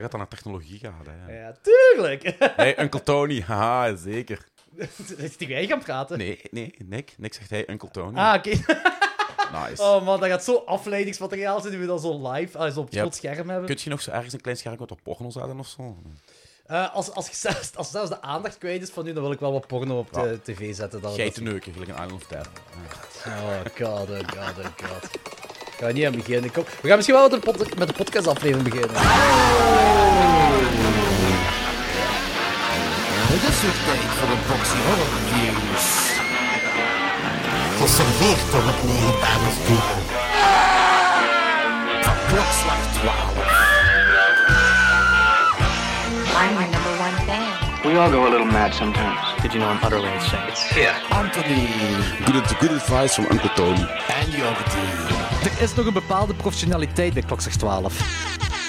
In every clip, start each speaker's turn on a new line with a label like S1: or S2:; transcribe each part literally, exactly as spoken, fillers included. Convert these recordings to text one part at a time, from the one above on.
S1: gaat dan naar technologie gaan, hè.
S2: Ja, tuurlijk.
S1: Hey, Uncle Tony, haha, zeker.
S2: Is tegen jij gaan praten?
S1: Nee, nee, Nick. Nick zegt hij, Uncle Tony.
S2: Ah, oké.
S1: Okay. Nice.
S2: Oh man, dat gaat zo afleidingsmateriaal zijn die we dan zo live, als op het
S1: Yep.
S2: groot scherm hebben.
S1: Kun je nog zo ergens een klein scherm met wat porno zetten of zo?
S2: Uh, als, als, zelfs, als zelfs de aandacht kwijt is van nu, dan wil ik wel wat porno op de
S1: ja.
S2: tv zetten. Dat
S1: Geitenneuken, gelijk een Island of Death.
S2: Oh god, oh god, oh god. Ik ga er niet aan beginnen. Kom. We gaan misschien wel met de, pod- met de podcastaflevering beginnen.
S3: Het is weer tijd voor de Boxy Horror Reviews. Geserveerd door het legendarische duo. Van klokslag twaalf.
S4: I'm your number one fan.
S5: We all go a little mad sometimes.
S6: Did you know I'm utterly insane?
S5: It's here.
S3: Anthony.
S1: Good, good advice from Uncle Tony.
S3: En Jordi.
S2: Er is nog een bepaalde professionaliteit bij Klokslag twaalf.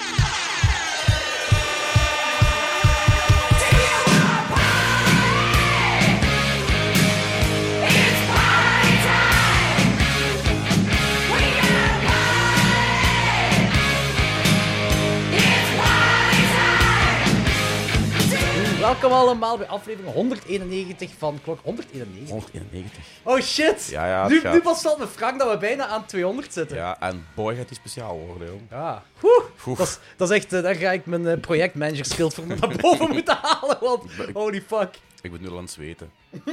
S2: Welkom allemaal bij aflevering honderdeenennegentig van Klok... honderdeenennegentig?
S1: honderdeenennegentig.
S2: Oh shit!
S1: Ja, ja,
S2: nu,
S1: gaat...
S2: nu pas valt me Frank dat we bijna aan tweehonderd zitten.
S1: Ja, en boy gaat die speciaal worden, joh.
S2: Ja. Woe.
S1: Oef.
S2: Dat, is, dat is echt... Uh, daar ga ik mijn uh, projectmanager skill voor me naar boven moeten halen, want... Holy fuck.
S1: Ik ben nu al aan het zweten.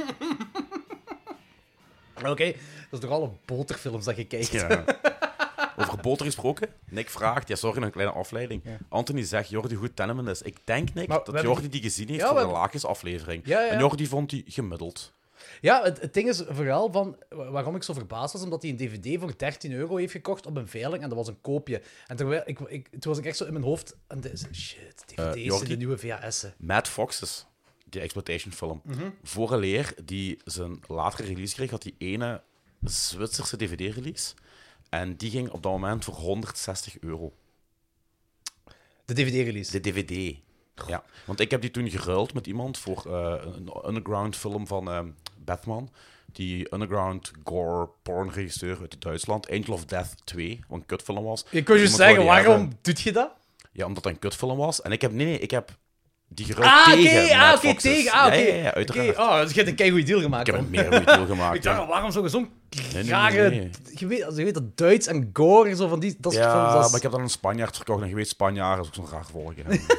S2: Oké, okay. Dat is toch alle boterfilms dat je kijkt.
S1: Ja. Over boter gesproken, Nick vraagt, ja, sorry, nog een kleine afleiding. Ja. Anthony zegt, Jordi goed Tenement is. Ik denk, Nick, maar dat Jordi hebben... die gezien heeft ja, voor de laagjesaflevering. Ja, ja. En Jordi vond die gemiddeld.
S2: Ja, het, het ding is vooral van waarom ik zo verbaasd was, omdat hij een dvd voor dertien euro heeft gekocht op een veiling en dat was een koopje. En terwijl ik, ik, toen was ik echt zo in mijn hoofd en de, shit, dvd's uh, Jordi, in de nieuwe V H S'en.
S1: Mad Foxes, die exploitation film. Mm-hmm. Vooraleer die zijn latere release kreeg, had die ene Zwitserse dvd-release. En die ging op dat moment voor honderdzestig euro.
S2: De dvd-release?
S1: De dvd, ja. Want ik heb die toen geruild met iemand voor uh, een underground film van uh, Batman. Die underground gore porn regisseur uit Duitsland. Angel of Death twee, wat een kutfilm was.
S2: Ik kon je zeggen, waarom hebben. doet je dat?
S1: Ja, omdat dat een kutfilm was. En ik heb, nee, nee, ik heb die geruild
S2: ah,
S1: tegen
S2: okay, Ah, oké, okay, tegen. Ah, oké. Okay.
S1: Ja, ja, ja, uiteraard.
S2: Okay. Oh, dus je hebt een keigoede deal gemaakt.
S1: Ik heb een meer goede deal gemaakt.
S2: Ik dacht,
S1: ja.
S2: waarom zou je zo'n
S1: nee,
S2: rare...
S1: Nee, nee, nee.
S2: Je, weet, je weet dat Duits en gore, zo van die... Dat
S1: ja,
S2: van, dat is...
S1: maar ik heb dan een Spanjaard verkocht en je weet, Spanjaard is ook zo'n raar volk.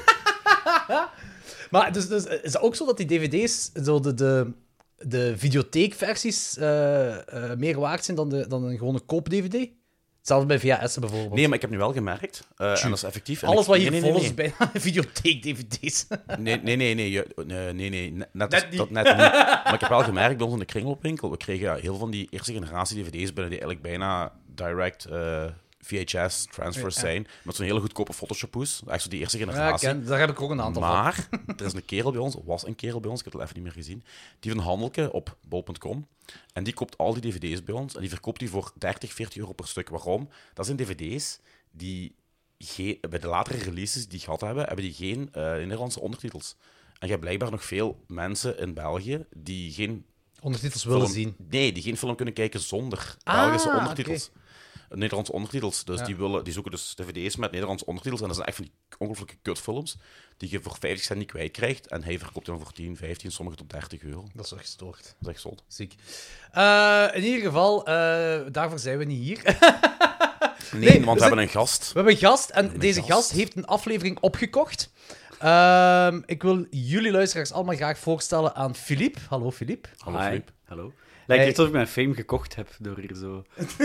S2: Maar dus, dus is het ook zo dat die dvd's, zo de, de, de videotheekversies, uh, uh, meer waard zijn dan, de, dan een gewone koop-dvd? Hetzelfde bij V H S'en bijvoorbeeld.
S1: Nee, maar ik heb nu wel gemerkt, uh, en dat is effectief...
S2: Alles
S1: ik,
S2: wat hier
S1: nee,
S2: vol
S1: nee,
S2: is
S1: nee.
S2: bijna videotheek-dvd's.
S1: Nee, nee, nee, nee, je, nee, nee, nee, net, net, net dat net niet. Maar ik heb wel gemerkt bij ons in de kringloopwinkel, we kregen heel veel van die eerste generatie dvd's binnen die eigenlijk bijna direct uh, V H S transfers ja, ja. zijn, met zo'n hele goedkope Photoshop-hoes. Echt zo die eerste generatie.
S2: Ja, ken, daar heb ik ook een aantal
S1: maar,
S2: van.
S1: Maar, er is een kerel bij ons, was een kerel bij ons, ik heb het al even niet meer gezien, die heeft een handelke op bol punt com en die koopt al die dvd's bij ons en die verkoopt die voor dertig, veertig euro per stuk. Waarom? Dat zijn dvd's die geen, bij de latere releases die gehad hebben, hebben die geen uh, Nederlandse ondertitels. En je hebt blijkbaar nog veel mensen in België die geen...
S2: Ondertitels willen
S1: film,
S2: zien.
S1: Nee, die geen film kunnen kijken zonder
S2: ah,
S1: Belgische ondertitels.
S2: Okay.
S1: Nederlandse ondertitels. Dus
S2: ja.
S1: die, willen, die zoeken dus dvd's met Nederlandse ondertitels. En dat zijn echt van die ongelooflijke kutfilms die je voor vijftig cent niet kwijtkrijgt. En hij verkoopt dan voor tien, vijftien, sommige tot dertig euro.
S2: Dat is echt gestoord.
S1: Dat is echt zot.
S2: Ziek. Uh, in ieder geval, uh, daarvoor zijn we niet hier.
S1: nee, nee, want we, we hebben een gast.
S2: We hebben een gast en
S1: een
S2: deze
S1: gast.
S2: gast heeft een aflevering opgekocht. Uh, ik wil jullie luisteraars allemaal graag voorstellen aan Philippe. Hallo, Philippe.
S1: Hallo, Philippe.
S6: Hallo. Lijkt echt alsof ik mijn fame gekocht heb door hier zo...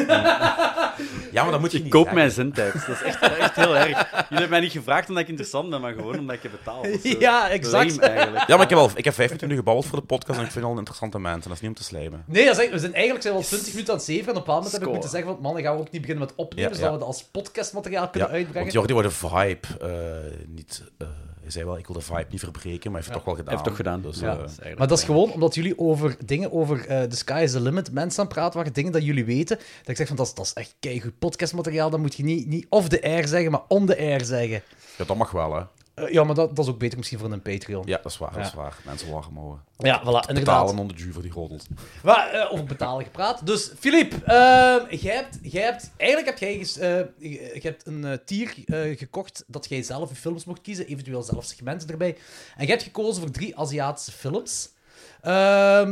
S1: ja, maar dat moet je
S6: ik
S1: niet
S6: koop
S1: zeggen.
S6: mijn zendtijd. Dat is echt, echt heel erg. Jullie hebben mij niet gevraagd omdat ik interessant ben, maar gewoon omdat ik heb betaald. Zo.
S2: Ja, exact.
S6: Eigenlijk.
S1: Ja, maar ik heb, al, ik heb vijf minuten gebabbeld voor de podcast en ik vind het al een interessante mensen. Dat is niet om te slijmen.
S2: Nee, dat is echt, we zijn eigenlijk zijn we al twintig minuten aan het zeven en op een bepaald moment heb ik moeten zeggen van man, dan gaan we ook niet beginnen met opnemen,
S1: ja,
S2: zodat
S1: ja.
S2: we dat als podcastmateriaal kunnen
S1: ja,
S2: uitbrengen.
S1: Want Jordi wordt de vibe uh, niet... Uh, hij zei wel, ik wil de vibe niet verbreken, maar hij heeft het
S6: ja,
S1: toch wel gedaan.
S6: Hij heeft toch gedaan.
S1: Dus,
S2: ja.
S1: uh,
S2: dat maar dat is gewoon omdat jullie over dingen over uh, The Sky is the Limit mensen aan het praten waren, dingen dat jullie weten, dat ik zeg van dat is, dat is echt keigoed podcastmateriaal, dan moet je niet, niet off the air zeggen, maar on the air zeggen.
S1: Ja, dat mag wel, hè.
S2: Uh, ja, maar dat, dat is ook beter misschien voor een Patreon.
S1: Ja, dat is waar,
S2: Ja.
S1: dat is waar. Mensen lachen mogen.
S2: Ja, voilà, inderdaad.
S1: Betalen onder Ju voor die roddels.
S2: Maar, uh, over betalen gepraat. Dus, Philippe, uh, jij hebt, jij hebt... Eigenlijk heb jij ges- uh, je, je hebt een uh, tier uh, gekocht dat jij zelf je films mocht kiezen, eventueel zelf segmenten erbij. En jij hebt gekozen voor drie Aziatische films. Uh,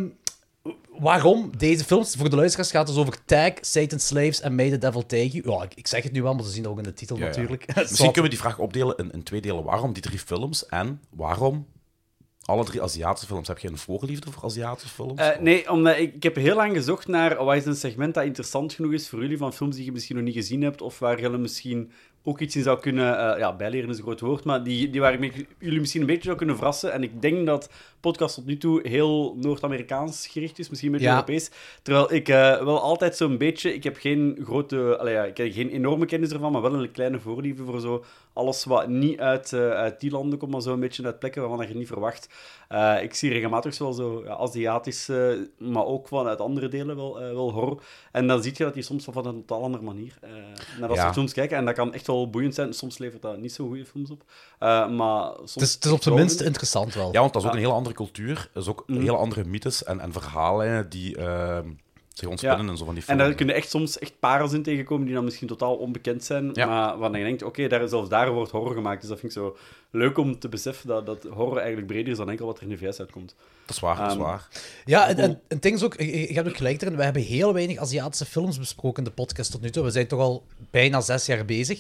S2: waarom deze films? Voor de luisteraars gaat het dus over Tag, Satan's Slaves en May the Devil Take You. Ja, ik, ik zeg het nu wel, maar ze zien dat ook in de titel
S1: Ja, ja.
S2: natuurlijk.
S1: Misschien kunnen we die vraag opdelen in, in twee delen. Waarom die drie films en waarom alle drie Aziatische films? Heb je een voorliefde voor Aziatische films?
S6: Uh, nee, omdat ik, ik heb heel lang gezocht naar wat is een segment dat interessant genoeg is voor jullie, van films die je misschien nog niet gezien hebt, of waar jullie misschien ook iets in zou kunnen... Uh, ja, bijleren is een groot woord, maar die, die waar ik jullie misschien een beetje zou kunnen verrassen. En ik denk dat podcast tot nu toe heel Noord-Amerikaans gericht is, misschien een beetje
S2: Ja.
S6: Europees. Terwijl ik uh, wel altijd zo'n beetje... Ik heb geen grote... Allee, ja, ik heb geen enorme kennis ervan, maar wel een kleine voorliefde voor zo alles wat niet uit, uh, uit die landen komt, maar zo een beetje uit plekken waarvan je het niet verwacht. Uh, ik zie regelmatig wel zo ja, Aziatische, maar ook vanuit andere delen wel, uh, wel horror. En dan zie je dat die soms wel van een totaal andere manier uh, naar dat
S1: Ja.
S6: soort films kijken. En dat kan echt wel boeiend zijn. Soms levert dat niet zo goede films op. Uh, maar soms
S2: Het is, het is op zijn
S6: wel
S2: minst
S6: goed.
S2: interessant wel.
S1: Ja, want dat is ook een hele andere cultuur. Dat is ook
S6: Mhm.
S1: hele andere mythes en, en verhalen die uh, zich ontspinnen
S6: Ja.
S1: en zo van die
S6: En
S1: films.
S6: daar kunnen echt soms echt parels in tegenkomen die dan misschien totaal onbekend zijn.
S1: Ja.
S6: Maar waarvan je denkt, oké, daar zelfs daar wordt horror gemaakt. Dus dat vind ik zo leuk om te beseffen dat, dat horror eigenlijk breder is dan enkel wat er in de V S uitkomt.
S1: Dat is waar, dat is
S6: Um,
S1: waar.
S2: Ja, en, en, en het ding is ook, je, je hebt ook gelijk erin, we hebben heel weinig Aziatische films besproken in de podcast tot nu toe. We zijn toch al bijna zes jaar bezig.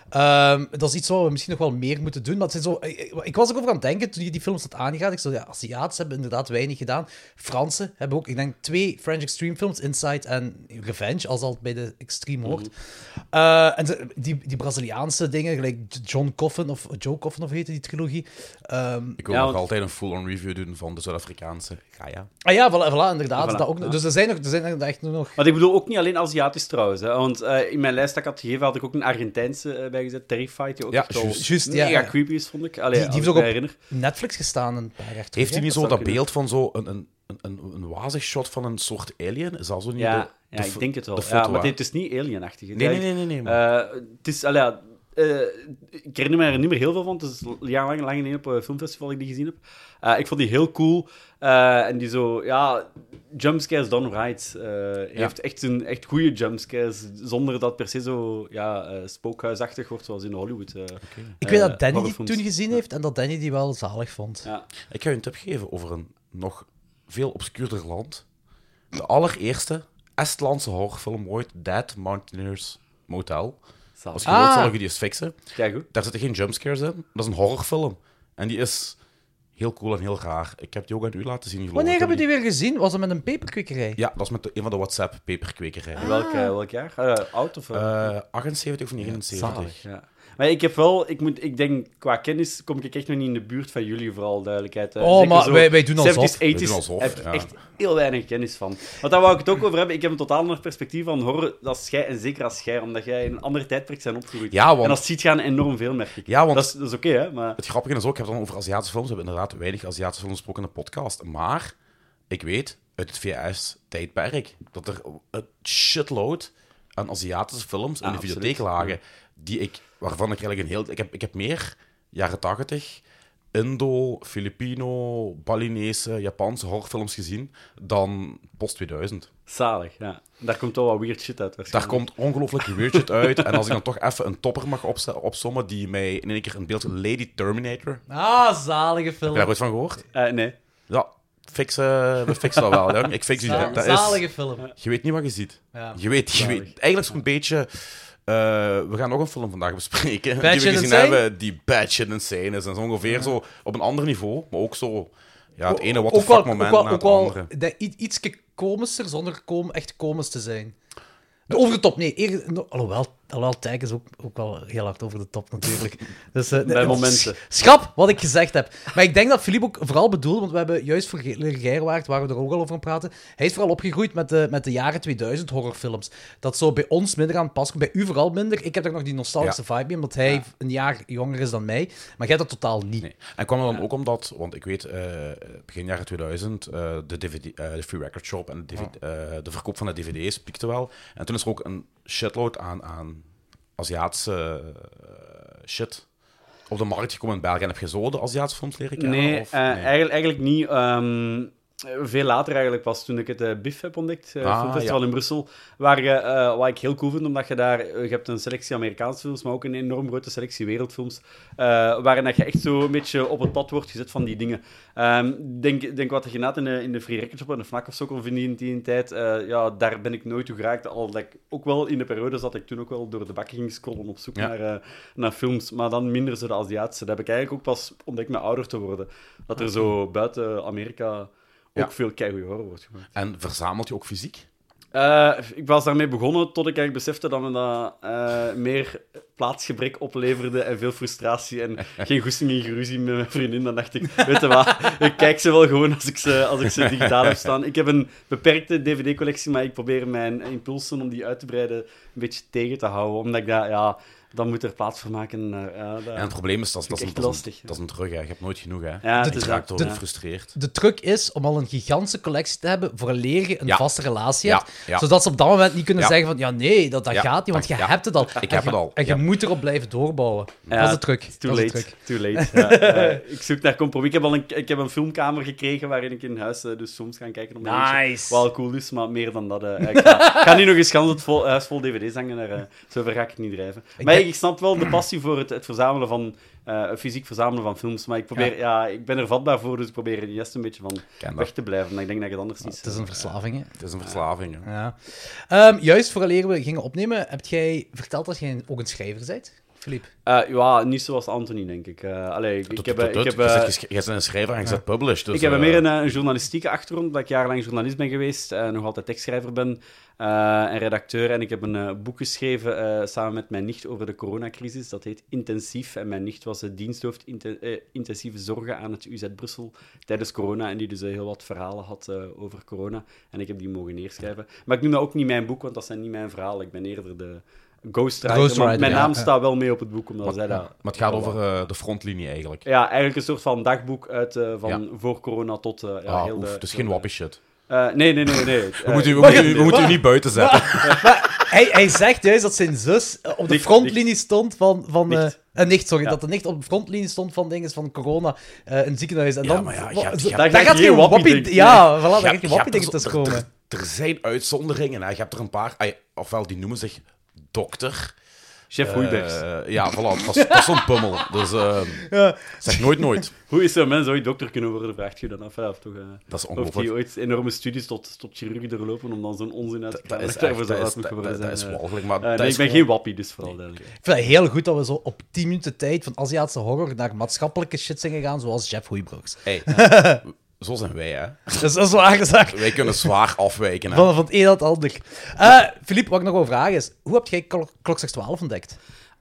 S2: Um, dat is iets wat we misschien nog wel meer moeten doen. Maar het zijn zo, ik, ik was ook over aan het denken toen je die films had aangegaan. Ik zei, ja, Aziatisch hebben inderdaad weinig gedaan. Fransen hebben ook, ik denk, twee French Extreme films, Inside en Revenge, als al bij de Extreme hoort. Uh, en ze- die, die Braziliaanse dingen, gelijk John Coffin, of Joe Coffin, of heette die trilogie. Um,
S1: Ik wil
S6: Ja,
S1: nog
S6: want-
S1: altijd een full-on review doen van de Zuid-Afrikaanse Gaia.
S2: ah ja, voilà, voilà inderdaad.
S6: Voilà,
S2: dat ook,
S6: ja.
S2: Dus er zijn, nog, er zijn er echt nog...
S6: Maar ik bedoel ook niet alleen Aziatisch trouwens. Hè, want uh, in mijn lijst dat ik had gegeven, had ik ook een Argentijnse uh, bijgezet, Terrified, die ook
S1: Ja,
S6: echt wel
S1: juist.
S2: Juist, ja,
S6: mega
S2: ja.
S6: creepy is, vond ik. Allee,
S2: Die, die
S6: als
S2: heeft
S6: ik
S2: ook
S6: me
S2: op
S6: herinner.
S2: Netflix gestaan een paar jaar terug.
S1: Heeft hij
S2: hè?
S1: niet
S6: dat
S1: zo
S6: zou
S1: dat
S6: kunnen.
S1: beeld van zo een, een, een, een, een wazig shot van een soort alien? Is dat zo niet
S6: Ja,
S1: de,
S6: ja
S1: de
S6: ik
S1: fo-
S6: denk het wel.
S1: de
S6: Ja,
S1: foto,
S6: maar
S1: hè?
S6: het is niet alienachtig. Het is
S1: Nee, nee,
S6: eigenlijk-
S1: nee, nee, nee, maar-
S6: Uh, het is, allee, ja, uh, ik herinner me er niet meer heel veel van. Het is jarenlang lang geleden op een filmfestival dat ik die gezien heb. Uh, ik vond die heel cool. Uh, en die zo, ja, jumpscares done right. Uh, heeft echt een echt goede jumpscares, zonder dat per se zo ja, uh, spookhuisachtig wordt, zoals in Hollywood. Uh,
S2: Ik weet dat
S6: uh,
S2: Danny die
S6: horrorfilms.
S2: toen gezien heeft en dat Danny die wel zalig vond.
S6: Ja.
S1: Ik ga je een tip geven over een nog veel obscuurder land. De allereerste Estlandse horrorfilm ooit, Dead Mountaineers Motel.
S6: Zalig.
S1: Als je
S2: Ah.
S1: wilt, zal ik je die eens fixen.
S6: Kijk goed.
S1: Daar zitten geen jumpscares in. Dat is een horrorfilm. En die is heel cool en heel raar. Ik heb die ook aan u laten zien, geloof
S2: Wanneer
S1: ik.
S2: hebben we die weer gezien? Was het met een peperkwekerij?
S1: Ja, dat is met de- een van de WhatsApp-peperkwekerijen.
S6: In welk, uh, welk jaar? Uh, oud of... uh,
S1: Eh, achtenzeventig of negenenzeventig.
S6: Zalig, ja. Maar ik heb wel, ik, moet, ik denk, qua kennis kom ik echt nog niet in de buurt van jullie, vooral duidelijkheid.
S2: Oh,
S6: Zeker
S2: maar
S6: zo
S2: wij- wij doen alsof.
S6: zeventies,
S1: Wij
S6: eighties,
S1: doen alsof,
S6: heb ik
S1: ja.
S6: echt heel weinig kennis van. Want daar wou ik het ook over hebben. Ik heb een totaal ander perspectief van horror als jij, en zeker als jij, omdat jij in een andere tijdperk bent opgegroeid.
S1: Ja, want-
S6: En dat ziet gaan enorm veel, merk ik.
S1: Ja, want-
S6: Dat is, dat is oké, hè, maar...
S1: Het grappige is ook, ik heb het dan over Aziatische films. We hebben inderdaad weinig Aziatische films gesproken in de podcast. Maar ik weet uit het V S-tijdperk dat er een shitload aan Aziatische films in
S6: Ah,
S1: de
S6: absoluut.
S1: videotheek lagen. Die ik, waarvan ik eigenlijk een heel... Ik heb, ik heb meer jaren tachtig Indo, Filipino, Balinese, Japanse horrorfilms gezien dan post tweeduizend.
S6: Zalig, ja. Daar komt wel wat weird shit uit,
S1: Daar
S6: waarschijnlijk.
S1: komt ongelooflijk weird shit uit. En als ik dan toch even een topper mag opze- opsommen die mij in één keer een beeld... Lady Terminator. Heb
S2: Ah, zalige film.
S1: je daar ooit van gehoord?
S6: Eh, nee.
S1: Ja, fixen, we fixen dat wel, jong. Ik fix die.
S2: Zaal-
S1: Dat is,
S2: zalige film.
S1: je weet niet wat je ziet.
S2: Ja.
S1: Je weet, je
S6: Zalig.
S1: weet. Eigenlijk zo'n beetje... eh, we gaan nog een film vandaag bespreken.
S2: Bad
S1: die we
S2: Shit
S1: gezien
S2: Insane?
S1: hebben, die bad shit insane is. En zo ongeveer zo op een ander niveau, maar ook zo... Ja, het ene what the
S2: Ook wel-
S1: fuck moment
S2: ook wel-
S1: na het
S2: ook wel
S1: andere.
S2: de- i- ietske komischer, zonder kom, echt komisch te zijn. Over de top, nee. Eer, no- alhoewel, alhoewel Tijk is ook, ook wel heel hard over de top, natuurlijk. Dus, eh,
S6: Bij
S2: nee,
S6: momenten.
S2: Schrap wat ik gezegd heb. Maar ik denk dat Philippe ook vooral bedoelt, want we hebben juist voor Geirwaard, waar we er ook al over aan praten, hij is vooral opgegroeid met de, met de jaren tweeduizend horrorfilms. Dat zo bij ons minder aan het pas komt, bij u vooral minder. Ik heb er nog die nostalgische vibe in, omdat hij een jaar jonger is dan mij. Maar jij dat totaal niet.
S1: Nee. En kwam er dan ook omdat, want ik weet, eh, begin jaren tweeduizend, eh, de, D V D, eh, de Free Record Shop en de, D V D, eh, de verkoop van de D V D's piekte wel. En toen is er ook een shitload aan, aan Aziatische eh, shit op de markt gekomen in België. En heb je zo de Aziatische films leren kennen?
S6: Nee,
S1: of?
S6: uh, Eigenlijk, eigenlijk niet. Um, veel later eigenlijk pas, toen ik het uh, B I F heb ontdekt, uh,
S1: Ah,
S6: filmfestival
S1: ja.
S6: in Brussel, waar je, uh, wat ik heel cool vind, omdat je daar, uh, je hebt een selectie Amerikaanse films, maar ook een enorm grote selectie wereldfilms, uh, waarin dat je echt zo een beetje op het pad wordt gezet van die dingen. Um, denk, denk wat je net in de, in de Free Record Shop en de Fnac of zo kon vinden in die tijd, uh, ja, daar ben ik nooit toe geraakt. Al dat ik ook wel in de periode zat ik toen ook wel door de bakken ging scrollen op zoek
S1: Ja.
S6: naar, uh, naar films, maar dan minder zo de Aziatische. Dat heb ik eigenlijk ook pas ontdekt met ouder te worden. Dat er zo buiten Amerika ook
S1: Ja.
S6: veel keigoed horror wordt gemaakt.
S1: En verzamelt je ook fysiek?
S6: Uh, ik was daarmee begonnen tot ik eigenlijk besefte dat me dat uh, meer plaatsgebrek opleverde en veel frustratie en geen goesting in geruzie met mijn vriendin. Dan dacht ik, weet je wat, ik kijk ze wel gewoon als ik ze, als ik ze digitaal heb staan. Ik heb een beperkte D V D-collectie, maar ik probeer mijn impulsen om die uit te breiden een beetje tegen te houden. Omdat ik dat, ja, dan moet er plaats voor maken. Naar, ja, dat...
S1: En het probleem is, dat, is- dat, is,
S6: vind
S1: een,
S6: ik
S1: dat,
S6: echt
S1: is, een,
S6: lastig,
S1: dat is een drug, hè. Je hebt nooit genoeg, hè.
S6: Ja, het
S1: Je
S6: is
S1: raakt
S6: dat.
S1: door
S6: Ja.
S1: gefrustreerd.
S2: De truc is om al een gigantische collectie te hebben vooraleer je een
S1: Ja.
S2: vaste relatie
S1: Ja,
S2: hebt.
S1: ja.
S2: Zodat ze op dat moment niet kunnen
S1: Ja.
S2: zeggen van ja, nee, dat, dat
S1: Ja,
S2: gaat niet, want je
S1: ja.
S2: hebt het al.
S1: Ik
S2: En
S1: heb
S2: je-
S1: het al,
S2: En je
S1: ja.
S2: moet erop blijven doorbouwen.
S6: Ja,
S2: dat is de truc.
S6: it's Too
S2: Dat is de
S6: late.
S2: truc.
S6: Too late. Ja, uh, ik zoek naar compromis. Ik heb al een, ik heb een filmkamer gekregen waarin ik in huis uh, dus soms ga kijken. Op mijn eentje.
S2: Nice.
S6: Wat wel cool is, maar meer dan dat. Uh, ik, ga, ik ga niet nog eens gans het vol, huis vol D V D's hangen. Naar, uh, zover ga ik het niet drijven.
S2: Ik
S6: maar
S2: denk-
S6: ik snap wel de passie voor het, het verzamelen van... Uh, fysiek verzamelen van films. Maar ik probeer... Ja. ik ben er vatbaar voor, dus ik probeer er juist een beetje van
S1: Ken dat.
S6: weg te blijven. Maar ik denk dat je het anders niet...
S2: Het is een verslaving, hè.
S1: Het is een verslaving, hè.
S2: Ja. Ehm, juist vooraleer we gingen opnemen, heb jij verteld dat jij ook een schrijver bent, Philippe?
S6: Uh, ja, niet zoals Anthony, denk ik. Uh, allee, ik, ik heb...
S1: Tut,
S6: Ik
S1: tut,
S6: heb
S1: Je
S6: uh,
S1: zegt gesch- je bent een schrijver en je bent published. Dus,
S6: ik heb
S1: eh,
S6: meer een, eh, een journalistieke achtergrond, omdat ik jarenlang journalist ben geweest, uh, nog altijd tekstschrijver ben uh, en redacteur. En ik heb een uh, boek geschreven uh, samen met mijn nicht over de coronacrisis. Dat heet Intensief. En mijn nicht was de diensthoofd inte- uh, intensieve zorgen aan het U Z Brussel tijdens corona. En die dus uh, heel wat verhalen had uh, over corona. En ik heb die mogen neerschrijven. Maar ik noem dat ook niet mijn boek, want dat zijn niet mijn verhalen. Ik ben eerder de ghostwriter.
S2: Ghostwriter,
S6: maar mijn
S2: ja,
S6: naam
S2: ja.
S6: staat wel mee op het boek, omdat
S1: Maar,
S6: zij dat...
S1: maar het gaat over uh, de frontlinie, eigenlijk.
S6: Ja, eigenlijk een soort van dagboek uit uh, van
S1: Ja.
S6: voor corona tot... Uh, ja,
S1: Ah,
S6: heel
S1: oef,
S6: de,
S1: dus geen wappie shit.
S6: Uh, nee, nee, nee, nee.
S1: We moeten u, we moeten u, we moeten u niet buiten zetten.
S2: Hij, hij zegt juist dat zijn zus eh, op de
S6: Nicht,
S2: frontlinie stond van... van eh,
S6: Nicht.
S2: eh, nicht, sorry.
S6: Ja.
S2: Dat de nicht op de frontlinie stond van dingen van corona uh, in het ziekenhuis. En
S1: Ja,
S2: dan...
S1: maar ja, je
S2: wa-
S1: hebt-
S2: zo-
S1: je
S2: daar
S1: hebt-
S6: daar
S2: gaat
S6: geen
S2: geen
S6: wappie,
S2: wappie...
S6: denk ik.
S2: Ja, voilà, daar
S1: Ja,
S2: gaat geen
S1: je
S2: wappie
S1: hebt er
S2: tegen
S1: zo-
S2: te
S1: er-
S2: komen.
S1: Er, er zijn uitzonderingen. Hè. Je hebt er een paar... ay, ofwel, die noemen zich dokter.
S6: Chef
S1: Eh,
S6: Hoeibers.
S1: ja, voilà. Dat is, dat is zo'n pummel. Dus uh,
S2: Ja.
S1: zeg nooit nooit.
S6: Hoe is zo'n mens ooit dokter kunnen worden, vraagt je dan af. Of, toch, uh,
S1: Dat is
S6: of
S1: ongelooflijk.
S6: die ooit enorme studies tot, tot chirurgie doorlopen om dan zo'n onzin uit te
S1: Dat
S6: krijgen.
S1: is,
S6: Dat
S1: echt,
S6: zo
S1: dat, is,
S6: uit moet
S1: dat,
S6: geworden
S1: dat, dat
S6: zijn,
S1: is
S6: uh.
S1: walgelijk. Maar
S6: Uh,
S1: dat
S6: nee,
S1: is
S6: ik ben
S1: gewoon-
S6: geen wappie, dus vooral duidelijk.
S2: Ik vind het heel goed dat we zo op tien minuten tijd van Aziatische horror naar maatschappelijke shit zijn gegaan, zoals Jeff Hoeibroeks.
S1: Hey, zo zijn wij, hè.
S2: Dus dat is waar gezegd.
S1: Wij kunnen zwaar afwijken, hè.
S2: Van, van het een naar het ander. Uh, Philippe, wat ik nog wil vragen is, hoe heb jij Klok- Klokslag twaalf ontdekt?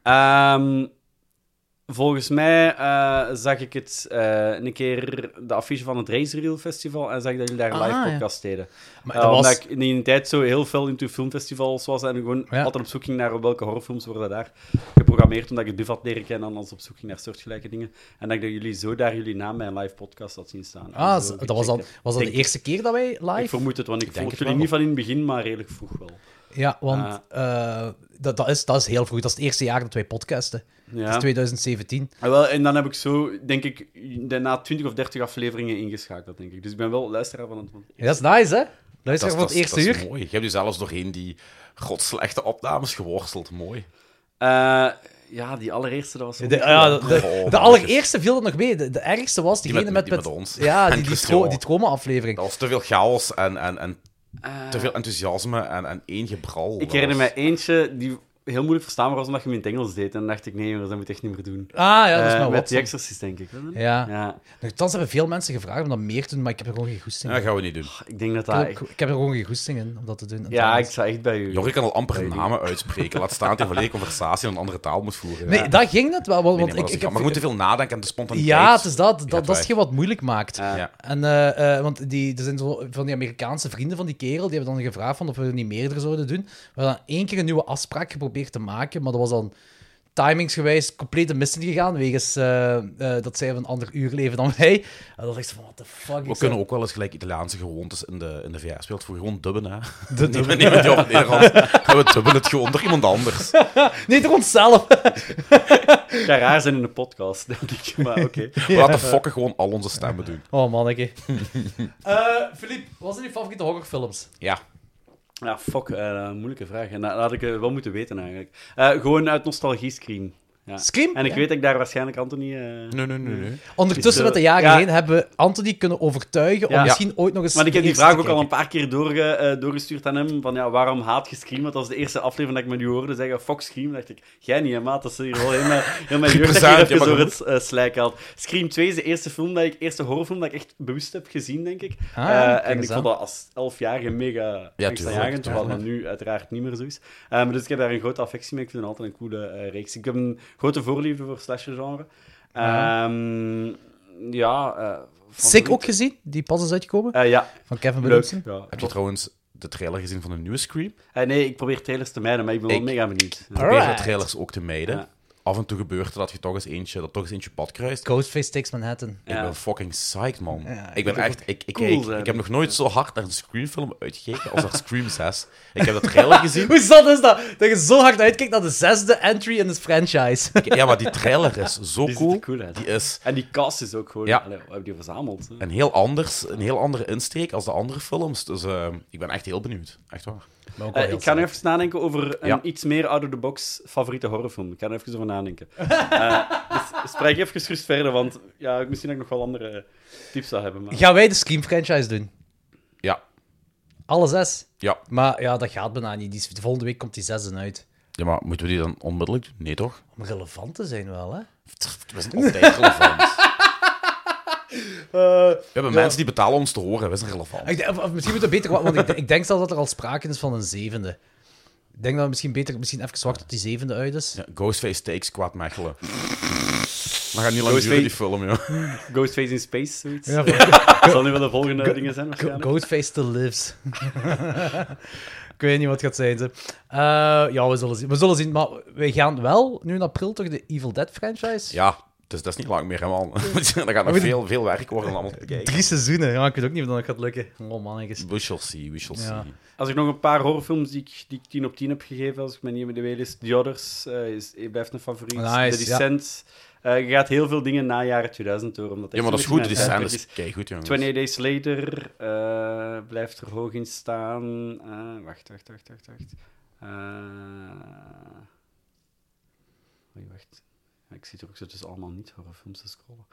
S6: Um, volgens mij uh, zag ik het uh, een keer de affiche van het Razorreel Festival en zag ik dat jullie daar een
S2: Ah,
S6: live
S2: ja.
S6: podcast deden.
S2: Maar
S6: Uh,
S2: dat
S6: omdat
S2: was...
S6: ik in die tijd zo heel veel into filmfestivals was en gewoon
S2: Ja.
S6: altijd op zoek ging naar welke horrorfilms worden daar geprogrammeerd, omdat ik het Bivat leren kennen en als op zoek ging naar soortgelijke dingen. En dat ik dat jullie zo daar jullie naam bij een live podcast had zien staan.
S2: Ah,
S6: En zo
S2: dat was, dan,
S6: gecheckt heb.
S2: was dat de
S6: Denk-
S2: eerste keer dat wij live...
S6: Ik vermoed het, want ik
S1: denk
S6: volgde
S1: het
S6: jullie
S1: wel.
S6: niet van in het begin, maar redelijk vroeg wel.
S2: Ja, want eh, dat, dat, is, dat is heel vroeg. Dat is het eerste jaar dat wij podcasten. Dat
S6: Ja.
S2: is twintig zeventien.
S6: Ah, wel, en dan heb ik zo, denk ik, na twintig of dertig afleveringen ingeschakeld, denk ik. Dus ik ben wel luisteraar van het... van het
S2: Ja, dat is nice, hè? Luister
S1: Dat is-
S2: voor het
S1: dat is-
S2: eerste
S1: dat is
S2: uur.
S1: mooi. Je hebt je zelfs doorheen die godslechte opnames geworsteld. Mooi.
S6: Uh, ja, die allereerste, dat was wel
S2: De,
S6: goed,
S2: ja,
S6: hè.
S2: de, de,
S1: Oh,
S2: de
S1: man,
S2: allereerste viel er nog mee. De, de ergste was
S1: Die
S2: diegene
S1: met-
S2: met,
S1: die met ons.
S2: Ja,
S1: En
S2: die, die,
S1: Christian.
S2: tro- die trauma-aflevering.
S1: Dat was te veel chaos en, en, en
S6: Uh,
S1: te veel enthousiasme en, en één gebral.
S6: ik
S1: Dat
S6: herinner
S1: was-
S6: mij eentje die heel moeilijk verstaanbaar was omdat je hem in het Engels deed. En dan dacht ik, nee, maar dat moet ik echt niet meer doen.
S2: Ah, ja, dat is
S6: Uh,
S2: maar
S6: met
S2: wat.
S6: The Exorcist, denk ik.
S2: Ja.
S6: ja.
S2: Nogthans hebben veel mensen gevraagd om dat meer te doen, maar ik heb er gewoon geen goesting
S1: Ja,
S2: in.
S1: dat gaan we niet doen.
S6: Ik denk dat
S2: Ik,
S6: dat...
S2: heb,
S6: echt-
S2: ik heb er gewoon geen goesting in om dat te doen.
S6: Ja, ik zou echt bij u...
S1: Jorrie kan al amper
S6: Nee, die-
S1: namen uitspreken. Laat staan dat hij een volledige conversatie in een andere taal moet voeren.
S2: Nee,
S1: Ja.
S2: dat ging net wel. Want,
S1: Nee,
S2: want
S1: nee, maar,
S2: ik,
S1: dat
S2: ik
S1: is-
S2: heb...
S1: maar je moet te veel nadenken en de spontaniteit.
S2: Ja, het is dat. Dat,
S1: gaat
S2: dat is
S1: weg.
S2: hetgeen wat moeilijk maakt.
S6: Uh,
S1: Ja.
S2: En, eh, eh, want die, er zijn zo van die Amerikaanse vrienden van die kerel, die hebben dan gevraagd van of we er niet meerdere zouden doen. We hadden één keer een nieuwe afspraak geprobeerd te maken, maar dat was dan timingsgewijs compleet mis gegaan, wegens uh, uh, dat zij een ander uur leven dan wij. En dan dacht ik zo van, what the fuck
S1: We
S2: is
S1: kunnen
S2: dat?
S1: ook wel eens gelijk Italiaanse gewoontes in de, in de V S speelt voor gewoon dubben, hè.
S2: De
S1: Nee, we nemen die op het Nederlands. Gaan we dubben het gewoon door iemand anders.
S2: Nee, door onszelf.
S6: Het kan raar zijn in een podcast, denk ik. Maar oké.
S1: We laten fokken gewoon al onze stemmen doen.
S2: Oh, manneke. Eh Filip, wat zijn je favoriete horrorfilms?
S1: Ja.
S6: Ja, fuck. eh, moeilijke vraag. En dat had ik eh, wel moeten weten, eigenlijk. Eh, gewoon uit nostalgie Scream. Ja.
S2: Scream?
S6: En ik
S2: Ja.
S6: weet dat ik daar waarschijnlijk Anthony... eh,
S1: Nee, nee, nee. nee.
S2: Ondertussen,
S6: Dus,
S2: met de
S6: eh,
S2: jaren
S6: ja.
S2: heen, hebben we Anthony kunnen overtuigen om
S6: Ja.
S2: misschien ooit nog eens...
S6: Maar ik heb die
S2: eerst
S6: vraag
S2: te
S6: ook al een
S2: kijken.
S6: paar keer doorge, eh, doorgestuurd aan hem. Van ja, waarom haat je Scream? Want dat was de eerste aflevering dat ik me nu hoorde zeggen: fuck Scream. dacht ik, jij niet, hè, maat. Dat is hier wel helemaal, heel mijn jeugd dat
S1: Bezuinigd,
S6: je even
S1: ja, maar
S6: door het uh, slijk haalt. Scream twee is de eerste film dat ik, eerste horrorfilm dat ik echt bewust heb gezien, denk ik.
S2: Ah,
S6: Eh,
S2: kijk
S6: en
S2: eens
S6: ik
S2: aan.
S6: vond dat als elfjarige mega
S1: Ja,
S6: angstaanjagend,
S1: tuurlijk,
S6: terwijl dat
S1: tuurlijk.
S6: nu uiteraard niet meer zo is. Eh, maar dus ik heb daar een grote affectie mee. Ik vind het altijd een coole eh, reeks. Ik heb een grote voorliefde voor slasher-genre.
S2: Ah.
S6: Ehm, ja... eh,
S2: Sick
S6: favoriet?
S2: ook gezien, die pas is uitgekomen,
S6: Eh, ja,
S2: van Kevin
S6: leuk.
S2: Williamson.
S6: Ja,
S1: Heb je trouwens de trailer gezien van de nieuwe Scream?
S6: Eh, nee, ik probeer trailers te mijden, maar ik ben wel
S1: Ik-
S6: mega benieuwd. Ja.
S1: Probeer de
S2: Alright.
S1: trailers ook te mijden.
S6: Ja.
S1: Af en toe gebeurt er dat je toch eens eentje, dat toch eens eentje pad kruist.
S2: Ghostface Takes Manhattan.
S1: Ik
S6: Ja.
S1: ben fucking psyched, man.
S2: Ja,
S1: ik ben
S6: dat
S1: echt... Ik, ik,
S6: cool
S1: kijk,
S6: zijn.
S1: ik heb nog nooit zo hard naar een Scream-film uitgekeken als naar Scream zes. Ik heb de trailer gezien.
S2: Hoe zat is dat? Dat je zo hard uitkijkt naar de zesde entry in het franchise.
S1: Ja, maar die trailer is zo
S6: Die ziet
S1: cool.
S6: er cool uit.
S1: Die is
S6: En die cast is ook gewoon...
S1: Ja.
S6: Allee, we hebben die verzameld. hè.
S1: een heel, anders, een heel andere insteek als de andere films. Dus eh, ik ben echt heel benieuwd. Echt waar.
S6: Eh, ik ga nog even nadenken over een
S1: Ja.
S6: iets meer out-of-the-box favoriete horrorfilm. Ik ga er even over nadenken. Eh dus spreek even gerust verder, want ja, misschien dat ik nog wel andere tips zou hebben. Maar...
S2: Gaan wij de Scream franchise doen?
S1: Ja.
S2: Alle zes?
S1: Ja.
S2: Maar ja, dat gaat bijna niet. Die is- de volgende week komt die zesde uit.
S1: Ja, maar moeten we die dan onmiddellijk doen? Nee, toch?
S2: Om relevant te zijn wel, hè?
S1: We zijn altijd relevant. We hebben mensen die betalen om ons te horen. We zijn relevant.
S2: Ik denk- of, of misschien moeten we beter... wa- Want ik, denk- ik denk zelfs dat er al sprake is van een zevende. Ik denk dat we misschien beter misschien even wachten tot die zevende uit is.
S1: Ja, Ghostface Takes Kwaad Mechelen. Dat gaat niet lang
S6: Ghostface-
S1: duren, die film, joh.
S6: Ghostface in Space, zoiets.
S2: Ja,
S6: Dat zal nu wel de volgende dingen zijn,
S2: Go-
S6: waarschijnlijk.
S2: Ghostface still lives. Ik weet niet wat het gaat zijn. Ze. Eh, ja, we zullen zien. We zullen zien. Maar we gaan wel nu in april toch de Evil Dead franchise?
S1: Ja, dus dat is niet lang meer, hè, man. Dat gaat nog veel, veel werk worden om allemaal te kijken.
S2: Drie seizoenen. Ja, ik weet ook niet of dat nog gaat lukken. Oh, mannetjes.
S1: We shall see, we shall
S2: Ja.
S1: see.
S6: Als ik nog een paar horrorfilms die ik, die ik tien op tien heb gegeven, als ik me niet meer de weet is, The Others eh, is, eh, blijft een favoriet.
S2: Nice,
S6: The Descent. Eh, je gaat heel veel dingen na jaren tweeduizend door. Omdat
S1: Ja, maar dat is
S6: zo'n
S1: goed, die
S6: beetje mijn
S1: scène is
S6: tijdperk
S1: keigoed, jongens.
S6: twenty-eight Days Later eh, blijft er hoog in staan. Eh, wacht, wacht, wacht, wacht, wacht. Eh, Oei, wacht. Ja, ik zit er ook zo tussen allemaal niet-horrorfilms te scrollen.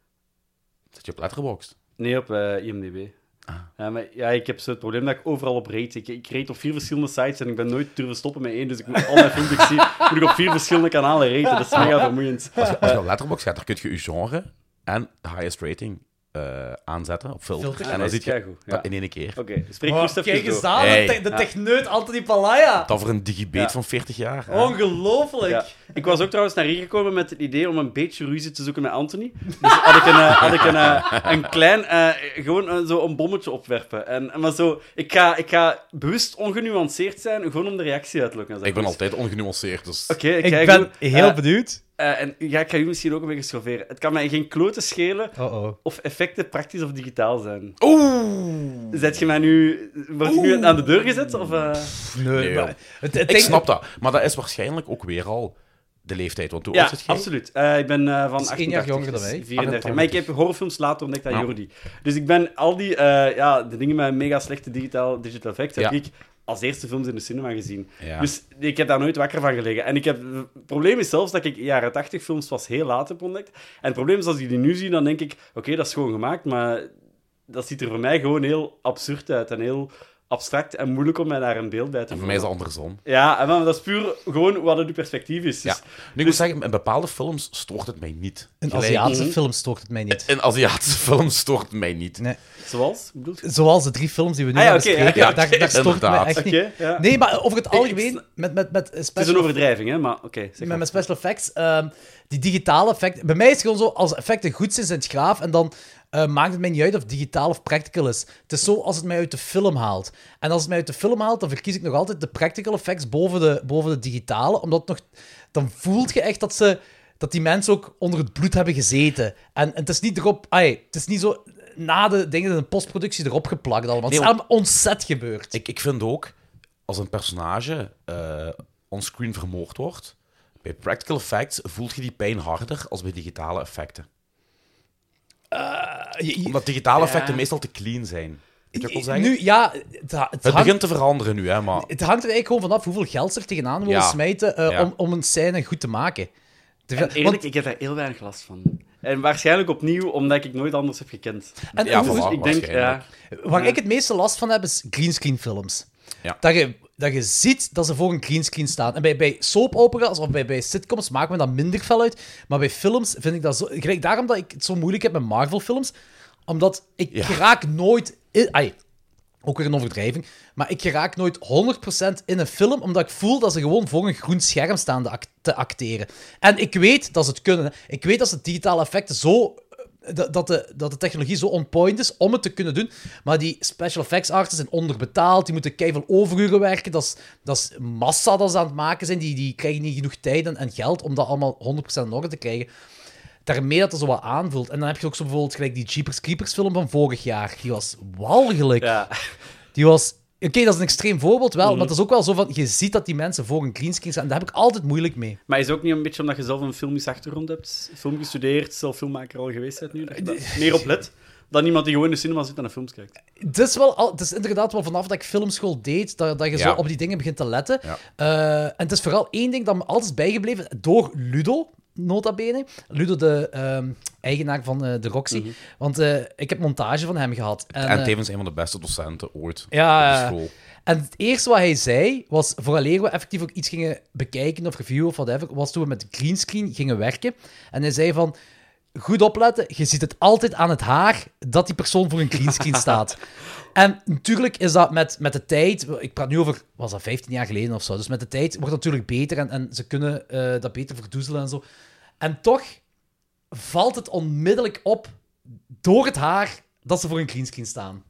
S1: Zit je op Letterboxd?
S6: Nee, op eh, I M D B.
S1: Ah.
S6: Ja, maar ja, ik heb zo het probleem dat ik overal op rate. Ik, ik rate op vier verschillende sites en ik ben nooit durven stoppen met één. Dus ik moet al mijn films die ik zie, moet ik op vier verschillende kanalen raten. Dat is mega vermoeiend.
S1: Als je, als je op Letterboxd gaat, dan kun je je genre en de highest rating eh, aanzetten op filter.
S2: Filter.
S1: En
S6: Ja,
S1: dan
S6: dat
S1: zie
S6: is
S1: je
S6: keigoed, ja.
S1: dat in één keer.
S6: Oké, spreek
S2: Oh,
S6: rust even
S2: kijk eens
S6: door.
S2: aan,
S1: Hey.
S2: de, te- de
S6: Ja.
S2: techneut Anthony Palaya.
S1: Dat voor een digibeet
S6: Ja.
S1: van veertig jaar. hè.
S2: Ongelooflijk.
S6: Ja. Ik was ook trouwens naar hier gekomen met het idee om een beetje ruzie te zoeken met Anthony. Dus had ik een, eh, had ik een, eh, een klein, eh, gewoon eh, zo een bommetje opwerpen. En, en maar zo, ik ga, ik ga bewust ongenuanceerd zijn, gewoon om de reactie uit te lokken.
S1: Ik ben altijd ongenuanceerd, dus...
S6: Oké,
S2: Ik
S6: kijk
S2: ben
S6: hoe-
S2: heel
S6: eh,
S2: benieuwd.
S6: eh, en ja, ik ga u misschien ook een beetje schofferen. Het kan mij geen klote schelen
S2: Oh-oh.
S6: of effecten praktisch of digitaal zijn.
S1: Oeh!
S6: Zet je mij nu... Word ik nu aan de deur gezet? Of, eh?
S2: Nee,
S1: Nee,
S2: maar...
S1: joh.
S2: Het, het
S1: Ik
S2: ding-
S1: snap dat. Maar dat is waarschijnlijk ook weer al de leeftijd. Want hoe
S6: Ja,
S1: oud zit jij?
S6: absoluut. Eh, ik ben eh, van
S2: is één jaar
S6: achtentachtig,
S2: jonger dan
S6: dus
S2: mij.
S6: vierendertig. Maar ik heb horrorfilms later ontdekt dan
S1: Ja.
S6: Jordi. Dus ik ben al die, eh, ja, de dingen met mega slechte digitaal, digital effects, heb
S1: Ja.
S6: ik als eerste films in de cinema gezien.
S1: Ja.
S6: Dus ik heb daar nooit wakker van gelegen. En ik heb, het probleem is zelfs dat ik jaren tachtig films pas heel laat heb ontdekt. En het probleem is, als ik die nu zie, dan denk ik, oké, dat is gewoon gemaakt, maar dat ziet er voor mij gewoon heel absurd uit en heel abstract en moeilijk om mij daar een beeld bij te
S1: En voor mij is
S6: vormen.
S1: het andersom.
S6: Ja, en maar dat is puur gewoon wat het uw perspectief is.
S1: Ja.
S6: Dus,
S1: Nu, ik moet zeggen, in bepaalde films stoort het mij niet.
S2: In
S1: Gelijk-
S2: Aziatische
S6: Mhm.
S2: film stoort het mij niet.
S1: In Aziatische films stoort het mij niet.
S2: Nee.
S6: Zoals? Bedoel je?
S2: Zoals de drie films die we nu
S6: Ah ja,
S2: hebben
S6: oké,
S2: bespreken,
S1: ja, ja,
S2: daar, daar stoort het mij
S1: inderdaad.
S2: echt
S6: Oké,
S2: niet.
S6: ja.
S2: Nee, maar over het
S6: Ik-
S2: algemeen,
S6: ik-
S2: met, met, met,
S6: Het is een
S2: special,
S6: overdrijving, hè, maar oké. zeg
S2: met,
S6: maar.
S2: met special effects, ehm, die digitale effecten... Bij mij is het gewoon zo, als effecten goed zijn, zijn het graaf, en dan eh, maakt het mij niet uit of het digitaal of practical is. Het is zo als het mij uit de film haalt. En als het mij uit de film haalt, dan verkies ik nog altijd de practical effects boven de, boven de digitale, omdat het nog... Dan voelt je echt dat ze... Dat die mensen ook onder het bloed hebben gezeten. En, en het is niet erop... Ai, het is niet zo na de dingen in de postproductie erop geplakt allemaal. Het
S1: Nee,
S2: is
S1: want-
S2: allemaal ontzet gebeurd.
S1: Ik, ik vind ook, als een personage eh onscreen vermoord wordt, bij practical effects voelt je die pijn harder als bij digitale effecten.
S2: Uh, je, je,
S1: Omdat digitale effecten
S6: ja.
S1: meestal te clean zijn. Weet je wat ik wil zeggen?
S2: nu, ja, het, het,
S1: het
S2: hangt,
S1: begint te veranderen nu, hè, maar...
S2: het hangt er eigenlijk gewoon vanaf hoeveel geld ze er tegenaan willen
S1: Ja.
S2: smijten uh,
S1: Ja.
S2: om, om een scène goed te maken. Te
S6: En
S2: veel-
S6: eerlijk,
S2: want-
S6: ik heb daar heel weinig last van. En waarschijnlijk opnieuw, omdat ik nooit anders heb gekend.
S2: en,
S1: Ja,
S2: en-
S1: voilà.
S6: Dus ik denk, ja...
S1: waarschijnlijk.
S2: Waar ik het meeste last van heb, is greenscreen films.
S1: Ja.
S2: Dat, je, dat je ziet dat ze voor een greenscreen staan. En bij, bij soap-opera's of bij, bij sitcoms maakt me dat minder fel uit. Maar bij films vind ik dat zo... Gelijk daarom dat ik het zo moeilijk heb met Marvel-films. Omdat ik
S1: Ja.
S2: geraak nooit... In, ai, ook weer een overdrijving. Maar ik geraak nooit honderd procent in een film, omdat ik voel dat ze gewoon voor een groen scherm staan te, act- te acteren. En ik weet dat ze het kunnen. Ik weet dat ze digitale effecten zo... Dat dat de, dat de technologie zo on point is om het te kunnen doen. Maar die special effects artists zijn onderbetaald. Die moeten keiveel overuren werken. Dat is, dat is massa dat ze aan het maken zijn. Die, die krijgen niet genoeg tijd en, en geld om dat allemaal honderd procent in orde te krijgen. Daarmee dat er zo wat aanvoelt. En dan heb je ook zo bijvoorbeeld gelijk die Jeepers Creepers film van vorig jaar. Die was walgelijk.
S6: Ja.
S2: Die was... Oké, dat is een extreem voorbeeld wel,
S6: Mhm.
S2: maar het is ook wel zo van... Je ziet dat die mensen voor een greenscreen staan. En daar heb ik altijd moeilijk mee.
S6: Maar is het ook niet een beetje omdat je zelf een filmische achtergrond hebt? Film gestudeerd, zelf filmmaker al geweest bent nu? Dat je daar meer op let? Dan iemand die gewoon in de cinema zit en naar films kijkt.
S2: Het is, wel al, het is inderdaad wel vanaf dat ik filmschool deed, dat, dat je zo
S1: Ja.
S2: op die dingen begint te letten.
S1: Ja.
S2: Uh, en het is vooral één ding dat me altijd is bijgebleven, door Ludo, nota bene. Ludo, de um, eigenaar van uh, de Roxy.
S6: Mhm.
S2: Want uh, ik heb montage van hem gehad. En,
S1: En
S2: uh,
S1: tevens een van de beste docenten ooit
S2: Ja,
S1: op
S2: ja.
S1: de school.
S2: En het eerste wat hij zei, was vooraleer we effectief ook iets gingen bekijken of reviewen of whatever, was toen we met greenscreen gingen werken. En hij zei van, goed opletten, je ziet het altijd aan het haar dat die persoon voor een greenscreen staat. En natuurlijk is dat met, met de tijd, ik praat nu over, was dat vijftien jaar geleden of zo, dus met de tijd wordt het natuurlijk beter en, en ze kunnen uh, dat beter verdoezelen en zo. En toch valt het onmiddellijk op, door het haar, dat ze voor een greenscreen staan.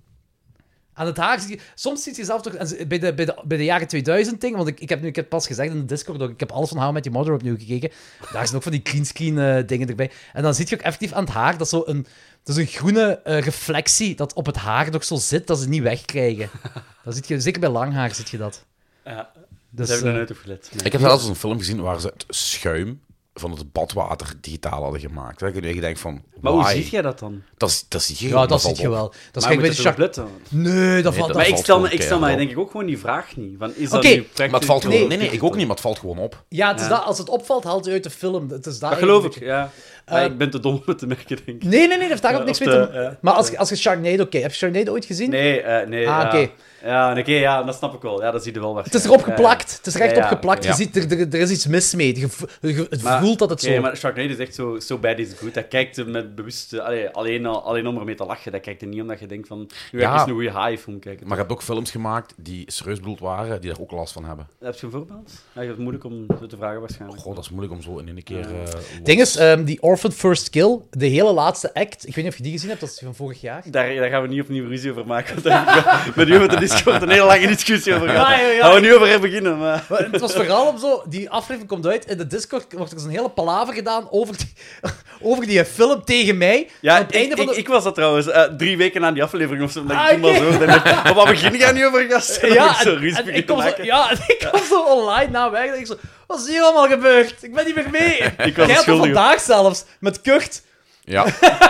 S2: Aan het haar zie je... Soms zie je zelf toch... en Bij de, bij de, bij de jaren tweeduizend ding, want ik, ik heb nu ik heb pas gezegd in de Discord ook, ik heb alles van How I Met Your Mother opnieuw gekeken. Daar zijn ook van die greenscreen uh, dingen erbij. En dan zie je ook effectief aan het haar dat zo een... Dat is een groene uh, reflectie dat op het haar nog zo zit, dat ze niet wegkrijgen. Dat zit je, zeker bij lang haar zit je dat.
S6: Ja,
S2: Dus,
S6: daar heb ik
S2: uh,
S6: nooit op gelet. Nee.
S1: Ik heb zelfs een film gezien waar ze het schuim van het badwater digitaal hadden gemaakt. Dat ik nu echt denk van...
S6: Maar hoe
S1: why?
S6: zie jij dat dan?
S1: Dat, is- dat zie je
S2: ja,
S1: gewoon,
S2: dat
S1: valt
S2: zie je
S1: op.
S2: wel. Dat is
S6: Maar
S2: gelijk bij
S6: moet
S2: de
S6: je erop
S2: Shark...
S6: letten?
S2: Nee, dat valt...
S1: dat
S6: Maar ik
S1: valt
S6: stel, me,
S1: gewoon
S6: ik stel mij
S1: keihard
S6: denk ik ook gewoon die vraag niet. Van, is
S2: Oké,
S6: dat nu
S1: Maar het valt gewoon...
S2: Nee.
S1: Nee, nee, ik ook niet, maar het valt gewoon op.
S2: Ja, het is
S6: Ja.
S2: dat, als het opvalt, haalt hij uit de film. Het is dat
S6: Dat geloof ik,
S2: eigenlijk-
S6: ja. Maar
S2: Uh,
S6: ik ben te dom om het te merken, denk ik.
S2: Nee, nee, nee, dat heeft daar ook
S6: Ja,
S2: niks
S6: of
S2: mee te
S6: de-
S2: maken.
S6: ja.
S2: Maar als, je- als je Sharknado... Oké, heb je Sharknado ooit gezien?
S6: Nee, uh, nee.
S2: Ah,
S6: ja.
S2: oké.
S6: Ja, oké, ja, dat snap ik wel. Ja, dat zie je wel
S2: Het is
S6: waarschijnlijk.
S2: erop geplakt. Het is er echt
S6: Ja, ja,
S2: op geplakt.
S6: oké.
S2: Je ziet, er, er, er is iets mis mee. Je, vo- je- het
S6: Maar-
S2: voelt dat het
S6: Oké,
S2: zo...
S6: maar Sharknado is echt zo so bad is good. Dat kijkt er met bewust... uh, allee, alleen, al- alleen om ermee te lachen. Dat kijkt er niet omdat je denkt van... Nu ga ik
S1: Ja.
S6: eens een goede haaienfilm kijken.
S1: Maar je hebt ook films gemaakt die serieus bedoeld waren, die daar ook last van hebben.
S6: Heb je een voorbeeld? Ja, het is moeilijk om zo te vragen waarschijnlijk.
S1: Goh, dat is moeilijk om zo in één keer... eh, los-
S2: ding is, um, die Orphan First Kill, de hele laatste act, ik weet niet of je die gezien hebt, dat is van vorig jaar.
S6: Daar, daar gaan we niet opnieuw ruzie over maken. Want daar heb ik met u met de Discord een hele lange discussie over gehad.
S2: Ja, ja, ja.
S6: Gaan we niet over beginnen, maar...
S2: Maar het was vooral om zo, die aflevering komt uit, in de Discord wordt er zo'n hele palaver gedaan over die, over die film tegen mij.
S6: Ja,
S2: En op het
S6: ik,
S2: einde van
S6: ik,
S2: de...
S6: ik was dat trouwens, uh, drie weken na die aflevering of zo. Dat
S2: Ah,
S6: ik toen
S2: oké.
S6: maar zo. Dan dacht ik, maar wat begin je niet over, gast? En dan
S2: Ja,
S6: heb ik zo
S2: en,
S6: ruzie
S2: en
S6: beginnen
S2: ik kom
S6: te
S2: zo,
S6: maken.
S2: ja, en ik kwam zo online na weg en ik zo, wat is hier allemaal gebeurd? Ik ben niet meer mee.
S6: Ik was
S2: Jij
S6: de
S2: had het
S6: schuldige.
S2: vandaag zelfs, met Kurt.
S1: Ja.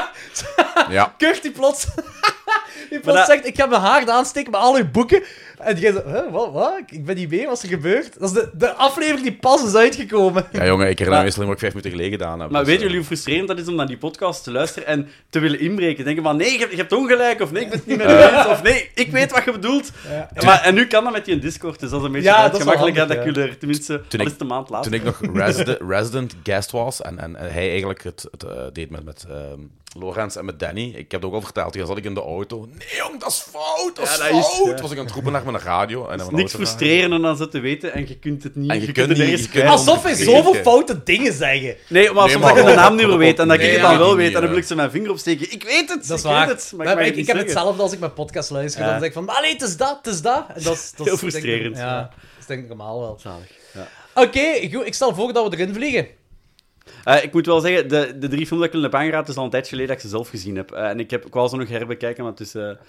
S1: ja.
S2: Kurt die plots, die plots
S6: Maar dat-
S2: zegt, ik ga mijn haar aansteken met al uw boeken. En jij zo, huh, wat, wat? Ik ben niet mee, wat is er gebeurd? Dat is de, de aflevering die pas is uitgekomen.
S1: Ja, jongen, ik herinner
S6: Maar-
S1: me alleen maar ik vijf minuten geleden gedaan heb.
S6: Maar
S1: dus,
S6: weten
S1: eh,
S6: jullie hoe frustrerend dat is om naar die podcast te luisteren en te willen inbreken? Denken van, nee, je hebt, je hebt ongelijk, of nee, ik ben het niet met je eens, of nee, ik weet wat je bedoelt. Maar, en nu kan dat met die Discord, dus dat is een beetje
S2: Ja,
S6: het
S2: dat is wel
S6: gemakkelijk hè,
S2: handig,
S6: dat ik jullie er tenminste,
S1: Toen
S6: al
S1: ik-
S6: is het een maand later.
S1: Toen ik nog resident, resident guest was en, en, en hij eigenlijk het, het eh, deed met, met ehm, Lorenz en met Danny. Ik heb het ook al verteld, toen zat ik in de auto. Nee, jong, dat is fout, dat is
S6: Ja, dat is-
S1: fout.
S6: ja.
S1: Was ik aan het roepen naar mijn radio. En naar mijn
S6: Niks
S1: auto
S6: frustrerender dan ze te weten en je kunt het niet.
S1: En je
S6: je
S1: kunt
S6: kunt het
S1: niet-
S6: nergens
S1: je kunt-
S6: kwijt.
S2: Alsof hij
S1: Onbegrepen.
S2: zoveel foute dingen zeggen.
S6: Nee, maar
S1: Nee,
S6: soms
S1: maar
S6: dat je de
S1: op-
S6: naam niet meer
S1: op-
S6: weet en dat
S1: nee,
S6: ik het
S1: ja,
S6: dan wel
S1: die
S6: weet,
S1: niet,
S6: en dan
S1: ja.
S6: wil ik ze mijn vinger opsteken. Ik weet het,
S2: Dat is
S6: ik
S2: waar.
S6: weet het, maar
S2: Maar
S6: ik, mag
S2: ik,
S6: het
S2: ik
S6: niet
S2: heb
S6: zeggen.
S2: hetzelfde als ik mijn podcast luister.
S6: Ja.
S2: Dan zeg ik van, allee, het is dat, het is dat. En dat is, dat is
S6: Heel
S2: denk ik-
S6: frustrerend.
S2: Ja, dat is denk ik normaal wel.
S6: Zalig. Ja.
S2: Oké, goed, ik stel voor dat we erin vliegen.
S6: Uh, ik moet wel zeggen, de, de drie films dat ik jullie heb aangeraden, het is al een tijdje geleden dat ik ze zelf gezien heb. Uh, en ik, heb, ik wou ze nog herbekijken, want het is uh,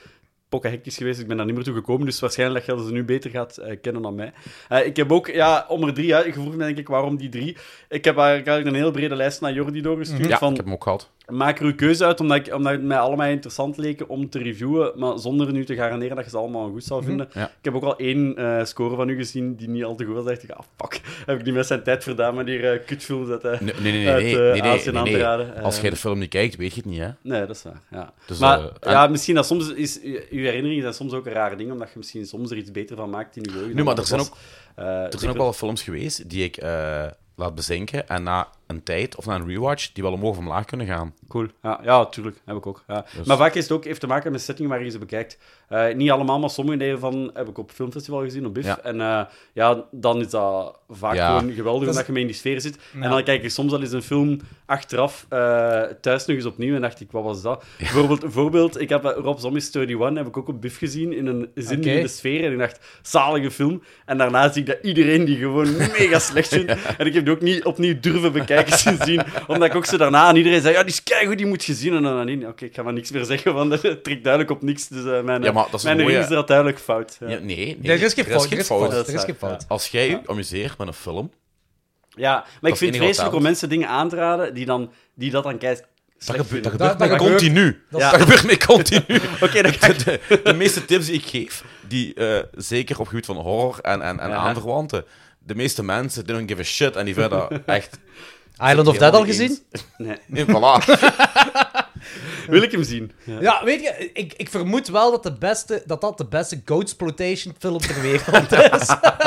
S6: pokken hectisch geweest. Ik ben daar niet meer toe gekomen, dus waarschijnlijk dat je ze nu beter gaat uh, kennen dan mij. Uh, ik heb ook, ja, om er drie uit. Je vroeg me denk ik waarom die drie. Ik heb eigenlijk een heel brede lijst naar Jordi doorgestuurd.
S1: Ja,
S6: van,
S1: ik heb hem ook gehad.
S6: Maak er uw keuze uit, omdat, ik, omdat het mij allemaal interessant leken om te reviewen, maar zonder nu te garanderen dat je ze allemaal goed zou vinden.
S1: Ja.
S6: Ik heb ook al één uh, score van u gezien die niet al te goed was. Dacht ik, ah, fuck. Heb ik niet met zijn tijd verdaan met die uh, kutfilms uit, uh,
S1: Nee, nee, nee.
S6: uit
S1: nee,
S6: uh,
S1: nee, nee,
S6: Azië
S1: nee,
S6: aan te
S1: nee.
S6: raden.
S1: Als
S6: Uh,
S1: jij de film niet kijkt, weet je het niet, hè?
S6: Nee, dat is waar. Ja.
S1: Dus,
S6: maar
S1: uh, en-
S6: ja, misschien dat soms is uw herinneringen zijn soms ook een rare ding, omdat je misschien soms er iets beter van maakt in je geheugen.
S1: Nu, maar
S6: dan
S1: er zijn
S6: dat
S1: ook,
S6: was. Uh,
S1: er zijn
S6: zeker-
S1: ook wel films geweest die ik eh, laat bezinken en na een tijd of na een rewatch die wel omhoog of omlaag kunnen gaan.
S6: Cool. Ja, ja, tuurlijk. Heb ik ook. Ja.
S1: Dus-
S6: Maar vaak is het ook, heeft te maken met setting waar je ze bekijkt. Uh, niet allemaal, maar sommige daarvan heb ik op filmfestival gezien, op B I F.
S1: Ja.
S6: En uh, ja, dan is dat vaak
S1: Ja.
S6: gewoon geweldig,
S2: Dat is-
S6: omdat je mee in die sfeer zit.
S2: Ja.
S6: En dan kijk ik soms al eens een film achteraf uh, thuis nog eens opnieuw en dacht ik, wat was dat? Bijvoorbeeld, een voorbeeld, ik heb uh, Rob Zombie's eenendertig heb ik ook op B I F gezien, in een zinderende
S2: Oké.
S6: sfeer. En ik dacht, zalige film. En daarna zie ik dat iedereen die gewoon mega slecht vindt. En ik heb die ook niet opnieuw durven bekijken sindsdien. Omdat ik ook zo daarna aan iedereen zei, ja, die is keigoed, die moet je zien. En dan aan iedereen, oké, ik ga maar niks meer zeggen, want dat trekt duidelijk op niks. Dus uh, mijn,
S1: Ja, maar dat is
S6: mijn
S1: een mooie-
S6: herinnering is er duidelijk fout. Ja,
S1: Ja,
S6: ja.
S1: nee, nee.
S2: Er is geen fout. Er is geen fout.
S6: Dat is
S2: Er is geen
S6: waar,
S2: fout.
S1: Als jij je amuseert met een film,
S6: maar ik
S1: Dat is
S6: vind het
S1: enige wat
S6: vreselijk
S1: telt.
S6: om mensen dingen aan te raden die, dan, die dat dan kei
S1: dat
S6: slecht
S1: gebeurt,
S6: vinden.
S1: dat gebeurt
S2: Dat-
S1: mij
S2: dat gebeurt-
S1: continu.
S2: dat
S6: is-
S1: Dat gebeurt mij continu.
S6: Oké, dan ga ik...
S1: De, de, de meeste tips die ik geef, die eh, zeker op gebied van horror en, en, en
S6: Ja.
S1: aanverwanten, de meeste mensen they don't give a shit en die vinden dat echt...
S2: Island of Dead al gezien?
S6: Nee.
S1: Nee, voilà.
S6: Wil ik hem zien? Ja.
S2: Ja, weet je, ik, ik vermoed wel dat, de beste, dat dat de beste Goatsploitation film ter wereld is.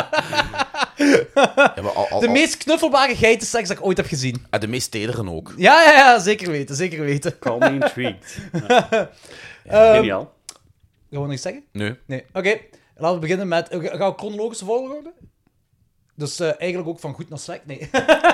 S1: Ja, maar al, al,
S2: De
S1: al-
S2: meest knuffelbare geitenseks dat ik ooit heb gezien.
S1: en de meest tederen ook.
S2: Ja, ja, ja, zeker weten, zeker weten.
S6: Call me intrigued.
S2: Ehm,
S6: Geniaal.
S2: Gaan we nog iets zeggen?
S1: Nee.
S2: Nee. Oké, laten we beginnen met... Gaan we chronologische volgorde? Dus eh, eigenlijk ook van goed naar slecht? Nee.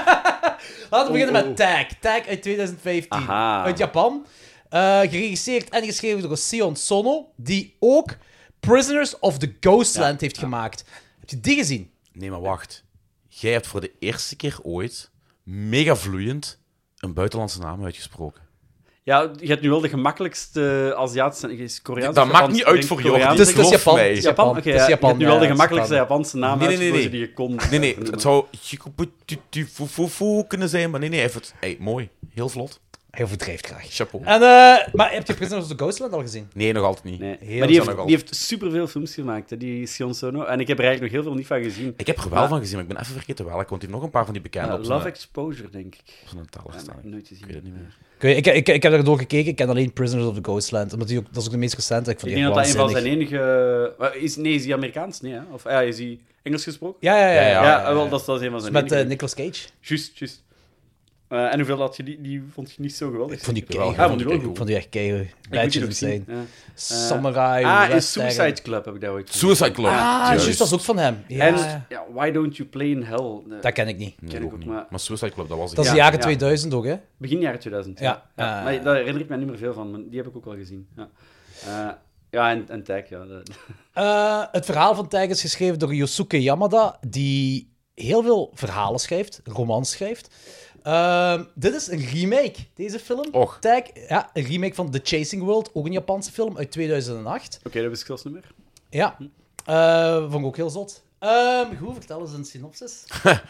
S2: Laten we beginnen
S6: oh.
S2: met Tag. Tag uit twintig vijftien.
S6: Aha.
S2: Uit Japan. Eh, geregisseerd en geschreven door Sion Sono, die ook Prisoners of the Ghostland heeft gemaakt. Heb je die gezien?
S1: Nee, maar wacht. Jij hebt voor de eerste keer ooit mega vloeiend een buitenlandse naam uitgesproken.
S6: Ja, je hebt nu wel de gemakkelijkste Aziatische... is Koreaans
S1: Dat
S6: of
S1: maakt
S6: Japans?
S1: niet uit
S6: Ik denk
S1: voor jou.
S6: Koreaans.
S2: Het is, het is
S1: geloof
S2: Japan.
S1: mij.
S2: Het is
S6: Japan?
S2: Japan.
S6: Oké,
S2: Het is
S6: ja, je
S2: Japan.
S6: hebt nu wel
S2: ja,
S6: de
S2: het is
S6: gemakkelijkste
S2: Japan.
S6: Japanse naam
S1: Nee, nee, nee,
S6: uitgekozen
S1: nee.
S6: die je kon.
S1: Nee, nee, het zou Hikupututufufufu kunnen zijn, maar nee, nee, hij heeft het... Hey, mooi. Heel vlot.
S2: Hij overdrijft graag.
S1: Chapeau.
S2: En, eh, maar heb je Prisoners of the Ghostland al gezien?
S1: Nee, nog altijd niet.
S6: Nee.
S2: Heel
S6: Maar die heeft,
S1: zonnig al.
S6: die heeft superveel films gemaakt, hè, die Sion Sono. En ik heb er eigenlijk nog heel veel niet van gezien.
S1: Ik heb er wel
S6: Ja.
S1: van gezien, maar ik ben even vergeten welke, want hij heeft nog een paar van die bekende
S6: Uh,
S1: op zijn,
S6: Love Exposure, denk ik.
S1: op zijn teller
S6: Ja,
S1: staan.
S6: maar nooit gezien.
S1: Ik weet het niet meer.
S2: Ik, weet- ik, ik, ik heb er door gekeken, ik ken alleen Prisoners of the Ghostland. Omdat die ook, dat is ook de meest recente. Ik vond
S6: Ik
S2: die
S6: denk dat
S2: echt
S6: dat een van
S2: waanzinnig.
S6: zijn enige... Wat, Is, nee, is hij Amerikaans? Nee, hè? Of ja, is hij Engels gesproken?
S2: Ja, ja, ja.
S1: Ja,
S2: ja,
S6: Ja,
S2: ja, ja.
S6: wel, dat is, dat is een van
S2: Dat is
S6: zijn
S2: met
S6: enige.
S2: eh, Nicolas Cage.
S6: Juist, juist. Uh, en hoeveel had je die? Die vond je niet zo geweldig?
S2: Ik vond die
S1: wel.
S2: kei
S6: Ah, vond die wel
S2: Ik
S6: goed.
S2: vond die echt kei
S6: Ik moet
S2: Badge
S6: die nog
S2: Insane.
S6: zien. Ja.
S2: Samurai.
S6: Ah, in
S2: West Tiger.
S6: Suicide Club heb ik daar ooit gezien.
S1: Suicide Club.
S2: Ah,
S1: Juist.
S2: juist, dat is ook van hem. Ja,
S6: En
S2: ja.
S6: ja, Why Don't You Play in Hell? Eh,
S2: Dat ken ik niet.
S1: Nee,
S6: ken ik
S1: ook
S6: ook,
S1: niet.
S6: maar-
S1: Maar Suicide Club, dat was ik.
S2: Dat is
S6: Ja,
S2: de jaren
S6: ja.
S2: tweeduizend ook, hè?
S6: Begin jaren tweeduizend.
S2: Ja.
S6: ja.
S2: Ah.
S6: Maar daar herinner ik me niet meer veel van, maar die heb ik ook al gezien. Ja, Eh, ja en, en Tag, ja. dat-
S2: Eh, het verhaal van Tag is geschreven door Yosuke Yamada, die heel veel verhalen schrijft, romans schrijft. Ehm, dit is een remake, deze film.
S1: Och.
S2: Tag, ja, een remake van The Chasing World, ook een Japanse film uit tweeduizend acht.
S6: Oké, dat wist ik zelfs niet meer.
S2: Ja, Eh, vond ik ook heel zot. Ehm goed, vertel eens een synopsis.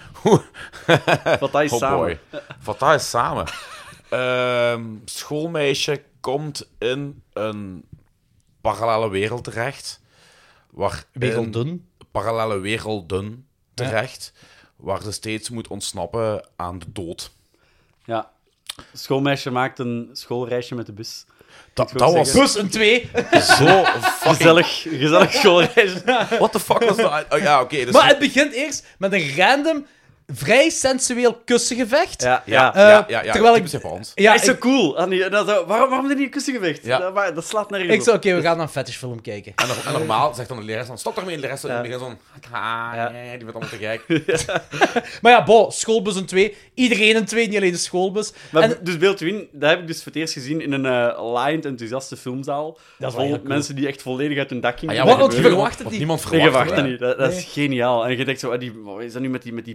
S6: Wat dat is
S1: Oh
S6: samen.
S1: boy. Wat dat is samen. Ehm, schoolmeisje komt in een parallele wereld terecht. Waar
S2: Werelden.
S1: Parallele werelden terecht. Waar ze steeds moet ontsnappen aan de dood.
S6: Ja. Schoolmeisje maakt een schoolreisje met de bus.
S1: Dat,
S6: goed
S1: dat was
S6: zeggen.
S2: Bus een twee.
S1: zo fucking...
S6: Gezellig, gezellig schoolreisje.
S1: What the fuck was dat? Oh, ja, oké. dus...
S2: Maar het begint eerst met een random, vrij sensueel kussengevecht.
S6: Ja,
S1: Ja,
S6: ja.
S1: ja, ja, ja,
S2: terwijl ik-
S1: typisch Japans.
S2: Ja,
S6: Hij is zo
S2: ik,
S6: cool. En die- dat, dat- waarom, waarom dit niet een kussengevecht?
S1: Ja.
S6: Dat, maar dat slaat nergens
S2: ik
S6: op.
S2: zei, oké, we gaan naar een fetishfilm kijken.
S1: En, en normaal zegt dan de lerares van, stop daarmee, de rest
S6: Ja.
S1: en begint zo'n... Ah,
S6: Ja.
S1: nee, die wordt allemaal te gek.
S2: Maar ja, bo, schoolbus een twee. Iedereen een twee, niet alleen de schoolbus.
S6: Maar
S2: En-
S6: dus beeld u in, dat heb ik dus voor het eerst gezien in een uh, laaiend enthousiaste filmzaal.
S2: Dat is wel
S6: Vol
S2: heel cool.
S6: mensen die echt volledig uit hun dak gingen.
S1: Ah, ja,
S2: Wat-
S1: want
S2: wat je
S1: niemand-
S2: verwacht het
S1: want
S2: niet.
S1: Niemand
S6: Nee, je
S1: verwacht
S6: verwacht
S1: het.
S6: dat niet. Dat, dat
S2: Nee.
S6: is geniaal. En je denkt zo, ah, die, wat is dat nu met die, met die pen, denk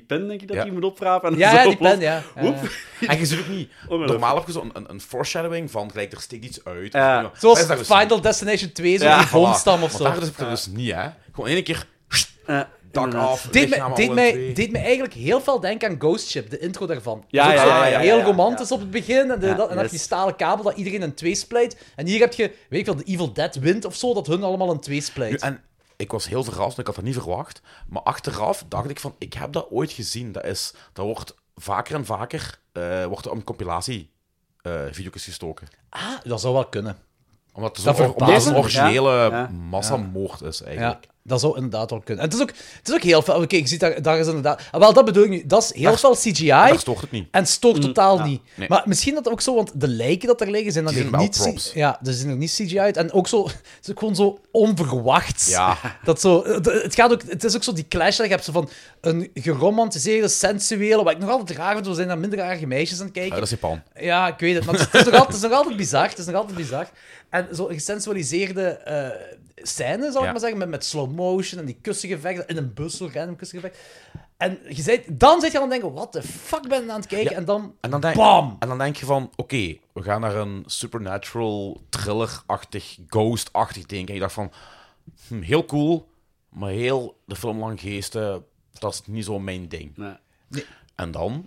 S6: ik, dat
S1: Ja.
S6: hij moet oprapen. En
S2: Ja,
S6: zo
S2: ja, die pen,
S6: plots-
S2: ja. Ja,
S6: Oep.
S2: ja.
S1: En je ziet ook niet...
S6: Ongelooflijk.
S1: Normaal heb je zo'n een, een foreshadowing van, gelijk, er steekt iets uit.
S6: Ja.
S1: Of,
S2: Zoals
S1: dat is dus
S2: Final Destination twee, zo'n
S6: Ja,
S1: voilà.
S2: boomstam of
S1: Want
S2: zo.
S1: daar is het dus niet, hè. Gewoon één keer...
S6: Ja,
S1: Dak
S6: inderdaad.
S1: af,
S2: Deed
S1: lichaam
S2: me,
S1: al
S2: deed,
S1: in
S2: mij,
S1: twee.
S2: deed me eigenlijk heel veel denken aan Ghost Ship, de intro daarvan.
S6: Ja,
S2: Dat is ook
S6: ja,
S2: zo
S6: ja, ja,
S2: heel
S6: ja,
S2: romantisch op het begin. En, de,
S6: Ja,
S2: dat, en dan heb je
S6: yes.
S2: die stalen kabel dat iedereen in twee splijt. En hier heb je, weet ik wel, de Evil Dead Wind of zo, dat hun allemaal in twee
S1: Nu,
S2: splijt.
S1: en ik was heel verrast, ik had dat niet verwacht. Maar achteraf dacht ik van, ik heb dat ooit gezien. Dat, is, dat wordt vaker en vaker uh, wordt er een compilatie uh, video's gestoken.
S2: Ah, dat zou wel kunnen.
S1: Omdat het,
S2: Dat
S1: zo, omdat het een
S2: verbaast me.
S1: originele
S6: Ja, ja.
S1: massamoord is, eigenlijk.
S2: Ja, dat zou inderdaad wel kunnen. En het is ook, het is ook heel veel... Oké, ik zie daar, daar is inderdaad... Ah, wel, dat bedoel ik nu. Dat is heel
S1: Daar-
S2: veel C G I.
S1: Daar stoort het niet.
S2: En stoort totaal
S6: ja.
S2: niet.
S1: Nee.
S2: Maar misschien dat ook zo, want de lijken dat er liggen zijn dan
S1: Die
S2: weer
S1: zijn
S2: niet...
S1: wel
S2: C-
S1: props.
S2: Ja, ze zien er niet C G I uit. En ook zo... Het is ook gewoon zo onverwachts.
S1: Ja.
S2: Dat zo... Het, het gaat ook... Het is ook zo die clash dat je hebt zo van een geromantiseerde, sensuele... Wat ik nog altijd raar vind, we zijn naar minderjarige meisjes aan het kijken.
S1: Ja, dat is Japan.
S2: Ja, ik weet het, maar het is, het is nog, altijd, het is nog altijd bizar. Het is nog altijd bizar. En zo'n gesensualiseerde eh scène, zal ik
S1: Ja.
S2: maar zeggen, met, met slow motion en die kussengevechten in een bus, zo'n random kussengevecht. En je zei, dan zit je aan het denken, what the fuck ben je aan het kijken?
S1: Ja.
S2: En dan,
S1: En dan denk,
S2: bam!
S1: en dan denk je van, oké, we gaan naar een supernatural, thriller-achtig, ghost-achtig ding. En je dacht van, hm, heel cool, maar heel de film lang geesten, dat is niet zo mijn ding.
S6: Nee.
S1: En dan...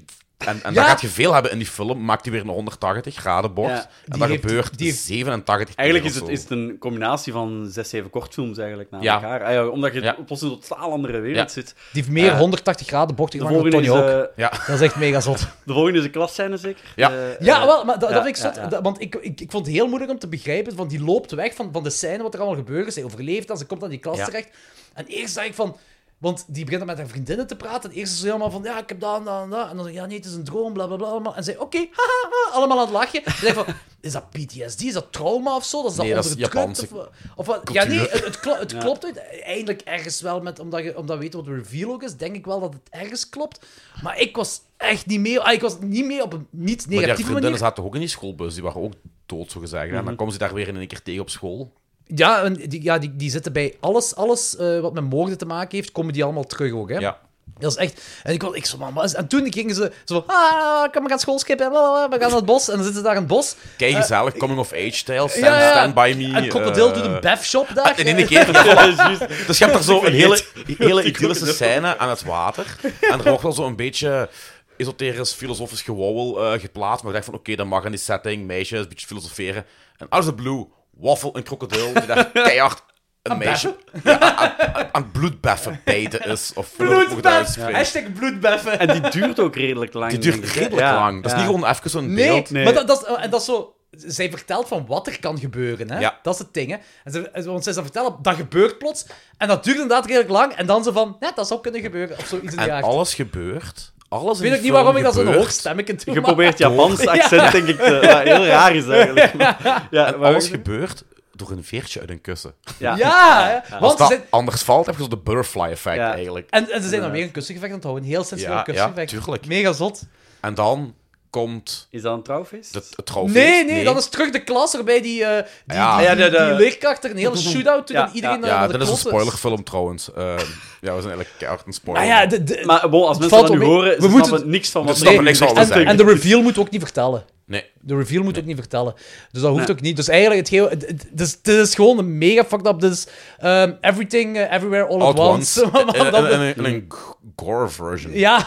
S1: En, en
S2: Ja.
S1: dan gaat je veel hebben in die film, maakt hij weer een honderdtachtig graden bocht.
S6: Ja.
S1: En
S2: Die
S1: dat
S2: heeft-
S1: gebeurt
S2: die heeft-
S1: zevenentachtig
S6: Eigenlijk is
S1: keer
S6: het,
S1: of
S6: is
S1: zo.
S6: het een combinatie van zes, zeven kortfilms eigenlijk na
S1: Ja.
S6: elkaar. Ah, ja, omdat je
S1: Ja.
S6: op een totaal andere wereld
S1: Ja.
S6: zit.
S2: Die heeft meer
S1: Eh,
S2: honderdtachtig graden bochten
S6: De
S2: gemaakt dan
S6: volgende,
S2: Tony
S6: is,
S2: Hawk.
S6: eh,
S1: Ja,
S2: Dat is echt mega zot.
S6: de volgende is een klasscène, zeker?
S1: Ja.
S6: Eh,
S2: Ja,
S6: eh,
S2: wel, maar dat,
S6: ja,
S2: dat vind ik zot.
S6: ja, ja.
S2: Dat- want ik, ik, ik vond het heel moeilijk om te begrijpen, van die loopt weg van, van de scène, wat er allemaal gebeurt. Zij overleeft en ze komt aan die klas
S1: Ja.
S2: terecht. En eerst dacht ik van... Want die begint dan met haar vriendinnen te praten. En eerst is ze helemaal van, ja, ik heb dat en dat en dat. En dan zeg je, ja, nee, het is een droom, bla, bla, bla. Allemaal. En zei, oké, haha, ha, allemaal aan het lachen. En ik dacht van, is dat P T S D? Is dat trauma of zo? Dat is dat
S1: Nee, dat is
S2: onderdrukt?
S1: Japanse
S2: Of, of wat? Ja, nee,
S1: cultuur.
S2: het, het, klo- het
S6: Ja.
S2: klopt uiteindelijk ergens wel, met, omdat, je, omdat we weten wat de reveal ook is, denk ik wel dat het ergens klopt. Maar ik was echt niet mee... ah, Ik was niet mee op een niet
S1: maar die
S2: negatieve
S1: vriendinnen
S2: manier.
S1: zaten ook in die schoolbus, die waren ook dood, zo gezegd.
S6: Mhm.
S1: En dan komen ze daar weer in een keer tegen op school.
S2: Ja, en die, ja die, die zitten bij alles, alles eh, wat met moorden te maken heeft, komen die allemaal terug ook, hè?
S1: Ja.
S2: Dat is echt... En ik, was- ik zo, man, wat is... En toen gingen ze zo van, ah, kom, we gaan school skippen, blablabla, we gaan naar het bos. En dan zitten ze daar in het bos.
S1: Kijk, gezellig, coming of age tale, stand,
S2: Ja, ja.
S1: stand by me.
S2: En Crocodile
S1: eh,
S2: doet een bef-shop daar.
S1: In één keer.
S6: Ja, juist.
S1: Dus je hebt er zo een hele, hele
S6: Die
S1: idyllische
S6: crocodile.
S1: scène aan het water. En er wordt wel zo een beetje esoterisch, filosofisch gewauwel uh, geplaatst. Maar ik dacht van, oké, dat mag in die setting, meisjes, een beetje filosoferen. En out of the blue, waffle een krokodil die daar keihard een meisje ja, aan, aan, aan bloedbeffen bijten is. Of hoe moet ik dat uitspreken?
S2: Hashtag bloedbeffen.
S6: En die duurt ook redelijk lang.
S1: Die duurt
S6: denk ik, hè?
S1: redelijk
S6: Ja,
S1: lang. Dat is
S6: ja.
S1: niet gewoon even zo'n
S2: Nee,
S1: beeld.
S6: Nee.
S2: maar dat, dat, is, en dat is zo... Zij vertelt van wat er kan gebeuren, hè?
S1: Ja.
S2: Dat is het ding, hè? En ze, en- want zij ze vertellen, dat gebeurt plots. En dat duurt inderdaad redelijk lang. En dan zo van, ja, dat zou kunnen gebeuren. Of zoiets in die
S1: En
S2: aard.
S1: alles gebeurt. Alles
S2: Ik weet ook niet waarom ik dat zo'n hoog stemmetje doe.
S6: Je
S2: maar-
S6: probeert Japans
S2: Ja.
S6: accent, denk ik, te, wat heel raar is eigenlijk. Maar- Ja,
S1: En
S6: maar-
S1: alles gebeurt door een veertje uit een kussen.
S6: Ja.
S2: Ja, hè?
S1: Als
S2: Want ze
S1: dat
S2: zijn...
S1: anders valt, heb je zo de butterfly effect
S6: Ja.
S1: eigenlijk.
S2: En, en ze zijn dan weer een kussengevecht aan het houden. Een heel sensueel
S1: Ja, ja,
S2: kussengevecht.
S1: tuurlijk.
S2: Mega zot.
S1: En dan komt
S6: Is dat een trouwfeest?
S1: het, het trouwfeest.
S2: Nee, nee, dat is terug de klas waarbij die, eh die,
S1: Ja.
S2: die,
S6: Ja,
S2: die,
S6: de- de-
S2: die leerkracht er een hele shootout doet
S6: Ja,
S2: en iedereen
S6: ja,
S2: naar
S1: Ja,
S2: de
S1: dat is een
S2: kloten
S1: spoilerfilm trouwens. Uh, ja, we zijn eigenlijk keihard een spoiler.
S2: Maar ja, de, de,
S6: Maar bon, als
S2: Het
S6: mensen
S2: valt
S6: dat nu
S2: wel mee.
S6: horen,
S2: We
S6: ze
S2: moeten-
S6: snappen niks van wat
S1: Ze
S6: er
S1: snappen niks van wat we
S2: en,
S1: zeggen.
S2: en de reveal moet ook niet vertellen.
S1: Nee.
S2: De reveal moet ook niet vertellen. Dus dat hoeft
S6: Nee.
S2: ook niet. Dus eigenlijk, het heel, het, het, dus, dit is gewoon een mega fucked up. Dit is um, everything, uh, everywhere, all,
S1: All
S2: at once.
S1: In,
S2: Want
S1: in,
S2: dat-
S1: in, in, in een g- gore version.
S2: ja.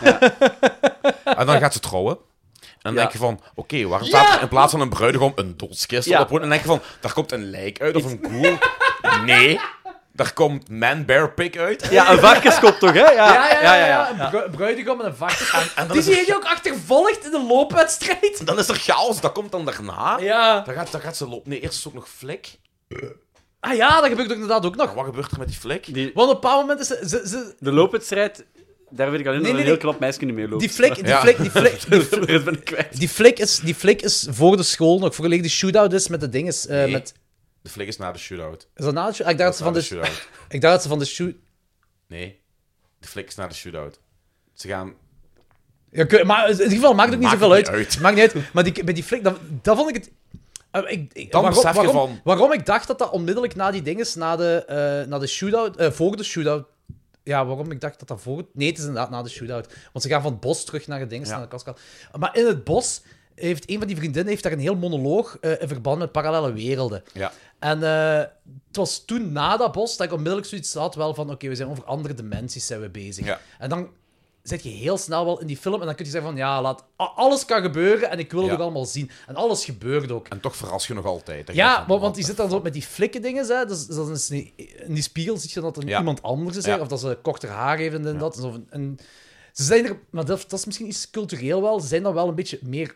S1: En dan gaat ze trouwen. En dan
S6: Ja.
S1: denk je van, oké, waarom staat er in plaats van een bruidegom een doodskist
S6: Ja.
S1: op? En dan denk je van, daar komt een lijk uit of een koel. Nee. Daar komt Man Bear Pig uit.
S6: Ja, een varkenskop toch, hè? Ja,
S2: Ja, ja, ja, ja,
S6: ja.
S2: Een bru- bruidegom met een vacht.
S1: En dan
S2: Die
S1: is
S2: zie
S1: er,
S2: je ook achtervolgd in de loopwedstrijd.
S1: dan is er chaos, dat komt dan daarna.
S2: Ja.
S1: Dan gaat, dan gaat ze lopen. Nee, eerst is ook nog flik.
S2: Ah ja, dat gebeurt ook inderdaad ook nog.
S1: Maar wat gebeurt er met die flik?
S6: Die,
S2: Want op een bepaald moment is ze... ze, ze
S6: de loopwedstrijd, daar weet ik alleen
S2: Nee,
S6: dat
S2: nee,
S6: een heel
S2: nee.
S6: knap meisje niet mee loopt.
S2: die flik, die
S1: Ja.
S2: flik, die flik, die flik,
S6: Dat ben ik kwijt.
S2: die flik is, die flik is voor de school nog, voordat de shootout is met de dinges. eh,
S1: Nee.
S2: met,
S1: De flik is na de shootout.
S2: is dat na de shoot? Ah, ik dacht dat ze van
S1: Na
S2: de,
S1: de shootout.
S2: ik dacht dat ze van de shoot...
S1: Nee. De flik is na de shootout. Ze gaan...
S2: Ja, ik- maar in ieder geval maakt het ook niet
S1: Maakt
S2: zoveel
S1: het
S2: uit.
S1: niet uit.
S2: Maakt niet uit. Maar die, bij die flik, dat, dat vond ik het... eh, ik, ik-
S1: Dan
S2: waarom,
S1: besef je
S2: waarom,
S1: van-
S2: waarom ik dacht dat dat onmiddellijk na die dinges, na de, eh na de shootout, eh, voor de shootout Ja, waarom ik dacht dat dat voor... Nee, het is inderdaad na de shootout. Want ze gaan van het bos terug naar het ding,
S1: Ja.
S2: naar de kastkaal. Maar in het bos heeft een van die vriendinnen heeft daar een heel monoloog uh, in verband met parallele werelden.
S1: Ja.
S2: En uh, het was toen na dat bos dat ik onmiddellijk zoiets had wel van oké, okay, we zijn over andere dimensies zijn we bezig.
S1: Ja.
S2: En dan zit je heel snel wel in die film en dan kun je zeggen van ja, laat, alles kan gebeuren en ik wil het
S1: Ja.
S2: ook allemaal zien. En alles gebeurt ook.
S1: En toch verras je nog altijd. Dat je
S2: Ja,
S1: denkt van,
S2: maar, want
S1: what
S2: die
S1: the
S2: zit dan zo
S1: fuck?
S2: met die flikken dingen, hè. Dus, dus dan is die, in die spiegel zie je dat er
S1: Ja.
S2: iemand anders is,
S1: Ja.
S2: hè, of dat ze korter haar heeft en
S1: Ja.
S2: dat. En, zo, en ze zijn er, maar dat, dat is misschien iets cultureel wel, ze zijn dan wel een beetje meer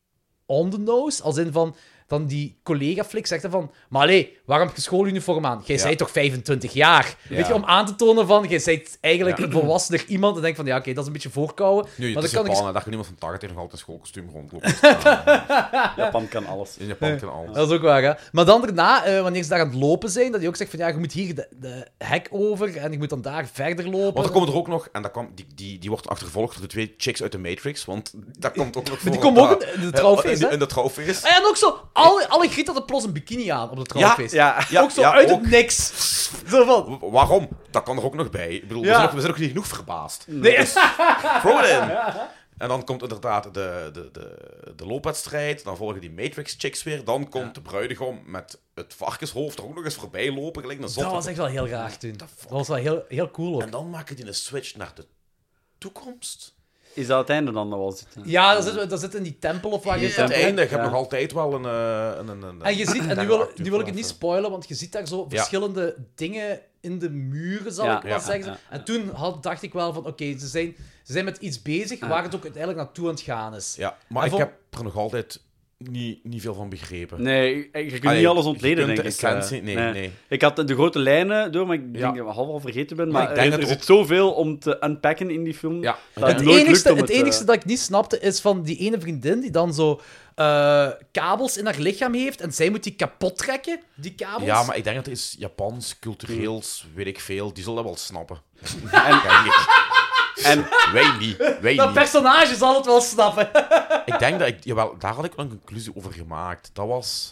S2: on the nose, als in van... Dan die collega-flik zegt er van... Maar allee, waarom heb je schooluniform aan? Jij
S1: Ja.
S2: bent toch vijfentwintig jaar?
S1: Ja.
S2: Weet je, om aan te tonen van... Jij bent eigenlijk
S1: Ja.
S2: een volwassener iemand. En denk van, ja, oké, dat is een beetje voorkouwen.
S1: Nu,
S2: maar
S1: het is
S2: dan kan ik...
S1: Japan, en dat je niemand van tachtig nog altijd in schoolkostuum rondloopt. Ja,
S6: Japan kan alles.
S1: in Japan kan alles.
S2: Dat is ook waar, hè. Maar dan daarna, eh, wanneer ze daar aan het lopen zijn, dat hij ook zegt van, ja, je moet hier de, de hek over en je moet dan daar verder lopen.
S1: Want er komen er ook nog, en dat kwam, die, die, die wordt achtervolgd door de twee chicks uit de Matrix, want dat komt ook nog voor.
S2: die komen
S1: op
S2: ook
S1: dat-
S2: in de trouwfeest,
S1: in de-
S2: hè?
S1: In de trouwfeest.
S2: En ook zo, alle, alle griet hadden plots een bikini aan op de trouwfeest.
S6: Ja,
S1: Ja,
S2: ook zo
S1: ja,
S2: uit
S1: ook.
S2: het niks. Zo van...
S1: W- Waarom? Dat kan er ook nog bij. Ik bedoel,
S2: Ja.
S1: we, zijn ook, we zijn ook niet genoeg verbaasd.
S2: Nee.
S1: Dus, throw it in. En dan komt inderdaad de, de, de, de loopwedstrijd, dan volgen die Matrix-chicks weer, dan komt de bruidegom met het varkenshoofd er ook nog eens voorbij lopen, gelijk een
S2: Dat
S1: zotte.
S2: was echt wel heel raar toen. Dat was wel heel, heel cool ook.
S1: En dan maken die een switch naar de toekomst.
S6: Is dat het einde dan? Dat was het.
S2: Ja, dat zit, dat zit in die tempel of waar je
S1: Aan het
S2: zit.
S1: einde, je hebt
S6: Ja.
S1: nog altijd wel een... eh, een, een, een
S2: En je ziet, en
S1: een
S2: nu wil,
S1: acteur
S2: nu wil ik het niet
S1: even.
S2: spoilen, want je ziet daar zo
S1: Ja.
S2: verschillende dingen in de muren, zal
S6: Ja,
S2: ik wel
S6: ja,
S2: zeggen.
S6: ja, ja.
S2: En toen had, dacht ik wel van, oké, ze, zijn, ze zijn met iets bezig waar het ook uiteindelijk naartoe aan het gaan is.
S1: Ja, maar
S2: En
S1: ik
S2: vol-
S1: heb er nog altijd niet, niet veel van begrepen.
S6: Nee, je, je kunt
S1: Allee,
S6: niet alles
S1: je
S6: ontleden,
S1: kunt de
S6: denk ik.
S1: essentie-
S6: eh.
S1: nee, nee.
S6: Ik had de grote lijnen door, maar ik
S1: Ja.
S6: denk dat ik half al vergeten ben.
S1: Maar
S6: Maar
S1: ik denk
S6: er,
S1: dat
S6: er
S1: ook-
S6: zit zoveel om te unpacken in die film.
S1: Ja.
S6: dat
S1: Het
S2: Het
S6: nooit
S2: enigste,
S6: lukt om
S2: het enigste
S6: eh,
S2: dat ik niet snapte is van die ene vriendin die dan zo eh, kabels in haar lichaam heeft en zij moet die kapot trekken, die kabels.
S1: Ja, maar ik denk dat het is Japans, cultureels, weet ik veel. Die zullen dat wel snappen.
S6: En,
S1: Denk ik.
S6: en
S1: Wij niet. Wij
S2: Dat
S1: niet.
S2: personage zal het wel snappen.
S1: Ik denk dat ik... Jawel, daar had ik wel een conclusie over gemaakt. Dat was...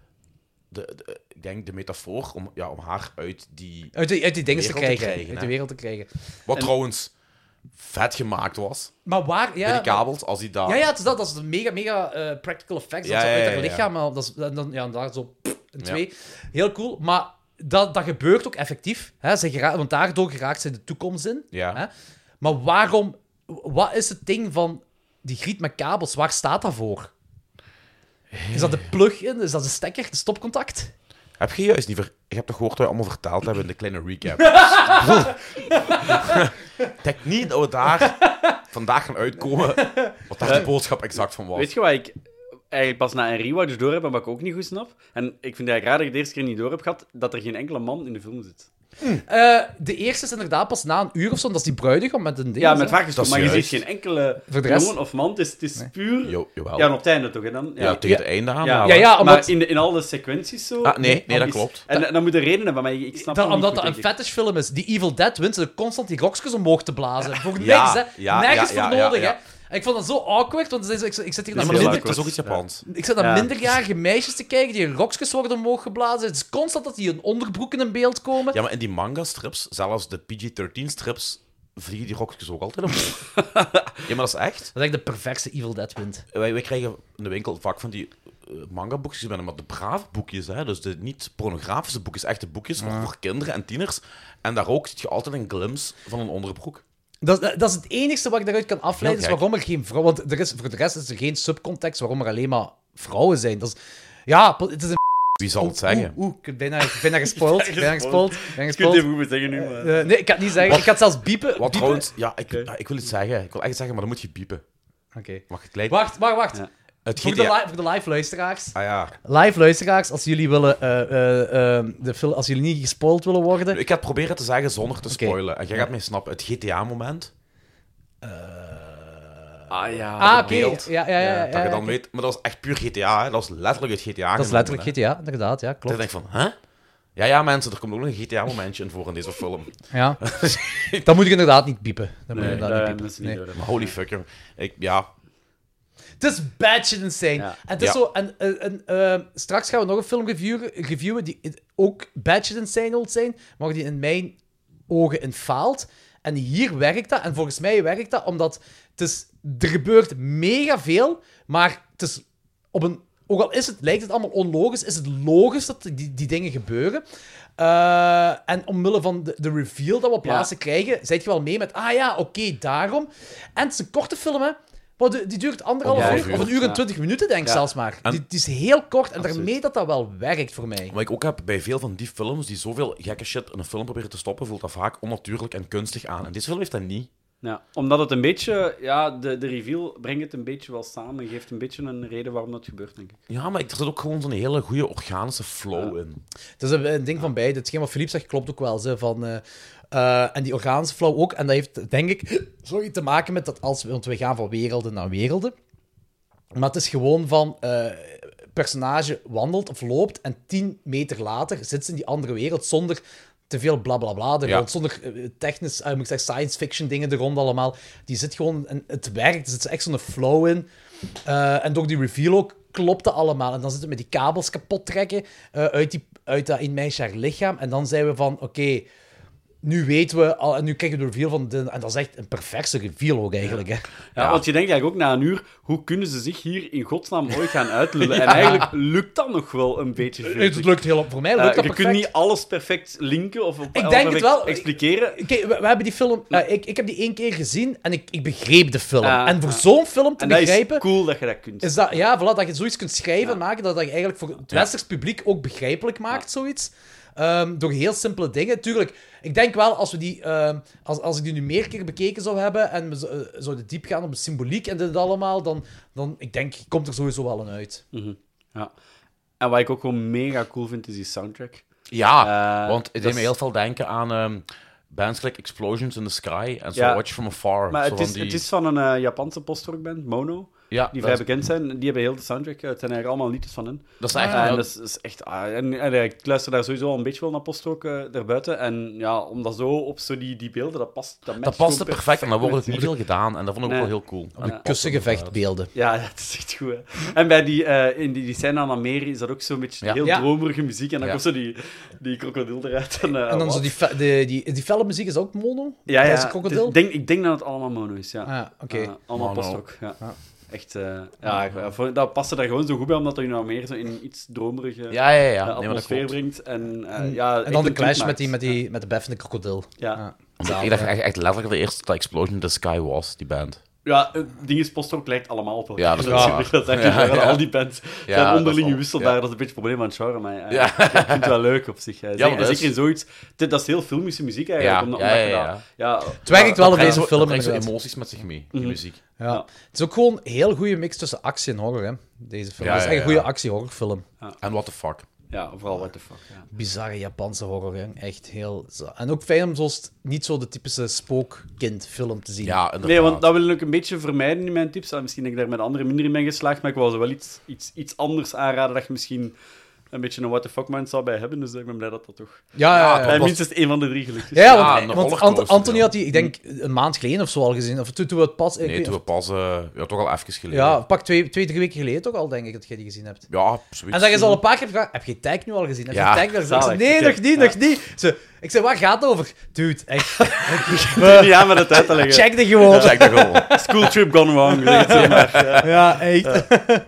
S1: De, de- ik denk de metafoor om, ja, om haar uit die...
S2: Uit die, uit die dingen te
S1: Wereld te
S2: krijgen.
S1: krijgen,
S2: uit
S1: hè.
S2: de wereld te krijgen.
S1: Wat
S6: En-
S1: trouwens vet gemaakt was.
S2: Maar waar... Ja,
S1: Met die kabels, als die daar...
S2: Ja, ja, het is dat. Dat is een mega, mega eh, practical effects.
S1: Ja,
S2: dat zo
S1: ja,
S2: uit
S1: ja,
S2: haar
S1: ja.
S2: lichaam. Maar dat is, en dan, ja, en daar zo... pff, een
S1: Ja.
S2: twee. Heel cool. Maar dat, dat gebeurt ook effectief. Hè? Ze gera- want daardoor geraakt ze de toekomst in.
S1: Ja.
S2: Hè? Maar waarom... Wat is het ding van die griet met kabels? Waar staat dat voor? Is dat de plug-in? Is dat de stekker? De stopcontact?
S1: Heb je juist niet... Ver... Ik heb toch gehoord wat we allemaal verteld hebben in de kleine recap. Ik denk niet dat we daar vandaag gaan uitkomen wat daar de boodschap exact van was.
S6: weet je wat ik eigenlijk pas na een rewatch door heb en wat ik ook niet goed snap? En ik vind eigenlijk raar dat ik de eerste keer niet door heb gehad dat er geen enkele man in de film zit.
S2: Eh, de eerste is inderdaad pas na een uur of zo. Dat is die bruidegom met een ding.
S6: Ja,
S2: hè.
S6: met varkens,
S1: Dat is
S6: maar je ziet
S1: juist.
S6: geen enkele
S2: Voor de rest-
S6: jongen of man. Het is, het is puur...
S1: Jo, jawel.
S6: Ja, en op het einde toch, hè, dan?
S1: Ja, tegen het
S2: Ja.
S1: einde aan.
S6: Ja,
S1: maar-
S2: Ja, ja, omdat-
S6: maar in, de, in al de sequenties zo...
S1: Ah, nee, nee, dat
S6: is-
S1: klopt.
S6: En dan moet er reden hebben, maar ik snap
S2: Dat,
S6: het niet
S2: omdat dat
S6: goed,
S2: een
S6: denk ik.
S2: fetishfilm is. Die Evil Dead wint ze constant die rokjes omhoog te blazen. Voor niks,
S1: Ja,
S2: hè.
S1: ja,
S2: Nergens
S1: ja,
S2: voor
S1: ja,
S2: nodig,
S1: ja.
S2: hè. En ik vond dat zo awkward, want ik, ik, ik zit hier
S1: Ja,
S2: naar
S1: maar
S6: heel
S1: dat,
S2: minder,
S1: is, dat is ook iets Japans.
S2: ik zit naar
S6: Ja.
S2: minderjarige meisjes te kijken die rokjes worden omhoog geblazen. Het is constant dat die in onderbroeken in beeld komen.
S1: Ja, maar in die manga-strips, zelfs de P G dertien strips, vliegen die rokjes ook altijd omhoog. Ja, maar dat is echt.
S2: Dat is echt de perverse Evil Dead wint.
S1: Wij, wij krijgen in de winkel vaak van die uh, manga-boekjes, maar de brave boekjes, hè? Dus de niet pornografische boekjes, echte boekjes voor, voor kinderen en tieners. En daar ook zie je altijd een glimpse van een onderbroek.
S2: Dat, dat is het enige wat ik daaruit kan afleiden, is
S1: Heel gek.
S2: waarom er geen vrouwen... Want er is, voor de rest is er geen subcontext waarom er alleen maar vrouwen zijn. Dat is, ja, het is een...
S1: Wie zal het zeggen?
S2: Oeh, oeh, ik ben bijna, ik ben bijna gespoild. Ik ben bijna gespoild. Ik ben
S6: Je kunt
S2: gespoild.
S6: even goed zeggen nu, maar...
S2: Eh, nee, ik kan het niet zeggen. Ik ga het zelfs biepen.
S1: Wat
S2: biepen.
S1: trouwens, ja, ik,
S6: Oké.
S1: ja, ik wil iets zeggen. Ik wil echt zeggen, maar dan moet je biepen.
S2: Oké.
S1: Mag ik gelijk?
S2: Wacht, wacht, wacht.
S6: Ja.
S1: Het
S2: Voor,
S1: G T A...
S2: de li- voor de live luisteraars.
S1: Ah ja.
S2: Live luisteraars, als jullie willen, eh, eh, eh, de film, als jullie niet gespoild willen worden.
S1: Ik ga het proberen te zeggen zonder te
S2: Oké.
S1: spoilen. En jij gaat mij snappen. Het G T A-moment.
S6: Ah ja.
S2: Ah,
S1: het
S2: oké.
S1: beeld.
S2: Ja, ja, ja. ja,
S1: dat je
S2: ja,
S1: dan
S2: oké.
S1: weet... Maar dat was echt puur G T A, hè. Dat was letterlijk het G T A.
S2: Dat is letterlijk G T A, inderdaad. Ja,
S1: Dat
S2: klopt.
S1: ik denk van, hè? Ja, ja, mensen, er komt ook nog een G T A-momentje in voor in deze film.
S2: Ja. Dat moet ik inderdaad niet biepen. Dat moet ik
S6: Nee,
S2: inderdaad
S6: dat
S2: niet piepen.
S6: mensen niet
S2: Nee.
S6: door
S1: Maar holy fucker. Ik, ja,
S2: Het is bad shit insane.
S6: Ja.
S2: En het is
S1: Ja.
S2: zo... En, en, en, eh, straks gaan we nog een film reviewen, reviewen die ook bad shit insane old zijn, maar die in mijn ogen in faalt. En hier werkt dat. En volgens mij werkt dat omdat het is, er gebeurt mega veel, maar het is op een... Ook al is het, lijkt het allemaal onlogisch, is het logisch dat die, die dingen gebeuren. Uh, en omwille van de, de reveal dat we op plaatsen ja. krijgen, zit je wel mee met, ah ja, oké, okay, daarom. En het is een korte film, hè. Maar die, die duurt anderhalf ja, uur, of een uur en twintig ja. minuten, denk ik ja. zelfs maar. En die, die is heel kort, en absoluut. daarmee dat dat wel werkt voor mij.
S1: Wat ik ook heb bij veel van die films, die zoveel gekke shit in een film proberen te stoppen, voelt dat vaak onnatuurlijk en kunstig aan. En deze film heeft dat niet.
S6: Ja, omdat het een beetje... Ja, de, de reveal brengt het een beetje wel samen. Geeft een beetje een reden waarom dat gebeurt, denk ik.
S1: Ja, maar er zit ook gewoon zo'n hele goede organische flow ja. in.
S2: Het is een, een ding van beide. Hetgeen wat Philippe zegt klopt ook wel. Ze, van, uh, uh, en die organische flow ook. En dat heeft, denk ik, sorry, te maken met dat als... Want we gaan van werelden naar werelden. Maar het is gewoon van... Uh, personage wandelt of loopt en tien meter later zit ze in die andere wereld zonder... te veel blablabla er ja. rond, zonder uh, technisch, uh, moet ik zeggen, science fiction dingen er rond allemaal. Die zit gewoon, en het werkt, er zit echt zo'n flow in. Uh, en door die reveal ook klopt dat allemaal. En dan zitten we met die kabels kapot trekken uh, uit, die, uit dat in meisje haar lichaam. En dan zijn we van, oké, okay, nu weten we, al, en nu krijgen we de reveal van, de, en dat is echt een perfecte reveal ook eigenlijk. Hè.
S6: Ja, ja, want je denkt eigenlijk ook na een uur, hoe kunnen ze zich hier in godsnaam ooit gaan uitlullen? ja. En eigenlijk lukt dat nog wel een beetje.
S2: Het, het lukt heel, voor mij lukt uh, dat
S6: je
S2: perfect.
S6: Je kunt niet alles perfect linken of,
S2: ik of denk het wel.
S6: expliceren.
S2: Kijk, we, we hebben die film, uh, ik, ik heb die één keer gezien en ik, ik begreep de film. Uh, en voor uh, zo'n film te
S6: en
S2: begrijpen...
S6: dat is cool dat je dat kunt.
S2: Is dat, ja, voilà, dat je zoiets kunt schrijven en ja. maken, dat, dat je eigenlijk voor het westers publiek ook begrijpelijk maakt, ja. zoiets. Um, door heel simpele dingen. Tuurlijk, ik denk wel, als, we die, um, als, als ik die nu meer keer bekeken zou hebben en we uh, zouden diep gaan op de symboliek en dit allemaal, dan, dan ik denk, komt er sowieso wel een uit.
S6: Mm-hmm. Ja. En wat ik ook gewoon mega cool vind, is die soundtrack.
S1: Ja, uh, want het deed me heel veel denken aan um, bands like Explosions in the Sky en so ja. Watch From Afar.
S6: Maar
S1: zo
S6: het, is, die... het is van een uh, Japanse postrockband, Mono. Ja, die vrij is... bekend zijn. Die hebben heel de soundtrack. Het zijn eigenlijk allemaal liedjes van hen.
S1: Dat is echt...
S6: Uh, en dat is, dat is echt ah, en, en, ik luister daar sowieso al een beetje wel naar postrock uh, daarbuiten. En ja, om dat zo op zo die, die beelden, dat past Dat,
S1: dat past perfect. perfect. En daar wordt ook niet veel gedaan. En dat vond ik nee. ook wel heel cool.
S2: En ja. kussengevechtbeelden.
S6: Ja, ja, dat is echt goed. Hè. En bij die, uh, in die, die scène aan Ameri is dat ook zo'n beetje ja. heel ja. dromerige muziek. En dan ja. komt zo die, die krokodil eruit. En, uh,
S2: en dan zo die, fe- de, die, die felle muziek is ook mono?
S6: Ja, ja. Ik denk, ik denk dat het allemaal mono is, ja.
S2: Ah, oké. Okay.
S6: Uh, allemaal postrock, ja. ja. Echt, uh, ja, voor, dat paste daar gewoon zo goed bij, omdat dat je nou meer zo in een iets dromerige
S1: ja, ja, ja.
S6: Uh, atmosfeer nee, brengt. En, uh, ja,
S2: en dan de clash met, die, met, die, met de beffende krokodil.
S6: Ja.
S1: Ja. Ik dacht echt, echt letterlijk de eerste dat Explosion in the Sky was, die band.
S6: Ja, het ding is, postrock lijkt allemaal op elkaar.
S1: Ja, dat is waar.
S6: Dat is ja, ja. Al die bands
S1: ja,
S6: zijn onderlinge wisselbaar.
S1: Ja.
S6: Dat is een beetje het probleem aan het genre, maar uh,
S1: ja.
S6: ik vind het wel leuk op zich. Uh,
S1: ja,
S6: zeker, zeker in zoiets... Dat is heel filmische muziek eigenlijk.
S1: Ja,
S6: omdat,
S1: ja, ja,
S6: omdat
S1: ja.
S6: Dat, ja,
S2: het werkt wel in deze film.
S1: Het brengt zo emoties met zich mee, die
S6: mm-hmm.
S1: muziek.
S2: Ja. Ja. Het is ook gewoon een heel goede mix tussen actie en horror, hè, deze film.
S1: Ja,
S2: Het is echt
S1: ja,
S2: een goede
S1: ja.
S2: actie-horrorfilm.
S1: Ja. En what the fuck.
S6: Ja, vooral what the fuck. Ja.
S2: Bizarre Japanse horror, hè. Echt heel... En ook fijn om zoals niet zo de typische spookkindfilm te zien.
S1: Ja, inderdaad.
S6: Nee, want dat wil ik een beetje vermijden in mijn tips. Misschien dat ik daar met anderen minder in ben geslaagd, maar ik wou ze wel iets, iets, iets anders aanraden dat je misschien een beetje een what the fuck moment zou bij hebben. Dus ik ben blij dat dat toch...
S2: Ja, ja, ja,
S6: ja, minstens één van de drie gelukt is.
S2: Ja, ja, want,
S1: ja,
S2: want Ant- Anthony had die, ik denk, een maand geleden of zo al gezien. Of toen, toen we het pas...
S1: Nee, toen we pas... Uh, ja, toch al even geleden.
S2: Ja, pak twee, twee, drie weken geleden toch al, denk ik, dat jij die gezien hebt.
S1: Ja, zoiets.
S2: En dat je ze al een paar keer gevraagd, heb je Tag nu al gezien? Heb
S1: ja.
S2: je Tag al gezien? Ik zei, nee, okay. nog niet, ja. nog niet. Zo, ik zei, waar gaat het over? Dude, echt.
S6: Ja, maar dat uit te leggen.
S2: Check de gewoon.
S1: Ja, check de gewoon.
S6: School trip gone wrong. Ja,
S2: ja, echt.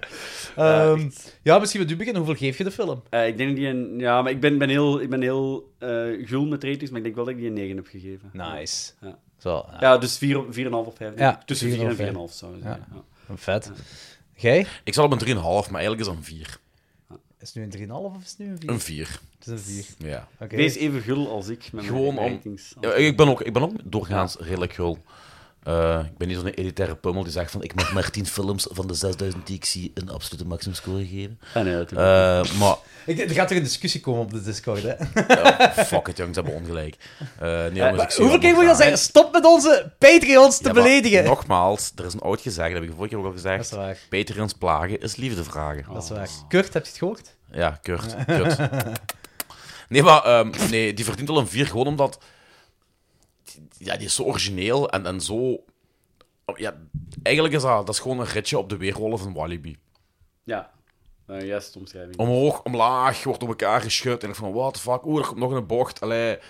S2: Ja. um, ja, misschien wat u beginnen. Hoeveel geef je de film?
S6: Uh, ik denk die een... Ja, maar ik ben, ben heel, ik ben heel uh, gul met ratings, maar ik denk wel dat ik die een negen heb gegeven.
S2: Nice.
S6: Ja,
S2: Zo, ja.
S6: ja dus vier komma vijf of vijf.
S2: Ja,
S6: tussen vier en vier komma vijf zou je
S2: ja.
S6: zeggen. Ja.
S2: Vet. Jij?
S1: Ik zal op een drie komma vijf, maar eigenlijk is het een vier.
S2: Is het nu een drie komma vijf of is het nu een vier?
S1: Een vier.
S2: Het is een vier.
S1: Ja.
S2: Okay.
S6: Wees even gul als ik met
S1: Gewoon
S6: mijn
S1: om...
S6: ratings.
S1: Ja, ik, ben ook, ik ben ook doorgaans ja. redelijk gul. Uh, ik ben niet zo'n elitaire pummel die zegt van ik mag maar tien films van de zesduizend die ik zie een absolute maximumscore geven.
S6: Ah, nee, dat
S1: uh, maar...
S2: Ik, er gaat toch een discussie komen op de Discord, hè?
S1: Uh, fuck it, jongens, ze hebben ongelijk. Uh, nee, jongens,
S2: uh, hoeveel keer moet je al zeggen, stop met onze Patreons te ja, beledigen?
S1: Nogmaals, er is een oud gezegd, dat heb ik vorige keer ook al gezegd.
S2: Dat is waar.
S1: Patreons plagen is liefde vragen.
S2: Dat is waar. Kurt, heb je het gehoord?
S1: Ja, Kurt. Kurt. Nee, maar um, nee, die verdient wel een vier, gewoon omdat... Ja, die is zo origineel en, en zo... Ja, eigenlijk is dat, dat is gewoon een ritje op de weerwolven van Walibi.
S6: Ja, uh, juist omschrijving.
S1: Omhoog, omlaag, wordt door elkaar geschud. En ik van, what the fuck, oeh, er komt nog een bocht. Allee,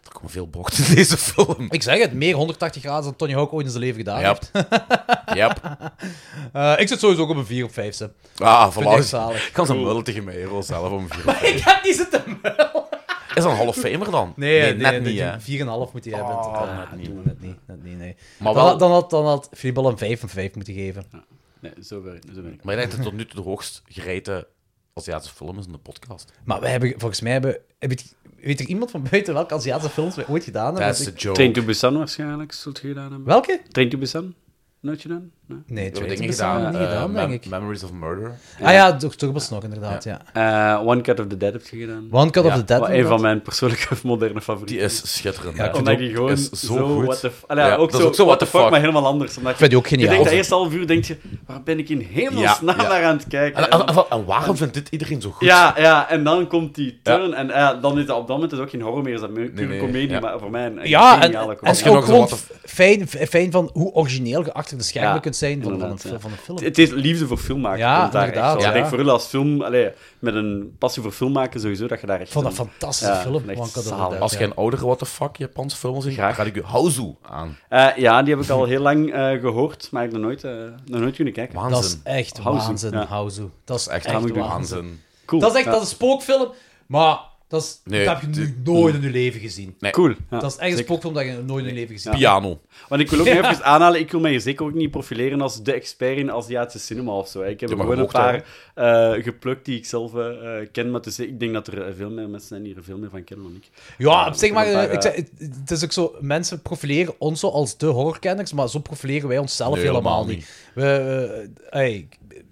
S1: Er komen veel bochten in deze film.
S2: Ik zeg het, meer honderdtachtig graden dan Tony Hawk ooit in zijn leven gedaan
S1: Yep.
S2: heeft.
S1: Yep.
S2: Uh, ik zit sowieso ook op een vier of vijf. Ze.
S1: Ah,
S2: Vind ik echt
S1: voilà.
S2: zalig.
S1: Ik kan zijn mullen tegen mij rollen zelf om vier of
S2: Ik
S1: vijf.
S2: heb niet zitten muilen.
S1: Is dat een Hall of Famer dan?
S2: Nee, nee,
S1: net
S2: nee,
S1: niet, hè.
S2: vier komma vijf moet hij hebben.
S1: Oh,
S2: Uh,
S1: net niet.
S2: Net niet, net niet, nee.
S1: Maar
S2: Dan,
S1: wel...
S2: had- dan had, dan had Filip al een vijf van vijf moeten geven.
S6: Nee, zo ben, zo ben ik.
S1: Maar ik denk dat het tot nu toe de hoogst gereten Aziatische film is in de podcast.
S2: Maar wij hebben, volgens mij hebben... heb je- Weet er iemand van buiten welke Aziatische films wij ooit gedaan hebben?
S1: That's
S2: Dat
S1: the
S2: ik-
S1: joke.
S6: Train to Busan waarschijnlijk, zult je gedaan hebben.
S2: Welke?
S6: Train to Busan? Nooit gedaan? Nee.
S2: Nee,
S1: We hebben
S2: Train to
S1: dingen
S2: Busan
S1: gedaan.
S2: niet
S1: eh,
S2: gedaan,
S1: Mem-
S2: denk ik.
S1: Memories of Murder.
S2: Ah ja, door Turbos nog, inderdaad, ja.
S6: Uh, One Cut of the Dead heb je gedaan.
S2: One Cut
S1: Ja,
S2: of the Dead.
S6: Wat een
S2: inderdaad.
S6: van mijn persoonlijke moderne favorieten.
S1: Die is schitterend.
S2: Ja,
S1: hè.
S2: ik
S6: Omdat
S2: vind
S6: je
S1: Die
S6: gewoon
S1: is zo goed.
S6: what the f- Allee, ja,
S1: Ja,
S6: ook
S1: dat
S6: zo,
S1: is ook zo
S6: what the fuck, maar helemaal anders. Omdat
S2: Ik vind die ook
S6: je
S2: geniaal.
S6: denkt dat eerste half uur denk je, waar ben ik in hemelsnaam
S1: Ja, ja.
S6: naar aan het kijken?
S1: En, en, en- en waarom vindt dit iedereen zo goed?
S6: Ja, ja, en dan komt die turn. En ja, dan is dat op dat moment is het ook geen horror meer, is dat pure
S1: Nee, nee,
S6: comedie,
S1: ja.
S6: maar voor mij een
S2: Ja, en,
S6: geniale
S2: en
S6: comedie.
S1: je nog
S2: ook
S1: zo
S2: gewoon
S1: wat
S2: fijn, fijn van hoe origineel je achter de schermen
S6: Ja,
S2: kunt zijn van, van, een,
S6: inderdaad, ja.
S2: van een film.
S6: Het is liefde voor film maken.
S2: Ja,
S6: komt daar
S2: inderdaad,
S6: echt wel.
S2: ja.
S6: Ik denk voor u als film, allee, met een passie voor film maken sowieso, dat je daar echt...
S2: Ik vond dat
S6: een-
S2: een fantastische
S6: Ja,
S2: film.
S6: echt
S2: One Cut of the
S6: zalig.
S2: Dead,
S1: Als
S2: ja.
S1: je een oudere what the fuck Japanse film wil zien,
S6: Graag.
S1: ga ik u Hauzu aan.
S6: Eh, ja, die heb ik al heel lang eh, gehoord, maar ik heb nog nooit, eh, nog nooit kunnen kijken.
S1: Waanzin.
S2: Dat is echt
S6: Hauzu,
S2: waanzin,
S6: ja.
S2: Hauzu. Dat is
S1: Dat is echt,
S2: echt
S6: moet ik doen.
S2: waanzin.
S1: waanzin.
S6: Cool.
S2: Dat is echt
S6: Ja.
S2: dat is een spookfilm, maar dat, is,
S1: Nee,
S2: dat heb je
S1: dit-
S2: nu nooit in je leven gezien.
S1: Nee.
S6: Cool. Ja,
S2: Dat is echt een
S6: zeker.
S2: spookfilm dat je nooit in je leven gezien hebt.
S1: Piano.
S6: Want ik wil ook nog even aanhalen, ik wil mij hier zeker ook niet profileren als de expert in Aziatische cinema of zo. hè. Ik heb
S1: Ja,
S6: er
S1: maar
S6: gewoon een
S1: je
S6: paar eh, geplukt die ik zelf eh, ken, maar dus, ik denk dat er eh, veel meer mensen zijn die er veel meer van kennen dan ik.
S2: Ja, op zich,
S6: ik
S2: maar
S6: heb een
S2: eh,
S6: paar,
S2: ik zeg, het, het is ook zo, mensen profileren ons zo als de horrorkenners, maar zo profileren wij onszelf
S1: Nee,
S2: helemaal
S1: helemaal
S2: niet. We, eh, hey,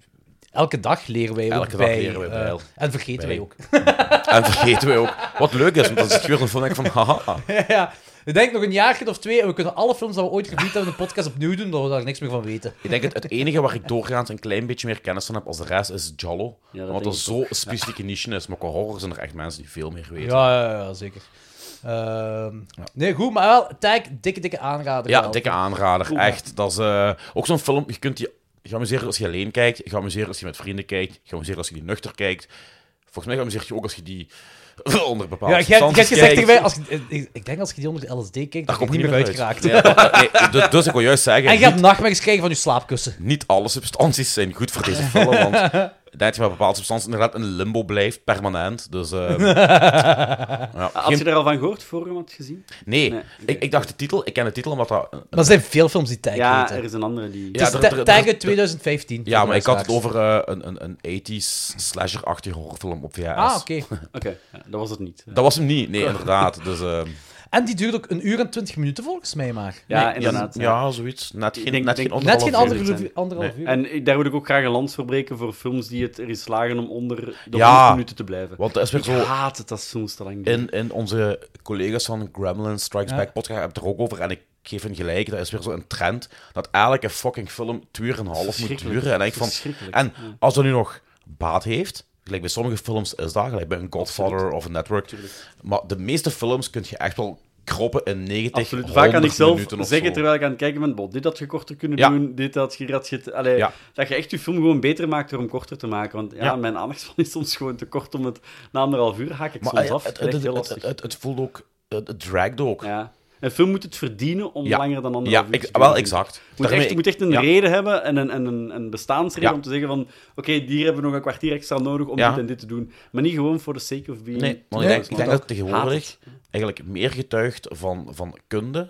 S2: elke dag leren wij
S1: Elke
S2: ook
S1: dag
S2: bij.
S1: leren wij
S2: eh,
S1: bij.
S2: en vergeten
S1: Bij.
S2: wij ook.
S1: En vergeten wij ook. Wat leuk is, want dan zit je weer een film en denk ik van, haha.
S2: Ja, ik denk nog een jaar of twee en we kunnen alle films die we ooit gevierd hebben in de podcast opnieuw doen, dat we daar niks meer van weten.
S1: Ik denk het, het enige waar ik doorgaans een klein beetje meer kennis van heb als de rest is Giallo.
S6: Ja, dat
S1: omdat dat
S6: denk ik
S1: zo specifieke niche is. Maar qua horror zijn er echt mensen die veel meer weten.
S2: Ja, ja, ja, zeker. Ehm, Nee, goed, maar wel, Tag, dikke, dikke aanrader.
S1: Ja,
S2: wel.
S1: dikke aanrader.
S6: Cool.
S1: Echt. Dat is eh, ook zo'n film, je kunt je je amuseren als je alleen kijkt, je amuseren als je met vrienden kijkt, je amuseren als je die nuchter kijkt. Volgens mij amuseert je ook als je die onder bepaalde
S2: Ja, jij jij hebt
S1: substanties
S2: gezegd tegen
S1: kijkt.
S2: mij, als je, ik, ik denk als je die onder de L S D kijkt,
S1: Daar
S2: dat
S1: komt
S2: je
S1: je
S2: niet meer
S1: uit.
S2: uitgeraakt.
S1: Ja, dat- nee, dus- dus ik wil juist zeggen,
S2: En je gaat
S1: niet,
S2: nachtmerries krijgen van je slaapkussen.
S1: niet alle substanties zijn goed voor deze film, want ik denk dat je met bepaalde substanties inderdaad in limbo blijft, permanent. Dus, ehm, ja,
S6: Ah, Had
S1: geen-
S6: je er al van gehoord, voor iemand gezien?
S1: nee,
S6: Nee, oké.
S1: ik, ik dacht de titel, ik ken de titel omdat dat...
S2: Maar er zijn veel films die Tag
S6: Ja,
S2: heten.
S6: er is een andere die...
S1: Ja,
S2: Het
S1: er-
S2: is
S1: er- er-
S2: Tag
S1: er-
S2: uit twintig vijftien.
S1: Ja,
S2: voor
S1: maar ik had het
S2: luisteraars.
S1: over eh, een, een, een tachtiger slasher-achtige horrorfilm op V H S.
S2: Ah, oké.
S6: Oké, ja, dat was het niet.
S1: Dat was hem niet, nee, inderdaad. Dus, ehm,
S2: En die duurt ook een uur en twintig minuten volgens mij maar.
S6: Ja,
S1: nee,
S6: inderdaad.
S1: ja,
S6: ja.
S1: ja, zoiets. Net
S6: Ik
S1: geen,
S6: denk-
S1: net
S6: denk-
S1: geen
S2: Net geen
S1: anderhalf uur.
S2: anderhalf
S6: zijn.
S2: uur. Anderhalf uur.
S6: En ik- daar wil ik ook graag een lans voor breken voor films die het erin slagen om onder de
S1: Ja.
S6: honderd minuten te blijven.
S1: Want dat is weer
S6: Ik
S1: zo...
S6: haat het als films te lang duren.
S1: In, in onze collega's van Gremlin Strikes
S2: Ja.
S1: Back podcast hebben het er ook over. En ik geef hen gelijk, dat is weer zo'n trend. Dat eigenlijk een fucking film twee uur en een half moet
S6: Verschrikkelijk.
S1: duren. En, denk ik van,
S6: Verschrikkelijk.
S1: en
S6: Ja.
S1: als dat nu nog baat heeft... Gelijk bij sommige films is dat, gelijk bij een Godfather of een Network.
S6: Tuurlijk.
S1: Maar de meeste films kun je echt wel kroppen in negentig,
S6: Absoluut. Vaak kan ik
S1: honderd
S6: zelf
S1: minuten of
S6: zeggen,
S1: zo.
S6: terwijl ik aan het kijken ben, bon, dit had je korter kunnen
S1: Ja.
S6: doen, dit had je... Dat, je allee,
S1: Ja.
S6: dat je echt je film gewoon beter maakt door hem korter te maken. Want ja,
S1: Ja.
S6: mijn aandachtspan is soms gewoon te kort om het na anderhalf uur haak ik
S1: Maar
S6: soms
S1: eh,
S6: af.
S1: het,
S6: Dat is
S1: het,
S6: echt heel
S1: het,
S6: lastig.
S1: het, het, het voelt ook... Het, het dragt ook.
S6: Ja. Een film moet het verdienen om
S1: Ja.
S6: langer dan
S1: Ja,
S6: anderhalf uur
S1: ik,
S6: te duren,
S1: wel,
S6: vind ik.
S1: exact.
S6: Je moet,
S1: Daarmee-
S6: echt, je moet echt een
S1: ja.
S6: reden hebben en een, en een, een bestaansreden
S1: Ja.
S6: om te zeggen van oké, hier hebben we nog een kwartier extra nodig om
S1: Ja.
S6: dit en dit te doen. Maar niet gewoon voor the sake of being...
S1: Nee, want
S2: Nee,
S1: ik denk, ik denk dat het
S6: Haat
S1: tegenwoordig
S6: het.
S1: eigenlijk meer getuigt van, van kunde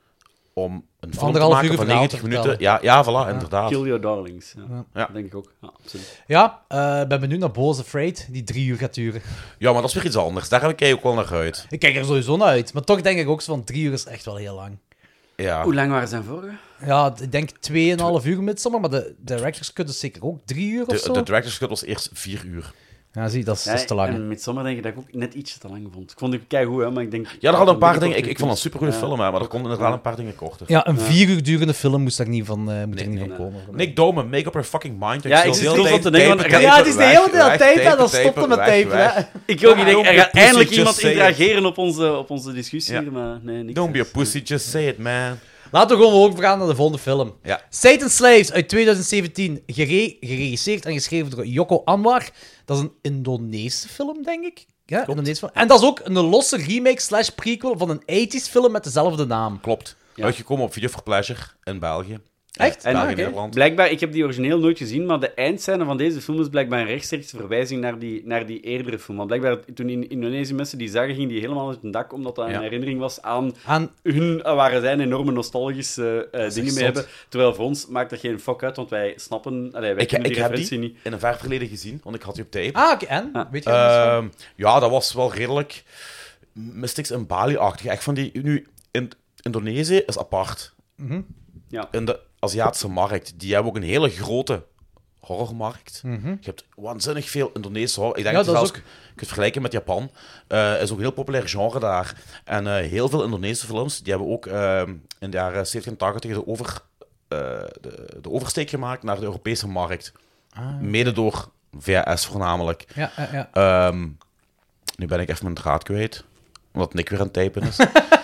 S1: om een film te
S2: Anderhalf
S1: maken
S2: uur
S1: van
S2: verhaal te
S1: negentig minuten. Ja, ja, voilà, inderdaad.
S6: Kill your darlings. Ja.
S2: Ja.
S1: Ja.
S6: Dat denk ik ook. Ja, absoluut.
S2: Ja, eh, ben benieuwd naar Bo's Afraid, die drie uur gaat duren.
S1: Ja, maar dat is weer iets anders. Daar heb ik ook wel naar uit.
S2: Ik kijk er sowieso naar uit, maar toch denk ik ook zo van drie uur is echt wel heel lang.
S1: Ja.
S6: Hoe lang waren zijn vorige?
S2: Ja, ik denk tweeënhalf uur Midsommar, maar de director's cut is zeker ook drie uur of
S1: De,
S2: zo.
S1: de director's cut was eerst vier uur.
S2: Ja, zie, dat is, dat is te lang. hè.
S6: En Midsommar denk ik dat ik ook net ietsje te lang vond. Ik vond het keigoed, hè, maar ik denk...
S1: Ja, er hadden een paar
S6: dat
S1: dingen...
S6: het
S1: Ik, ik vond het een supergoeie
S6: Ja.
S1: film, hè, maar er konden inderdaad een paar dingen korter.
S2: Ja, een vier uur durende film moest daar niet van, eh, moet
S1: Nee,
S2: er niet
S1: nee,
S2: van komen.
S1: Nick Dome, make up your fucking mind.
S6: Ja, ik
S1: zit
S6: zit constant te denken, want er gaat-
S2: Ja, het is de hele tijd typen, en dan stopt het met typen. hè.
S6: Ik ook, ik denk, er gaat
S1: Pussy,
S6: eindelijk
S1: just
S6: iemand
S1: say it.
S6: interageren op onze, op onze discussie
S1: Ja.
S6: hier, maar nee, niks.
S1: Don't be a pussy, just say it, man.
S2: Laten we gewoon overgaan naar de volgende film.
S1: Ja.
S2: Satan Slaves uit twintig zeventien, gere- geregisseerd en geschreven door Joko Anwar. Dat is een Indonesische film, denk ik. Ja, Indonesische film. En dat is ook een losse remake slash prequel van een tachtiger film met dezelfde naam.
S1: Klopt. Uitgekomen op Video for Pleasure in België.
S2: Echt?
S1: En
S2: Ah,
S1: België,
S2: oké.
S1: Nederland.
S6: Blijkbaar, ik heb die origineel nooit gezien, maar de eindscène van deze film is blijkbaar een rechtstreeks verwijzing naar die, naar die eerdere film. Want blijkbaar, toen in Indonesië mensen die zagen, gingen die helemaal uit hun dak, omdat dat een
S1: Ja.
S6: herinnering was aan
S2: Aan...
S6: hun, uh, waar zij een enorme nostalgische uh,
S1: is
S6: dingen
S1: echt
S6: mee
S1: zot.
S6: hebben. Terwijl voor ons maakt dat geen fuck uit, want wij snappen, allee, wij
S1: Ik,
S6: kennen
S1: ik
S6: die
S1: heb
S6: referentie
S1: die
S6: niet.
S1: in een ver verleden gezien, want ik had die op tape.
S2: Ah, oké. En?
S6: Ah.
S2: Weet je wat dat is?
S1: Ehm, ja, dat was wel redelijk Mystics in Bali-achtig. Echt van die... Nu, in Indonesië is apart.
S6: Ja.
S1: In de Aziatische markt, die hebben ook een hele grote horrormarkt. Je hebt waanzinnig veel Indonesische horror. Ik denk
S2: Ja,
S1: dat je
S2: dat is
S1: zelfs kunt vergelijken met Japan. Uh, is ook een heel populair genre daar. En uh, heel veel Indonesische films, die hebben ook uh, in de jaren zeventig en tachtig de, over, uh, de, de oversteek gemaakt naar de Europese markt.
S2: Ah.
S1: Mede door V S voornamelijk.
S2: Ja, ja, ja.
S1: Um, nu ben ik even mijn draad kwijt, omdat Nick weer aan het typen is.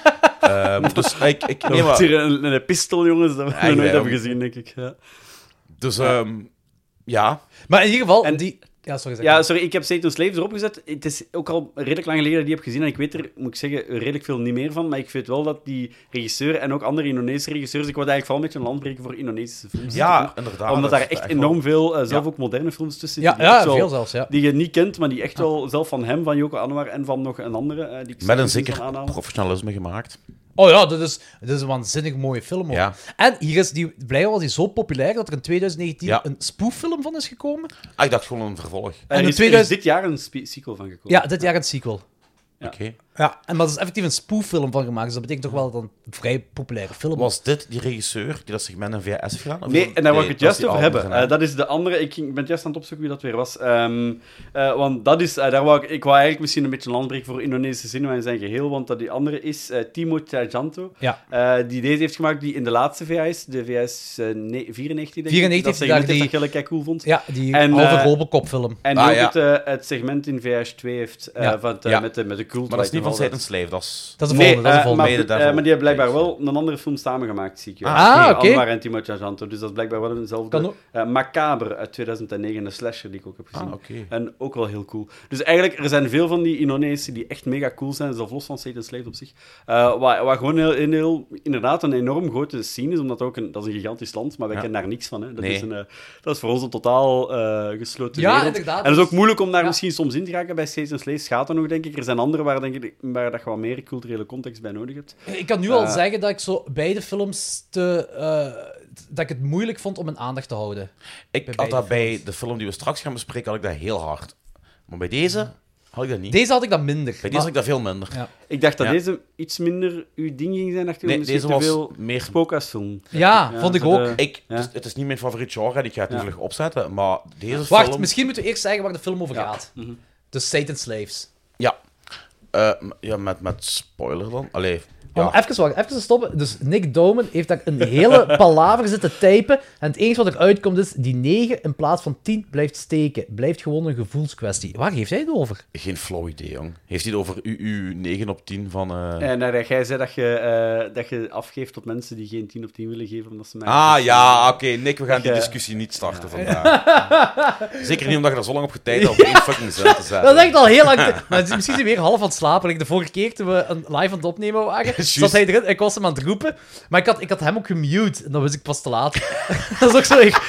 S1: um, dus ik, ik
S6: Er
S1: neem
S6: wordt
S1: maar...
S6: hier een, een pistool, jongens, dat we
S1: Ja,
S6: nog nooit
S1: ja.
S6: hebben gezien, denk ik. Ja.
S1: Dus um, ja,
S2: Maar in ieder geval,
S6: En-
S2: die... Ja, sorry. zeg
S6: Ja,
S2: maar.
S6: sorry, ik heb Satan Slaves erop gezet. Het is ook al redelijk lang geleden dat ik die heb gezien en ik weet er, moet ik zeggen, redelijk veel niet meer van. Maar ik weet wel dat die regisseur en ook andere Indonesische regisseurs... Ik wou eigenlijk vooral een beetje een landbreken voor Indonesische films.
S1: ja, inderdaad.
S6: Omdat
S1: dat
S6: daar
S1: is
S6: echt
S1: wel-
S6: enorm veel, uh, zelf
S1: Ja.
S6: ook moderne films tussen
S2: Ja,
S6: zitten. die
S2: ja
S6: echt wel-
S2: veel zelfs, ja.
S6: Die je niet kent, maar die echt wel, zelf van hem, van Joko Anwar en van nog een andere... uh, die ik
S1: Met een
S6: zeker
S1: zeker
S6: aanhalen.
S1: professionalisme gemaakt.
S2: Oh ja, dat is, dat is een waanzinnig mooie film ook.
S1: Ja.
S2: En hier is die, blijkbaar was die zo populair dat er in twintig negentien
S1: Ja.
S2: een spooffilm van is gekomen.
S1: Ah, ik dacht gewoon een vervolg.
S6: Er
S2: En in
S6: is, er is
S2: tweeduizend
S6: dit jaar een spe- sequel van gekomen.
S2: Ja, dit jaar een sequel.
S6: Ja.
S1: Oké.
S2: Ja, en maar er is effectief een spooffilm van gemaakt, dus dat betekent toch wel dat het een vrij populaire film
S1: Was dit die regisseur die dat segment in V S heeft gedaan? Of is
S6: Nee,
S1: dat-
S6: en daar wou
S1: nee,
S6: ik het
S1: dat is
S6: juist
S1: die
S6: over
S1: andere,
S6: hebben.
S1: hè?
S6: Eh, dat is de andere. Ik, ging, ik ben het juist aan het opzoeken wie dat weer was. Ehm, eh, want dat is, eh, daar wou ik, ik wou eigenlijk misschien een beetje een landbreek voor Indonesische cinema in zijn geheel. Want dat die andere is eh, Timo Tjahjanto.
S2: Ja.
S6: eh, die deze heeft gemaakt, die in de laatste V S, de V S eh, ne- vierennegentig, denk ik.
S2: vierennegentig,
S6: dat segment
S2: daar
S6: heeft
S2: die-
S6: dat ik cool vond.
S2: Ja, die
S6: En,
S2: halve
S6: eh,
S2: Robocop-film.
S6: En
S1: Ah,
S6: ook
S1: ja.
S6: het, eh, het segment in V S twee heeft, eh,
S2: Ja.
S6: van het, eh,
S1: Ja.
S6: met, de, met de cult.
S1: Maar dat is niet van
S6: Light
S1: Satan Slave, dat is...
S2: Dat is de
S6: Nee,
S2: volgende, dat is de
S6: eh,
S2: volgende.
S6: maar,
S1: Mede
S6: eh,
S1: daarvoor.
S6: maar die hebben blijkbaar
S1: Kijk,
S6: wel een andere film samengemaakt, zie ik. Ja.
S2: Ah,
S6: Tegen
S2: oké.
S6: Anwar en Timo Tjahjanto. Dus dat is blijkbaar wel eenzelfde.
S2: Kan ook.
S6: Eh, Macabre uit tweeduizend negen, een slasher die ik ook heb gezien.
S1: Ah, oké.
S6: En ook wel heel cool. Dus eigenlijk, er zijn veel van die Indonesische die echt mega cool zijn, zelfs los van Satan Slave op zich. Uh, wat, wat gewoon heel, een heel, inderdaad een enorm grote scene is, omdat ook een, dat is een gigantisch land, maar wij
S1: Ja.
S6: kennen daar niks van. Hè. Dat,
S1: Nee.
S6: is een, uh, dat is voor ons een totaal uh, gesloten
S2: Ja,
S6: wereld.
S2: inderdaad.
S6: En het is ook moeilijk om daar
S2: Ja.
S6: misschien soms in te raken. Bij Satan Slave gaat dat nog, denk ik. Er zijn andere waar, denk ik, waar dat je wat meer culturele context bij nodig hebt.
S2: Ik kan nu al
S6: Eh.
S2: zeggen dat ik zo beide films te... eh, dat ik het moeilijk vond om mijn aandacht te houden.
S1: Ik
S2: Bij
S1: had dat
S2: beide
S1: bij de film die we straks gaan bespreken, had ik dat heel hard. Maar bij deze had ik dat niet.
S2: Deze had ik dan minder.
S1: Bij deze
S2: maar-
S1: had ik dat veel minder.
S2: Ja.
S6: Ik dacht dat
S1: Ja.
S6: deze iets minder uw ding ging zijn. Dacht ik,
S1: Nee,
S6: misschien
S1: deze
S6: te
S1: was
S6: veel
S1: meer...
S6: spookhuisfilm.
S2: Ja,
S6: Ja,
S2: vond ik
S6: zo
S2: ook.
S6: de-
S1: Ik,
S6: Ja.
S1: het, is, het is niet mijn favoriet genre en ik ga het niet
S6: Ja.
S1: vlug opzetten, maar deze
S2: Wacht,
S1: film...
S2: misschien moeten we eerst zeggen waar de film over
S6: Ja.
S2: gaat.
S6: Mhm.
S2: Dus Satan Slaves.
S1: Ja. Eh, m- ja, met, met spoiler dan. Allee,
S2: Om
S1: ja.
S2: even, wacht, even te stoppen. Dus Nick Doman heeft daar een hele palaver zitten typen. En het enige wat eruit komt is, die negen in plaats van tien blijft steken. Blijft gewoon een gevoelskwestie. Waar heeft hij het over?
S1: Geen flauw idee, jong. Heeft hij het over U U negen op tien van... eh,
S6: En uh, jij zei dat je, eh, dat je afgeeft op mensen die geen tien op tien willen geven, omdat ze mij...
S1: Ah, ja, oké. Nick, we gaan die
S6: Ja.
S1: discussie niet starten vandaag. Zeker niet omdat je er zo lang op getijden hebt om één fucking zin te zetten.
S2: Dat is echt al heel lang... te- Maar het is misschien is hij weer half aan het slapen. Like de vorige keer toen we een live aan het opnemen waren,
S1: Juist.
S2: zat hij erin. Ik was hem aan het roepen. Maar ik had, ik had hem ook gemute. En dan wist ik pas te laat. Dat is ook zo... Ik,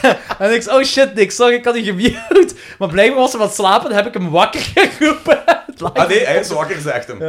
S2: en ik zei, oh shit, Nick, sorry, ik had hij gemute. Maar blijkbaar was hij aan het slapen en heb ik hem wakker geroepen.
S1: Ah nee, hij is wakker, zegt hem.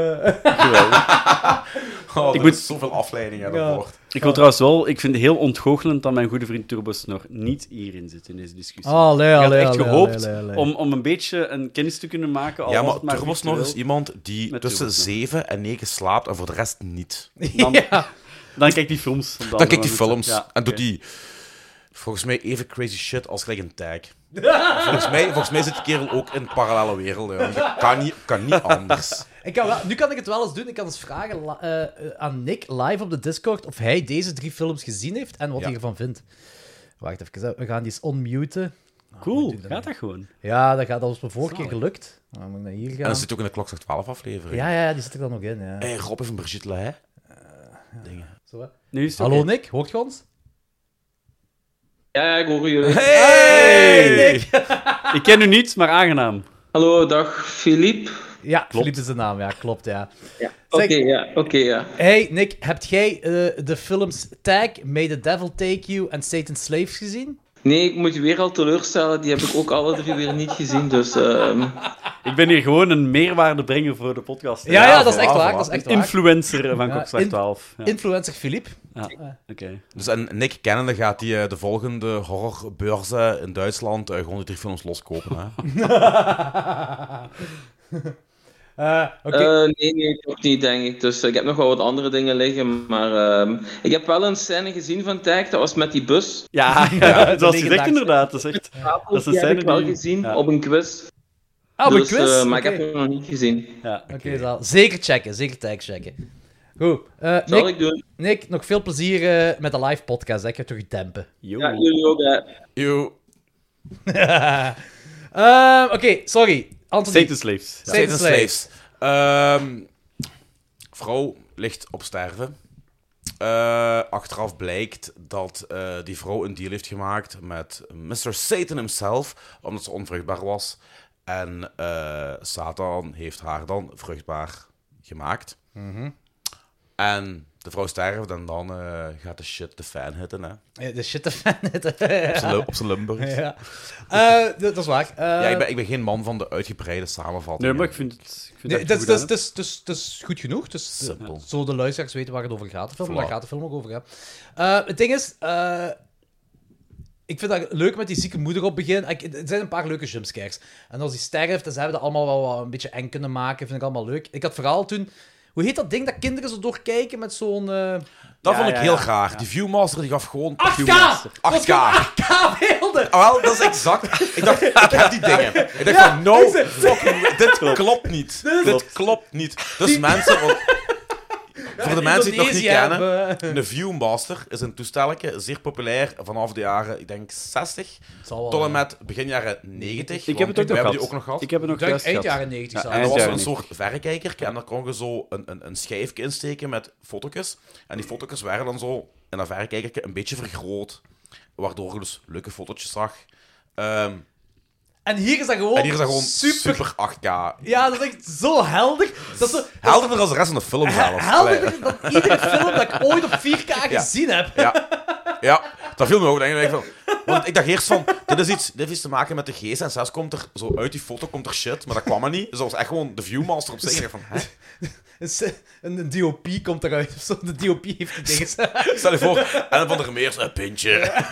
S1: Oh,
S6: Ik
S1: ik
S6: moet-
S1: moet zoveel afleidingen
S2: Ja.
S1: ervoor.
S6: Ik wil trouwens wel... Ik vind het heel ontgoochelend dat mijn goede vriend Turbos nog niet hierin zit in deze discussie.
S2: Allee,
S6: ik had
S2: allee,
S6: echt
S2: allee,
S6: gehoopt
S2: allee, allee.
S6: Om, om een beetje een kennis te kunnen maken. Al
S1: Ja,
S6: was
S1: maar
S6: het maar
S1: Turbos nog
S6: virtueel.
S1: is iemand die
S6: Met
S1: tussen
S6: Turbos nog.
S1: zeven en negen slaapt en voor de rest niet.
S6: Dan,
S2: Ja.
S6: dan kijk die films. op de
S1: Dan
S6: andere
S1: kijkt die
S6: momenten.
S1: films
S6: Ja,
S1: en doet
S6: oké.
S1: die volgens mij even crazy shit als gelijk een tag. volgens, mij, volgens mij zit die kerel ook in parallele werelden. jongen. Dat kan niet, kan niet anders.
S2: Ik kan wel, nu kan ik het wel eens doen. Ik kan eens vragen la- eh, eh, aan Nick live op de Discord of hij deze drie films gezien heeft en wat
S1: Ja.
S2: hij ervan vindt. Wacht even, hè. We gaan die eens unmuten. Ah,
S6: Cool,
S2: moet ik dat
S6: gaat
S2: niet?
S6: dat gewoon?
S2: Ja, dat, gaat, dat was me vorige keer
S6: Zalig.
S2: gelukt. Dan moet ik naar hier
S1: En
S2: gaan.
S1: dat zit ook in de Klokslag twaalf aflevering.
S2: Ja, ja, die zit er dan nog in. Ja.
S1: Hey, Rob heeft een Brigitte Lahaye. dingen.
S2: Zo, hè.
S6: Nu is het
S2: Hallo
S6: oké.
S2: Nick, hoort je ons?
S7: Ja, ja, ik hoor jullie.
S1: Hey!
S2: Nick!
S6: Ik ken u niet, maar aangenaam.
S7: Hallo, dag Filip.
S2: Ja, Philippe is de naam, ja, klopt, ja.
S7: Ja. Oké,
S2: Zeg-
S7: ja, oké, ja.
S2: Hey Nick, heb jij eh, de films Tag, May the Devil Take You en Satan's Slaves gezien?
S7: Nee, ik moet je weer al teleurstellen. Die heb ik ook alle drie weer niet gezien, dus... ehm,
S6: Ik ben hier gewoon een meerwaarde brenger voor de podcast.
S2: Ja, ja, dat is
S1: voilà,
S2: echt waar,
S1: voilà.
S2: dat is echt waar.
S6: Influencer van
S2: Ja,
S6: Klokslag
S2: in-
S6: twaalf. Ja.
S2: Influencer Philippe.
S6: Ja, oké.
S1: Dus en Nick kennende gaat hij de volgende horrorbeurzen in Duitsland uh, gewoon die drie films loskopen. Hè?
S2: Eh, Oké.
S7: eh, nee, nee, toch niet, denk ik. Dus eh, ik heb nog wel wat andere dingen liggen, maar... ehm, ik heb wel een scène gezien van Tag, dat was met die bus.
S6: Ja, ja, zoals gezegd
S2: legendarische-
S6: inderdaad. Dat is echt... Dat is een
S7: die heb
S6: scène
S7: ik wel
S6: die-
S7: gezien,
S6: ja.
S7: op een quiz.
S2: Ah, op een
S7: Dus,
S2: quiz?
S7: eh, maar
S2: Oké.
S7: ik heb hem nog niet gezien.
S6: Ja.
S2: Oké, zo. Zeker checken, zeker Tag checken. Goed. Eh,
S7: Zal
S2: Nick,
S7: ik doen?
S2: Nick, nog veel plezier eh, met de live podcast, hè. Ik ga terug dempen.
S6: Yo.
S7: Ja, jullie ook, hè.
S1: Yo.
S2: Ehm, Oké, sorry. Anthony.
S6: Satan's Slaves. Ja.
S2: Satan's
S1: Satan's Slaves. Ehm, vrouw ligt op sterven. Eh, achteraf blijkt dat eh, die vrouw een deal heeft gemaakt met mister Satan himself, omdat ze onvruchtbaar was. En eh, Satan heeft haar dan vruchtbaar gemaakt. En de vrouw sterft en dan eh, gaat de shit de fan hitten, hè.
S2: Eh, De shit fan.
S1: Op zijn lu- Op zijn Limburgs. Ja,
S2: Ja. Eh, dat is waar. Eh,
S1: ik, ben, ik ben geen man van de uitgebreide samenvatting.
S6: Nee, maar ik vind het... Ik vind
S2: Nee,
S6: dat
S2: dat,
S6: je
S2: is,
S6: goed
S2: dat, is, dat, is, dat is goed genoeg. Dus, eh,
S1: Simpel.
S2: zo de luisteraars weten waar het over gaat. De film,
S1: Voilà.
S2: Daar gaat de film ook over. Ja. Eh, het ding is, eh, ik vind dat leuk met die zieke moeder op het begin. Ik, er zijn een paar leuke jumpscares. En als die sterft, dan ze hebben dat allemaal wel wat een beetje eng kunnen maken. Vind ik allemaal leuk. Ik had vooral toen... Hoe heet dat ding dat kinderen zo doorkijken met zo'n... eh
S1: Dat
S6: Ja,
S1: vond ik
S6: ja,
S1: heel
S6: ja.
S1: graag. Die Viewmaster die gaf gewoon...
S2: acht K!
S1: Viewmaster.
S2: Dat was
S1: acht K.
S2: gewoon acht K-beelden!
S1: Ah, wel, dat is exact. Ik dacht, ik heb die dingen. Ik dacht van, no fucking... Dit klopt niet. Dit klopt niet. Dus mensen... want- voor de mensen die het nog niet
S2: Indonesië
S1: kennen...
S2: hebben-
S1: Een Viewmaster is een toestelletje, zeer populair vanaf de jaren, ik denk, zestig.
S2: Zal wel,
S1: Tot en
S2: ja.
S1: met begin jaren negentig.
S6: Ik heb het ook
S1: we
S6: nog
S1: hebben
S6: gehad.
S1: die ook nog gehad.
S6: Ik heb het nog
S2: Ik denk
S6: juist
S2: eind
S6: gehad.
S2: jaren negentig.
S6: Ja,
S2: zelfs.
S1: En dat
S6: eind
S1: was
S6: jaren
S1: een soort verrekijker en daar kon je zo een, een, een schijfje insteken met foto's. En die foto's werden dan zo in dat verrekijkertje een beetje vergroot. Waardoor je dus leuke fotootjes zag. Ehm,
S2: En hier is dat gewoon,
S1: en hier is dat gewoon
S2: super...
S1: super, acht K.
S2: Ja, dat is echt zo helder. Dat is zo...
S1: Helderder als de rest van de film zelfs.
S2: Helderder dan iedere film dat ik ooit op vier K gezien heb.
S1: Ja. Ja, dat viel me ook. Denk ik van, want ik dacht eerst van, dit is iets, dit heeft iets te maken met de G S zes. Komt er zo uit die foto komt er shit, maar dat kwam er niet. Dus dat was echt gewoon de Viewmaster op zich. En ik dacht van, hè?
S2: Een, een D O P komt eruit of zo. De D O P heeft die dingen.
S1: Stel je voor, en van der Meers, een pintje.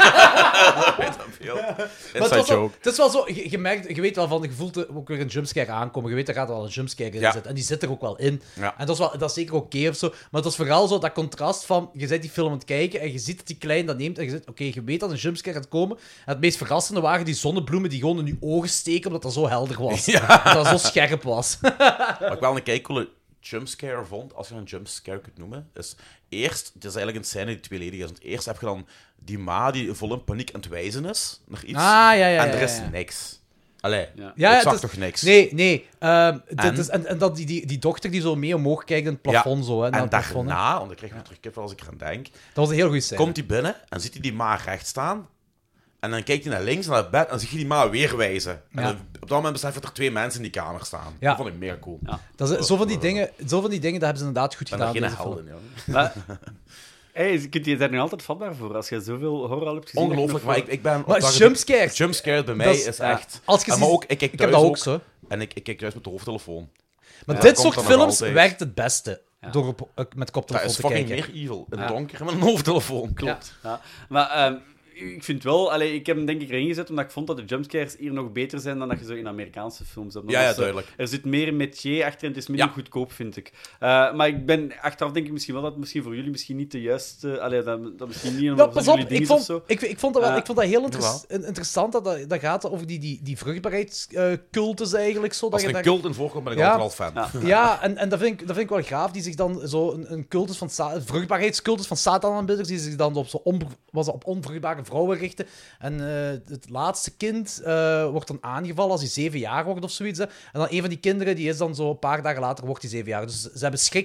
S1: Weet dat veel.
S2: Maar het,
S1: Inside
S2: was wel,
S1: joke.
S2: het is wel zo, je, je, merkt, je weet wel van, je voelt er ook weer een jumpscare aankomen. Je weet, er gaat wel een jumpscare in
S1: Ja.
S2: zitten. En die zit er ook wel in.
S1: Ja.
S2: En dat is, wel, dat is zeker oké of zo. Maar het was vooral zo dat contrast van, je bent die film aan het kijken en je ziet dat die klein dat neemt en je zegt, oké, je weet dat een jumpscare gaat komen. En het meest verrassende waren die zonnebloemen die gewoon in je ogen steken omdat dat zo helder was.
S1: Ja.
S2: Dat dat zo scherp was.
S1: Wat ik wel een kijkcoole jumpscare vond, als je een jumpscare kunt noemen, is eerst, het is eigenlijk een scène die tweeledig is. Want eerst heb je dan die ma die vol in paniek aan het wijzen is naar iets.
S2: Ah, ja, ja, ja.
S1: en er is
S2: ja.
S1: niks. Allee,
S6: Ja.
S2: Ja,
S1: ik
S2: het
S1: zag
S2: is-
S1: toch niks?
S2: Nee, nee. ehm, dit
S1: En?
S2: Is, en, en dat die, die, die dochter die zo mee omhoog kijkt in het plafond. Zo, hè, naar
S1: En
S2: het plafond, hè.
S1: daarna, want ik krijg nog terug kip als ik eraan denk,
S2: Dat was een heel goede scène.
S1: komt hij binnen en ziet hij die ma recht staan. En dan kijkt hij naar links, naar het bed, en dan zie je die ma weer wijzen. En
S2: Ja.
S1: dan, op dat moment beseft dat er twee mensen in die kamer staan.
S2: Ja.
S1: Dat vond ik mega cool.
S6: Ja.
S2: Dat is, zo, van die dingen, zo van die dingen, dat hebben ze inderdaad goed
S1: Ik ben er
S2: gedaan.
S1: geen
S2: deze
S1: held
S2: film.
S1: in, joh.
S6: Maar, hey, kunt je daar nu altijd vatbaar voor? Als je zoveel horror al hebt gezien.
S1: Ongelooflijk, maar ik, ik ben... op
S2: Maar
S1: dat gebied-
S2: jumpscares,
S1: Jumpscares bij mij
S2: Dat
S1: is,
S2: is-
S6: ja.
S1: echt...
S2: als je
S1: En maar
S2: ziet-
S1: ook, ik, kijk
S2: ik heb
S1: thuis
S2: dat ook zo.
S1: En ik, ik kijk thuis met de hoofdtelefoon.
S2: Maar
S1: Ja,
S2: dit
S1: dat
S2: soort
S1: komt dan nog
S2: films
S1: altijd.
S2: werkt het beste
S6: Ja.
S2: door op, eh, met
S1: Dat
S2: koptelefoon
S1: is
S2: te
S1: fucking
S2: kijken.
S1: meer evil. In
S6: Ja.
S1: het donker met een hoofdtelefoon.
S6: Klopt. Ja. Maar ehm, ik vind wel... Allee, ik heb hem denk ik erin gezet omdat ik vond dat de jumpscares hier nog beter zijn dan dat je zo in Amerikaanse films hebt.
S1: Ja, ja,
S6: Dat is, eh,
S1: duidelijk.
S6: Er zit meer metier achter en het is minder
S1: Ja.
S6: goedkoop, vind ik. Uh, maar ik ben achteraf denk ik misschien wel dat het misschien voor jullie misschien niet de juiste... Allee, dat, dat misschien niet
S2: Ja,
S6: een
S2: pas
S6: van
S2: op,
S6: jullie ding
S2: ik
S6: is of
S2: vond,
S6: zo.
S2: ik, ik, vond dat wel,
S6: Uh,
S2: ik vond dat heel inter-
S1: jawel.
S2: in- interessant dat dat, dat gaat over die, die, die vruchtbaarheidscultus eigenlijk. Zo, dat
S1: Als
S2: je
S1: er een
S2: daar-
S1: cult in voorkomt, ben ik
S2: Ja.
S1: altijd wel fan.
S6: Ja.
S2: Ja, en, en dat, vind ik, dat vind ik wel gaaf, die zich dan zo een, een cultus van Sa- een vruchtbaarheidscultus van Satan-aanbidders, die zich dan op, zo on, was op onvruchtbare vrouwen richten. En eh, het laatste kind eh, wordt dan aangevallen als hij zeven jaar wordt of zoiets. Hè. En dan een van die kinderen, die is dan zo een paar dagen later, wordt hij zeven jaar. Dus ze hebben schrik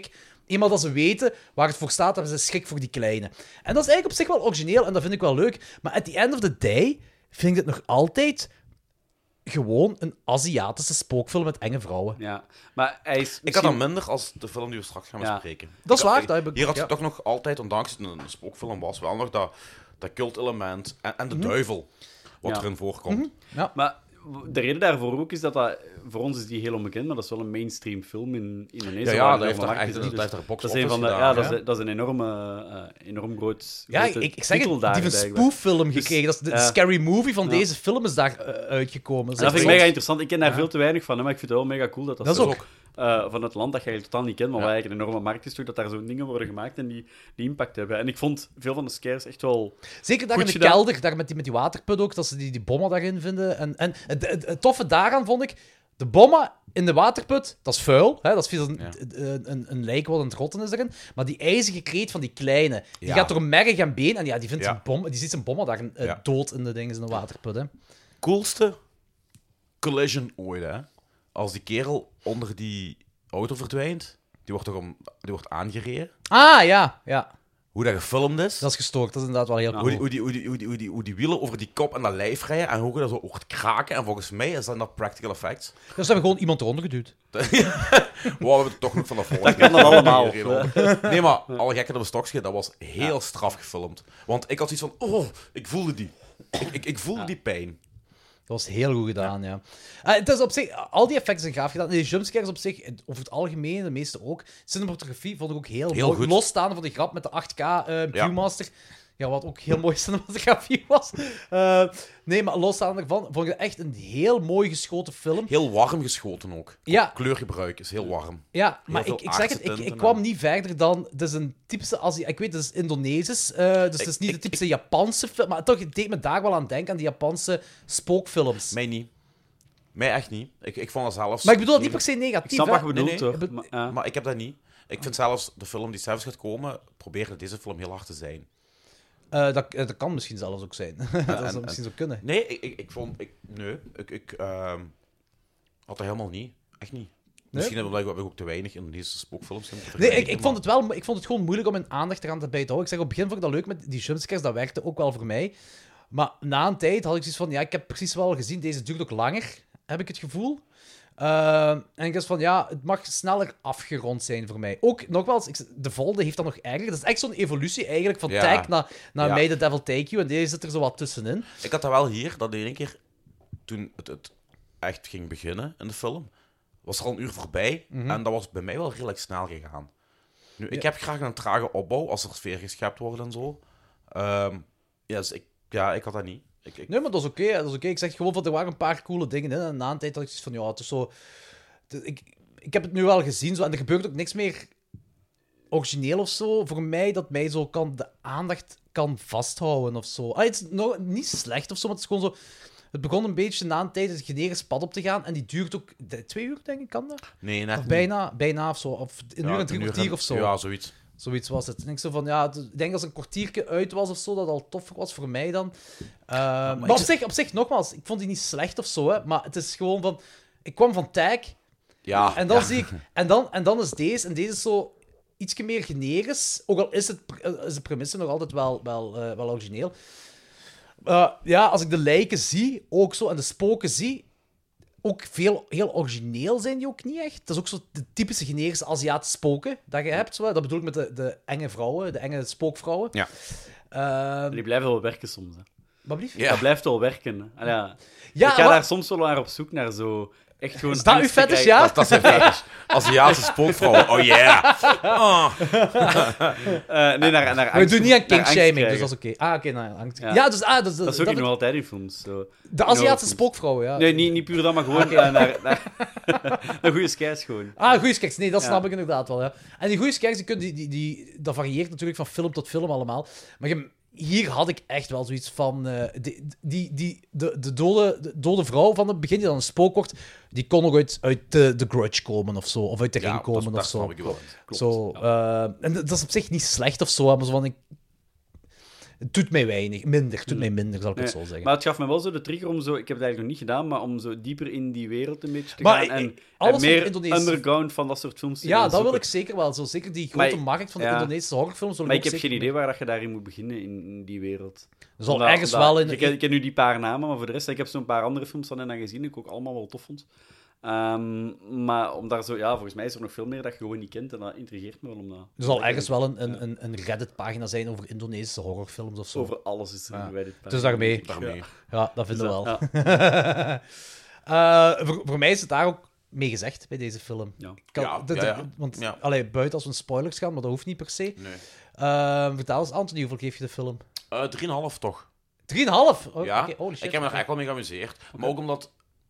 S2: eenmaal dat ze weten waar het voor staat, hebben ze schrik voor die kleine. En dat is eigenlijk op zich wel origineel en dat vind ik wel leuk. Maar at the end of the day vind ik het nog altijd gewoon een Aziatische spookfilm met enge vrouwen.
S6: Ja, maar hij is
S1: Ik had
S6: misschien-
S1: dat minder als de film die we straks gaan
S6: Ja.
S1: bespreken.
S2: Dat is
S1: Ik had-
S2: waar, dat heb ik-
S1: Hier had je
S2: ja.
S1: toch nog altijd, ondanks het een spookfilm was, wel nog dat, dat cult-element en, en de
S2: Mhm.
S1: duivel wat
S6: Ja.
S1: erin voorkomt.
S6: Maar de reden daarvoor ook is dat dat... Voor ons is die heel onbekend, maar dat is wel een mainstream film in Indonesië.
S1: Ja, ja,
S6: waar
S1: dat
S6: een
S1: heeft
S6: enorme
S1: daar
S6: markt
S1: echt-
S6: is.
S1: dat heeft daar box
S6: dat is een van de,
S1: office
S6: ja,
S1: gedaan,
S6: dat is,
S1: hè?
S6: dat is een enorme, uh, enorm groot
S2: Ja,
S6: grote
S2: ik, ik zeg
S6: titel
S2: het,
S6: daar
S2: die heeft een
S6: eigenlijk.
S2: spooffilm
S6: Dus,
S2: gekregen. Dat is de
S6: ja.
S2: Scary Movie van
S6: Ja.
S2: deze film is daar uh, uitgekomen.
S6: En dat vind ik mega interessant. Ik ken daar veel te weinig van, hè, maar ik vind het wel mega cool dat dat,
S2: Dat is
S6: zo-
S2: ook.
S6: uh, van het land dat je eigenlijk totaal niet kent, maar
S1: Ja.
S6: waar eigenlijk een enorme markt is, toch, dat daar zo'n dingen worden gemaakt en die, die impact hebben. En ik vond veel van de scares echt wel...
S2: Zeker daar
S6: Goed
S2: in de
S6: gedaan.
S2: kelder, daar met die, met die waterput ook, dat ze die, die bommen daarin vinden. En, en het, het, het toffe daaraan vond ik, de bommen in de waterput, dat is vuil. Hè? Dat is veel een,
S1: Ja.
S2: een, een, een lijk wat aan het rotten is erin. Maar die ijzige kreet van die kleine, die
S1: Ja.
S2: gaat door merg en been. En ja, die, vindt
S1: Ja.
S2: zijn bom, die ziet zijn bommen daar uh,
S1: Ja.
S2: dood in de dingen in de waterput. Hè?
S1: Coolste collision ooit, hè? Als die kerel onder die auto verdwijnt, die wordt toch om, die wordt aangereden.
S2: Ah, ja, ja.
S1: Hoe dat gefilmd is.
S2: Dat is gestoord. Dat is inderdaad wel heel cool.
S1: Hoe die, hoe, die, hoe, die, hoe, die, hoe, die, hoe die wielen over die kop en dat lijf rijden en hoe je dat zo hoort kraken. En volgens mij is dat dat practical effects.
S2: Dus ze hebben gewoon iemand eronder geduwd.
S1: Wow, we hebben het toch nog van de volgende.
S6: Dat kan dan allemaal.
S1: Nee, maar alle gekken op een stokje, dat was heel straf gefilmd. Want ik had zoiets van, oh, ik voelde die. Ik, ik, ik voelde die pijn.
S2: Dat was heel goed gedaan, ja. Ah, het is op zich, al die effecten zijn gaaf gedaan. En die jumpscares op zich, over het algemeen, de meeste ook. Cinematografie vond ik ook heel,
S1: Heel
S2: mooi.
S1: goed.
S2: Losstaande van die grap met de acht K uh, Viewmaster. Ja, wat ook heel mooi cinematografie was. Uh, nee, maar losstaande ervan, vond ik het echt een heel mooi geschoten film.
S1: Heel warm geschoten ook.
S2: Ja.
S1: Kleurgebruik is heel warm.
S2: Ja, maar
S1: veel
S2: ik, ik zeg het, ik,
S1: aardse
S2: ik
S1: tinten
S2: kwam
S1: en-
S2: niet verder dan... Het is een typische Azië... Ik weet, het is Indonesisch, uh, dus het is niet
S1: ik-
S2: de typische Japanse film. Maar toch, het deed me daar wel aan denken, aan die Japanse spookfilms.
S1: Mij niet. Mij echt niet. Ik, ik vond dat zelfs...
S2: Maar ik bedoel dat niet per se negatief,
S6: Ik snap
S2: hè.
S6: wat je bedoelt,
S1: Nee, nee,
S6: hoor.
S2: ik bedo-
S6: Maar, ja.
S1: Maar ik heb dat niet. Ik vind zelfs de film die zelfs gaat komen, probeerde deze film heel hard te zijn.
S2: Uh, dat, uh, dat kan misschien zelfs ook zijn. dat
S1: en-
S2: zou misschien zo kunnen.
S1: Nee, ik, ik, ik vond... Ik, nee, ik, ik ehm, had dat helemaal niet. Echt niet. Misschien omdat ik ook te weinig in deze spookfilms heb.
S2: Nee, ik, ik, vond het wel, ik vond het gewoon moeilijk om mijn aandacht eraan te bij te houden. Ik zeg, op het begin vond ik dat leuk met die jumpscares, dat werkte ook wel voor mij. Maar na een tijd had ik zoiets van, ja, ik heb precies wel gezien, deze duurt ook langer, heb ik het gevoel. Uh, en ik dacht van, ja, het mag sneller afgerond zijn voor mij. Ook, nogmaals, ik, de volgende heeft dat nog erger. Dat is echt zo'n evolutie eigenlijk, van
S1: Ja.
S2: Tag naar, naar
S1: Ja.
S2: May the Devil Take You, en deze zit er zo wat tussenin.
S1: Ik had dat wel hier, dat in één keer, toen het, het echt ging beginnen in de film, was er al een uur voorbij.
S2: Mhm.
S1: En dat was bij mij wel redelijk snel gegaan. Nu, ik heb graag een trage opbouw, als er sfeer geschept wordt en zo. Ehm, ja, dus ik, ja, ik had dat niet. Ik, ik,
S2: Nee, maar dat is oké. Okay, dat is oké. Ik zeg gewoon van, er waren een paar coole dingen in. En na een tijd had ik zoiets van, ja, het is zo... het- Ik, ik heb het nu wel gezien, zo, en er gebeurt ook niks meer origineel of zo. Voor mij, dat mij zo kan, de aandacht kan vasthouden of zo. Ah, het is nog niet slecht of zo, maar het is gewoon zo... Het begon een beetje na een tijd het generisch pad op te gaan. En die duurt ook de- twee uur, denk ik, kan dat?
S1: nee, net
S2: Of
S1: niet.
S2: bijna, bijna of zo. Of een
S1: Ja,
S2: uur en drie
S1: een uur
S2: kwartier
S1: en-
S2: of zo.
S1: Ja, zoiets.
S2: Zoiets was het. En ik zo van, ja, het- ik denk als een kwartiertje uit was of zo, dat al toffer was voor mij dan. Uh, maar
S1: ik
S2: op,
S1: zit-
S2: zich, op zich, nogmaals, ik vond die niet slecht of zo, hè, maar het is gewoon van... Ik kwam van Tag,
S1: Ja,
S2: en dan
S1: ja.
S2: zie ik... En dan, en dan is deze, en deze is zo ietsje meer generisch, ook al is, het, is de premisse nog altijd wel, wel, uh, wel origineel. Uh, ja, als ik de lijken zie, ook zo, en de spoken zie... Ook veel, heel origineel zijn die ook niet echt. Dat is ook zo de typische generische Aziatische spoken dat je hebt. Zo. Dat bedoel ik met de, de enge vrouwen, de enge spookvrouwen.
S1: Ja.
S2: Uh,
S6: Die blijven wel werken soms. Hè.
S2: wat blieft?
S1: Ja.
S6: Dat blijft wel werken. Hè. Ah, ja.
S2: Ja,
S6: ik ga
S2: maar-
S6: daar soms wel naar op zoek, naar zo... Echt gewoon
S2: Is dat uw
S6: angst te
S2: fetish,
S6: krijgen.
S2: ja?
S1: Dat, dat zijn fetish. Aziatische spookvrouwen. Oh yeah. Oh.
S6: Eh, nee, naar, naar
S2: Maar we
S6: angst-
S2: doen niet aan
S6: naar angst
S2: kinkshaming, dus
S6: krijgen.
S2: dat is oké. Ah, oké, nou, angst. Ja.
S6: Ja.
S2: dus, ah, dus,
S6: Dat is ook
S2: dat-
S6: nog altijd in films. Zo.
S2: de Aziatische
S6: films.
S2: spookvrouwen, ja.
S6: Nee, niet, niet puur dat, maar gewoon eh, naar, naar, naar goede skies gewoon.
S2: Ah, goeie skeks. Nee, dat
S6: Ja.
S2: snap ik inderdaad wel, ja. En die goeie skeks, die, kun- die, die, die, dat varieert natuurlijk van film tot film allemaal. Maar je, hier had ik echt wel zoiets van... eh, die, die, die, de, de, dode, de dode vrouw van het begin, die dan een spook wordt, die kon nog uit, uit de, de Grudge komen of zo. Of uit de
S1: Ja,
S2: Ring komen
S1: dat,
S2: of
S1: dat
S2: zo.
S1: snap ik wel.
S2: Zo, eh, en dat is op zich niet slecht of zo, maar zo van... Ik, Het doet mij weinig. Minder. Het doet mij minder, zal ik het
S6: Nee,
S2: zo zeggen.
S6: Maar het gaf me wel zo de trigger om zo... Ik heb het eigenlijk nog niet gedaan, maar om zo dieper in die wereld een beetje te
S2: Maar
S6: gaan.
S2: ik-
S6: En,
S2: ik- alles
S6: en
S2: wat
S6: meer
S2: Indonesisch-
S6: underground van dat soort films te
S2: Ja,
S6: gaan
S2: dat wil
S6: zoeken.
S2: ik zeker wel. Zo, zeker die
S6: Maar
S2: grote
S6: ik-
S2: markt van de
S6: ja.
S2: Indonesische horrorfilms. wil
S6: Maar ik
S2: ook
S6: heb
S2: zeker
S6: geen idee
S2: mee-
S6: waar dat je daarin moet beginnen, in, in die wereld.
S2: Er zal
S6: Omdat-
S2: ergens
S6: omdat-
S2: wel in...
S6: Ik ken, ik ken nu die paar namen, maar voor de rest... Ik heb zo'n paar andere films van hen dan gezien, die ik ook allemaal wel tof vond. Ehm, maar om daar zo... Ja, volgens mij is er nog veel meer dat je gewoon niet kent. En dat intrigeert me wel om dat...
S2: Er zal ergens wel een, een, een, een Reddit-pagina zijn over Indonesische horrorfilms of zo.
S6: Over alles is er
S2: Ja.
S6: een Reddit.
S2: Dus daarmee.
S1: Daarmee.
S2: Ja, dat vinden we wel.
S6: Ja.
S2: Eh, voor, voor mij is het daar ook mee gezegd bij deze film.
S6: Ja.
S2: Ik kan-
S1: Ja,
S2: de- de-
S1: ja, ja.
S2: Want,
S1: Ja.
S2: allee, buiten als we in spoilers gaan, maar dat hoeft niet per se.
S1: Nee.
S2: Eh, vertel eens, Anthony, hoeveel geef je de film?
S1: Uh, drie komma vijf toch?
S2: drie komma vijf? Oh,
S1: Ja,
S2: oké, holy shit.
S1: ik heb me er echt wel mee geamuseerd. Maar ook omdat...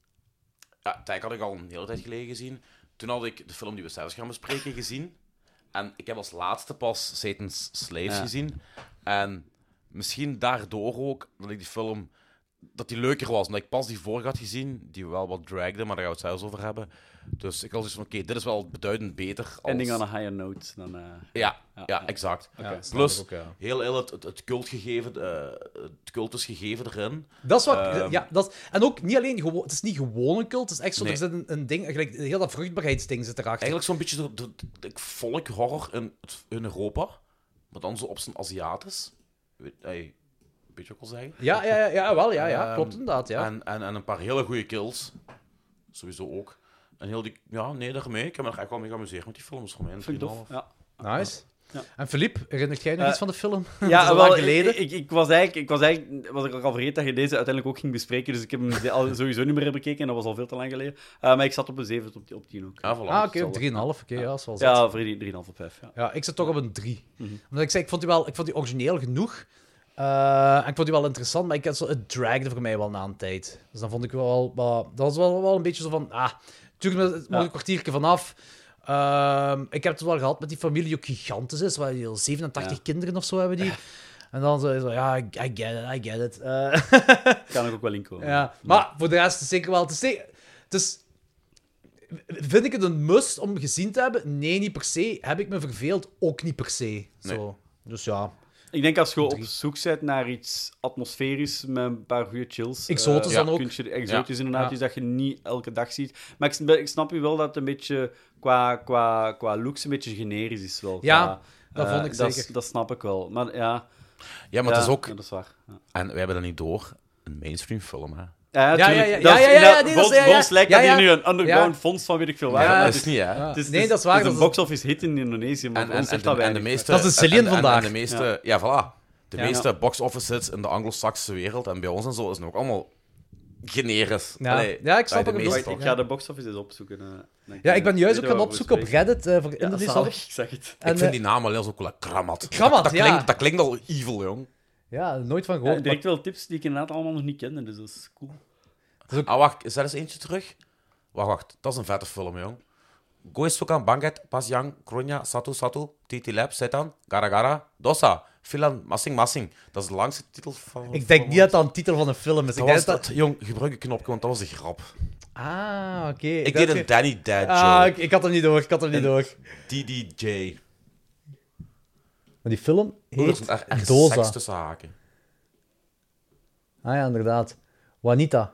S1: Ja, Tijk had ik al een hele tijd geleden gezien. Toen had ik de film die we zelfs gaan bespreken gezien. En ik heb als laatste pas Satan's Slaves
S6: Ja.
S1: gezien. En misschien daardoor ook dat ik die film... Dat die leuker was. Omdat ik pas die vorige had gezien, die wel wat dragde, maar daar gaan we het zelfs over hebben. Dus ik had zoiets van, oké, dit is wel beduidend beter als...
S6: Ending on a higher note dan... eh,
S1: Ja,
S6: Ja,
S1: ja,
S6: ja.
S1: exact.
S2: Ja, snap
S1: Plus,
S2: ik ook, ja.
S1: heel, heel het, het, het cultgegeven, eh, het cultusgegeven erin.
S2: Dat is wat...
S1: Ehm.
S2: ja, dat is, en ook niet alleen gewoon... Het is niet gewoon een cult, het is echt zo...
S1: Nee.
S2: Er zit een, een ding... Gelijk, heel dat vruchtbaarheidsding zit erachter.
S1: Eigenlijk zo'n beetje de, de, de, de volkhorror in, het- in Europa, maar dan zo op zijn Aziatisch. Weet, hey, weet je wat ik wil zeggen?
S2: Ja, ja, ja, ja, wel, ja, ja.
S1: Ehm,
S2: Klopt inderdaad, ja.
S1: En, en, en een paar hele goede kills. Sowieso ook. En heel die... Ja, nee, daarmee. Ik heb me er echt wel mee geamuseerd met die films voor mij. een
S6: Vind ik tof.
S1: drie komma vijf.
S6: Ja.
S2: Nice.
S6: Ja.
S2: En Philippe, herinnert jij nog
S6: Eh,
S2: iets van de film? Dat
S6: Ja,
S2: is al
S6: wel,
S2: lang geleden.
S6: Ik, ik, ik was eigenlijk, ik was eigenlijk was ik al vergeten dat je deze uiteindelijk ook ging bespreken, dus ik heb hem al sowieso niet meer bekeken en dat was al veel te lang geleden. Uh, maar ik zat op een zeven op, op tien ook.
S1: Ja, voilà.
S2: Ah, oké,
S6: zal
S2: op
S6: wel.
S2: drie komma vijf. Oké, ja, dat is wel zet.
S6: Ja, voor die drie komma vijf op vijf. Ja.
S2: Ja, ik zit toch op een drie.
S6: Mhm.
S2: Omdat ik zei, ik vond die wel, ik vond die origineel genoeg. Eh, en ik vond die wel interessant, maar ik had zo, het dragde voor mij wel na een tijd. Dus dan vond ik wel, wel dat was wel, wel een beetje zo van, ah, natuurlijk het mocht
S6: Ja.
S2: een kwartiertje vanaf. Ehm, ik heb het wel gehad met die familie die ook gigantisch is, waar die al zevenentachtig
S6: Ja.
S2: kinderen of zo hebben die. En dan zo, zo ja, I, I get it, I get it. Eh,
S6: Kan ik ook wel inkomen.
S2: ja, maar voor de rest is het zeker wel. Het is, zeker- het is, vind ik het een must om gezien te hebben? Nee, niet per se. Heb ik me verveeld? Ook niet per se. Zo. Dus ja.
S6: Ik denk als je op
S2: Drie.
S6: zoek bent naar iets atmosferisch met een paar goede chills.
S2: Exotisch
S6: eh,
S2: dan ook.
S6: Kun je, exotisch inderdaad,
S2: Ja.
S6: iets dat je niet elke dag ziet. Maar ik, sn- ik snap je wel dat het een beetje qua, qua, qua looks een beetje generisch is wel.
S2: Ja,
S6: Qua,
S2: dat
S6: eh,
S2: vond ik
S6: dat,
S2: zeker.
S6: Dat snap ik wel. Maar ja,
S1: Ja, maar
S6: ja,
S1: het is ook...
S6: ja, dat is waar. Ja.
S1: En wij hebben dat niet door. Een mainstream film, hè.
S6: Ja,
S2: ja,
S6: tuurlijk.
S2: ja,
S6: Dat
S2: ja,
S6: is
S2: ja, ja,
S6: inderdaad-
S2: nee, dat is-
S6: voor-
S2: ja, ja.
S6: voor ons lijkt
S2: Ja,
S6: dat
S2: ja.
S6: hier nu een underground
S2: Ja.
S6: fonds van weet ik veel waar.
S2: Ja,
S6: maar
S1: dat
S6: het
S1: is niet, hè.
S2: Ja.
S6: Het is,
S2: Nee,
S6: het
S2: dat is waar.
S6: Het is
S2: dat
S6: een
S2: is-
S6: box-office hit in Indonesië, maar
S1: En,
S6: voor
S1: en,
S6: ons
S1: en,
S6: zegt
S1: de,
S6: dat
S1: en de
S6: weinig.
S1: meeste...
S2: Dat is een Cillian
S1: en- en- en
S2: vandaag.
S1: de meeste...
S6: Ja.
S1: Ja, voilà. De
S2: Ja.
S1: meeste box-office hits in de anglo-saxische wereld en bij ons en zo is het ook allemaal generisch.
S2: Ja.
S1: Allee,
S2: Ja, ik snap
S1: bij de
S2: wat je
S1: meeste-
S6: Wacht, ik
S2: Ja.
S6: ga de box-office eens opzoeken. eh, dan
S2: Ja, ik ben juist
S6: weet
S2: ook gaan
S6: waar we
S2: opzoeken op
S6: spreken.
S2: Reddit eh, voor
S6: Ja,
S2: Indonesisch.
S6: zalig, ik zeg het.
S2: En,
S1: Ik vind
S2: eh,
S1: die naam alleen zo cool. Kramat.
S2: Kramat,
S1: dat, dat,
S2: ja.
S1: klinkt, dat klinkt al evil, jong.
S2: Ja, nooit van
S6: Ja,
S2: gehoord.
S6: direct wel tips die ik inderdaad allemaal nog niet kende, dus dat is cool.
S1: Ah, wacht. Is dat eens eentje terug? Wacht, wacht. Dat is een vette film, jong. Goesukan Banget Pasyang Kronya Satu Satu Titi Lab Setan Gara Gara Dosa Filan Massing Massing. Dat is de langste titel van een
S2: Ik denk
S1: film.
S2: niet dat dat een titel van een film is. Ik
S1: Dat
S2: denk
S1: was
S2: dat...
S1: dat, jong, gebruik een knopje, want dat was de grap.
S2: Ah, oké.
S1: Ik
S2: dacht
S1: deed
S2: je-
S1: een Danny Dad
S2: Ah,
S1: joke.
S2: ik, ik had hem niet door. Ik had hem niet
S1: En-
S2: door.
S1: D D J.
S2: Maar die film
S1: Er
S2: heet
S1: stond echt, echt
S2: Doza.
S1: seks tussen haken.
S2: Ah ja, inderdaad. Juanita.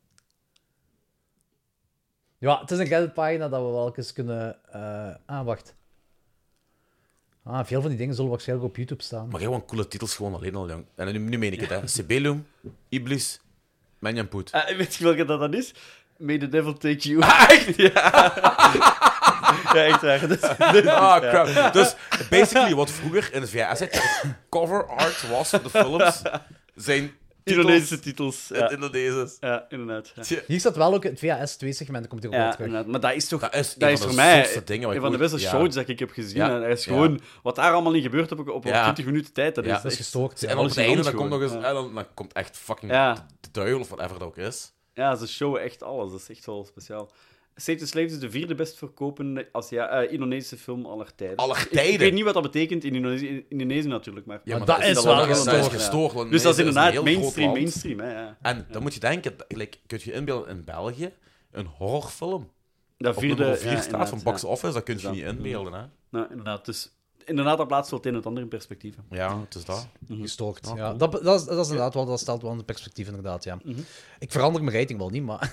S2: Ja, het is een Reddit-pagina dat we wel eens kunnen... eh Ah, wacht. Ah, veel van die dingen zullen waarschijnlijk op YouTube staan.
S1: Maar gewoon coole titels gewoon alleen al, jong. En nu, nu meen ik het, hè. Sibelium, Iblis, Menjanput.
S6: Ah, weet je welke dat dan is? May the devil take you.
S1: Ah, echt?
S6: Ja, ja echt waar. Dus, dus,
S1: Ah,
S6: ja.
S1: crap. Dus, basically, wat vroeger in de V S het cover art was voor de films, zijn titels
S6: Indonesische titels.
S1: in
S6: Ja,
S1: het Indonesisch.
S6: ja inderdaad. Ja.
S1: Tja.
S2: Hier staat wel ook het V H S twee segment, komt er ook wel
S6: Ja,
S2: terug.
S6: inderdaad. Maar dat is toch...
S1: Dat is
S6: dat
S1: een
S6: is
S1: van de
S6: voor mij
S1: zotste dingen wat
S6: een
S1: ik
S6: van de
S1: ooit-
S6: beste
S1: ja.
S6: shows dat ik heb gezien.
S1: Ja,
S6: En dat is
S1: ja.
S6: gewoon... Wat daar allemaal niet gebeurt op, op, op
S1: Ja.
S6: twintig minuten tijd, dat is,
S1: Ja.
S2: Dat is
S6: echt-
S2: gestoord.
S1: En op het einde dan komt nog eens...
S6: Ja.
S1: en dan, dan komt echt fucking
S6: Ja.
S1: de duivel of whatever dat ook is.
S6: Ja, ze showen echt alles. Dat is echt wel speciaal. Satan's Slaves is de vierde best verkopende Asia eh, Indonesische film aller tijden.
S1: Aller
S6: Ik- Ik,
S1: tijden?
S6: weet niet wat dat betekent in Indonesië, in Indonesië natuurlijk, maar...
S1: Ja,
S2: Maar dat is
S6: dat
S2: wel
S6: wel
S1: dat is
S2: gestoord.
S1: gestoord. want
S6: Dus dat is
S1: Indonesië een
S6: inderdaad
S1: heel groot
S6: mainstream,
S1: land.
S6: mainstream. Hè, ja.
S1: En dan moet je denken, like, kun je inbeelden in België, een horrorfilm
S6: Dat
S1: op
S6: vierde,
S1: nummer vier
S6: ja,
S1: staat van
S6: inderdaad,
S1: box
S6: ja.
S1: office, dat kun je
S6: Ja.
S1: niet inbeelden, hè.
S6: Nou, inderdaad. Dus inderdaad, dat plaatst wel het een en het ander in perspectief.
S1: Ja, het is dat.
S2: Gestoord.
S1: Ja,
S2: Ja,
S1: cool.
S2: dat, dat, is, dat is inderdaad wel, dat stelt wel in perspectief, inderdaad, ja.
S6: Mhm.
S2: Ik verander mijn rating wel niet, maar...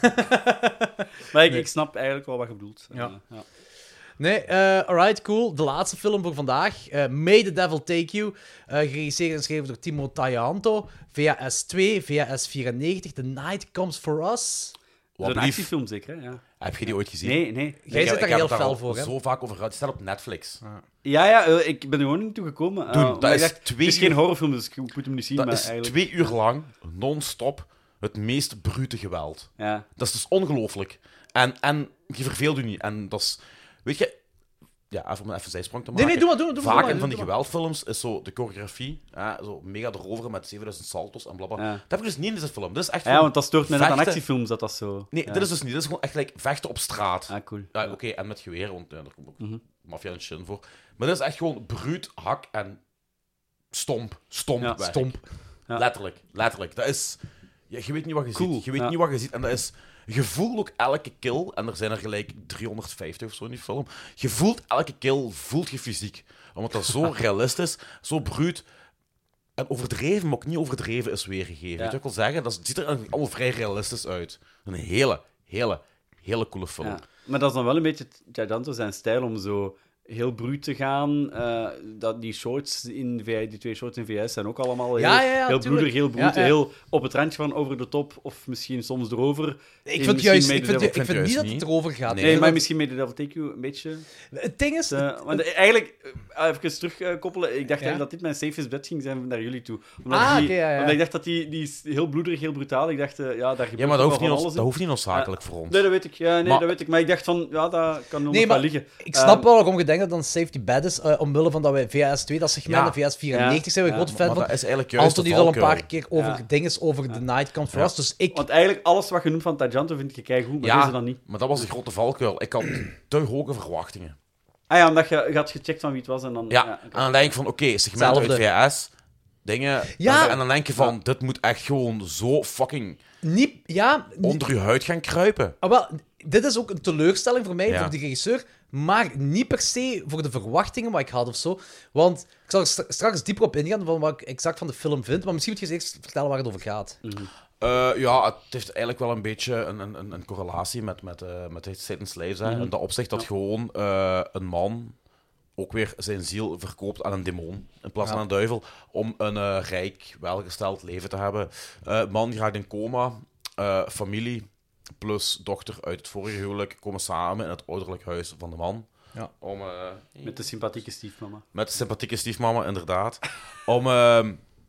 S6: Maar ik,
S2: Nee.
S6: ik snap eigenlijk wel wat je bedoelt.
S2: Ja.
S6: Uh, ja.
S2: Nee, eh, alright, cool. De laatste film voor vandaag. eh May the Devil Take You. eh geregisseerd en geschreven door Timo Tajanto. V H S twee, V H S vierennegentig. The Night Comes For Us.
S6: Dat is een
S1: blief.
S6: actiefilm zeker, hè? Ja.
S1: Heb je die ooit gezien?
S6: Nee, nee.
S2: Jij
S1: Ik-
S2: zit
S1: ik
S2: daar
S1: heb
S2: heel
S1: het
S2: fel
S1: al
S2: voor, hè?
S1: zo vaak over gehad. Die staat op Netflix.
S6: Ja, ja, eh, ik ben er gewoon niet toe gekomen. Uh,
S1: Doen,
S6: maar
S1: dat
S6: ik
S1: is
S6: dacht,
S1: twee
S6: Het is
S1: uur-
S6: geen horrorfilm, dus ik moet hem niet zien.
S1: Dat
S6: maar
S1: is
S6: eigenlijk...
S1: twee uur lang, non-stop, het meest brute geweld.
S6: Ja.
S1: Dat is dus ongelooflijk. En, en je verveelt je niet. En dat is... Weet je... Ja, even om even een zijsprong te
S2: Nee,
S1: maken.
S2: nee, doe maar, doe maar. Doe
S1: Vaak
S2: maar,
S1: in van die
S2: doe maar.
S1: geweldfilms is zo de choreografie, hè, zo mega erover met zevenduizend salto's en blablabla.
S6: Ja.
S1: Dat heb ik dus niet in deze film. Dit is echt
S6: Ja,
S1: gewoon
S6: want dat stoort mij net aan
S1: vechten.
S6: actiefilms, dat dat zo...
S1: Nee,
S6: ja.
S1: dit is dus niet. Dit is gewoon echt like, vechten op straat.
S6: Ah, cool.
S1: Ja, oké, en met geweer, want ja, daar komt ook
S6: Mhm.
S1: maffia en shit voor. Maar dit is echt gewoon bruut, hak en stomp. Stomp.
S6: Ja,
S1: werk.
S2: Stomp.
S6: Ja.
S1: Letterlijk, letterlijk. Dat is... Ja, je weet niet wat je
S6: Cool,
S1: ziet. Je weet
S6: ja.
S1: niet wat je ziet. En dat is... Je voelt ook elke kill, en er zijn er gelijk driehonderdvijftig of zo in die film. Je voelt elke kill, voelt je fysiek. Omdat dat zo realistisch, zo bruut en overdreven, maar ook niet overdreven is weergegeven.
S6: Ja.
S1: Weet je wat ik wil zeggen? Dat ziet er eigenlijk allemaal vrij realistisch uit. Een hele, hele, hele coole film.
S6: Ja. Maar dat is dan wel een beetje Giganto zijn stijl om zo heel bruut te gaan. Uh, dat, die shorts in V S, die twee shorts in V S zijn ook allemaal heel,
S2: Ja, ja, ja,
S6: heel
S2: tuurlijk.
S6: bloedig, heel bruut,
S2: Ja, ja.
S6: heel op het randje van over de top, of misschien soms erover.
S2: Ik
S6: In
S2: vind,
S6: misschien
S2: juist,
S6: May
S2: ik
S6: the
S2: vind,
S6: Devil-
S2: ik vind
S1: juist
S2: niet dat
S1: niet.
S2: het erover gaat.
S1: Nee,
S2: Ik
S6: Nee,
S2: vind
S6: maar
S2: dat-
S6: misschien May the Devil Take You een beetje.
S2: Het ding is...
S6: Uh, want eigenlijk, uh, even terugkoppelen, ik dacht
S2: Ja?
S6: eigenlijk dat dit mijn safest bet ging zijn naar jullie toe. Omdat,
S2: Ah,
S6: die,
S2: oké, ja, ja.
S6: omdat ik dacht dat die, die is heel bloederig, heel brutaal. Ik dacht, uh, ja, daar gebeurt
S1: Ja, maar dat
S6: wel
S1: hoeft,
S6: van
S1: niet,
S6: alles
S1: ons-
S6: in.
S1: dat hoeft niet noodzakelijk voor ons.
S6: Nee, dat weet ik. Ja, nee,
S1: Maar-
S6: dat weet ik. Maar ik dacht van, ja, dat kan nog
S2: Nee,
S6: wel
S2: maar
S6: liggen.
S2: ik snap
S6: Ehm,
S2: wel waarom je denkt dat dan safety bad is, uh, omwille van dat wij V H S twee, dat segment,
S1: Ja.
S2: de V H S vierennegentig zijn we
S6: Ja,
S2: groot
S6: ja.
S2: fan
S1: Maar
S2: van.
S1: dat is eigenlijk juist
S2: Anthony
S1: de
S2: wil een
S1: valkuil.
S2: paar keer over
S6: Ja.
S2: dinges over The Night Comes For
S1: Ja.
S2: Us, dus ik...
S6: Want eigenlijk, alles wat je noemt van Tajanto vind ik keigoed, maar
S1: Ja,
S6: deze dan niet.
S1: maar dat was de grote valkuil. Ik had te hoge verwachtingen.
S6: Ah ja, omdat je, je had gecheckt van wie het was en dan...
S1: Ja,
S6: oké.
S1: en dan denk ik van, oké, segment uit
S2: Hetzelfde.
S1: V H S, dingen...
S2: Ja.
S1: En, en dan denk je van, dit moet echt gewoon zo fucking
S2: Niet... Ja... niet-
S1: onder je huid gaan kruipen.
S2: Ah, wel, dit is ook een teleurstelling voor mij,
S1: Ja.
S2: voor de regisseur, maar niet per se voor de verwachtingen wat ik had of zo. Want ik zal er st- straks dieper op ingaan van wat ik exact van de film vind, maar misschien moet je eens eerst vertellen waar het over gaat.
S1: Eh, ja, het heeft eigenlijk wel een beetje een, een, een correlatie met, met, uh, met Satan Slaves. Hè. In dat opzicht dat gewoon uh, een man ook weer zijn ziel verkoopt aan een demon in plaats
S2: Ja.
S1: van een duivel, om een uh, rijk, welgesteld leven te hebben. Uh, man raakt in coma, uh, familie plus dochter uit het vorige huwelijk komen samen in het ouderlijk huis van de man.
S2: Ja.
S1: Om, uh,
S6: Met de sympathieke stiefmama.
S1: met de sympathieke stiefmama, inderdaad. Om uh,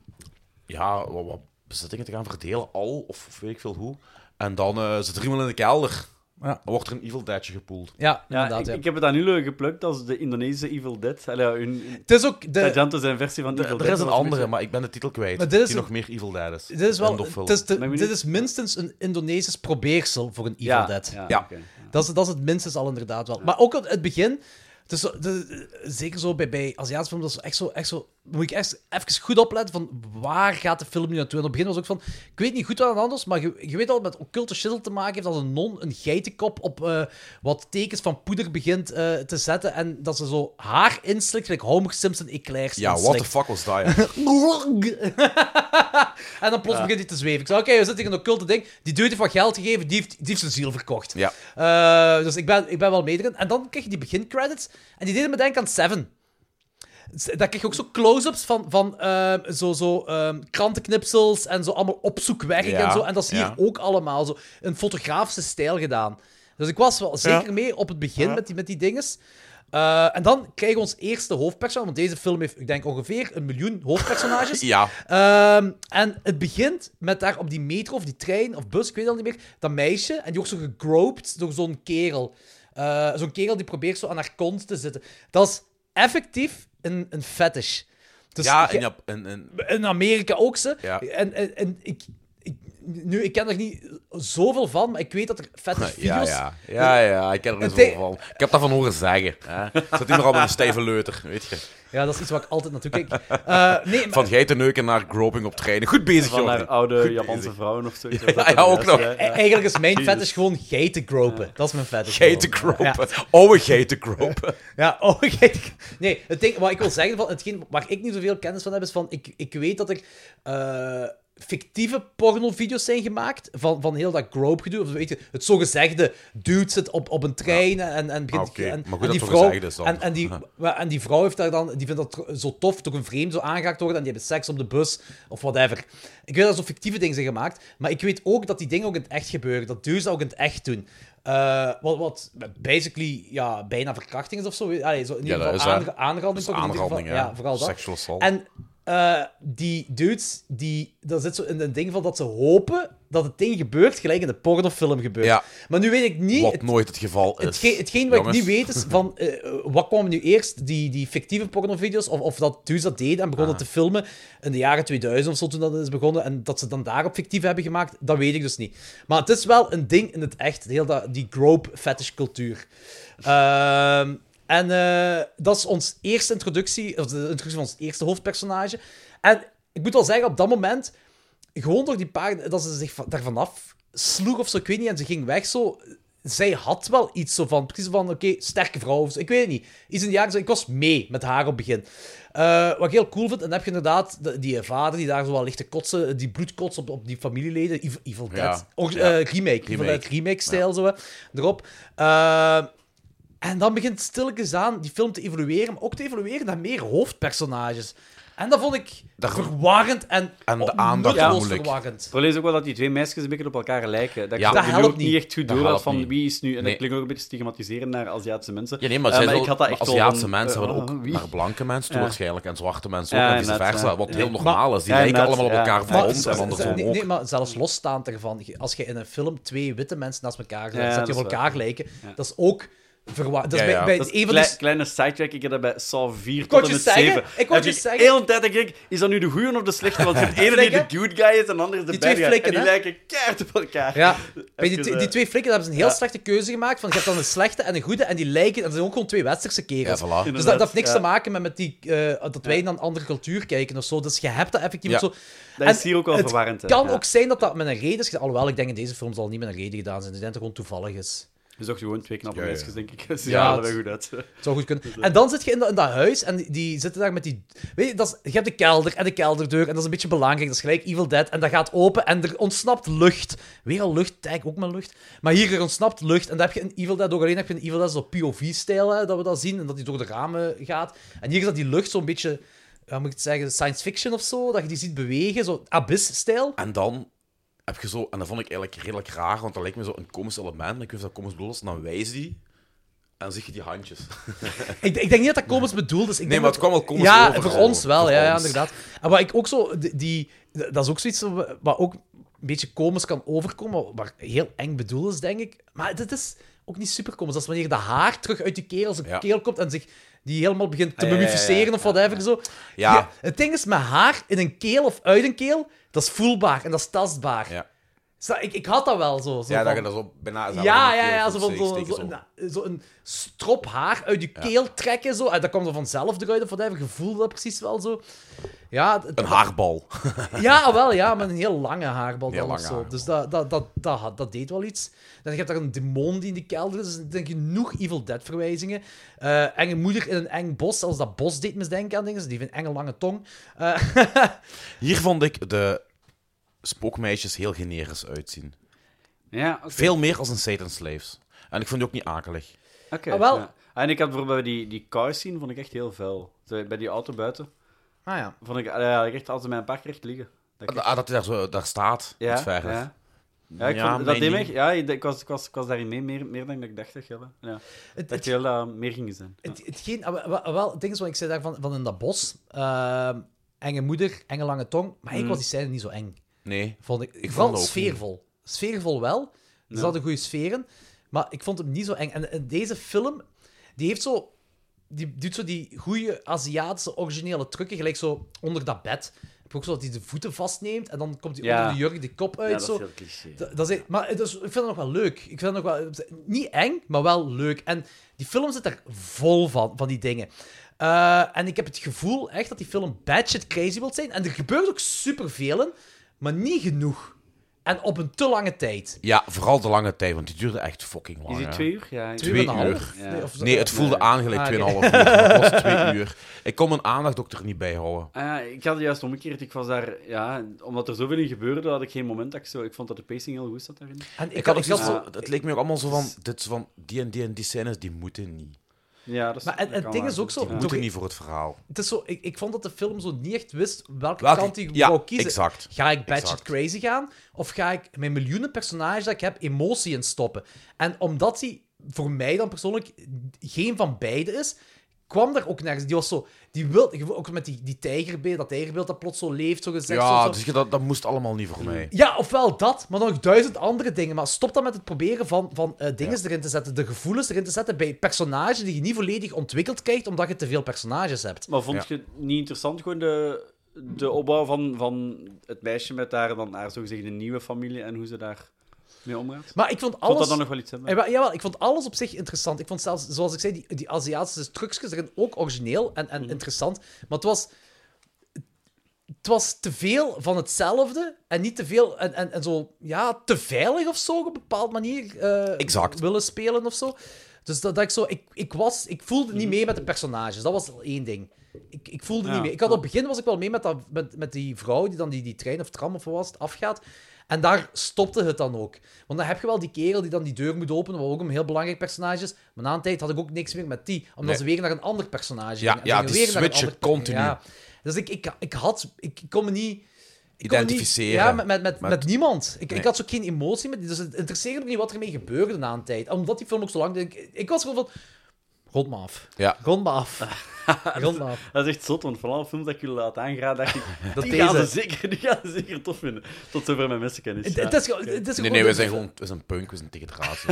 S1: ja, wat, wat bezittingen te gaan verdelen, al, of, of weet ik veel hoe. En dan uh, zit er iemand in de kelder.
S2: Ja.
S1: Dan wordt er een Evil Deadje gepoeld.
S2: Ja,
S6: Ja,
S2: inderdaad.
S6: ik,
S2: ja.
S6: ik heb het aan jullie geplukt als de Indonesische Evil Dead. Allee, ja, hun,
S2: Het is ook... De,
S6: Tajanto zijn versie van
S1: Er,
S6: Evil
S1: er
S6: Dead.
S1: is een
S6: was
S1: andere,
S6: beetje-
S1: maar ik ben de titel kwijt.
S2: Maar dit is
S1: die
S2: een-
S1: nog meer Evil Dead is.
S2: dit is wel...
S1: In de film.
S2: Het is de-
S6: Ben je
S2: dit
S6: niet-
S2: is minstens een Indonesisch probeersel voor een Evil
S6: ja,
S2: Dead.
S6: Ja,
S1: Ja.
S6: oké, ja.
S2: Dat, is, dat is het minstens al inderdaad wel. Maar ook het, het begin... Het is zo, de, zeker zo bij, bij Aziatische films, dat is echt zo, echt zo... Moet ik echt even goed opletten van waar gaat de film nu naartoe. En op het begin was ook van... Ik weet niet goed wat aan de hand is, maar je, je weet al met occulte shit te maken heeft als een non een geitenkop op uh, wat tekens van poeder begint uh, te zetten en dat ze zo haar inslikt, like Homer Simpson eclairs
S1: Ja,
S2: inslikt.
S1: what the fuck was dat? Ja?
S2: En dan plots begint hij te zweven. Ik zei, oké, okay, we zitten in een occulte ding. Die dude heeft wat geld gegeven, die heeft, die heeft zijn ziel verkocht.
S1: Ja.
S2: Uh, dus ik ben, ik ben wel mee erin. En dan krijg je die begincredits. En die deden me denken aan Seven. Dan krijg je ook zo close-ups van, van uh, zo, zo um, krantenknipsels en zo allemaal opzoekwerk
S1: Ja,
S2: en zo. En dat is hier
S1: ja.
S2: ook allemaal zo een fotografische stijl gedaan. Dus ik was wel zeker
S1: Ja.
S2: mee op het begin
S1: Ja.
S2: met die, met die dinges. Uh, en dan krijgen we ons eerste hoofdpersonage, want deze film heeft, ik denk, ongeveer een miljoen hoofdpersonages.
S1: Ja.
S2: Um, en het begint met daar op die metro of die trein of bus, ik weet het al niet meer, dat meisje, en die wordt zo gegroped door zo'n kerel. Uh, zo'n kerel die probeert zo aan haar kont te zitten. Dat is effectief een, een fetish. Dus
S1: ja,
S2: je-
S1: en, ja, en, en
S2: in Amerika ook ze.
S1: Ja.
S2: En, en, en ik, ik, nu, ik ken er niet zoveel van, maar ik weet dat er vette video's...
S1: Ja, ja, ja, ja, ik ken er niet
S2: Het-
S1: zoveel van. Ik heb dat van horen zeggen. Hè. Zat hier al met een stijve leuter, weet je.
S2: Ja, dat is iets waar ik altijd naartoe kijk. Uh, nee, maar...
S1: Van geitenneuken naar groping op treinen. Goed bezig,
S6: Van
S1: Jordi.
S6: naar oude
S1: Goed
S6: Japanse
S1: bezig.
S6: vrouwen of zo.
S1: Ja, ja, ja, ook nog.
S2: E- Eigenlijk is mijn fetish gewoon geiten gropen. Dat is mijn fetish.
S1: Geiten
S2: gewoon.
S1: gropen.
S2: Ja.
S1: Oude geiten gropen.
S2: Ja, oh, geiten... Nee, het ding, wat ik wil zeggen, van, hetgeen waar ik niet zoveel kennis van heb, is van... Ik, ik weet dat er... Uh, fictieve pornovideo's zijn gemaakt van, van heel dat grope-gedoe. Of weet je, het zogezegde dude zit op, op een trein
S1: Ja.
S2: en, en begint...
S1: Ah, oké.
S2: en,
S1: Maar goed
S2: en
S1: dat
S2: die
S1: het
S2: vrouw,
S1: zogezegd is dan.
S2: en, en, die, en die vrouw heeft daar dan, die vindt dat zo tof, door een vreemde zo aangeraakt worden en die hebben seks op de bus, of whatever. Ik weet dat er zo fictieve dingen zijn gemaakt, maar ik weet ook dat die dingen ook in het echt gebeuren. Dat dudes dat ook in het echt doen. Uh, wat, wat basically ja, bijna verkrachting is of zo. Allee, zo in ieder
S1: Ja, dat
S2: geval
S1: is,
S2: aanra- aanranding.
S1: Dat is
S2: toch, in ieder
S1: aanranding,
S2: geval.
S1: ja.
S2: Ja, vooral dat.
S1: Sexual assault.
S2: En uh, die dudes, die, dat zit zo in een ding van dat ze hopen dat het ding gebeurt, gelijk in de pornofilm gebeurt.
S1: Ja.
S2: Maar nu weet ik niet...
S1: Wat
S2: het,
S1: nooit het geval is.
S2: Hetgeen, hetgeen wat
S1: Jongens.
S2: ik niet weet is van... Uh, wat kwam nu eerst? Die, die fictieve pornovideo's? Of, of dat dudes dat deden en begonnen
S1: Ah.
S2: te filmen in de jaren tweeduizend of zo, toen dat is begonnen. En dat ze dan daarop fictief hebben gemaakt, dat weet ik dus niet. Maar het is wel een ding in het echt. Heel dat, die grope fetish cultuur. Ehm... En uh, dat is ons eerste introductie, of de introductie van ons eerste hoofdpersonage. En ik moet wel zeggen, op dat moment, gewoon door die paar, dat ze zich daar vanaf sloeg of zo, ik weet niet, en ze ging weg zo. Zij had wel iets zo van, precies van, oké, okay, sterke vrouw of zo, ik weet het niet. Iets in de jaren, ik was mee met haar op het begin. Uh, wat ik heel cool vind, en dan heb je inderdaad de, die vader die daar zo wel ligt te kotsen, die bloedkots op, op die familieleden, Evil, Evil Dead,
S1: Ja.
S2: Or, uh,
S1: Ja.
S2: remake,
S1: Remake.
S2: Evil Dead remake-stijl
S1: Ja.
S2: zo, hè, erop. Uh, En dan begint stilletjes aan die film te evolueren, maar ook te evolueren naar meer hoofdpersonages. En dat vond ik
S1: Daar-
S2: verwarrend en,
S1: En de
S2: oh,
S1: aandacht
S2: nutteloos
S1: moeilijk.
S2: verwarrend.
S6: Het probleem is ook wel dat die twee meisjes een beetje op elkaar lijken. Dat,
S1: Ja,
S6: ik
S2: dat
S6: dat
S2: helpt
S6: ook niet
S2: niet.
S6: echt goed
S1: Dat
S6: door had
S1: helpt
S6: van
S1: niet.
S6: wie is nu... En
S1: Nee.
S6: dat klinkt ook een beetje stigmatiseren naar Aziatische mensen.
S1: Ja, nee, maar,
S6: Uh,
S1: zij
S6: maar
S1: zal-
S6: ik had dat echt wel
S1: Aziatische
S6: van,
S1: mensen
S6: uh,
S1: hebben ook
S6: wie?
S1: naar blanke mensen toe
S6: Ja.
S1: waarschijnlijk, en zwarte mensen ook,
S6: Ja,
S1: en vice
S6: inderdaad,
S1: versa.
S6: ja.
S1: Wat
S6: Ja.
S1: heel normaal is. Die
S6: Ja,
S1: lijken
S6: inderdaad,
S1: allemaal op
S6: ja.
S1: elkaar
S6: Maar-
S1: verwant, en
S2: z-
S1: andersom
S2: nee,
S1: ook.
S2: nee, maar zelfs losstaand ervan, als je in een film twee witte mensen naast elkaar zet,
S6: Ja,
S2: dat
S6: dat
S2: die op
S6: is
S2: elkaar
S6: waar.
S2: lijken,
S6: Ja.
S2: dat is ook verwarrend. Dat is
S1: Ja,
S2: bij,
S1: ja.
S2: bij
S6: Dat is
S2: een
S6: een
S2: van de...
S6: klei- kleine sidetrack. Ik heb dat bij Saw vier
S2: wou
S6: tot en
S2: je
S6: met
S2: zeggen,
S6: zeven.
S2: ik wou
S6: Heb
S2: je
S6: ik
S2: zeggen.
S6: de hele tijd denk ik, is dat nu de goeie of de slechte? Want het ene die de
S2: Flikken.
S6: good guy is en de andere is de
S2: Die
S6: bad
S2: twee
S6: guy.
S2: flikken,
S6: En die
S2: hè?
S6: lijken keihard op elkaar.
S2: Ja, bij die,
S6: Even,
S2: die
S6: eh,
S2: twee flikken hebben ze een heel
S6: ja.
S2: slechte keuze gemaakt. Van, je hebt dan een slechte en een goede, en die lijken... En dat zijn ook gewoon twee westerse kerels.
S1: Ja, voilà.
S2: Dus dat,
S6: Inderdaad,
S2: dat heeft niks
S6: ja.
S2: te maken met, met die, uh, dat wij naar een andere cultuur kijken of zo. Dus je hebt dat effectief
S1: Ja.
S2: zo...
S6: Dat
S2: En
S6: is hier ook wel
S2: het
S6: verwarrend. hè.
S2: kan
S6: Ja.
S2: ook zijn dat dat met een reden is gedaan. Alhoewel, ik denk in deze film zal het niet met een reden gedaan zijn. Ik denk dat het gewoon toevallig is.
S6: Je zocht gewoon twee knappe
S1: Ja, ja.
S6: meisjes, denk ik. Ze
S2: Ja,
S6: halen
S2: het-
S6: er goed uit.
S2: Het zou goed kunnen. En dan zit je in dat, in dat huis en die, die zitten daar met die... Weet je, dat is, je hebt de kelder en de kelderdeur en dat is een beetje belangrijk. Dat is gelijk Evil Dead en dat gaat open en er ontsnapt lucht. Weer al lucht, eigenlijk ook met lucht. Maar hier er ontsnapt lucht en dan heb je een Evil Dead, ook alleen heb je een Evil Dead zo P O V-stijl, hè, dat we dat zien, en dat die door de ramen gaat. En hier is dat die lucht zo'n beetje, hoe moet ik het zeggen, science fiction of zo, dat je die ziet bewegen, zo Abyss-stijl.
S1: En dan heb je zo, en dat vond ik eigenlijk redelijk raar, want dat lijkt me zo een komisch element. Ik weet dat komisch bedoeld is, en dan wijst die. En dan zie je die handjes.
S2: Ik, ik denk niet dat dat komisch bedoeld is. Ik
S1: Nee,
S2: denk
S1: maar
S2: dat-
S1: het kwam wel komisch
S2: Ja,
S1: over,
S2: voor
S1: zo.
S2: ons wel,
S1: Voor
S2: ja, ja,
S1: ons.
S2: inderdaad. En wat ik ook zo... Die, die- dat is ook zoiets wat ook een beetje komisch kan overkomen, maar heel eng bedoeld is, denk ik. Maar dit is ook niet super komisch. Dat is wanneer de haar terug uit je keel, zijn
S1: Ja.
S2: keel komt en zich die helemaal begint te
S1: Ah, ja, ja, ja,
S2: mummificeren
S1: ja.
S2: of whatever. Zo.
S1: Ja.
S2: Ja, het ding is, met haar in een keel of uit een keel, dat is voelbaar en dat is tastbaar.
S1: Ja,
S2: Zo, ik, ik had dat wel zo. zo
S1: ja
S2: van-
S1: dat je dat zo bijna... zelf
S2: ja,
S1: in je
S2: ja,
S1: keel
S2: ja,
S1: voelt
S2: zo van zo,
S1: steken,
S2: zo,
S1: zo.
S2: een, zo een strop haar uit je keel trekken. Zo. En dat kwam er vanzelf eruit, of whatever. Je voelde dat precies wel zo. Ja, het-
S1: Een haarbal.
S2: ja, wel, ja, met een heel lange haarbal
S1: Heel
S2: dan
S1: lange
S2: of zo.
S1: haarbal.
S2: Dus dat, dat, dat, dat, had- dat deed wel iets. Dan heb je daar een demon die in de kelder is. Dus ik denk genoeg Evil Dead verwijzingen. Eh, enge moeder in een eng bos. Zelfs dat bos deed me denken aan dingen. Die heeft een enge lange tong. Eh,
S1: Hier vond ik de spookmeisjes heel generisch uitzien.
S6: Ja, oké.
S1: Veel meer als een Satan Slaves. En ik vond die ook niet akelig.
S6: Oké,
S2: Ah, wel.
S6: ja. En ik had bijvoorbeeld bij die, die car scene vond ik echt heel vuil. Zo, bij die auto buiten
S2: ah ja.
S6: vond ik, ah, ja, ik echt altijd mijn pak recht liggen. Dat ik echt-
S1: Ah, dat hij daar, zo, daar staat,
S6: ja,
S1: het verf.
S6: ja. Ja, ik
S1: Ja,
S6: vond, dat
S1: mij
S6: deed
S1: niet.
S6: me, ja, ik, ik, was, ik, was, ik was daarin mee, meer, meer dan dat ik dacht dat je ja.
S2: Het,
S6: Dat
S2: het,
S6: je heel uh, meer ging zijn. Ja.
S2: het, hetgeen, ah, wel, wel, het ding is wat ik zei daar van, van in dat bos. eh, enge moeder, enge lange tong. Maar ik
S6: Mm.
S2: was die scène niet zo eng.
S1: Nee.
S2: Vond ik,
S1: Ik
S2: vooral
S1: vond het ook
S2: sfeervol. Sfeervol wel. Er
S6: Ja.
S2: zaten goede sferen. Maar ik vond hem niet zo eng. En, en deze film, die heeft zo... Die doet zo die goede Aziatische originele trucken, gelijk zo onder dat bed. Heb heb ook zo dat hij de voeten vastneemt en dan komt hij
S6: Ja.
S2: onder de jurk de kop uit.
S6: Ja, dat
S2: zo.
S6: is heel cliché.
S2: Dat, dat is, maar het is, ik vind het nog wel leuk. Ik vind het nog wel... Niet eng, maar wel leuk. En die film zit er vol van, van die dingen. Uh, en ik heb het gevoel echt dat die film batshit crazy wil zijn. En er gebeurt ook superveel in, maar niet genoeg. En op een te lange tijd.
S1: Ja, vooral de lange tijd, want die duurde echt fucking lang.
S6: Is die
S1: hè.
S6: twee uur? Ja,
S2: Twee,
S1: Twee
S2: en een
S1: uur.
S2: half?
S6: Ja.
S2: Nee, of zo-
S1: Nee, het voelde
S6: Nee.
S1: aan gelijk
S2: Ah, oké.
S1: tweeënhalf uur, maar het was twee uur. Ik kon mijn aandacht ook er niet bij houden.
S6: Ah, ja, ik had het juist omgekeerd. Ik was daar, ja, omdat er zoveel in gebeurde, had ik geen moment dat ik zo... Ik vond dat de pacing heel goed zat daarin.
S2: En ik,
S1: Ik
S2: had,
S1: had
S2: ik
S1: ook
S2: had
S1: zoiets
S2: zo...
S1: van- het leek me ook allemaal zo van, dit is van die en die en die scènes, die moeten niet.
S6: Ja, dat is,
S2: Maar en-
S6: dat
S2: het
S6: kan
S2: ding
S6: wel.
S2: is ook zo-
S6: Ja.
S1: Die moeten niet voor het verhaal.
S2: Het is zo, ik, ik vond dat de film zo niet echt wist welke,
S1: Welke-
S2: kant hij
S1: ja,
S2: wou kiezen.
S1: exact.
S2: Ga ik batshit
S1: Exact.
S2: crazy gaan? Of ga ik mijn miljoenen personages dat ik heb emotie in stoppen? En omdat hij voor mij dan persoonlijk geen van beide is, kwam daar ook nergens. Die was zo... Die wil, ook met die, die tijgerbeeld, dat tijgerbeeld dat plots zo leeft, zo gezegd.
S1: Ja,
S2: zo, zo.
S1: dus je- dat, dat moest allemaal niet voor mij.
S2: Ja, ofwel dat, maar nog duizend andere dingen. Maar stop dan met het proberen van, van uh, dingen erin te zetten, de gevoelens erin te zetten bij personages die je niet volledig ontwikkeld krijgt, omdat je te veel personages hebt.
S6: Maar vond
S1: Ja.
S6: je het niet interessant, gewoon de, de opbouw van, van het meisje met haar, dan haar zogezegd een nieuwe familie en hoe ze daar mee omgaat?
S2: Maar ik vond
S6: Vond
S2: alles...
S6: dat dan nog wel iets hebben?
S2: Eh, wel- Jawel, ik vond alles op zich interessant. Ik vond zelfs, zoals ik zei, die, die Aziatische trucjes erin ook origineel en, en interessant. Maar het was... Het was te veel van hetzelfde en niet te veel... En, en, en zo, ja, te veilig of zo, op een bepaalde manier eh,
S1: Exact.
S2: willen spelen of zo. Dus dat, dat ik zo... Ik, ik, was, ik voelde niet mee met de personages. Dat was al één ding. Ik, ik voelde
S6: Ja.
S2: niet mee. Ik had op het begin was ik wel mee met, dat, met, met die vrouw die dan die, die trein of tram of wat was het, afgaat. En daar stopte het dan ook. Want dan heb je wel die kerel die dan die deur moet openen, wat ook een heel belangrijk personage is. Maar na een tijd had ik ook niks meer met die, omdat
S1: Nee.
S2: ze weer naar een ander personage
S1: Ja,
S2: gingen. En
S1: ja,
S2: ze gingen
S1: die
S2: weer naar een
S1: switchen
S2: ander-
S1: continu.
S2: Ja. Dus ik, ik, ik had... Ik, ik kon me niet... ik kon me niet-
S1: Identificeren.
S2: Ja, met, met, met,
S1: Met-
S2: met niemand. Ik,
S1: Nee.
S2: ik had zo geen emotie met die, dus het interesseerde me niet wat ermee gebeurde na een tijd. Omdat die film ook zo lang... Ik, ik was gewoon van... Rond me af.
S1: Ja.
S2: Rond me af. Rond me af.
S6: Dat is echt zot, want van alle films dat ik jullie laat aanraden, dacht ik,
S2: Dat
S6: die, gaan
S2: deze-
S6: ze zeker, die gaan ze zeker tof vinden. Tot zover mijn mensenkennis.
S2: Het,
S6: Ja.
S2: het is, gewoon- het is
S1: Nee,
S2: gewoon
S1: nee, we
S2: de-
S1: zijn gewoon we zijn punk, we zijn tegen draad.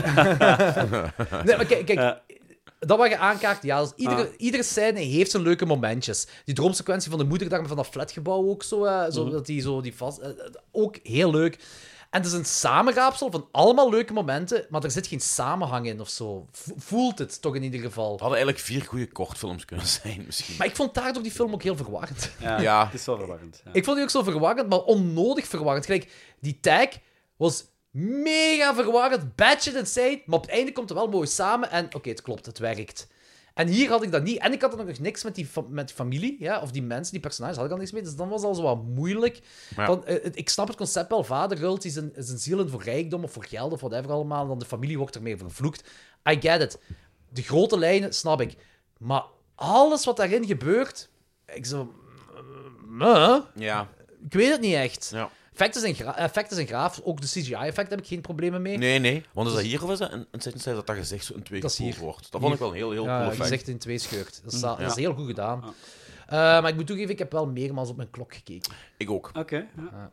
S2: Nee, maar kijk, kijk
S6: Ja.
S2: dat wat je aankaart, ja, dus iedere,
S6: Ah.
S2: iedere scène heeft zijn leuke momentjes. Die droomsequentie van de moeder daar van dat flatgebouw ook zo, eh, zo
S6: Mhm.
S2: dat die zo die vast... eh, eh, ook heel leuk. En het is een samenraapsel van allemaal leuke momenten, maar er zit geen samenhang in of zo. V- voelt het toch in ieder geval.
S1: Het hadden eigenlijk vier goede kortfilms kunnen zijn, misschien.
S2: Maar ik vond daardoor die film ook heel verwarrend.
S6: Ja,
S1: Ja.
S6: het is wel verwarrend. Ja.
S2: Ik vond die ook zo verwarrend, maar onnodig verwarrend. Gelijk, die tag was mega verwarrend, batshit insane, maar op het einde komt het wel mooi samen en oké, het klopt, het werkt. En hier had ik dat niet. En ik had er nog niks met die, fa- met die familie, ja, of die mensen, die personages, had ik al niks mee. Dus dan was het al zo wat moeilijk.
S1: Ja.
S2: Van, eh, het- ik snap het concept wel. Vader ruilt hij zijn, zijn ziel in voor rijkdom of voor geld of whatever allemaal. En dan de familie wordt ermee vervloekt. I get it. De grote lijnen snap ik. Maar alles wat daarin gebeurt... Ik zo... Meh?
S1: Ja.
S2: Ik weet het niet echt.
S1: ja.
S2: Effecten zijn, gra- effecten zijn graaf. Ook de C G I-effecten heb ik geen problemen mee.
S1: Nee, nee. Want is dat hier of is dat in Sentence dat dat gezicht zo in twee
S2: Dat is
S1: gespoeld
S2: hier.
S1: wordt? Dat vond ik wel een heel, heel
S2: Ja,
S1: cool
S2: je
S1: effect.
S2: zegt in twee scheurt. Dat is, dat is
S1: Ja.
S2: heel goed gedaan.
S6: Ja.
S2: Eh, maar ik moet toegeven, ik heb wel meermaals op mijn klok gekeken.
S1: Ik ook.
S6: Oké, ja.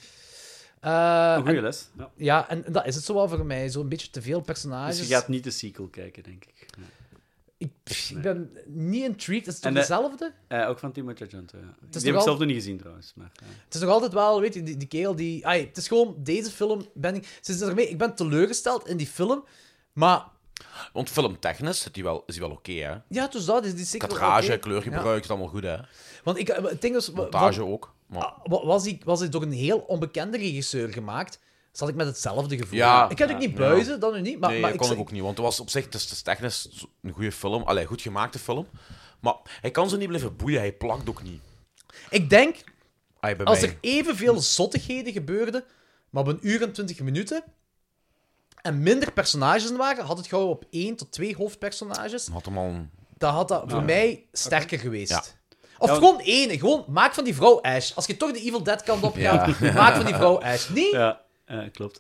S2: Eh,
S6: een goede
S2: en-
S6: les. Ja.
S2: ja, en dat is het zo wel voor mij. Zo'n beetje te veel personages.
S6: Dus je gaat niet de sequel kijken, denk ik. Ja.
S2: ik, pff, ik ben niet intrigued. Is het toch
S6: En de-
S2: dezelfde?
S6: Eh, ook van Timothée Chalamet, ja. Die
S2: toch
S6: heb ik
S2: al-
S6: zelf nog niet gezien, trouwens. Maar, ja.
S2: Het is nog altijd wel, weet je, die, die kerel die... Ai, het is gewoon, deze film ben ik... Ze is ermee, ik ben teleurgesteld in die film, maar...
S1: Want filmtechnisch is die wel, is die wel oké, hè?
S2: Ja, dus dat is die zeker wel
S1: Katrage,
S2: oké.
S1: kleurgebruik, is allemaal goed, hè?
S2: Ja. Want ik, het ding is...
S1: Montage
S2: wat-
S1: ook. Maar...
S2: Ah, wa- was hij was hij door een heel onbekende regisseur gemaakt, zat ik met hetzelfde gevoel.
S1: Ja.
S2: Ik kan ook niet
S1: Ja.
S2: buizen, dan nu niet. Maar,
S1: nee,
S2: maar
S1: dat
S2: ik,
S1: kon ik ook niet, want het was op zich het is, het is technisch een goede film. Allee, goed gemaakte film. Maar hij kan zo niet blijven boeien, hij plakt ook niet.
S2: ik denk,
S1: Ay, bij
S2: als
S1: mij.
S2: er evenveel zottigheden gebeurden, maar op een uur en twintig minuten, en minder personages waren, had het gauw op één tot twee hoofdpersonages,
S1: Had hem al een...
S2: dan had dat voor mij sterker geweest.
S1: Ja.
S2: Of
S6: Ja,
S2: gewoon één, gewoon maak van die vrouw Ash. Als je toch de Evil Dead kant op gaat, maak van die vrouw Ash. Niet?
S6: Ja, eh, klopt.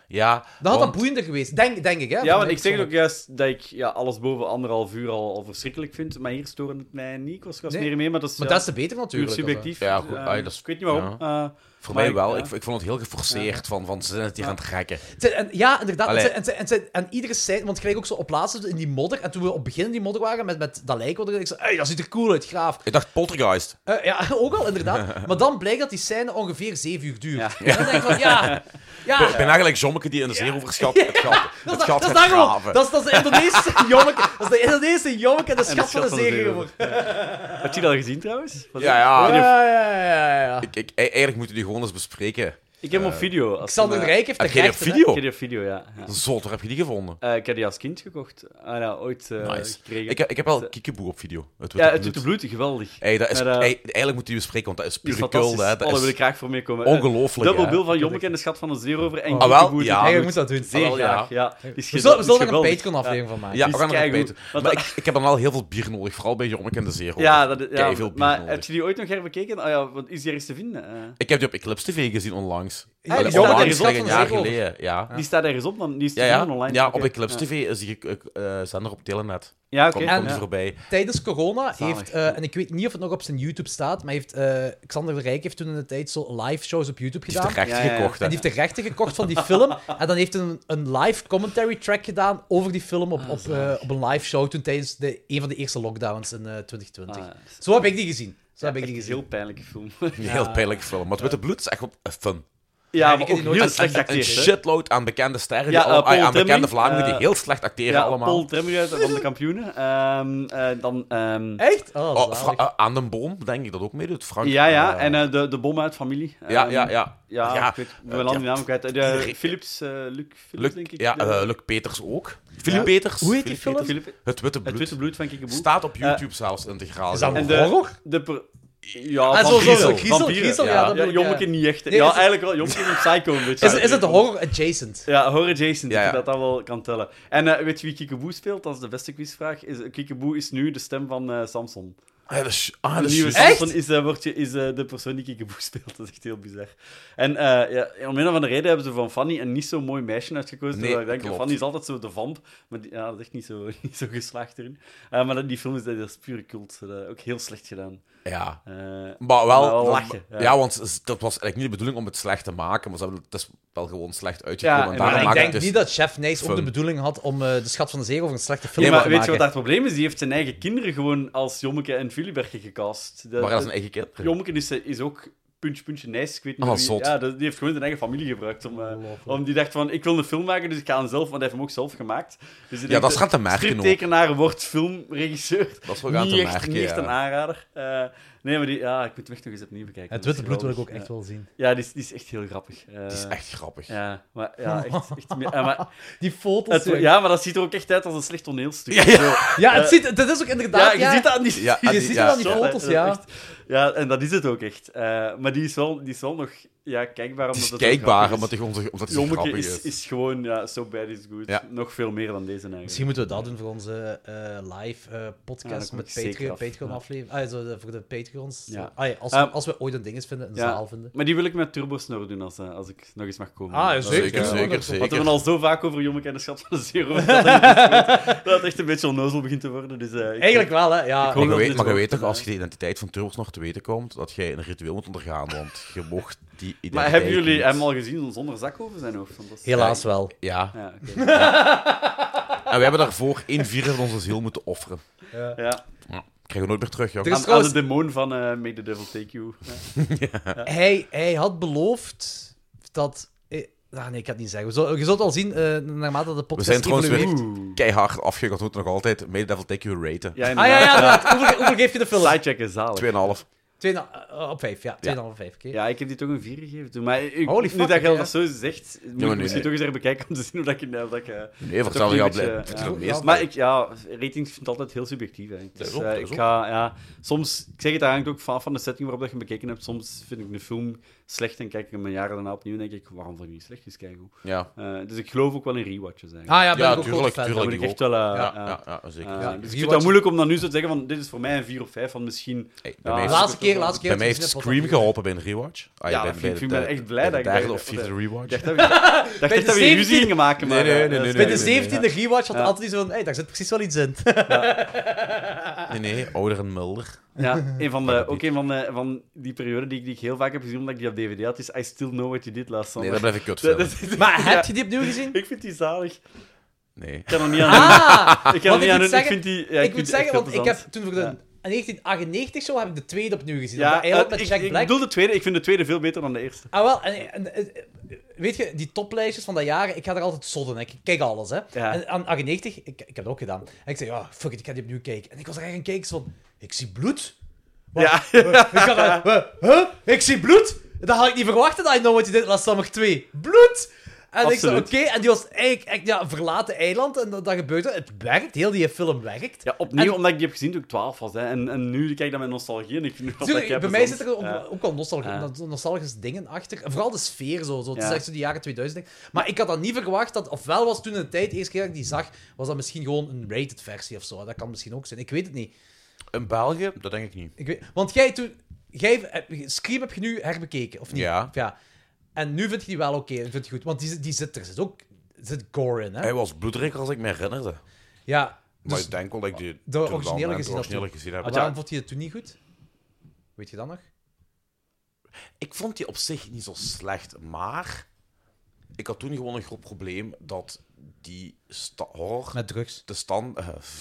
S1: Ja,
S2: Dan had
S1: want-
S2: dat boeiender geweest, denk, denk ik. Hè?
S6: Ja, want ik
S2: Persoonlijk.
S6: zeg ook juist dat ik ja, alles boven anderhalf uur al, al verschrikkelijk vind. Maar hier storen het mij niet. Ik was, was
S2: Nee.
S6: meer mee, maar dat is,
S2: Maar
S6: ja,
S2: dat is te beter
S6: puur
S2: natuurlijk.
S6: subjectief.
S1: Ja, goed.
S6: Eh,
S1: Ah, dat is-
S6: ik weet niet waarom. Eh,
S1: Voor
S6: maar
S1: mij
S6: ik-
S1: wel.
S6: ja.
S1: Ik, ik vond het heel geforceerd. Van, van, ze zijn het hier aan het trekken.
S2: Het zijn- En, ja, inderdaad. En,
S1: Allee.
S2: ze- en, ze- en, ze- en iedere scène... Want ik kreeg ook zo op laatste in die modder. En toen we op het begin in die modder waren met, met dat lijk, ik zei, hey, dat ziet er cool uit, gaaf.
S1: Ik dacht Poltergeist.
S2: Eh, ja, ook al, inderdaad. Maar dan blijkt dat die scène ongeveer zeven uur duurt.
S6: Ja.
S2: En dan denk ik van, ja... ja.
S1: Ik ben eigenlijk Jommeke die in de zeeroverschat het gat,
S2: Dat
S1: het
S2: is,
S1: gat
S2: dat is
S1: gaat
S2: daarom.
S1: graven.
S2: Dat is, dat is de Indonesische jommeke. Dat is de Indonesische jommeke en de
S6: En de
S2: schat van de zee geworden.
S6: Had je dat al gezien trouwens? Was
S1: Ja,
S6: het-
S1: ja.
S6: Oh, die-
S2: Ja, ja, ja, ja.
S1: Ik, ik, eigenlijk moeten we die gewoon eens bespreken.
S6: Ik heb hem op video. Als
S2: Xander
S6: een,
S2: de
S6: eh,
S2: Rijk heeft de
S1: Heb jij die op
S2: rechten, hè.
S1: video?
S6: Ik heb die op video, ja. ja.
S1: Zot, waar heb je die gevonden?
S6: Eh, ik heb die als kind gekocht. Ah, ja, ooit eh,
S1: Nice.
S6: gekregen.
S1: Ik, heb- ik heb wel Kiekeboe op video. Het
S6: ja, het doet de bloed, geweldig.
S1: Hey, dat is,
S6: Maar, eh,
S1: hey, eigenlijk moet je die bespreken, want dat is
S6: Die is
S1: pure
S6: fantastisch.
S1: kul. Hè.
S6: Oh,
S1: Dat
S6: daar wil ik
S1: is
S6: graag voor meekomen. Eh,
S1: ongelooflijk.
S6: Double
S1: hè.
S6: bill van Jommeke en de Schat van de Zeerover en
S1: Ah, wel,
S6: Kiekeboe.
S1: ja.
S2: Eigenlijk moet dat doen.
S6: Zeer
S1: Ah, wel, ja.
S6: graag, ja. Die is
S2: We
S6: geweldig,
S2: zullen, we
S6: die
S2: zullen
S6: is
S2: er een
S6: geweldig.
S2: Patreon-aflevering van maken.
S1: Ja,
S6: Die
S1: we
S6: is
S1: gaan er nog
S6: keigoed.
S1: weten.
S6: Want
S1: Maar
S6: dat-
S1: ik, ik heb dan wel heel veel bier nodig, vooral bij Jommeke en de Zeerover.
S6: Ja, dat, ja
S1: Keiveel bier
S6: maar
S1: nodig.
S6: heb je die ooit nog herbekeken? Ah ja, wat is die ergens te vinden? Eh,
S1: Ik heb die op Eclipse T V gezien onlangs.
S2: Ja,
S1: Allee,
S2: die staat
S1: onlangs,
S6: ergens op
S1: like
S6: van
S1: een
S6: de
S1: jaar
S2: Zeerover.
S1: geleden. Ja,
S6: Die staat ergens op, dan die is te
S1: ja, ja.
S6: vinden online.
S1: ja
S6: Oké.
S1: op Eclipse
S6: Ja.
S1: T V is die uh, uh, zender op Telenet.
S6: Ja, oké.
S1: Komt
S2: En-
S1: komt die
S6: ja.
S1: voorbij.
S2: Tijdens corona
S6: Zalig.
S2: heeft, eh, en ik weet niet of het nog op zijn YouTube staat, maar heeft eh, Xander de Rijk heeft toen in de tijd zo live shows op YouTube
S1: Die heeft
S2: gedaan.
S1: de rechten
S6: Ja, ja, ja.
S1: gekocht. Hè.
S2: En die heeft de rechten gekocht van die film. En dan heeft hij een, een live commentary track gedaan over die film op, op, eh, op een live show toen tijdens de, een van de eerste lockdowns in eh, twintig twintig.
S6: Ah,
S2: Zo heb ik die gezien. Zo heb ik
S6: echt
S2: die
S6: een
S2: gezien.
S6: heel pijnlijke film.
S1: Een heel pijnlijke film. Maar het Witte Bloed is echt wel een fun.
S6: Ja,
S2: ik
S6: maar
S2: heb
S6: ook
S2: die nooit
S6: heel
S1: En,
S6: slecht
S1: en, en
S6: acteerd, hè.
S1: shitload aan bekende sterren,
S6: Ja,
S1: die al-
S6: eh, Paul
S1: ah, aan bekende
S6: Tremming,
S1: Vlamingen die
S6: eh,
S1: heel slecht acteren
S6: Ja,
S1: allemaal.
S6: Paul Tremmer van de kampioenen. Ehm, eh, dan... ehm,
S2: Echt? Oh,
S1: Oh,
S2: zalig.
S1: Fra- eh, aan den Boom, denk ik dat ook meedoet. Frank,
S6: ja, ja.
S1: eh,
S6: En eh, de, de bom uit familie.
S1: ja,
S6: Ehm,
S1: ja, ja.
S6: Ja,
S1: Ja,
S6: ik weet, we
S1: eh,
S6: zijn al
S1: ja.
S6: die naam kwijt. De,
S1: Iedereen-
S6: Philips, eh Luc Philips,
S1: Luc,
S6: denk ik.
S1: ja,
S6: De-
S1: eh, Luc Peters ook. Philip
S6: Ja.
S1: Peters.
S2: Hoe heet die
S1: Philip
S2: film?
S1: Peters.
S6: Philip,
S1: Het Witte Bloed.
S6: het witte bloed van Kikkeboe.
S1: Staat op YouTube zelfs integraal.
S2: Is dat
S1: Ja.
S2: een
S6: En de-
S2: horror?
S6: De per- ja,
S2: Ah, zo, zo,
S6: vampieren.
S2: zo, griezel,
S6: Vampieren.
S2: griezel, ja,
S1: Ja.
S2: dat
S6: Ja,
S2: bedoel ik,
S6: Jommeke
S2: ja.
S6: niet echt.
S2: Nee,
S6: ja,
S2: is het-
S6: eigenlijk wel. Jommeke is een psycho een beetje.
S2: Is, is het de horror adjacent?
S6: Ja, horror Jason,
S1: Ja, ja.
S6: dat ik dat wel kan tellen. En eh, weet je wie Kikkeboe speelt? Dat is de beste quizvraag. Is, Kikkeboe is nu de stem van eh, Samson.
S1: Ah, dat is, ah,
S6: De
S1: dat is
S6: nieuwe
S1: juist.
S6: Samson is, eh, wordt je, is eh, de persoon die Kikkeboe speelt. Dat is echt heel bizar. En eh, ja, om een of andere reden hebben ze van Fanny een niet zo mooi meisje uitgekozen.
S1: Nee,
S6: terwijl ik denk,
S1: klopt.
S6: Fanny is altijd zo de vamp. Maar die, ja, dat is echt niet zo, niet zo geslaagd erin. Eh, maar dat, die film is, dat is pure cult. Dat, ook heel slecht gedaan.
S1: Ja.
S6: Eh,
S1: Maar wel,
S6: Maar wel lachen,
S1: Ja.
S6: ja.
S1: want dat was eigenlijk niet de bedoeling om het slecht te maken, maar ze hebben, het is wel gewoon slecht uitgekomen.
S6: Ja,
S1: en
S6: en-
S1: daarom
S2: Maar ik
S1: maakt
S2: denk
S1: het dus...
S2: niet dat Chef Nice ook
S1: fun.
S2: de bedoeling had om eh, de Schat van de Zee over een slechte film
S6: Nee,
S2: te
S6: maar weet je
S2: maken.
S6: wat daar het probleem is? Die heeft zijn eigen kinderen gewoon als Jommeke en Filiberke gecast. De,
S1: Maar dat is
S6: de-
S1: een eigen kind.
S6: Jommeke is, is ook puntje, puntje, nice. Ik weet niet
S1: Ah,
S6: wie-
S1: zot.
S6: Ja, dat- die heeft gewoon zijn eigen familie gebruikt. Om, eh, om die dacht van, ik wil een film maken, dus ik ga hem zelf, want hij heeft hem ook zelf gemaakt. Dus ik
S1: Ja,
S6: denk,
S1: dat is gaan te merken ook.
S6: striptekenaar wordt filmregisseur.
S1: Dat is wel gaan
S6: Niet
S1: te
S6: echt,
S1: merken,
S6: niet echt
S1: ja.
S6: een aanrader. Eh, nee, maar die, ja, ik moet hem echt nog eens opnieuw bekijken.
S2: Het
S6: Dat is
S2: Witte Bloed wil ik ook
S6: geweldig.
S2: echt wel zien.
S6: Ja, ja die, is, die is echt heel grappig. Eh,
S1: Het is echt grappig.
S6: Ja, maar, ja, echt, echt meer- eh, maar,
S2: Die foto's.
S6: het,
S2: jongen.
S6: ja, maar dat ziet er ook echt uit als een slecht toneelstuk.
S1: Ja, ja.
S6: Zo.
S2: Ja, het
S6: Eh,
S2: ziet, dat is ook inderdaad...
S6: Ja, je ziet dat aan die...
S1: Ja,
S2: Je
S1: ah, die-
S2: ziet
S1: ja.
S2: het aan die
S6: Zot, hè.
S2: foto's,
S6: Dat is
S2: ja.
S6: echt- ja, en dat is het ook echt. Eh, maar die is, wel, die is wel nog ja, kijkbaar.
S1: Het
S6: Omdat
S1: is
S6: het
S1: kijkbaar,
S6: ook
S1: omdat
S6: grappig
S1: hij gewoon zo- omdat
S6: is.
S1: hij zo
S6: Jommeke
S1: grappig
S6: is,
S1: is.
S6: is gewoon, ja, so bad is good.
S1: Ja.
S6: Nog veel meer dan deze eigenlijk.
S2: Misschien moeten we dat doen voor onze eh, live eh,
S6: Ja,
S2: podcast
S6: dat kom
S2: met
S6: ik zeker
S2: Patreon,
S6: af.
S2: Patreon
S6: Ja.
S2: aflevering. Ah, zo, de- voor de Patreons.
S6: Ja.
S2: Zo. Ah, ja, als,
S6: Ehm,
S2: we, als we ooit een ding vinden, een
S6: Ja,
S2: zaal vinden.
S6: maar die wil ik met Turbosnor doen als, eh, als ik nog eens mag komen.
S2: Ah, ja,
S6: Dat is
S2: zeker,
S6: echt,
S1: Zeker,
S6: eh,
S1: zeker,
S2: Want
S6: Want we
S1: zeker.
S6: hebben al zo vaak over Jommeke en de Schat van de Zero. Dat het dat het echt een beetje onnozel begint te worden. Dus, eh, ik-
S2: Eigenlijk wel, hè. Ja.
S6: Ik hoop
S1: Maar je
S6: dat
S1: weet,
S6: dit
S1: maar je
S6: wel-
S1: weet toch, als je de identiteit van Turbos nog te weten komt, dat jij een ritueel moet ondergaan, want je mocht die identiteit
S6: Maar hebben jullie
S1: niet.
S6: hem al gezien zonder zak over zijn hoofd? Want dat is-
S2: Helaas wel.
S1: Ja,
S6: Ja, oké.
S1: en we hebben daarvoor één vierde van onze ziel moeten offeren.
S6: ja.
S1: Ja. Krijgen we nooit meer terug, joh.
S2: Er is
S6: Aan,
S2: trouwens-
S6: aan de demon van eh Make the Devil Take You. Ja.
S2: Hij, hij had beloofd dat... eh, Ah, nee, ik ga het niet zeggen. We zullen- Je zult al zien, eh, naarmate de
S1: We
S2: podcast
S1: zijn trouwens
S2: evolueert.
S1: weer keihard afgegaan, we moeten nog altijd May the Devil Take You raten.
S6: Ja,
S2: Ah ja, ja,
S6: inderdaad.
S2: inderdaad. Hoeveel, hoeveel geef je de film?
S6: Sidecheck is zalig.
S1: twee komma vijf.
S2: twee komma vijf op vijf, ja. twee komma vijf, oké.
S6: Ja, ik heb die toch een vier gegeven toen. Maar ik,
S2: Holy
S6: nu
S2: fuck,
S6: dat je
S2: oké,
S6: dat zo zegt, moet
S1: maar
S6: ik
S1: nee,
S6: misschien
S1: nee.
S6: toch eens even bekijken om te zien hoe dat ik... Dat ik eh,
S1: Nee,
S6: toch
S1: vertel
S6: een
S1: je al
S6: beetje,
S1: blij.
S6: ja.
S1: Het is het meest.
S6: Maar ik, ja, ratings vind ik altijd heel subjectief. Eigenlijk. Dus,
S1: Dat is ook,
S6: eh,
S1: dat is
S6: ik ga, ja, soms, ik zeg het eigenlijk ook van, van de setting waarop dat je hem bekeken hebt. Soms vind ik een film slecht en kijk ik hem een jaar daarna opnieuw en denk ik, waarom vond ik niet slecht? Is keigoed.
S1: Ja,
S6: Uh, dus ik geloof ook wel in rewatches eigenlijk.
S2: Ah ja, ben
S1: Ja,
S2: ik ook
S1: tuurlijk,
S2: grote fan.
S1: tuurlijk.
S6: Daar moet ik
S1: ik
S6: echt wel... uh,
S1: ja,
S6: uh,
S1: ja, ja, zeker.
S6: uh,
S2: Ja,
S6: dus ik vind
S2: rewatch-
S6: het moeilijk om dan nu zo te zeggen van dit is voor mij een vier of vijf van misschien...
S1: Hey, bij
S6: Ja,
S1: mij
S2: De
S1: is
S2: laatste
S1: het-
S2: keer keer, laatste keer
S1: Bij mij
S2: dat
S1: heeft
S2: je gezien hebt,
S1: Scream
S2: was dat
S1: geholpen bij een rewatch. Ah,
S6: Ja,
S1: bij-
S6: dat
S1: bij
S6: vind ik-
S1: de-
S6: ik ben echt blij
S1: bij
S6: dat
S1: de
S6: ik
S1: derde
S6: bij-
S1: of vierde
S6: bij-
S1: rewatch.
S6: Ik dacht dat we, dacht
S2: Bij
S6: echt
S2: de
S6: dat we hier ruzie
S2: zeventiende
S6: gingen maken, maar...
S1: Nee, nee,
S6: eh,
S1: nee,
S6: dat
S1: nee,
S6: is-
S2: Bij
S1: nee,
S2: de
S1: nee,
S2: zeventiende rewatch had
S6: Ja.
S2: altijd zo van, hey, daar zit precies wel iets in.
S1: Nee, nee, ouder en milder.
S6: Ja, een van de, ook een van, de, van die perioden die ik, die ik heel vaak heb gezien, omdat ik die op D V D had, is I Still Know What You Did Last Summer.
S1: Nee, dat blijf ik kut
S6: Dat-
S1: vinden.
S6: dat-
S2: Maar
S6: ja,
S2: heb je die opnieuw gezien?
S6: Ik vind die zalig.
S1: Nee.
S6: Ik kan er niet aan
S2: Ah!
S6: Ik kan er
S2: Want
S6: niet
S2: ik
S6: aan
S2: moet
S6: doen. Ik
S2: zeggen-
S6: vind die... Ja,
S2: ik
S6: vind
S2: moet
S6: die
S2: zeggen,
S6: echt
S2: want ik
S6: plezant.
S2: heb toen voor de
S6: Ja.
S2: negentien achtentachtig zo heb ik de tweede opnieuw gezien.
S6: Ja,
S2: Ja, eigenlijk
S6: eh,
S2: met
S6: ik,
S2: Jack
S6: ik
S2: Black.
S6: bedoel de tweede. Ik vind de tweede veel beter dan de eerste.
S2: Ah, wel. En, en, en, weet je, die toplijstjes van dat jaar, ik ga er altijd zodden. Ik kijk alles, hè.
S6: Ja.
S2: En aan achtennegentig, ik, ik heb het ook gedaan. En ik zei, ja, fuck it, ik ga die opnieuw kijken. En ik was er echt aan kijken, zo van, ik zie bloed. Wat?
S6: Ja.
S2: Eh, ik, had, er- eh, huh? Ik zie bloed? Dat had ik niet verwacht dat I Know What You Did Last Summer twee. Bloed! En ik zei,
S6: Absoluut.
S2: oké, en die was eigenlijk echt, ja, een verlaten eiland. En dat, dat gebeurde. Het werkt, heel die film werkt.
S6: Ja, opnieuw,
S2: En-
S6: omdat ik die heb gezien toen ik twaalf was. Hè. En, en nu kijk ik dat met nostalgie en ik vind dat
S2: Tuurlijk,
S6: dat
S2: bij mij zitten er ook,
S6: Ja.
S2: ook wel nostalgie,
S6: Ja.
S2: nostalgische dingen achter. En vooral de sfeer zo. zo. Het is
S6: Ja.
S2: echt zo die jaren tweeduizend. Maar ik had dat niet verwacht. Dat, ofwel was toen in de tijd, de eerste keer dat ik die zag, was dat misschien gewoon een rated versie of zo. Dat kan misschien ook zijn. Ik weet het niet.
S1: In België? Dat denk ik niet.
S2: Ik weet, want jij toen... Jij, eh, Scream heb je nu herbekeken, of niet?
S1: Ja.
S2: ja. En nu vind je die wel oké. Ik vind die goed. Want die, die zit er. Zit ook er zit gore in, hè?
S1: Hij was bloedrijk als ik me herinnerde.
S2: Ja.
S1: Maar
S2: Dus
S1: ik denk wel dat ik die
S2: de
S1: toen dan,
S2: originele
S1: hè,
S2: gezien
S1: de
S2: had
S1: originele
S2: toen.
S1: gezien heb.
S2: Maar waarom vond je het toen niet goed? Weet je dat nog?
S1: Ik vond die op zich niet zo slecht, maar ik had toen gewoon een groot probleem dat die sta- horror,
S2: Met drugs.
S1: de stand...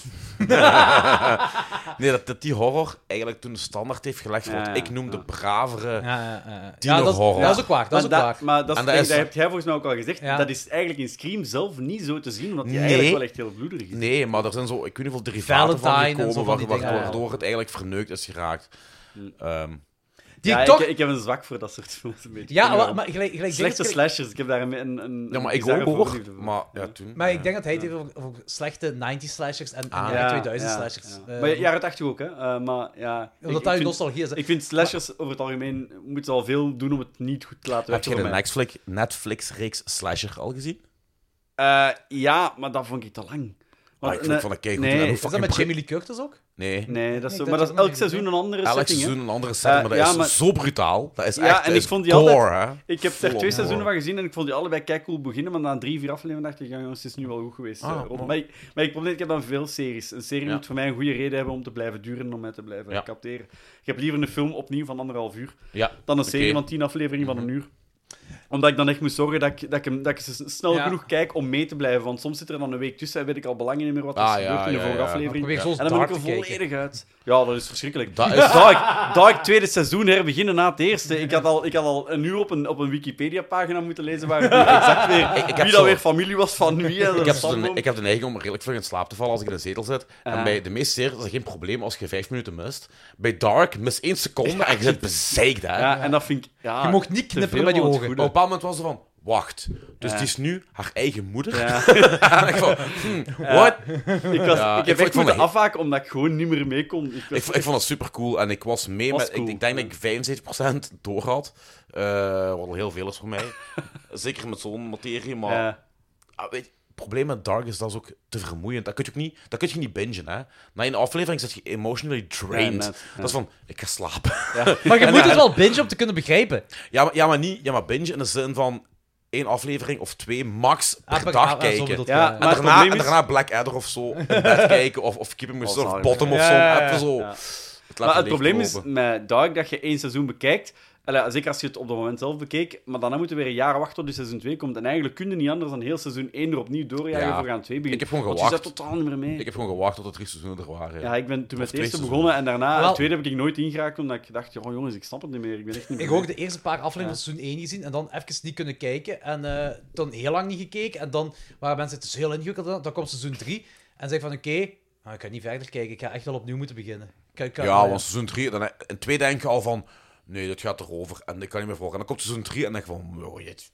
S1: nee, dat, dat die horror eigenlijk toen de standaard heeft gelegd voor
S6: Ja,
S1: wat
S6: ja,
S1: ik noem de
S6: ja.
S1: bravere...
S2: Ja, ja, ja.
S1: Tiener
S2: ja dat, is-
S1: horror.
S2: dat is ook waar. Dat is ook
S6: maar
S2: waar.
S6: dat, maar dat, is,
S1: En dat
S6: dat,
S1: is-
S6: heb jij volgens mij ook al gezegd.
S2: Ja.
S6: Dat is eigenlijk in Scream zelf niet zo te zien, omdat die
S1: Nee.
S6: eigenlijk wel echt heel bloederig is.
S1: Nee, maar er zijn zo... Ik weet niet hoeveel derivaten van
S2: Valentine en zo
S1: gekomen,
S2: van die
S1: waar-
S2: dingen, ja.
S1: waardoor het eigenlijk verneukt is geraakt. Ehm,
S2: Die
S6: Ja,
S2: ik toch...
S6: ik, ik heb een zwak voor dat soort films een beetje.
S2: Ja,
S6: Ik weet
S2: maar,
S6: niet
S2: maar gelijk, gelijk
S6: waarom. Slechte
S2: gelijk-
S6: slashers, ik heb daar een... een, een
S1: ja, maar
S6: een
S1: ik
S6: bizarre
S1: ook hoor.
S6: voorliefde voor.
S1: Maar ja, toen...
S2: Maar
S1: ja.
S2: ik denk dat hij het heeft over, over slechte negentig slashers en, en
S1: Ah.
S2: jaren
S6: Ja,
S2: tweeduizend
S6: ja,
S2: slashers.
S6: ja.
S2: Eh,
S6: maar jaren tachtig ook, hè. Uh, maar ja... ik-
S2: omdat
S6: ik
S2: dat je
S6: vind-
S2: nostalgie is. hè.
S6: Ik vind slashers over het algemeen moeten ze al veel doen om het niet goed te laten
S1: Heb je
S6: werken
S1: de
S6: voor mij.
S1: Netflix, Netflix-reeks Slasher al gezien?
S6: Eh, ja, maar dat vond ik te lang.
S1: Ah,
S6: Want,
S1: ik vond
S6: eh,
S1: van een keigoed.
S6: nee.
S1: En hoe
S2: Is dat
S1: fucking
S2: met
S1: bru-
S2: Jamie Lee Curtis ook?
S1: Nee.
S6: Nee, dat is
S2: Nee,
S6: zo,
S2: dat
S6: maar
S2: heb
S6: dat
S2: ik
S6: is
S2: nog
S6: elk
S2: niet
S6: seizoen een andere
S1: Elk
S6: setting, hè.
S1: seizoen een andere setting,
S6: Eh,
S1: maar dat
S6: ja,
S1: is
S6: maar-
S1: zo brutaal. Dat is
S6: Ja,
S1: echt
S6: en
S1: dat
S6: ik
S1: is
S6: vond die
S1: gore,
S6: altijd-
S1: hè.
S6: Ik heb er
S1: Full
S6: twee
S1: on
S6: seizoenen
S1: gore.
S6: van gezien en ik vond die allebei kei cool beginnen, maar na drie, vier afleveringen dacht ik, ja jongens, het is nu wel goed geweest.
S1: Ah,
S6: eh, Rob.
S1: maar-
S6: maar, ik, maar ik probleem, ik heb dan veel series. Een serie
S1: Ja.
S6: moet voor mij een goede reden hebben om te blijven duren en om mij te blijven
S1: Ja.
S6: capteren. Ik heb liever een film opnieuw van anderhalf uur
S1: Ja.
S6: dan een serie
S1: Oké.
S6: van tien afleveringen van een uur. Omdat ik dan echt moet zorgen dat ik, dat ik, hem, dat ik ze snel
S2: Ja.
S6: genoeg kijk om mee te blijven. Want soms zit er dan een week tussen en weet ik al belangen niet meer wat er
S1: Ah,
S6: is
S1: ja,
S6: gebeurd in de
S1: ja,
S6: vorige
S1: ja.
S6: aflevering.
S2: Probeer zo
S6: En dan ben ik
S2: dark
S6: er
S2: te kijken.
S6: volledig uit. Ja, dat is verschrikkelijk.
S1: Dat is-
S6: Dus dat ik, dat ik het tweede seizoen herbeginnen na het eerste. Ik had al, ik had al een uur op een, op een Wikipedia-pagina moeten lezen waar het nu exact weer,
S1: Ik- ik heb
S6: wie dat
S1: zo-
S6: weer familie was van wie. hè, dat
S1: Ik heb,
S6: is
S1: zo de,
S6: stamboom.
S1: ik heb de neiging om redelijk vlug in slaap te vallen als ik in de zetel zit. En
S6: Ah.
S1: bij de meeste series is er geen probleem als je vijf minuten mist. Bij Dark mis één seconde en je zit bezeikt, hè.
S6: Ja, en dat vind ik... Ja,
S2: Je mocht niet
S6: te
S2: knipperen
S6: veel
S2: met die
S6: van het
S2: ogen.
S1: Op
S6: goede.
S1: een bepaald moment was ze van... Wacht, dus
S6: Ja.
S1: die is nu haar eigen moeder?
S6: Ja.
S1: En ik van, hmm, what?
S6: Ik, was,
S1: Ja,
S6: ik
S1: ik
S6: heb
S1: vond-
S6: echt
S1: ik vond
S6: moeten
S1: dat-
S6: afhaken omdat ik gewoon niet meer mee kon. Ik, was
S1: Ik, v- ik vond het super cool en ik was mee
S6: Was
S1: met...
S6: cool,
S1: ik, ik denk
S6: ja.
S1: dat ik vijfenzeventig procent door had. Eh, wat al heel veel is voor mij. Zeker met zo'n materie, maar...
S6: Ja.
S1: Ah, weet je, het probleem met Dark is dat is ook te vermoeiend. Dat kun je ook niet, dat kun je niet bingen, hè. Na een aflevering zit je emotionally drained.
S6: Ja, net, ja.
S1: Dat is van, ik ga slapen.
S2: Maar je moet het wel bingen om te kunnen begrijpen.
S1: Ja, maar, ja, maar niet... Ja, maar bingen in de zin van één aflevering of twee max per
S2: Ah, per-
S1: dag
S2: ah, ah, zo
S1: kijken.
S2: bedoel je,
S6: Ja,
S2: ja.
S1: En,
S6: maar het
S1: daarna,
S6: probleem
S1: en
S6: is-
S1: daarna Blackadder of zo in bed kijken, of, of Keeping
S6: Was
S1: Myself
S6: hard.
S1: Bottom of
S6: Ja,
S1: zo.
S6: ja, ja.
S1: Even zo.
S6: Ja.
S1: Het
S6: Maar het
S1: licht
S6: probleem is
S1: lopen.
S6: met Dark dat je één seizoen bekijkt. Allee, zeker als je het op dat moment zelf bekeek. Maar dan moet je weer een jaar wachten tot die seizoen twee komt. En eigenlijk kun je niet anders dan heel seizoen één er opnieuw doorjagen
S1: Ja.
S6: voor gaan twee beginnen.
S1: Ik heb gewoon
S6: Want
S1: gewacht.
S6: je zat totaal niet meer mee.
S1: Ik heb gewoon gewacht tot er drie seizoenen er waren.
S6: Ja, ik ben toen met
S1: Of
S6: het
S1: twee
S6: eerste
S1: seizoenen.
S6: begonnen en daarna
S2: Wel-
S6: het tweede heb ik nooit ingeraakt omdat ik dacht, oh jongens, ik snap het niet meer. Ik ben echt niet meer
S2: Ik heb ook
S6: mee.
S2: de eerste paar afleveringen van seizoen één gezien en dan even niet kunnen kijken. En eh, dan heel lang niet gekeken. En dan waren mensen het dus heel ingewikkeld. aan. Dan komt seizoen drie en zeg van oké, nou, ik ga niet verder kijken. Ik ga echt wel opnieuw moeten beginnen. Ik, ga- ik ga-
S1: Ja, want seizoen drie, dan, in twee denk je al van, nee, dat gaat erover en ik kan niet meer volgen. En dan komt seizoen drie en dan denk je van, oh, jit.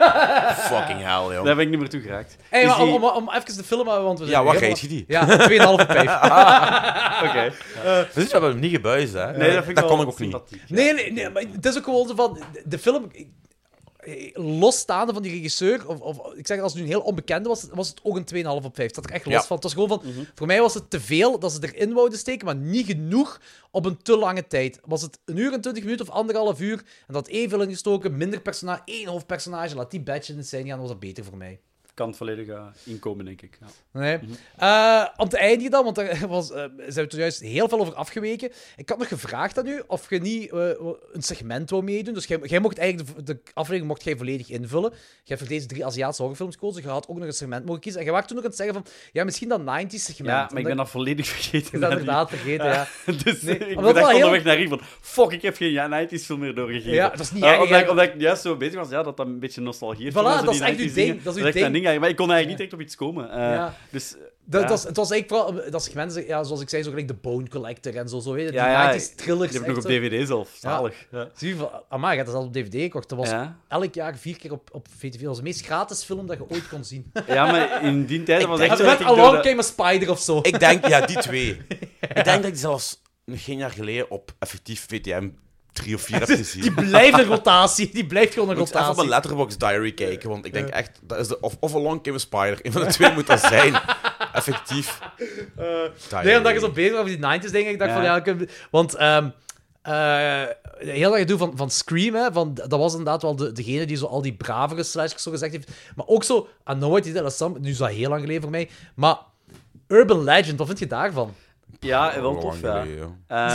S1: Fucking hell, joh.
S6: Daar ben ik niet meer toe geraakt.
S2: Hey,
S6: Is
S2: maar om,
S6: die-
S2: om, om even de film, want we zijn
S1: Ja, wat
S2: helemaal-
S1: reed je die?
S2: Ja, twee komma vijf op vijf.
S6: Oké.
S1: Dus we hebben hem niet gebuisd, hè.
S6: Nee, dat vind ik
S1: dat
S6: wel
S1: kon ik ook niet.
S6: sympathiek.
S2: Nee, nee, nee, maar het is ook gewoon zo van... De, de film... losstaande van die regisseur, of, of ik zeg als het nu een heel onbekende was, was het ook een twee komma vijf op vijf. Het zat er echt los
S1: Ja.
S2: van. Het was gewoon van,
S6: Mhm.
S2: voor mij was het te veel dat ze erin wouden steken, maar niet genoeg op een te lange tijd. Was het een uur en twintig minuten of anderhalf uur, en dat evenveel ingestoken, minder personage, één hoofdpersonage, laat die badge in de scène gaan, dan was dat beter voor mij.
S6: Kan het volledig uh, inkomen, denk ik. Ja.
S2: Nee. Eh, om te eindigen dan, want daar was, uh, zijn we er juist heel veel over afgeweken. Ik had nog gevraagd aan u of je niet uh, een segment wou meedoen. Dus jij, jij mocht eigenlijk de, de aflevering mocht jij volledig invullen. Je hebt voor deze drie Aziatische horrorfilms gekozen. Je had ook nog een segment mogen kiezen. En je was toen nog aan het zeggen van, ja, misschien dat negentig segment.
S6: Ja, maar ik ben dat volledig vergeten.
S2: Je bent inderdaad vergeten, ja.
S6: Dus
S2: Nee,
S6: ik
S2: maar
S6: ben
S2: dat
S6: echt
S2: wel heel-
S6: onderweg naar hier van, fuck, ik heb geen ja, nineties film meer doorgegeven.
S2: Ja, dat is niet
S6: Uh,
S2: erg,
S6: omdat, ik,
S2: hè.
S6: omdat ik juist zo bezig was, ja, dat dat een beetje nostalgie heeft.
S2: Voilà,
S6: voor mij, zo
S2: dat
S6: die
S2: is echt uw
S6: nineties
S2: ding,
S6: dingen.
S2: dat is uw
S6: echt mijn
S2: ding.
S6: ding. Maar ik kon eigenlijk niet echt op iets komen. Uh,
S2: Ja.
S6: Dus...
S2: Dat,
S6: ja.
S2: dat was, het was eigenlijk vooral dat segment, ja, zoals ik zei, zo gelijk de Bone Collector en zo. zo weet je, die
S6: Ja, ja,
S2: nineties thrillers.
S6: Die heb ik nog op
S2: echt zo.
S6: D V D zelf. Zalig. Ja.
S2: Zie je, van, amai, je hebt dat zelfs op D V D gekocht. Dat was
S6: Ja.
S2: elk jaar vier keer op, op V T V. Dat was de meest gratis film dat je ooit kon zien.
S6: Ja, maar in die tijd was echt
S2: Het
S6: zo
S2: werd
S6: dat ik
S2: Along
S6: door de-
S2: Came a Spider of zo.
S1: Ik denk, ja, die twee. Ik denk dat ik zelfs nog geen jaar geleden op effectief V T M drie of vier heb gezien.
S2: Die blijft een rotatie. Die blijft gewoon een
S1: Ik moet even op mijn
S2: rotatie.
S1: Letterboxd diary kijken, want ik denk echt, dat is de, of, of Along Came a Spider, een van de twee moet dat zijn. Effectief. Diary.
S2: Nee, omdat je zo bezig was met die nineties dingen. Ik dacht
S6: Ja.
S2: van, ja... ik heb- Want... ehm eh, heel erg gedoe van, van Scream, hè, van, dat was inderdaad wel de, degene die zo al die bravere slashers zo gezegd heeft. Maar ook zo, I Know What You Did Last Summer, nu is dat heel lang geleden voor mij. Maar Urban Legend, wat vind je daarvan?
S6: Ja, wel
S1: Lang
S6: tof, ja.
S1: geleden,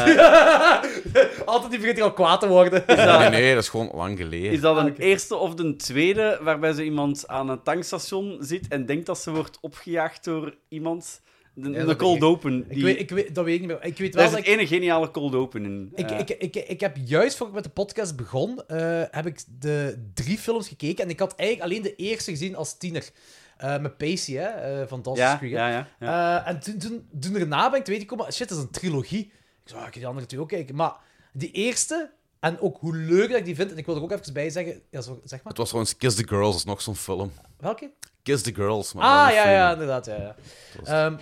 S6: Uh,
S2: Altijd die begint hier al kwaad te worden.
S1: Nee, nee, dat is gewoon lang geleden.
S6: is dat een
S2: Ah, oké.
S6: eerste of een tweede waarbij zo iemand aan een tankstation zit en denkt dat ze wordt opgejaagd door iemand? De,
S2: Ja,
S6: de
S2: dat
S6: cold
S2: weet ik.
S6: open. Die...
S2: Ik weet, ik weet, dat weet ik niet meer. Ik weet wel
S6: Daar
S2: dat
S6: is
S2: ik...
S6: het ene geniale cold open in.
S2: Ik,
S6: Uh,
S2: ik, ik, ik heb juist voor ik met de podcast begon, eh, heb ik de drie films gekeken. En ik had eigenlijk alleen de eerste gezien als tiener. Eh, met Pacey, hè, eh, van Dawson's
S6: ja,
S2: Creek. hè.
S6: ja, ja, ja.
S2: Eh, en toen, toen, toen erna ben ik te weten gekomen, shit, dat is een trilogie. Ik zou, ah, ik ga die andere twee ook kijken. Maar die eerste, en ook hoe leuk dat ik die vind, en ik wil er ook even bij zeggen, ja, zo, zeg maar.
S1: Het was trouwens Kiss the Girls, dat is nog zo'n film.
S2: Welke?
S1: Kiss the Girls. met
S2: Ah,
S1: Morgan
S2: ja, ja,
S1: Freeman.
S2: inderdaad, ja, ja.
S1: was-
S2: Ehm,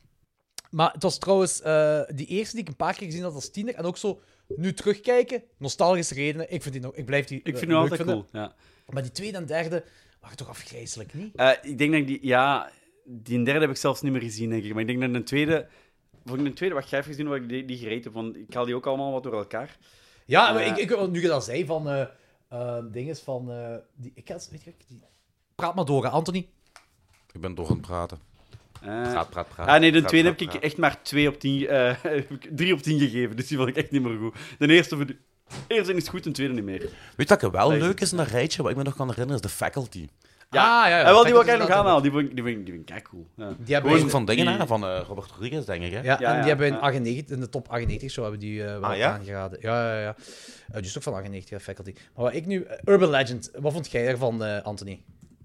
S2: maar het was trouwens uh, die eerste die ik een paar keer gezien had als tiener, en ook zo nu terugkijken, nostalgische redenen, ik, vind die nog, ik blijf die
S6: Ik
S2: uh,
S6: vind het
S2: leuk
S6: altijd
S2: vinden.
S6: cool. Ja.
S2: Maar die tweede en derde waren toch afgrijzelijk, niet?
S6: Uh, ik denk dat ik die... Ja, die derde heb ik zelfs niet meer gezien, denk ik. Maar ik denk dat een tweede... Voor een tweede, wat jij hebt gezien, waar ik die, die gereden heb, want ik haal die ook allemaal wat door elkaar.
S2: Ja, maar
S6: Eh.
S2: ik, ik, nu je dat zei van uh, uh, dinges van... Uh, die, ik had, weet je, die... Praat maar door, hè, Anthony.
S1: Ik ben door aan het praten.
S6: Uh,
S1: Praat, praat, praat.
S6: Ah nee, de
S1: Praat,
S6: tweede
S1: praat,
S6: heb ik
S1: praat.
S6: echt maar twee op tien, uh, heb ik drie op tien gegeven, dus die vond ik echt niet meer goed. De eerste, de eerste is goed, de tweede niet meer.
S1: Weet je wat wel
S6: Nee.
S1: leuk is in dat rijtje, wat ik me nog kan herinneren, is The Faculty.
S6: Ja,
S2: Ah, ja, ja.
S6: en wel, die wil ik
S2: Faculty is
S6: eigenlijk nog
S2: dat
S6: aanhalen, die vind ik, die vind ik, die vind ik kei cool. Ja.
S2: Die hebben
S1: Gewoon
S2: in-
S1: van dingen,
S6: die-
S1: hè, van eh, Robert Rodriguez, denk ik. Hè?
S2: Ja,
S6: Ja,
S2: en die
S6: ja,
S2: hebben in,
S6: ja.
S2: achtennegentig, in de top achtennegentig show hebben die uh, wel
S1: Ah, ja?
S2: aangeraden. Ja, ja, ja. Uh, die is ook van achtennegentig, hè, Faculty. Maar wat ik nu... uh, Urban Legend, wat vond jij ervan, uh, Anthony?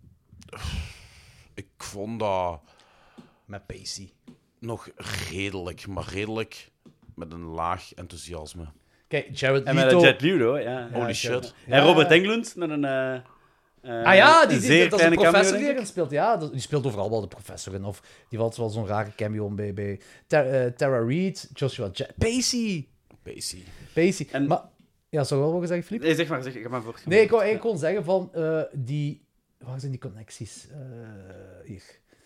S1: Ik vond dat
S2: Met Pacey.
S1: nog redelijk, maar redelijk met een laag enthousiasme.
S2: Kijk, Jared
S6: En met
S2: Leto...
S6: een Jet Leto, ja.
S1: Holy
S2: Ja,
S1: shit.
S2: Ja.
S6: En Robert Englund met een... uh, uh,
S2: Ah ja, die,
S6: een
S2: die,
S6: zeer
S2: dat is een
S6: kleine cameo,
S2: professor
S6: denk
S2: die
S6: ik.
S2: erin speelt. Ja, dat- die speelt overal wel de professor in. Of die valt wel zo'n rare cameo in bij, bij Ter- eh, Tara Reid, Joshua Jet... Pacey!
S1: Pacey.
S2: Pacey.
S6: En-
S2: Maar... Ja, zou ik wel wat zeggen, Filip?
S6: Nee, zeg maar, zeg, ik ga maar voor.
S2: Nee, ik wou eigenlijk gewoon zeggen van eh, die... Waar zijn die connecties? Eh, hier.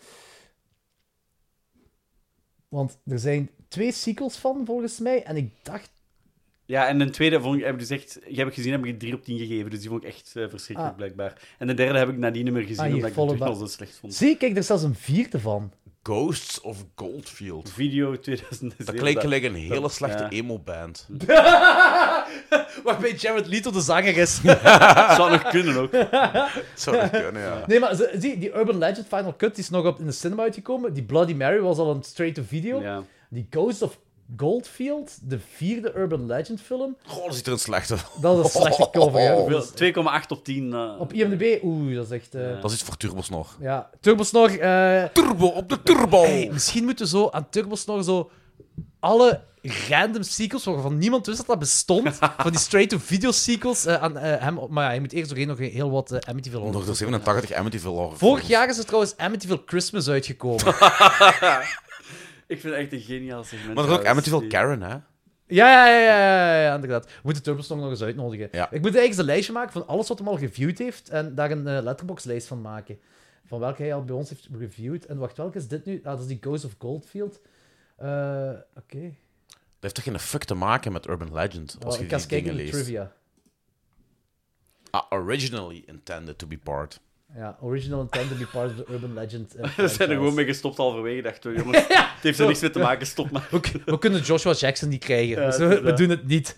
S2: Want er zijn twee sequels van, volgens mij. En ik dacht...
S6: Ja, en de tweede vond ik, heb ik dus echt, die heb ik gezien, heb ik drie op tien gegeven, dus die vond ik echt uh, verschrikkelijk,
S2: Ah.
S6: blijkbaar. En de derde heb ik nadien niet meer gezien,
S2: Ah, hier,
S6: omdat ik
S2: volle
S6: het toch
S2: bak.
S6: al zo slecht vond.
S2: Zie, kijk, er is zelfs een vierde van.
S1: Ghosts of Goldfield.
S6: Video tweeduizend zeven.
S1: Dat klinkt gelijk een hele
S6: dat-
S1: slechte
S6: ja.
S1: emo-band.
S2: Waarbij Jared Leto de zanger is.
S6: Zou nog kunnen ook.
S1: Zou dat kunnen, ja.
S2: Nee, maar ze- zie, die Urban Legend Final Cut die is nog op in de cinema uitgekomen. Die Bloody Mary was al een straight-to-video.
S6: Ja.
S2: Die Ghost of Goldfield, de vierde Urban Legend film,
S1: Goh, dat ziet er een slechte.
S2: dat is een slechte cover. hè.
S6: Hoeveel? twee komma acht op tien. uh,
S2: Op I M D B, oeh, dat is echt... eh,
S6: Ja.
S1: Dat is iets voor Turbosnor.
S2: Ja, Turbosnor. eh
S1: Turbo op de turbo!
S2: hey, misschien moeten we zo aan Turbosnor zo alle random sequels waarvan niemand wist dat dat bestond, van die straight-to-video sequels, eh, aan eh, hem... Maar ja, hij moet eerst doorheen nog heel wat uh, Amityville horror.
S1: Nog de zevenentachtig Amityville horror.
S2: Vorig jaar is er trouwens Amityville Christmas uitgekomen.
S6: Ik vind het echt een geniaal segment.
S1: Maar er is ook
S6: trouwens.
S1: Amityville
S6: Die-
S1: Karen, hè?
S2: Ja, ja, ja, ja, ja, ja, inderdaad. We moeten Turbosong nog eens uitnodigen.
S1: Ja.
S2: Ik moet eigenlijk een lijstje maken van alles wat hem al geviewd heeft en daar een uh, letterbox-lijst van maken. Van welke hij al bij ons heeft reviewed. En wacht, welke is dit nu? Ah, dat is die Ghost of Goldfield. Uh, Oké. Okay.
S1: Dat heeft toch geen fuck te maken met Urban Legend, als
S2: Oh,
S1: je
S2: ik ga
S1: die
S2: eens kijken
S1: dingen
S2: in de
S1: leest.
S2: trivia.
S1: Ah, originally intended to be part.
S2: Ja, original intended to be part of the Urban Legend. Uh,
S6: We zijn er gewoon mee gestopt halverwege. Ik dacht, oh, jongens, het heeft er niks mee te maken, stop maar.
S2: We, we kunnen Joshua Jackson niet krijgen.
S6: Ja,
S2: dus we,
S6: het is
S2: we
S6: dat.
S2: doen het niet.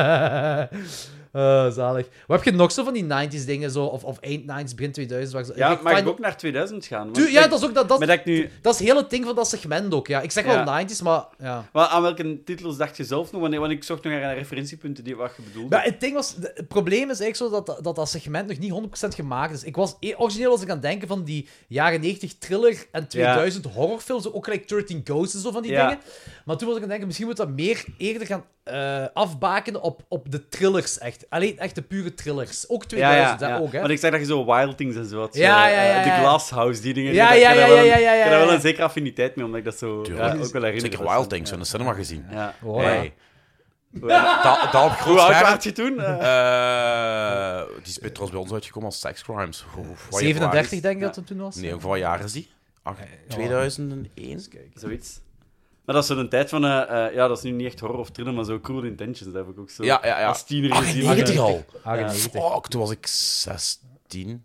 S2: Uh, zalig. Wat heb je nog zo van die nineties dingen, zo, of, of eind nineties, begin tweeduizend? Waar ze,
S6: Ja,
S2: ik
S6: mag
S2: find-
S6: ik ook naar tweeduizend gaan? Want
S2: Tu- ja,
S6: ik-
S2: dat is ook dat, dat,
S6: Maar dat ik nu...
S2: dat is heel het ding van dat segment ook. Ja. Ik zeg
S6: Ja.
S2: wel nineties, maar ja.
S6: Maar aan welke titels dacht je zelf nog? Want want ik zocht nog naar referentiepunten die wat je bedoelde.
S2: Maar het ding was, de- het probleem is eigenlijk zo dat dat, dat segment nog niet honderd procent gemaakt is. Ik was, e- origineel was ik aan het denken van die jaren negentig thriller en tweeduizend horrorfilms, ook gelijk dertien Ghosts en zo van die
S6: Ja.
S2: dingen. Maar toen was ik aan het denken, misschien moet dat meer eerder gaan eh, afbakenen op, op de thrillers, echt. Alleen echt de pure thrillers. Ook
S6: ja,
S2: tweeduizend,
S6: ja,
S2: hè,
S6: ja.
S2: ook, hè.
S6: Want ik zeg dat je zo Wild Things en zo had. zo,
S2: Ja, ja,
S6: eh,
S2: ja,
S6: De
S2: ja.
S6: Glass House, die dingen.
S2: Ja,
S6: ik
S2: ja,
S6: heb
S2: ja,
S6: daar wel
S2: ja,
S6: een-
S2: ja, ja,
S6: Ik heb daar wel
S2: ja.
S6: een zekere affiniteit mee, omdat ik dat zo ja,
S1: Tuurlijk.
S6: ook wel herinner.
S1: Zeker Wild Things, we hebben de cinema gezien.
S6: Ja.
S2: Oh,
S1: Hey.
S6: Ja.
S1: Dat, dat op groot
S6: Hoe oud
S1: scherm.
S6: was je toen? Eh,
S1: Eh, die is bij- trouwens bij ons uitgekomen als Sex Crimes. Hoe- hoe- wat je
S2: zevenendertig
S1: vraag is-
S2: denk ik dat het toen was.
S1: Nee, ook van wat jaar is die? Ach, tweeduizend één?
S6: Zoiets. Maar dat is zo'n tijd van... eh, eh, ja, dat is nu niet echt horror of thriller, maar zo Cruel Intentions. Dat heb ik ook zo
S1: Ja, ja, ja.
S6: als tiener gezien.
S1: achtennegentig
S6: Eh,
S1: al.
S2: achtennegentig.
S1: Fuck, toen was ik zestien.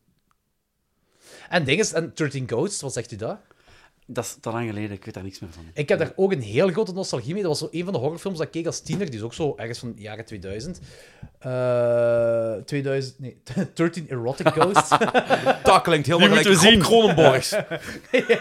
S2: En ding is, en dertien Ghosts, wat zegt u daar?
S6: Dat is te lang geleden, ik weet daar niks meer van.
S2: Ik heb daar ook een heel grote nostalgie mee. Dat was zo een van de horrorfilms dat ik keek als tiener. Die is ook zo ergens van de jaren tweeduizend. Eh tweeduizend... Nee, dertien Erotic Ghosts.
S1: Dat klinkt helemaal
S6: Die
S1: gelijk
S6: moeten we zien.
S1: Kronenborgs.
S2: En je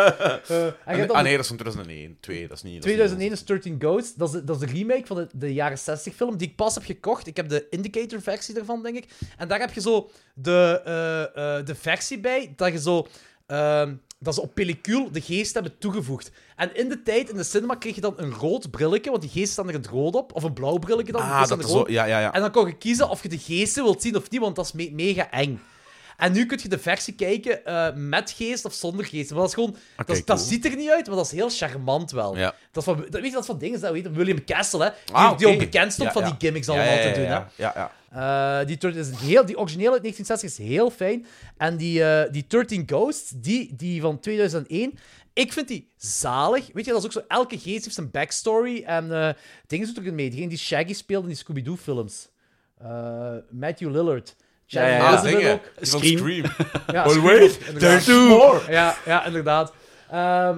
S2: hebt dan
S1: Ah nee, dat is van tweeduizend één. twee, dat is niet... dat is
S2: tweeduizend één
S1: niet-
S2: is dertien Ghosts. Dat is, de, dat is de remake van de, de jaren zestig film die ik pas heb gekocht. Ik heb de Indicator-versie daarvan, denk ik. En daar heb je zo de, eh, eh, de versie bij dat je zo... ehm, dat ze op pellicule de geest hebben toegevoegd. En in de tijd, in de cinema, kreeg je dan een rood brilletje, want die geesten staan er in het rood op. Of een blauw brilletje dan. die
S1: Ah,
S2: geesten
S1: dat
S2: staan
S1: is
S2: er
S1: zo...
S2: rood.
S1: Ja, ja, ja.
S2: En dan kon je kiezen of je de geesten wilt zien of niet, want dat is me- mega eng. En nu kun je de versie kijken eh, met geest of zonder geest. Maar dat, is gewoon, dat, is- dat
S1: cool.
S2: ziet er niet uit, maar dat is heel charmant wel.
S1: Ja.
S2: Dat, is van, dat, weet je, dat is van dingen, dat weet je, William Castle, hè, die,
S1: Ah,
S2: die
S1: oké.
S2: ook bekend stond
S1: Ja,
S2: van
S1: ja.
S2: die gimmicks
S1: Ja,
S2: allemaal
S1: ja, ja,
S2: te doen.
S1: ja,
S2: Hè.
S1: ja, ja.
S2: Uh, die, thirteen is een heel, die originele uit negentien zestig is heel fijn. En die, eh, die dertien Ghosts, die, die van tweeduizend één, ik vind die zalig. Weet je, dat is ook zo, elke geest heeft zijn backstory. En uh, dingen doet er mee. Diegene die Shaggy speelde in die Scooby-Doo-films. Uh, Matthew Lillard.
S6: Ja, ja, ja.
S1: Ah,
S2: Elizabeth
S1: dingen.
S2: ook.
S1: Die van
S6: Scream.
S1: Scream.
S2: Ja,
S1: But
S2: Scream
S1: wait,
S2: ook, inderdaad.
S1: there's more.
S2: Ja, ja, inderdaad. Ehm,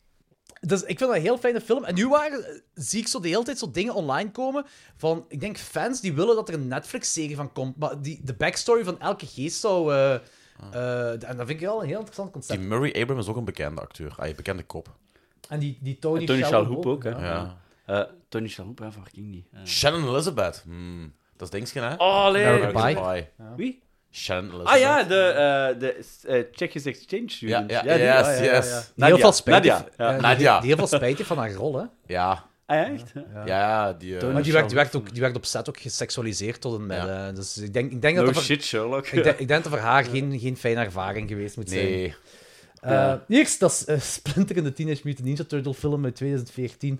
S2: dus ik vind dat een heel fijne film. En nu waren, zie ik zo de hele tijd zo dingen online komen van, ik denk, fans die willen dat er een Netflix-serie van komt. Maar die, de backstory van elke geest zou... uh, uh, en dat vind ik wel een heel interessant concept.
S1: Die Murray Abraham is ook een bekende acteur. Ah, een bekende kop.
S2: En die, die Tony,
S6: En Tony
S2: Shalhoub
S6: Shalhoub ook, hè.
S1: Ja.
S6: Eh, Tony Shalhoub, hè, van King niet. Eh.
S1: Shannon Elizabeth. Hmm, dat is Dingetje, hè?
S6: Oh, nee.
S2: American
S1: American
S2: Pie.
S1: Pie.
S6: Wie?
S1: Shannon Elizabeth.
S6: Ah ja, de, eh de eh, Czechs Exchange
S1: Ja,
S6: Student.
S1: ja,
S6: die,
S1: yes,
S6: ja, ja, ja,
S1: yes.
S6: ja.
S2: Die
S6: Nadia.
S2: heel veel spijt
S6: Nadia.
S2: heeft-
S6: Ja.
S2: eh,
S1: Nadia.
S2: Die, die heel veel spijt heeft van haar rol, hè.
S1: Ja.
S6: Ah ja, echt?
S1: Ja, ja, die... eh,
S2: Maar die werd, die, werd ook, die werd op set ook geseksualiseerd tot en met.
S1: Ja.
S2: eh, dus ik denk, ik denk
S6: No
S2: dat dat voor,
S6: shit, Sherlock.
S2: ik denk, ik denk dat voor haar geen, geen fijne ervaring geweest moet zijn.
S1: Nee.
S2: Uh,
S6: Ja.
S2: Eerst, dat is uh, Splinter in de Teenage Mutant Ninja Turtle film uit twintig veertien.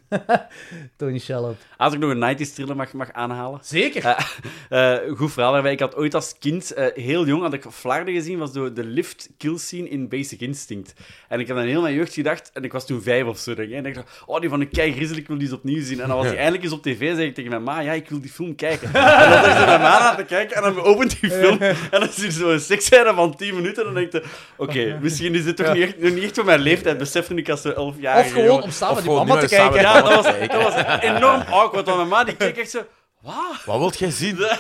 S2: Tony Shalhoub.
S6: Als ik nog een nineties thriller mag, mag aanhalen.
S2: Zeker!
S6: Eh, eh, goed verhaal daarbij. Ik had ooit als kind, eh, heel jong, had ik Flarden gezien, was de, de lift kill scene in Basic Instinct. En ik heb dan heel mijn jeugd gedacht, en ik was toen vijf of zo, denk ik. En ik dacht, oh, die van de kei griezelig, ik wil die eens opnieuw zien. En dan was die eindelijk eens op tv, zei ik tegen mijn ma, ja, ik wil die film kijken. En dan zag ze mijn ma aan te kijken, en dan opent die film, en dan is er zo'n seksscène van tien minuten, en dan denk je, oké, okay, misschien is dit toch niet echt, nog niet echt voor mijn leeftijd, besefte ik als zo elf jaar.
S2: Of gewoon om samen
S1: Of
S2: met die
S1: gewoon
S2: mama
S1: nu
S2: te
S1: samen
S2: kijken.
S1: met
S6: Ja, dat was, dat was enorm awkward, want mijn ma die keek echt zo, wat?
S1: Wat wilt jij zien?
S6: En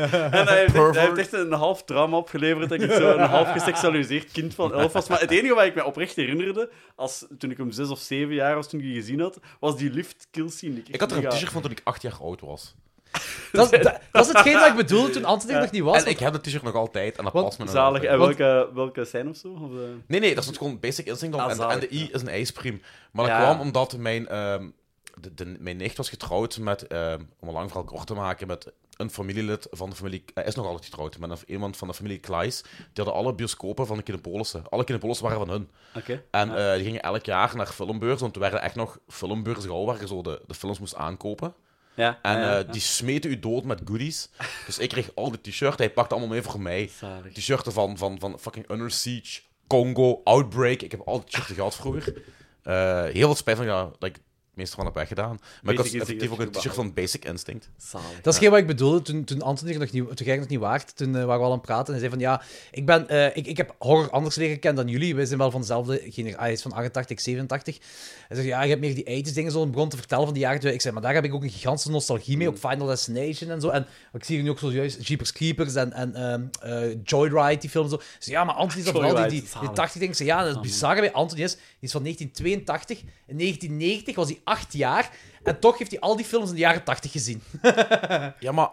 S6: hij heeft, echt, hij heeft echt een half trauma opgeleverd dat ik zo een half geseksualiseerd kind van elf was. Maar het enige wat ik me oprecht herinnerde, als, toen ik om zes of zeven jaar was, toen ik die gezien had, was die lift kill scene. Die
S1: Ik had er een
S6: mega-
S1: t-shirt van toen ik acht jaar oud was.
S2: Dat, is- dat, dat is hetgeen wat ik bedoelde toen Anthony nog niet was.
S1: En ik heb dat t-shirt nog altijd en dat
S2: Want-
S1: past me nog
S6: Zalig.
S1: altijd.
S6: En
S2: Want-
S6: welke, welke zijn of zo? Of, eh?
S1: Nee, nee, dat is gewoon Basic Instinct.
S6: Ah,
S1: en, en
S6: zalig,
S1: de I
S6: ja.
S1: is een ijspriem. Maar dat
S6: Ja.
S1: kwam omdat mijn, ehm, de, de, mijn nicht was getrouwd met, ehm, om een lang verhaal kort te maken, met een familielid van de familie... Hij is nog altijd getrouwd met een, iemand van de familie Klaes. Die hadden alle bioscopen van de Kinepolissen. Alle Kinepolissen waren van hun.
S6: Oké.
S1: En
S6: Ja.
S1: eh, die gingen elk jaar naar filmbeurzen, want er werden echt nog filmbeurzen gehouden waar je zo de, de films moest aankopen.
S6: Ja,
S1: En
S6: ja, ja.
S1: uh, die smeten u dood met goodies. Dus ik kreeg al die t-shirts. Hij pakte allemaal mee voor mij.
S6: Zalig.
S1: T-shirten van, van, van fucking Under Siege, Congo, Outbreak. Ik heb al die t-shirts gehad vroeger. Uh, heel veel spijt van ja, dat ik het meeste van heb weggedaan. Maar
S6: Basic
S1: ik had effectief ook een
S6: Instinct
S1: t-shirt van Basic Instinct.
S6: Zalig.
S2: Dat is geen wat ik bedoelde toen, toen Anthony er nog niet, toen jij nog niet waart. Toen uh, waren we al aan het praten. En hij zei van, ja, ik, ben, uh, ik, ik heb horror anders leren kennen dan jullie. Wij zijn wel van dezelfde generatie. Hij is van achtentachtig, zevenentachtig. Hij zei, ja, je hebt meer die eighties dingen zo begon te vertellen van die jaren. Ik zei, maar daar heb ik ook een gigantische nostalgie mee. Ook Final Destination en zo. En ik zie hier nu ook zojuist Jeepers Creepers en, en um, uh, Joyride, die film zo. Zei, ja, maar Anthony is dat vooral die, die, die tachtig dingen. Ik zei, ja, dat is bizar bij Anthony is. Die is van negentien tweeëntachtig. In negentien negentig was hij acht jaar. En toch heeft hij al die films in de jaren tachtig gezien.
S1: Ja, maar...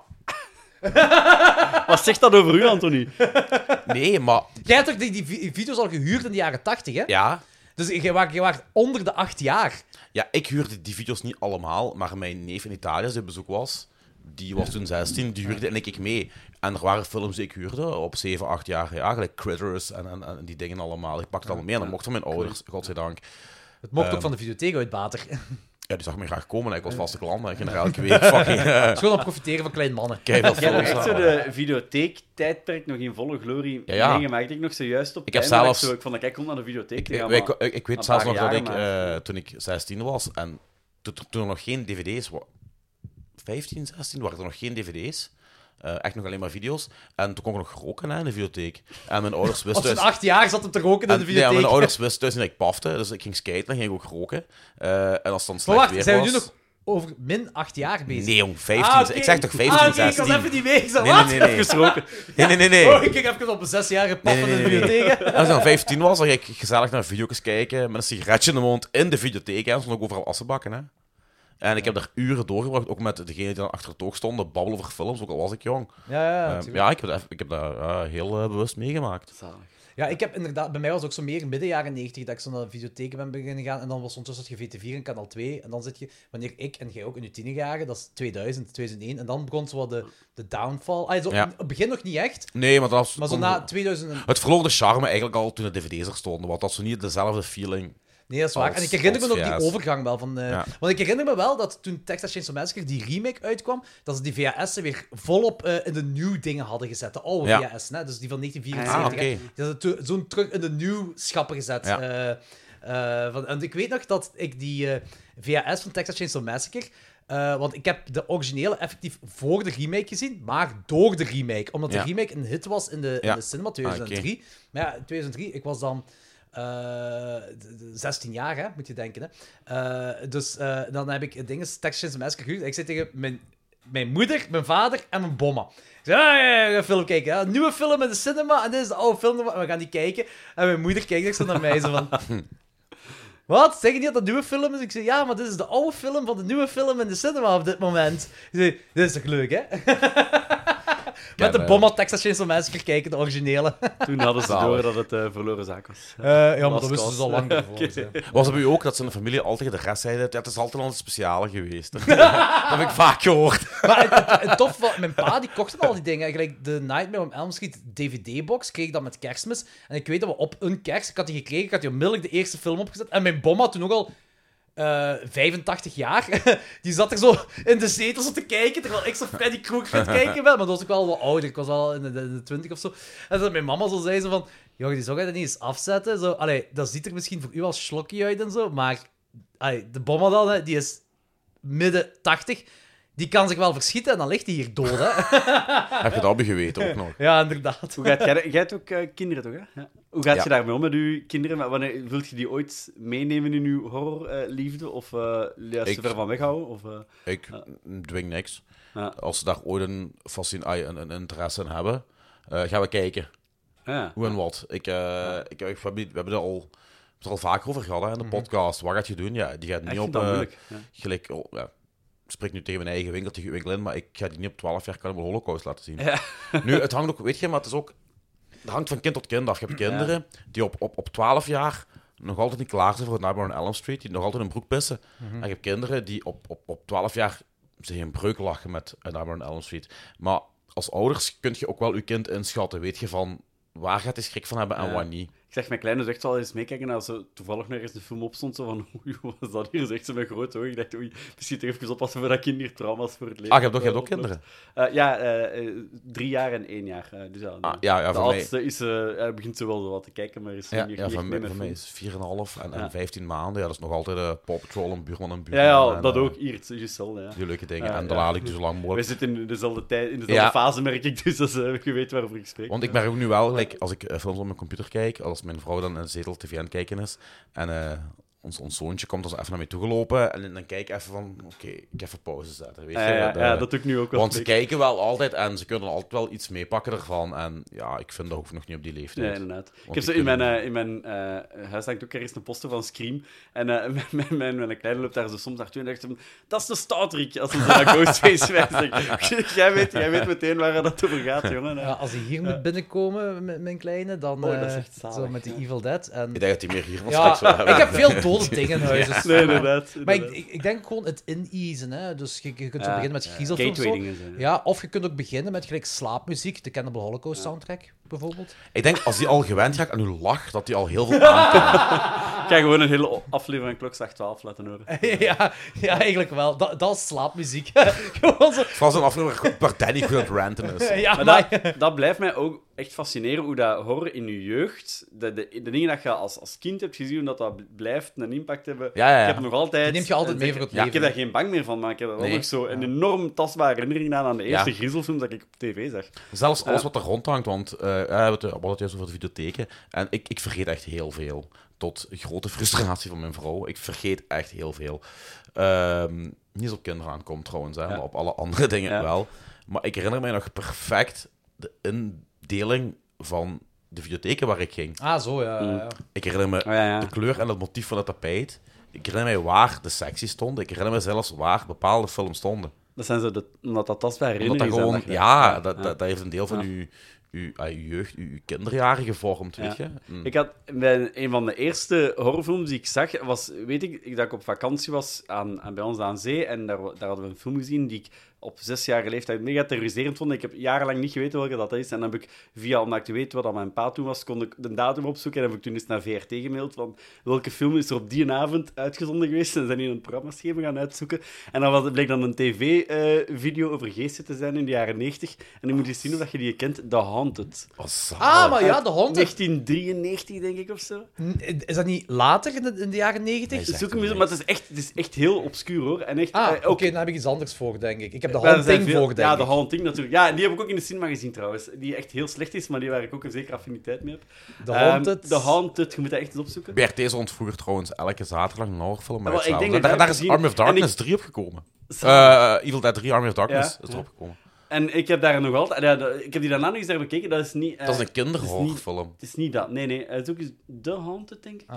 S6: Wat zegt dat over u, Anthony?
S1: Nee, maar...
S2: Jij hebt toch die, die video's al gehuurd in de jaren tachtig, hè?
S1: Ja.
S2: Dus jij waart, jij waart onder de acht jaar.
S1: Ja, ik huurde die video's niet allemaal, maar mijn neef in Italië, die op bezoek was, die was toen zestien, die huurde en ik, ik mee. En er waren films die ik huurde op zeven, acht jaar, ja, gelijk Critters en, en, en die dingen allemaal. Ik pakte het allemaal mee en dat mochten mijn ouders, godzijdank.
S2: Het mocht
S1: Um,
S2: ook van de videotheek uit Bater.
S1: Ja, die zag me graag komen en ik was vaste klant. Ik ging er elke week fucking... Uh,
S2: Het is gewoon aan profiteren van kleine mannen.
S1: Kijk, veel
S6: Jij hebt
S1: films.
S6: echt zo de videotheek-tijdperk nog in volle glorie
S1: Ja, ja.
S6: meegemaakt. Ik nog zojuist op
S1: Ik heb
S6: het einde
S1: zelfs-
S6: dat ik, zo, ik vond dat ik kon naar de videotheek te
S1: Ik,
S6: gaan,
S1: ik,
S6: maar-
S1: ik, ik weet
S6: een
S1: zelfs
S6: paar
S1: nog dat
S6: jaren,
S1: ik,
S6: maar-
S1: uh, toen ik zestien was en to, to, toen er nog geen dvd's waren, vijftien, zestien, waren er nog geen dvd's. Uh, echt nog alleen maar video's. En toen kon ik nog roken hè, in de videotheek. En mijn ouders
S2: Op
S1: wisten...
S2: zijn acht jaar zat hem te roken in
S1: En,
S2: de
S1: nee,
S2: videotheek.
S1: mijn ouders wisten dus niet dat ik pafte, dus ik ging skaten en ging ik ook roken. Uh, en als het dan
S2: Maar
S1: slecht
S2: wacht,
S1: weer
S2: zijn we
S1: was...
S2: nu nog over min acht jaar bezig?
S1: Nee, jong, vijftien.
S2: Ah, oké.
S1: Ik zeg toch vijftien,
S2: ah, oké, ik
S1: zestien?
S2: was even niet mee. Ik zei,
S1: Nee,
S2: wat?
S1: nee, nee, nee.
S2: Even roken.
S1: Nee, nee, nee, nee.
S2: Oh, ik ging even op een zesjarige pap
S1: Nee,
S2: in
S1: nee,
S2: de
S1: nee, nee.
S2: videotheek.
S1: En als ik dan vijftien was, dan ging ik gezellig naar video's kijken met een sigaretje in de mond in de videotheek. En er stonden ook overal assenbakken, hè. En ik heb daar uren doorgebracht, ook met degene die dan achter het oog stonden, babbelen over films, ook al was ik jong.
S2: Ja, ja,
S1: Uh,
S2: natuurlijk.
S1: ja, ik heb dat, ik heb dat uh, heel uh, bewust meegemaakt.
S6: Zalig.
S2: Ja, ik heb inderdaad... Bij mij was het ook zo meer midden jaren negentig dat ik zo naar de videotheek ben beginnen gaan. En dan was ondertussen je V T vier en Kanaal twee. En dan zit je... Wanneer ik en jij ook in je tienerjaren, dat is tweeduizend, tweeduizend één. En dan begon zo wat de, de downfall. Ah, zo,
S1: Ja.
S2: in het begin nog niet echt.
S1: Nee, maar dat was...
S2: Maar zo na tweeduizend... en-
S1: Het verloor de charme eigenlijk al toen de dvd's er stonden, want dat was zo niet dezelfde feeling.
S2: Nee, dat is waar.
S1: Als-
S2: en ik herinner me
S1: als
S2: nog
S1: V H S.
S2: die overgang wel. Van, uh,
S1: Ja.
S2: Want ik herinner me wel dat toen Texas Chainsaw Massacre, die remake, uitkwam, dat ze die V H S'en weer volop uh, in de nieuw dingen hadden gezet. De oude
S1: Ja.
S2: V H S'en, hè? Dus die van negentien
S1: Ah,
S2: vierenzeventig.
S1: oké.
S2: hè. Die hadden to- zo'n terug in de nieuw schappen gezet.
S1: Ja.
S2: Uh, uh, van, en ik weet nog dat ik die uh, V H S van Texas Chainsaw Massacre... Uh, want ik heb de originele effectief voor de remake gezien, maar door de remake. Omdat de
S1: Ja.
S2: remake een hit was in de,
S1: Ja.
S2: in de cinema tweeduizend drie.
S1: Ah, oké.
S2: Maar ja, in tweeduizend drie, ik was dan... Uh, zestien jaar, hè, moet je denken. Hè. Uh, dus uh, dan heb ik dingen, Texas Chainsaw Massacre gehuurd. Ik zit tegen mijn, mijn moeder, mijn vader en mijn bomma. Ik zei, ah, ja, ja, we gaan film kijken. Ja. Een nieuwe film in de cinema en dit is de oude film. En we gaan die kijken. En mijn moeder kijkt echt zo naar mij, zo van... Wat? Zeg je niet dat dat een nieuwe film is? Ik zei, ja, maar dit is de oude film van de nieuwe film in de cinema op dit moment. Ik zei, dit is toch leuk, hè? Met de
S1: Ja,
S2: bomma Texas Chainsaw Massacre kijken, de originele.
S6: Toen hadden ze
S1: Zalig.
S6: door dat het uh, verloren zaak was.
S2: Uh, ja, maar
S6: Last
S2: dat wisten ze al lang ervoor.
S6: Oké.
S2: dus, ja.
S1: Was het bij u ook dat zijn familie altijd tegen de rest zeiden, ja, het is altijd al een speciale geweest. dat heb ik vaak gehoord.
S2: Maar het, het, het tof was, mijn pa die kocht al die dingen. Gelijk de Nightmare on Elm Street D V D-box kreeg ik dat met kerstmis. En ik weet dat we op een kerst, ik had die gekregen, ik had die onmiddellijk de eerste film opgezet. En mijn bom had toen ook al uh, vijfentachtig jaar. Die zat er zo in de zetel zo te kijken, terwijl ik zo Freddy Krueger aan het kijken ben. Maar dan was ik wel wat ouder, ik was al in de, in de twintig of zo. En dat mijn mama zo zei zo van, joh, die zou je dat niet eens afzetten? Zo, allee, dat ziet er misschien voor u als slokkie uit en zo, maar allee, de bomma dan, hè, die is midden tachtig. Die kan zich wel verschieten en dan ligt hij hier dood, hè.
S1: Heb je dat bij geweten ook nog?
S2: Ja, inderdaad.
S6: Hoe gaat jij, jij hebt ook uh, kinderen, toch? Hè? Ja. Hoe gaat
S1: Ja.
S6: je daarmee om met je kinderen? Wanneer, wilt je die ooit meenemen in je horrorliefde? Uh, of uh, juist
S1: Ik-
S6: te ver van weghouden? Of, uh...
S1: Ik dwing niks.
S6: Ja.
S1: Als ze daar ooit een, fascin- ay, een, een interesse in hebben, uh, gaan we kijken.
S6: Ja.
S1: Hoe en wat. Ik, uh, ik, ik, we, hebben, we hebben er al, het er al vaker over gehad hè, in de podcast. Wat gaat je doen? Ja, die gaat
S6: Ik
S1: niet
S6: vind
S1: op...
S6: dat
S1: Uh,
S6: moeilijk. Ja.
S1: gelijk, oh, ja, ik spreek nu tegen mijn eigen winkel, winkel in, maar ik ga die niet op twaalf jaar Cannibal Holocaust laten zien.
S6: Ja.
S1: Nu, het hangt ook, weet je, maar het is ook... Het hangt van kind tot kind af. Je hebt kinderen die op, op, op twaalf jaar nog altijd niet klaar zijn voor het Nightmare on Elm Street, die nog altijd een broek pissen.
S2: Mhm.
S1: En je hebt kinderen die op, op, op twaalf jaar zich in breuk lachen met uh, Nightmare on Elm Street. Maar als ouders kun je ook wel je kind inschatten. Weet je van waar gaat hij schrik van hebben en
S6: Ja.
S1: waar niet.
S6: Ik zeg, mijn kleine zegt wel eens meekijken als zo toevallig nog eens een film opstond, zo van, oei, wat was dat hier? Zegt ze met grote ogen. Ik dacht, oei, misschien toch even oppassen voor dat kind hier trauma's voor het leven.
S1: Ah, je hebt ook, je hebt ook kinderen?
S6: Uh, ja, uh, uh, drie jaar en één jaar. Uh, dus ja,
S1: ah, ja, ja,
S6: de
S1: voor
S6: oudste
S1: mij...
S6: is, uh, hij begint zo wel zo wat te kijken, maar is
S1: ja,
S6: niet
S1: ja,
S6: echt
S1: voor,
S6: mee
S1: mij,
S6: met
S1: voor mij
S6: film.
S1: is vier komma vijf en, en
S6: Ja.
S1: vijftien maanden. Ja, dat is nog altijd uh, Paw Patrol, een buurman en buurman.
S6: Ja, ja
S1: en,
S6: dat
S1: uh,
S6: ook. Hier, het is juist wel, ja.
S1: Die leuke dingen.
S6: Uh,
S1: en dan
S6: ja.
S1: laat ik dus zo lang
S6: Wij
S1: mogelijk...
S6: zitten in dezelfde, tijd, in dezelfde
S1: Ja.
S6: fase, merk ik, dus dat is, uh, je weet waarover ik spreek.
S1: Want ik merk ook nu wel, like, als ik uh, films op mijn computer kijk, als mijn vrouw dan in de zetel tv aan het kijken is, en uh, ons, ons zoontje komt dan zo even naar mij toegelopen, en dan kijk ik even van, oké, okay, ik ga even pauze zetten, weet je.
S6: Ja, ja,
S1: de,
S6: ja, dat doe ik nu ook wel.
S1: Want ze
S6: zeker.
S1: kijken wel altijd, en ze kunnen altijd wel iets meepakken ervan, en ja, ik vind dat hoeft nog niet op die leeftijd.
S6: Ja, inderdaad. Ik
S1: Want
S6: heb zo
S1: die
S6: in mijn,
S1: kunnen-
S6: uh, in mijn uh, huis hangt ook ergens een poster van Scream. En uh, mijn, mijn, mijn, mijn kleine loopt daar zo soms naartoe en dacht ze van, dat is de Stouterik, als ze zo naar Ghostface wijst. jij, weet, jij weet meteen waar dat over gaat, jongen.
S2: Ja, als hij hier moet binnenkomen, met mijn kleine, dan
S6: Oh, dat is
S2: eh,
S6: echt zalig,
S2: zo met die
S6: ja.
S2: Evil Dead. En...
S1: Ik denk dat die meer hier van
S2: Ja,
S1: straks wel
S2: ik
S1: hebben.
S2: heb veel dode dingen in huis. dus-
S6: Nee, inderdaad.
S2: Maar ik,
S6: inderdaad.
S2: ik, ik denk gewoon het ineasen. Hè. Dus je, je kunt zo
S6: Ja,
S2: beginnen met griezelfilms.
S6: Gateway
S2: zo.
S6: dingen zijn.
S2: Ja, of je kunt ook beginnen met gelijk slaapmuziek, de Cannibal Holocaust soundtrack, bijvoorbeeld.
S1: Ik denk, als die al gewend raakt aan uw lach, dat die al heel veel aankomt.
S6: Ik ga gewoon een hele aflevering van Klokslag twaalf laten horen.
S2: ja, ja, eigenlijk wel. Dat, dat is slaapmuziek. Gewoon zo...
S1: Vooral zo'n aflevering waar Danny goed aan het ranten is.
S2: Ja,
S6: Maar
S2: maar...
S6: dat, dat blijft mij ook echt fascineren, hoe dat horror in je jeugd, de, de, de dingen dat je als, als kind hebt gezien, hoe dat, dat blijft een impact hebben.
S1: Ja, ja, ja.
S6: Ik heb nog altijd...
S2: Die neemt je altijd
S6: en
S2: mee
S6: zeg-
S2: voor het
S6: ja, Ik
S2: leven.
S6: heb daar geen bang meer van, maar ik heb er wel
S1: Nee.
S6: nog zo een enorm tastbare herinnering aan aan de eerste
S1: Ja.
S6: griezelfilms dat ik op tv zag.
S1: Zelfs alles wat er rondhangt, want uh, we hebben het we hadden het juist over de videotheken. En ik, ik vergeet echt heel veel. Tot grote frustratie van mijn vrouw. Ik vergeet echt heel veel. Um, niet eens op kinderen aankomt trouwens, hè,
S6: Ja.
S1: maar op alle andere dingen
S6: Ja.
S1: wel. Maar ik herinner mij nog perfect de indeling van de videotheken waar ik ging.
S2: Ah, zo, ja. ja, ja.
S1: Ik herinner me
S6: Oh, ja, ja.
S1: de kleur en het motief van het tapijt. Ik herinner mij waar de secties stonden. Ik herinner me zelfs waar bepaalde films stonden.
S6: Dat zijn zo de, omdat dat tastbare
S1: Omdat dat
S6: herinneringen
S1: gewoon...
S6: zijn.
S1: Ja,
S6: je-
S1: dat, dat, dat heeft een deel van
S6: Ja.
S1: uw, uw, ah, uw jeugd, uw, uw kinderjaren gevormd, weet
S6: Ja.
S1: je. Mm.
S6: Ik had bij een van de eerste horrorfilms die ik zag, was, weet ik, dat ik op vakantie was aan, aan, bij ons aan zee en daar, daar hadden we een film gezien die ik op zesjarige leeftijd mega terroriserend vond. Ik heb jarenlang niet geweten welke dat is. En dan heb ik, via, omdat ik te weten wat dat mijn pa toen was, kon ik de datum opzoeken en heb ik toen eens naar V R T gemaild van welke film is er op die avond uitgezonden geweest. En zijn die een programmaschema gaan uitzoeken. En dan was, bleek dan een tv-video over geesten te zijn in de jaren negentig. En dan moet je zien of dat je die kent, The Haunted.
S1: Oh, zalig.
S2: Ah, maar ja, de hond.
S6: negentien drieënnegentig, denk ik, of zo.
S2: Is dat niet later in de, in de jaren negentig?
S1: Nee, zeg
S6: Zoek hem
S1: het
S6: eens,
S1: niet.
S6: maar het is echt, het is echt heel obscuur, hoor. En echt,
S2: Ah,
S6: eh,
S2: oké,
S6: ook
S2: dan heb ik iets anders voor, denk ik. Ik heb de
S6: Maar er zijn
S2: Haunting
S6: veel-
S2: voor, denk
S6: Ja,
S2: ik.
S6: de Haunting natuurlijk. Ja, en die heb ik ook in de cinema gezien trouwens. Die echt heel slecht is, maar die waar ik ook een zekere affiniteit mee heb.
S2: The
S6: Ehm,
S2: Haunted.
S6: The Haunted, je moet dat echt eens opzoeken.
S1: B R T zond vroeger trouwens elke zaterdag een horrorfilm. Maar
S6: Ja, maar ik denk
S1: daar,
S6: dat ik
S1: daar
S6: dat
S1: is
S6: heb
S1: Army of
S6: gezien. En
S1: Darkness drie opgekomen.
S6: Zalig.
S1: Uh, Evil Dead drie, Army of Darkness
S6: Ja,
S1: is
S6: ja.
S1: erop gekomen.
S6: En ik heb daar nog altijd... Ja, de- ik heb die daarna nog eens naar bekeken. Dat is niet... eh,
S1: Dat is een
S6: het is niet-
S1: kinderhorrorfilm.
S6: Het is niet dat. Nee, nee. Uh, zoek eens The Haunted, denk ik.
S2: Ah.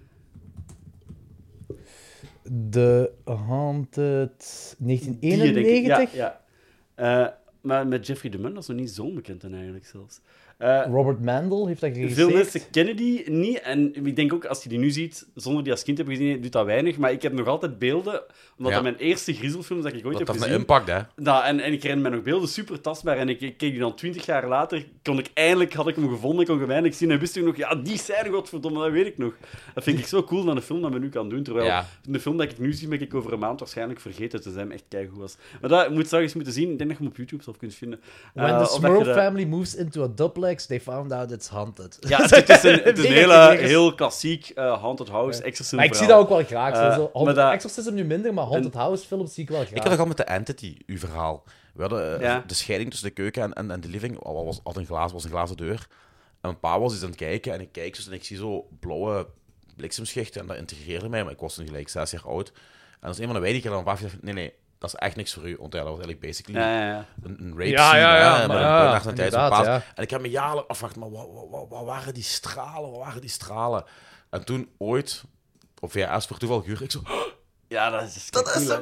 S2: The Haunted negentien
S6: Die, denk ik.
S2: eenennegentig.
S6: Ja, ja. Uh, maar met Jeffrey DeMunn, dat is nog niet zo bekend dan eigenlijk zelfs. Uh,
S2: Robert Mandel heeft dat
S6: Veel
S2: geregisseerd.
S6: mensen kennen die niet. En ik denk ook, als je die nu ziet, zonder die als kind hebben gezien, doet dat weinig. Maar ik heb nog altijd beelden, omdat
S1: Ja.
S6: dat mijn eerste griezelfilms dat ik ooit
S1: Dat
S6: heb
S1: heeft een
S6: gezien.
S1: impact, hè.
S6: Nou, en, en ik herinner me nog beelden super tastbaar. En ik, ik keek die dan twintig jaar later, kon ik eindelijk, had ik hem gevonden, ik kon hem eindelijk zien. En wist ik nog, ja, die scène, godverdomme, dat weet ik nog. Dat vind ik zo cool dat een film dat men nu kan doen. Terwijl
S1: Ja.
S6: de film dat ik nu zie, ben ik over een maand waarschijnlijk vergeten te zijn. Echt keigoed was. Maar dat moet je straks moeten zien. Ik denk dat je hem op YouTube zelf kunt vinden.
S2: When
S6: Uh,
S2: the
S6: of dat je
S2: Smurf
S6: dat-
S2: family moves into a duplex, they found out it's haunted.
S6: Ja, het is een, het is een
S2: Mega
S6: hele,
S2: generisch.
S6: heel klassiek uh, Haunted House, Exorcism
S2: Maar ik zie
S6: verhaal.
S2: dat ook wel graag. Zo.
S6: Eh,
S2: Zo,
S6: maar
S2: Haunted
S6: dat-
S2: Exorcism nu minder, maar Haunted House films zie ik wel graag.
S1: Ik had dat al met de Entity, uw verhaal. We hadden uh,
S6: Ja.
S1: de scheiding tussen de keuken en, en, en de living. Al was, had een glazen, was een glazen deur. En mijn pa was eens aan het kijken en ik kijk dus en ik zie zo blauwe bliksemschichten en dat integreerde mij, maar ik was toen gelijk zes jaar oud. En dat is een van de weinigen die dan vaak nee, nee, dat is echt niks voor u. Want ja, dat was eigenlijk basically
S6: Ja, ja, ja.
S1: een, een rape
S2: Ja,
S1: scene,
S2: ja, ja,
S1: hè,
S2: maar
S1: met
S2: ja,
S1: een nacht en tijd van
S2: inderdaad,
S1: paas.
S2: ja.
S1: En ik heb me jaren afgewacht, maar wat, wat, wat, wat waren die stralen, wat waren die stralen? En toen ooit, op V H S voor toeval, huurde ik zo...
S6: Ja, dat is,
S1: Dat is
S6: cool,
S1: hem.
S6: hè.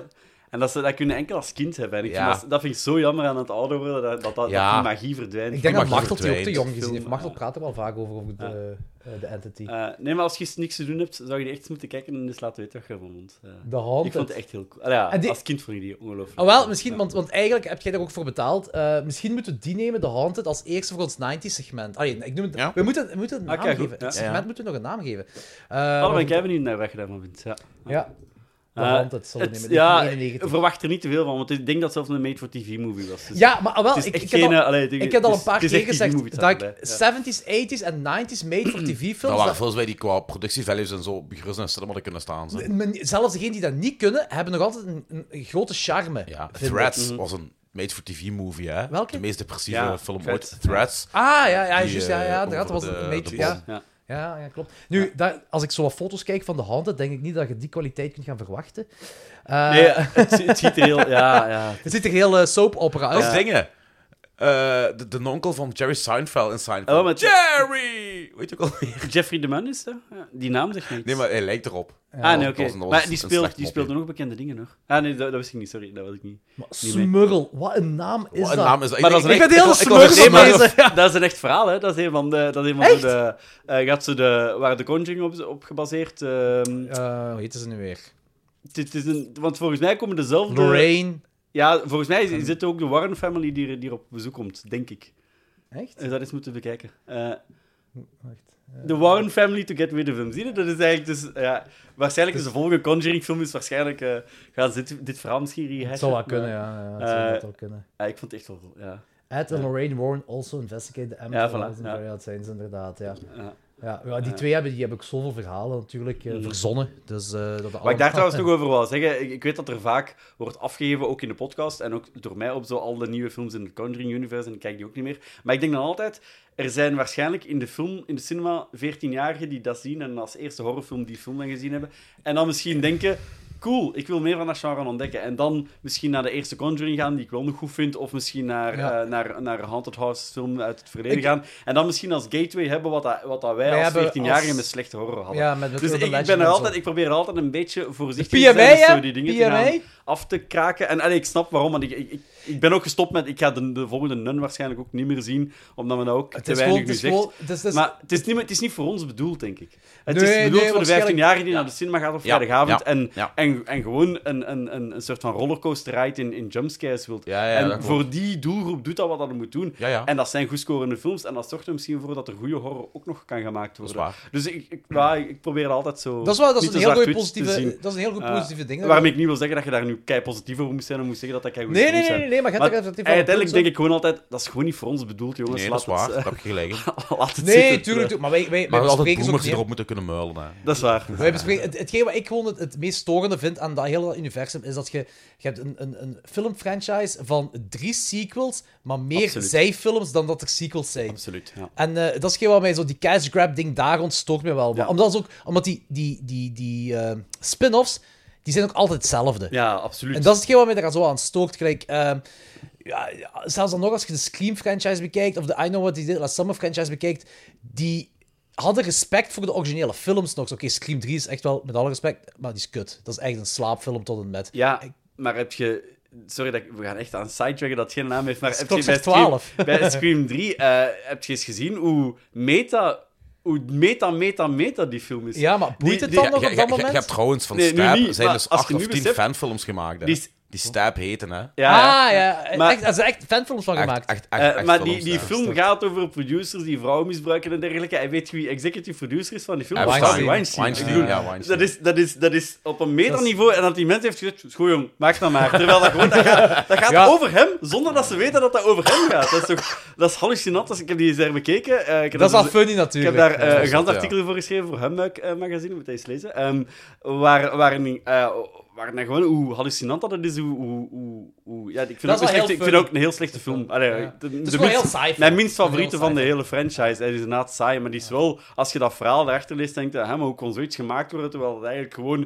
S6: En dat, ze, dat kun je enkel als kind hebben. En ik
S1: Ja.
S6: vind dat, dat vind ik zo jammer aan het ouder worden, dat, dat, dat,
S1: Ja.
S6: dat die magie verdwijnt.
S2: Ik denk
S1: mag
S2: dat
S1: je
S2: Machtel die ook te
S1: verdwijnen.
S2: jong gezien heeft.
S6: Film,
S2: Machtel
S6: ja.
S2: praat er wel vaak over, over de,
S6: Ja.
S2: eh, de Entity.
S6: Uh, nee, maar als je niks te doen hebt, zou je echt moeten kijken en eens laten weten wat je ervan vond. Uh,
S2: The Haunted.
S6: ik vond het echt heel cool. Allee, ja,
S2: En die-
S6: als kind vond ik die ongelooflijk.
S2: Oh, wel,
S6: cool.
S2: misschien,
S6: Ja.
S2: want, want eigenlijk heb jij daar ook voor betaald. Uh, misschien moeten we die nemen, The Haunted, als eerste voor ons negentig-segment. Allee, ik noem het,
S1: Ja.
S2: we moeten, we moeten het een
S6: Ah,
S2: naam
S6: kijk, goed,
S2: geven.
S6: ja.
S2: Het segment
S1: Ja.
S2: moeten we nog een naam geven. Uh,
S6: Oh, dan ben ik
S2: maar-
S6: even benieuwd naar wat je daarvan vindt. Ja.
S2: Ja, The
S6: Uh,
S2: Haunted, zal we
S6: het-
S2: nemen.
S6: ja,
S2: negenennegentig.
S6: verwacht er niet te veel van, want ik denk dat het zelfs een made-for-T V-movie was. Dus
S2: Ja, maar ah, wel,
S6: het is
S2: ik,
S6: echt
S2: ik heb
S6: geen...
S2: al,
S6: allee, het-
S2: ik heb al
S6: het
S2: een
S6: is-
S2: paar
S6: het is
S2: keer
S6: echt
S2: gezegd
S6: TV-movie,
S2: dat ik
S6: erbij. Ja.
S2: zeventies, eighties en nineties made-for-T V-films...
S1: Dat waren
S2: dat-
S1: volgens mij die qua productievalues en zo begrust en cinema kunnen staan. Zo.
S2: men- zelfs degenen die dat niet kunnen, hebben nog altijd een, een, een grote charme.
S1: Ja,
S2: vind ik.
S1: Threads was een made-for-T V-movie, hè?
S2: Welke?
S1: De meest depressieve
S6: Ja,
S1: film
S6: Threads.
S1: ooit. Threads.
S2: Ah, ja, ja,
S1: Die,
S2: juist, ja,
S1: eh,
S2: ja, inderdaad, dat was
S1: over
S2: een
S1: de-
S2: beetje...
S1: de
S2: Ja.
S1: bom.
S6: Ja.
S2: Ja, ja, klopt. Nu, daar- als ik zo wat foto's kijk van de Haunted, denk ik niet dat je die kwaliteit kunt gaan verwachten. Uh,
S6: Nee, het, het ziet er heel... Ja, ja.
S2: Het ziet er heel uh, soap-opera uit.
S1: Dat is dingen. Eh, de, de nonkel van Jerry Seinfeld in Seinfeld.
S6: Oh, met-
S1: Jerry! Weet je ook alweer?
S6: Jeffrey DeMunn is dat? Ja, die naam zegt niks.
S1: Nee, maar hij lijkt erop.
S6: Ah, nee,
S1: dat
S6: oké.
S1: was een- dat was
S6: Maar die,
S1: een
S6: speelt,
S1: slecht
S6: die
S1: mopje.
S6: speelde nog bekende dingen, nog. Ah, nee, dat, dat wist ik niet. Sorry, dat wil ik niet.
S2: Maar
S6: Niet mee.
S2: Smurl, wat een naam is
S1: Wat een
S2: dat?
S1: naam is dat?
S6: Maar
S1: Ik-
S6: dat is
S1: ik-
S6: een
S2: Ik ben heel
S1: ik- ik was
S2: Smurl
S1: er
S6: Nee,
S1: zo
S6: maar
S2: bezig.
S6: dat is een echt verhaal, hè. Dat is een van de... Dat is een van
S2: Echt?
S6: de... eh gaat ze de, waar de Conjuring op, op gebaseerd... ehm,
S2: Uh, hoe heet ze nu weer?
S6: het, het is een, want volgens mij komen dezelfde...
S2: Lorraine.
S6: Ja, volgens mij is, is het ook de Warren family die, er- die er op bezoek komt, denk ik.
S2: Echt?
S6: Dus dat eens moeten bekijken. Eh,
S2: Wacht.
S6: The Warren Family to get rid of him. Zie je? Dat is eigenlijk dus... Ja, waarschijnlijk is de volgende Conjuring-film is waarschijnlijk... eh gaan ze dit, dit verhaal misschien rehashen.
S2: Het zou wel
S6: maar,
S2: kunnen, ja. ja het zou
S6: Eh,
S2: dat wel kunnen.
S6: ja, ik vond het echt wel... Ja.
S2: Ed en Lorraine Warren also investigate the M.
S6: Ja, voilà,
S2: Ja,
S6: ja.
S2: ja, dat zijn ze inderdaad, ja.
S6: Ja.
S2: Ja, ja, die
S6: Ja.
S2: twee hebben, die hebben ook zoveel verhalen natuurlijk uh,
S6: Mhm.
S2: verzonnen. Dus, uh, dat
S6: Wat ik
S2: allemaal-
S6: daar trouwens nog over wil zeggen, ik, ik weet dat er vaak wordt afgegeven, ook in de podcast, en ook door mij op zo al de nieuwe films in het Conjuring-universe, en ik kijk die ook niet meer. Maar ik denk dan altijd, er zijn waarschijnlijk in de film, in de cinema, veertienjarigen die dat zien en als eerste horrorfilm die film dan gezien hebben, en dan misschien denken... Cool, ik wil meer van dat genre ontdekken. En dan misschien naar de eerste Conjuring gaan, die ik wel nog goed vind. Of misschien naar,
S2: Ja.
S6: uh, naar, naar Haunted House film uit het verleden
S2: Ik-
S6: gaan. En dan misschien als gateway hebben wat, dat, wat dat wij,
S2: Wij
S6: als
S2: hebben
S6: veertienjarigen
S2: als-
S6: met slechte horror hadden.
S2: Ja, met, met
S6: Dus ik,
S2: Urban
S6: ik,
S2: Legend
S6: ben er
S2: en zo.
S6: altijd, ik probeer er altijd een beetje voorzichtig
S2: P
S6: te
S2: M A,
S6: zijn met
S2: hè?
S6: zo die dingen
S2: P
S6: te
S2: M A?
S6: gaan af te kraken. En allee, ik snap waarom, want ik, ik, ik, ik ben ook gestopt met... Ik ga de, de volgende Nun waarschijnlijk ook niet meer zien, omdat men dat ook
S2: Het
S6: te
S2: is
S6: weinig
S2: gewoon...
S6: nu
S2: Het is
S6: zegt.
S2: gewoon het is, het is-
S6: Maar het is, niet, het is niet voor ons bedoeld, denk ik. Het
S2: Nee,
S6: is
S2: nee,
S6: bedoeld voor de
S2: waarschijnlijk-
S6: vijftienjarige die naar de cinema gaat op
S1: Ja,
S6: vrijdagavond
S1: ja,
S6: en,
S1: ja.
S6: En, en gewoon een, een, een, een soort van rollercoaster ride in, in jumpscares wilt.
S1: Ja, ja,
S6: en
S1: dat klopt.
S6: voor die doelgroep doet dat wat dat moet doen.
S1: Ja, ja.
S6: En dat zijn goedscorende films. En dat zorgt er misschien voor dat er goede horror ook nog kan gemaakt
S1: Dat is
S6: worden.
S1: waar.
S6: Dus ik, ik, ja, ik probeer het altijd zo...
S2: Dat is, wel, dat is
S6: niet
S2: een
S6: te
S2: heel goed
S6: zwart-wit te
S2: positieve,
S6: zien.
S2: dat is een heel goed
S6: Uh,
S2: positieve ding.
S6: Waarmee ik niet wil zeggen dat je daar nu kei positief over moet zijn en moet zeggen dat dat kei goede
S2: Nee, nee,
S6: films
S2: nee,
S6: zijn.
S2: nee, nee, maar je
S6: Maar
S2: hebt er effectief wel een
S6: uiteindelijk
S2: punt,
S6: denk ik gewoon altijd, dat is gewoon niet voor ons bedoeld, jongens.
S1: Nee, dat is
S6: Laat
S1: waar.
S6: het,
S1: Daar heb je gelijk in.
S6: uh, laat het
S2: Nee,
S6: zitten.
S2: tuurlijk, tuurlijk. Maar wij, wij, wij
S1: Maar altijd
S2: bespreken zo
S1: boomers die
S2: meer-
S1: erop moeten kunnen muilen. Hè.
S6: Dat is waar.
S2: Wij bespreken, het, hetgeen wat ik gewoon het, het meest storende vind aan dat hele universum is dat je, je hebt een, een, een filmfranchise van drie sequels, maar meer
S6: Absoluut.
S2: zijfilms dan dat er sequels zijn.
S6: Absoluut, ja.
S2: En uh, dat is geen wat mij zo, die cash grab ding daar rond stoort me wel.
S6: Ja.
S2: Omdat, ook, omdat die, die, die, die uh, spin-offs, die zijn ook altijd hetzelfde.
S6: Ja, absoluut.
S2: En dat is hetgeen wat mij daar zo aan stoort. Gelijk, uh, ja, ja, zelfs dan nog als je de Scream franchise bekijkt, of de I Know What He Did Last Summer franchise bekijkt, die hadden respect voor de originele films nog. Oké, okay, Scream drie is echt wel, met alle respect, maar die is kut. Dat is echt een slaapfilm tot en met.
S6: Ja, maar heb je... Sorry, dat ik, we gaan echt aan sidetracken dat het geen naam heeft, maar heb je
S2: Klok
S6: bij
S2: zegt
S6: Scream,
S2: twaalf.
S6: bij Scream drie, uh, heb je eens gezien hoe meta, hoe meta, meta, meta die film is?
S2: Ja, maar boeit
S6: Die-
S2: het
S6: die-
S2: dan nog
S1: Je,
S2: op dat
S1: je- je
S2: moment?
S1: hebt trouwens van
S6: Nee, nu
S1: Stab
S6: niet,
S1: zijn
S6: maar
S1: dus
S6: als
S1: acht
S6: je
S1: of
S6: nu
S1: tien
S6: beseft-
S1: fanfilms gemaakt. Hè.
S6: Die
S1: Die,
S6: is-
S1: Stab heten, hè.
S6: Ja, ja.
S2: Ah, ja.
S6: Maar-
S2: echt, er zijn echt fanfilms van gemaakt.
S1: Echt, echt,
S6: Eh,
S1: echt, echt
S6: maar die,
S1: films,
S6: die
S1: ja.
S6: film gaat over producers die vrouwen misbruiken en dergelijke. En weet je wie executive producer is van die film?
S1: Epstein.
S6: Harvey
S2: Weinstein.
S6: Weinstein.
S1: Weinstein,
S6: Ik bedoel,
S1: ja, Weinstein.
S6: Dat is, dat, is, dat is op een metaniveau. En dat die mensen heeft gezegd, schoon jong, maak dat maar. Terwijl dat gewoon, dat gaat, dat gaat
S2: Ja.
S6: over hem, zonder dat ze weten dat dat over hem gaat. Dat is toch, dat is hallucinant. Dus ik heb die eens er bekeken. Uh, ik heb
S2: Dat is wel
S6: dus-
S2: funny
S6: ik
S2: natuurlijk.
S6: heb daar uh,
S1: dat
S6: een
S1: is
S6: gans
S1: het,
S6: artikel voor geschreven voor Humbug uh, magazine, moet je eens lezen. Um, waar, waarin, uh, waarin dan gewoon hoe hallucinant dat het is. Hoe, hoe, hoe, hoe, ja, ik vind,
S2: Dat
S6: ook
S2: is
S6: een
S2: wel
S6: slechte,
S2: heel
S6: ik vind
S2: funny.
S6: ook een heel slechte film. Allee,
S2: Ja.
S6: de-
S2: Het is
S6: de
S2: gewoon
S6: minst-
S2: heel saai.
S6: Mijn minst
S2: Heel
S6: favoriete
S2: saai
S6: van de
S2: film.
S6: hele franchise. Hij is inderdaad saai, maar die is wel... Als je dat verhaal daarachter leest, denk je, hè, maar hoe kon zoiets gemaakt worden, terwijl het eigenlijk gewoon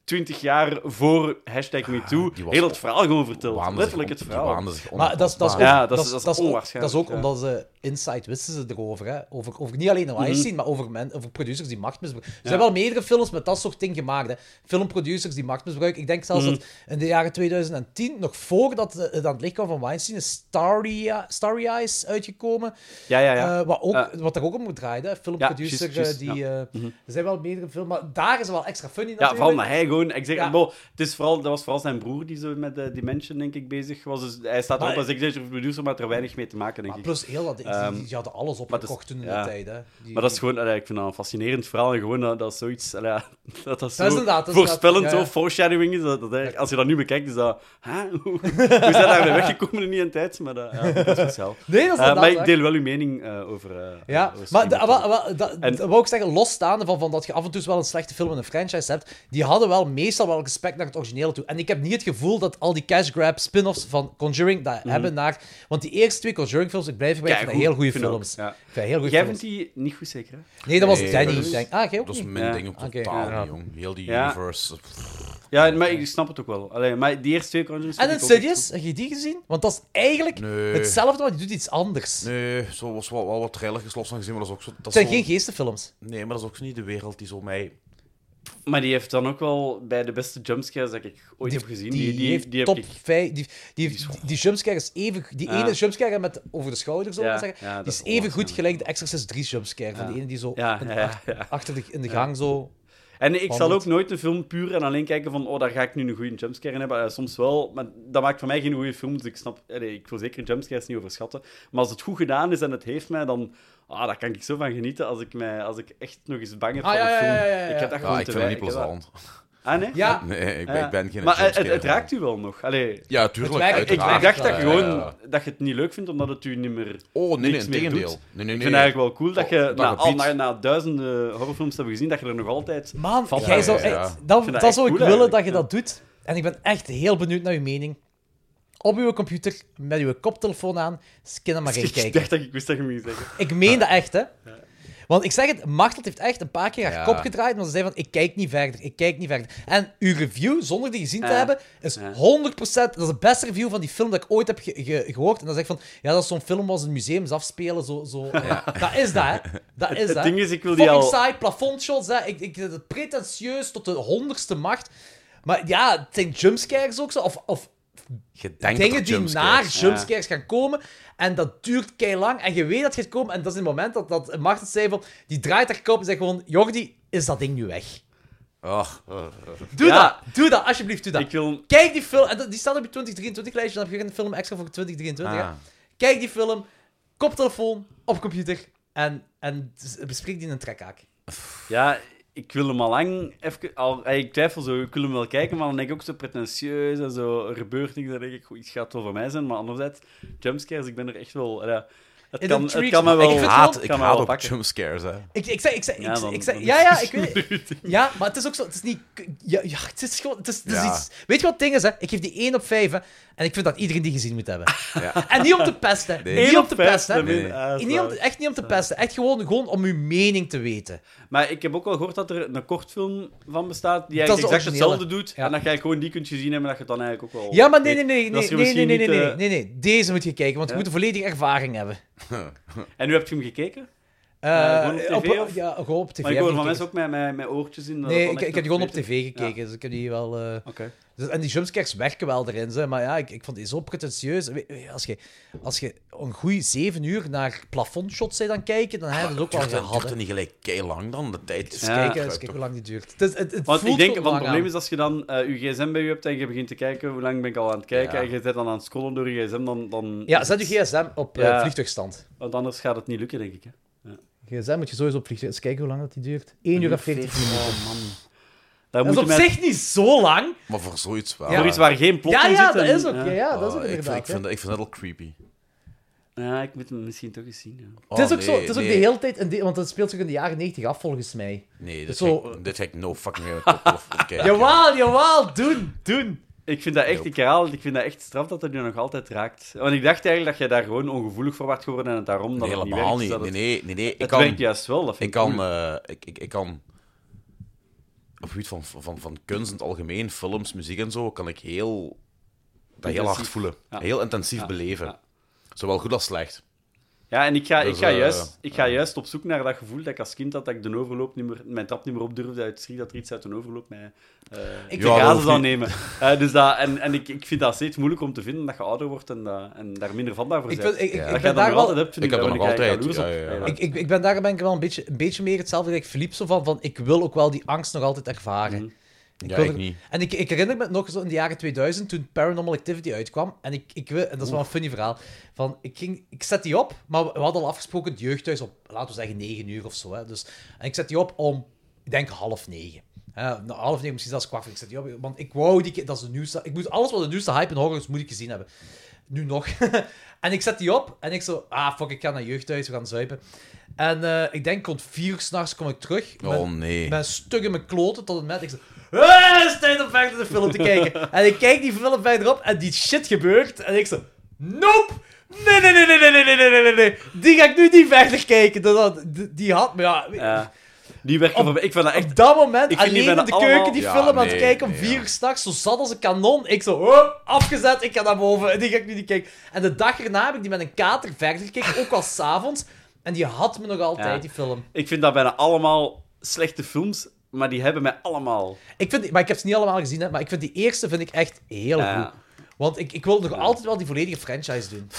S6: twintig jaar voor hashtag MeToo
S1: die was
S6: heel het verhaal gewoon verteld.
S1: waande
S6: Letterlijk
S1: zich
S6: het
S1: om-
S6: verhaal.
S1: die waande zich
S2: Maar dat is, dat is ook,
S6: Ja, dat
S2: dat
S6: is-
S2: is,
S6: dat is
S2: dat is ook,
S6: onwaarschijnlijk,
S2: dat is ook
S6: ja.
S2: omdat ze inside wisten ze erover. Hè? Over, over niet alleen de Weinstein,
S6: Mhm.
S2: maar over, men, over producers die macht misbruiken. Er zijn wel meerdere films met dat soort dingen gemaakt. Hè? Filmproducers die macht misbruiken. Ik denk zelfs
S6: Mhm.
S2: dat in de jaren twintig tien, nog voordat het aan het licht kwam van Weinstein, is Starry, Starry Eyes uitgekomen.
S6: Ja, ja, ja.
S2: Eh, wat, ook,
S6: Ja.
S2: wat er ook om moet draaien. Hè? Filmproducer,
S6: juist, juist,
S2: eh, die...
S6: ja.
S2: eh, Er zijn wel meerdere films, maar daar is het wel extra funny
S6: Ja,
S2: natuurlijk.
S6: vooral dat hij gewoon... Ik zeg,
S2: Ja.
S6: bo, het is vooral, dat was vooral zijn broer die zo met de Dimension, denk ik, bezig was. Dus hij staat erop
S2: Maar-
S6: als executive producer, maar had er weinig mee te maken, denk
S2: Maar
S6: ik.
S2: plus heel dat... Die,
S6: Ehm,
S2: die hadden alles
S6: maar dat is-
S2: opgekocht toen in
S6: ja.
S2: de tijd. Hè? Die-
S6: Maar dat is gewoon... allee, ik vind dat een fascinerend verhaal. En gewoon dat, dat is zoiets... allee, dat dat zo
S2: is inderdaad, dat is
S6: voorspellend,
S2: inderdaad, ja,
S6: zo
S2: ja.
S6: foreshadowing is. Dat, dat eigenlijk- als je dat nu bekijkt, is dat... Hè? Hoe, hoe zijn daar weggekomen in die een tijd? Maar dat, ja, dat is speciaal.
S2: Nee, dat is
S6: Eh,
S2: inderdaad
S6: maar ik
S2: waar.
S6: deel wel uw mening eh, over... eh,
S2: Ja,
S6: over
S2: maar
S6: Steven
S2: da- wa- wa- da-
S6: En-
S2: dat wou ik zeggen, losstaande van, van dat je af en toe wel een slechte film in een franchise hebt, die hadden wel meestal wel respect naar het originele toe. En ik heb niet het gevoel dat al die cash grab spin-offs van Conjuring dat hebben naar... Want die eerste twee Conjuring films, ik blijf erbij, ik vind dat heel goede films.
S6: Ja.
S2: Ik vind dat heel goede
S6: Jij
S2: films.
S6: vindt die niet goed, zeker? Hè?
S2: Nee, dat was
S1: Nee,
S2: Danny.
S1: dat is-
S2: denk. Ah, jij ook
S1: Dat is
S2: niet?
S1: mijn
S6: Ja.
S1: ding ook
S2: Oké.
S1: totaal
S6: Ja.
S1: niet, jong. Heel die
S6: Ja.
S1: universe.
S6: Ja, maar ik snap het ook wel. Allee, maar die eerste twee Conjuring
S2: En
S6: vind ik ook
S2: Insidious, heb je die gezien? Want dat is eigenlijk
S1: Nee.
S2: hetzelfde, maar die doet iets anders.
S1: Nee, zo was wel, wel wat trailertjes los van gezien, maar dat is ook zo... Dat
S2: Het
S1: is
S2: zijn
S1: zo-
S2: geen geestenfilms.
S1: Nee, maar dat is ook zo niet de wereld die zo mij...
S6: goed. Maar die heeft dan ook wel bij de beste jumpscares dat ik ooit heb gezien.
S2: Die,
S6: Die, die,
S2: heeft
S6: die heb
S2: top
S6: ik...
S2: vijf. Die, die, die, die jumpscare is even. Die
S6: Ja.
S2: ene jumpscare met over de schouder, zo
S6: Ja,
S2: maar zeggen.
S6: ja, dat
S2: die is
S6: is
S2: even goed
S6: onwaarschijnlijk.
S2: gelijk de Exorcist drie jumpscare. Van
S6: Ja.
S2: die ene die zo
S6: Ja,
S2: in-
S6: ja, ja,
S2: ach-
S6: ja.
S2: achter de, in de gang zo.
S6: En ik zal
S2: wandelt.
S6: ook nooit een film puur en alleen kijken van, oh, daar ga ik nu een goede jumpscare in hebben. Eh, soms wel, maar dat maakt voor mij geen goede film. Dus ik snap, allee, ik wil zeker jumpscares niet overschatten. Maar als het goed gedaan is en het heeft mij, dan... Ah, daar kan ik zo van genieten als ik, mij, als ik echt nog eens bang heb
S2: Ah,
S6: van
S2: ja,
S6: een
S2: ja,
S6: film.
S2: ja, ja, ja.
S6: Ik heb dat
S1: Ja,
S6: gewoon
S1: ik
S6: te
S1: vind het niet
S6: weinig, ik heb dat-
S1: plezant.
S6: Ah, nee?
S2: Ja,
S1: Nee, ik ben,
S6: Ja.
S1: ik ben geen
S6: Maar het, het,
S1: jumpscare
S6: het raakt u wel nog. Allee,
S1: Ja, tuurlijk.
S2: Het werkt-
S6: ik, ik
S1: uiteraard.
S6: dacht dat,
S1: Ja,
S6: je gewoon,
S1: ja, ja.
S6: dat je het niet leuk vindt, omdat het u niet meer
S1: Oh, nee, nee,
S6: niks meer
S1: integendeel.
S6: doet.
S1: Nee, nee, nee.
S6: Ik vind het eigenlijk wel cool dat
S1: Oh,
S6: je,
S1: dat
S6: na, al,
S1: gebied.
S6: na, na duizenden horrorfilms te hebben gezien, dat je er nog altijd...
S2: Man,
S6: Van-
S2: jij
S6: Ja,
S2: zou
S1: ja, ja.
S2: echt-
S6: Ik
S2: dat,
S6: vind dat
S2: dat
S6: echt
S2: zou ik
S6: cool
S2: willen dat je
S6: eigenlijk,
S2: dat doet. En ik ben echt heel benieuwd naar uw mening. Op uw computer, met uw koptelefoon aan, skin maar in
S6: Ik
S2: kijken.
S6: dacht dat ik wist dat je me ging zeggen.
S2: Ik meen dat echt, hè. Want ik zeg het, Machteld heeft echt een paar keer haar
S1: Ja.
S2: kop gedraaid, maar ze zei van, ik kijk niet verder, ik kijk niet verder. En uw review, zonder die gezien te
S6: Ja.
S2: hebben, is
S6: Ja.
S2: honderd procent... Dat is de beste review van die film dat ik ooit heb ge- ge- gehoord. En dan zeg ik van, ja, dat is zo'n film als in museums afspelen, zo... zo. Dat is dat, hè. Dat is
S6: Het
S2: dat.
S6: ding is, ik wil die
S2: Fucking
S6: al...
S2: saai, plafondshots, hè. Ik, ik, het pretentieus tot de honderdste macht. Maar ja, het zijn jumpscares ook zo, of... of
S1: Je denkt dat
S2: dingen
S1: er
S2: die
S1: jumpscares-
S2: naar jumpscares gaan komen. En dat duurt keilang. En je weet dat het gaat komen. En dat is in het moment dat, dat Marten zei van... Die draait haar kop en zegt gewoon... Jordi, is dat ding nu weg?
S1: Ach, eh, eh.
S2: Doe
S6: Ja.
S2: dat. Doe dat. Alsjeblieft, doe dat.
S6: Ik wil...
S2: Kijk die film. En dat- die staat op je twintig drieëntwintig-lijstje. Dan heb je een film extra voor twintig drieëntwintig. hè.
S1: Ah.
S2: Kijk die film. Koptelefoon. Op computer. En, en bespreek die in een trekhaak.
S6: Ja, ik wil hem al lang even... Al, eh, ik twijfel zo, ik wil hem wel kijken, maar dan denk ik ook zo pretentieus en zo... Er gebeurt niks, dan denk ik, goed, het gaat wel voor mij zijn. Maar anderzijds, jumpscares, ik ben er echt wel... Ja, het,
S2: It
S6: kan, het
S2: intrigues
S6: kan me
S2: me.
S6: wel...
S2: Ik
S1: Ik
S2: vind
S1: haat,
S2: wel-
S1: ik
S6: kan me
S1: haat
S6: wel
S1: ook
S6: pakken.
S1: jumpscares, hè.
S2: Ik, ik zeg... Ik zeg,
S6: Ja,
S2: ik,
S6: dan-
S2: ik zeg
S6: dan
S2: ja,
S6: is
S2: ja,
S6: het
S2: ik weet het.
S6: uw ding.
S2: Ja, maar het is ook zo... Het is niet... Ja, ja het is gewoon... Het is, het is
S1: Ja.
S2: iets... Weet je wat het ding is, hè? Ik geef die één op vijf, hè. En ik vind dat iedereen die gezien moet hebben.
S1: Ja.
S2: En niet om te pesten.
S1: Nee.
S2: Niet
S6: Eén
S2: om
S6: op
S2: te
S6: vijf,
S2: pesten, hè.
S6: dat
S1: Nee.
S6: min- ah,
S2: Niet om, echt niet om te pesten. Echt gewoon, gewoon om uw mening te weten.
S6: Maar ik heb ook wel gehoord dat er een kortfilm van bestaat die
S2: Dat is de
S6: eigenlijk exact
S2: originele.
S6: hetzelfde doet.
S2: Ja.
S6: En dat je gewoon die kunt gezien hebben, dat je het dan eigenlijk ook wel...
S2: Ja, maar nee, nee,
S6: weet.
S2: nee.
S6: Dat
S2: Nee,
S6: is
S2: nee,
S6: misschien
S2: nee, nee,
S6: niet,
S2: nee,
S6: eh,
S2: nee, nee. Deze moet je kijken, want je
S6: Ja?
S2: moet een volledige ervaring hebben.
S6: En nu heb je hem gekeken?
S2: Eh,
S6: gewoon op tv, of?
S2: Ja, gewoon op tv.
S6: Maar ik
S2: heb
S6: hoor
S2: ik
S6: van mensen
S2: gekeken.
S6: ook met, met, met oortjes in. dat
S2: Nee,
S6: dan
S2: ik,
S6: echt
S2: ik heb die
S6: nog
S2: gewoon op
S6: beter-
S2: tv gekeken, dus ik heb die wel... eh,
S6: Oké.
S2: Dus, en die jumpscares werken wel erin, ze, maar ja, ik, ik vond die zo pretentieus. We- we- Als je, als je een goede zeven uur naar plafondshots zei dan kijken, dan heb je het ook wel
S1: Duurt dat-
S2: gehad.
S1: duurt
S2: hè.
S1: dat niet gelijk kei lang dan? De tijd is
S2: Dus
S6: Ja.
S2: kijken, eens kijken hoe lang die duurt. Het, is- het, het
S6: Want
S2: voelt
S6: ik denk,
S2: gewoon
S6: want het
S2: lang
S6: probleem
S2: aan.
S6: is als je dan eh, je gsm bij je hebt en je begint te kijken, hoe lang ben ik al aan het kijken,
S1: Ja.
S6: en je zit dan aan het scrollen door je gsm, dan... dan
S2: Ja,
S6: is
S2: zet je
S6: het-
S2: gsm op eh,
S6: Ja.
S2: vliegtuigstand.
S6: Want anders gaat het niet lukken, denk ik. Hè.
S2: gsm moet je sowieso op vliegtuig... Eens kijken hoe lang dat die duurt. één uur en veertig minuten.
S6: Oh, man. Daar
S2: Dat
S6: moet
S2: is
S6: je
S2: op
S6: met...
S2: zich niet zo lang.
S1: Maar voor zoiets wel.
S2: Ja.
S6: Voor iets waar geen plot
S2: Ja,
S6: in
S2: ja,
S6: zit.
S2: dat
S6: en-
S2: is ook. Ja, ja, dat is ook
S1: Oh, ik, vind,
S2: inderdaad.
S1: ik, vind
S2: hè.
S1: dat, ik vind dat wel creepy.
S6: Ja, ik moet hem misschien toch eens zien. Ja.
S1: Oh,
S2: Het is ook
S1: nee,
S2: zo, het is ook
S1: nee.
S2: de hele tijd... in de- want het speelt zich in de jaren negentig af, volgens mij.
S1: Nee, dit,
S2: Zo-
S1: ga ik, dit ga ik no fucking way op of kijken.
S2: Jawel, jawel, doen, doen.
S6: Ik vind dat echt, ik herhaal het, ik vind dat echt straf dat het nu nog altijd raakt. Want ik dacht eigenlijk dat jij daar gewoon ongevoelig voor werd geworden en het daarom dat
S1: Nee,
S6: het niet
S1: helemaal
S6: werkt.
S1: niet.
S6: dat
S1: Nee,
S6: het,
S1: nee, nee, nee. Ik
S6: het
S1: kan,
S6: werkt juist wel, dat vind
S1: ik
S6: ik
S1: kan,
S6: cool.
S1: eh, ik, ik, ik kan op het gebied van, van, van kunst in het algemeen, films, muziek en zo, kan ik heel, dat heel hard voelen.
S6: Ja.
S1: Heel intensief
S6: Ja.
S1: beleven.
S6: Ja.
S1: Zowel goed als slecht.
S6: Ja, en ik ga,
S1: Dus,
S6: ik, ga
S1: uh,
S6: juist, ik ga
S1: uh,
S6: juist op zoek naar dat gevoel dat ik als kind had, dat ik de overloop niet meer, mijn trap niet meer op durfde, uit schrik dat er iets uit de overloop mij uh,
S2: Ik-
S6: te
S1: Ja, dat
S6: grazen
S1: hoeft
S6: zou
S1: niet.
S6: nemen. Uh, dus dat, en en ik, ik vind dat steeds moeilijk om te vinden, dat je ouder wordt en, dat, en daar minder vatbaar voor
S2: Ik,
S6: bent.
S2: vind, ik, ik,
S1: Ja.
S2: ik
S6: dat
S2: ben
S6: jij dat
S2: daar
S6: nog
S2: wel...
S6: altijd hebt, vind
S1: Ik heb
S6: daar
S1: dat
S6: ben
S1: nog
S6: eigenlijk
S1: altijd,
S6: jaloers op.
S1: ja, ja, ja.
S2: Ik, ik, ik ben daar ben ik wel een beetje, een beetje meer hetzelfde als Philippe, zo van, van ik wil ook wel die angst nog altijd ervaren.
S6: Mhm.
S2: Ik
S1: Ja,
S2: wil
S1: ik
S2: er-
S1: niet.
S2: En ik, ik herinner me nog zo in de jaren tweeduizend, toen Paranormal Activity uitkwam. En ik, ik wil, en dat is wel een funny verhaal. Van, ik, ging, ik zet die op, maar we hadden al afgesproken het jeugdhuis op, laten we zeggen, negen uur of zo. Hè. Dus, en ik zet die op om, ik denk, half negen. Uh, nou, half negen, misschien zelfs kwart. Ik zet die op, want ik wou die, dat is de nieuwste, ik moet alles wat de nieuwste hype en horror is, moet ik gezien hebben. Nu nog. En ik zet die op en ik zo, ah fuck, ik ga naar jeugdhuis, we gaan zuipen. En uh, ik denk rond vier uur s'nachts kom ik terug. Met,
S1: Oh nee.
S2: met een stuk in mijn kloten tot het met. Ik zo, ah, het is tijd om verder de film te kijken. En ik kijk die film verderop en die shit gebeurt. En ik zo, nope! Nee, nee, nee, nee, nee, nee, nee, nee, nee, nee. Die ga ik nu niet verder kijken. Dat, dat, die- die had me, ja...
S6: Ja. Die werken voor mij. Ik vind dat echt...
S2: Op dat moment,
S6: Ik vind die
S2: alleen in
S6: bijna
S2: de
S6: allemaal-
S2: keuken die
S1: Ja,
S2: film aan het
S1: nee,
S2: kijken om
S1: nee,
S2: vier
S1: ja.
S2: uur s'nachts, zo zat als een kanon. Ik zo, oh, afgezet, ik ga naar boven. En die ga ik nu niet kijken. En de dag erna heb ik die met een kater verder gekeken, ook al 's avonds. En die had me nog altijd,
S6: Ja.
S2: die film.
S6: Ik vind dat bijna allemaal slechte films, maar die hebben mij allemaal.
S2: Ik vind, die- maar ik heb ze niet allemaal gezien, hè, maar ik vind die eerste vind ik echt heel
S6: Ja.
S2: goed. Want ik, ik wil nog altijd wel die volledige franchise doen.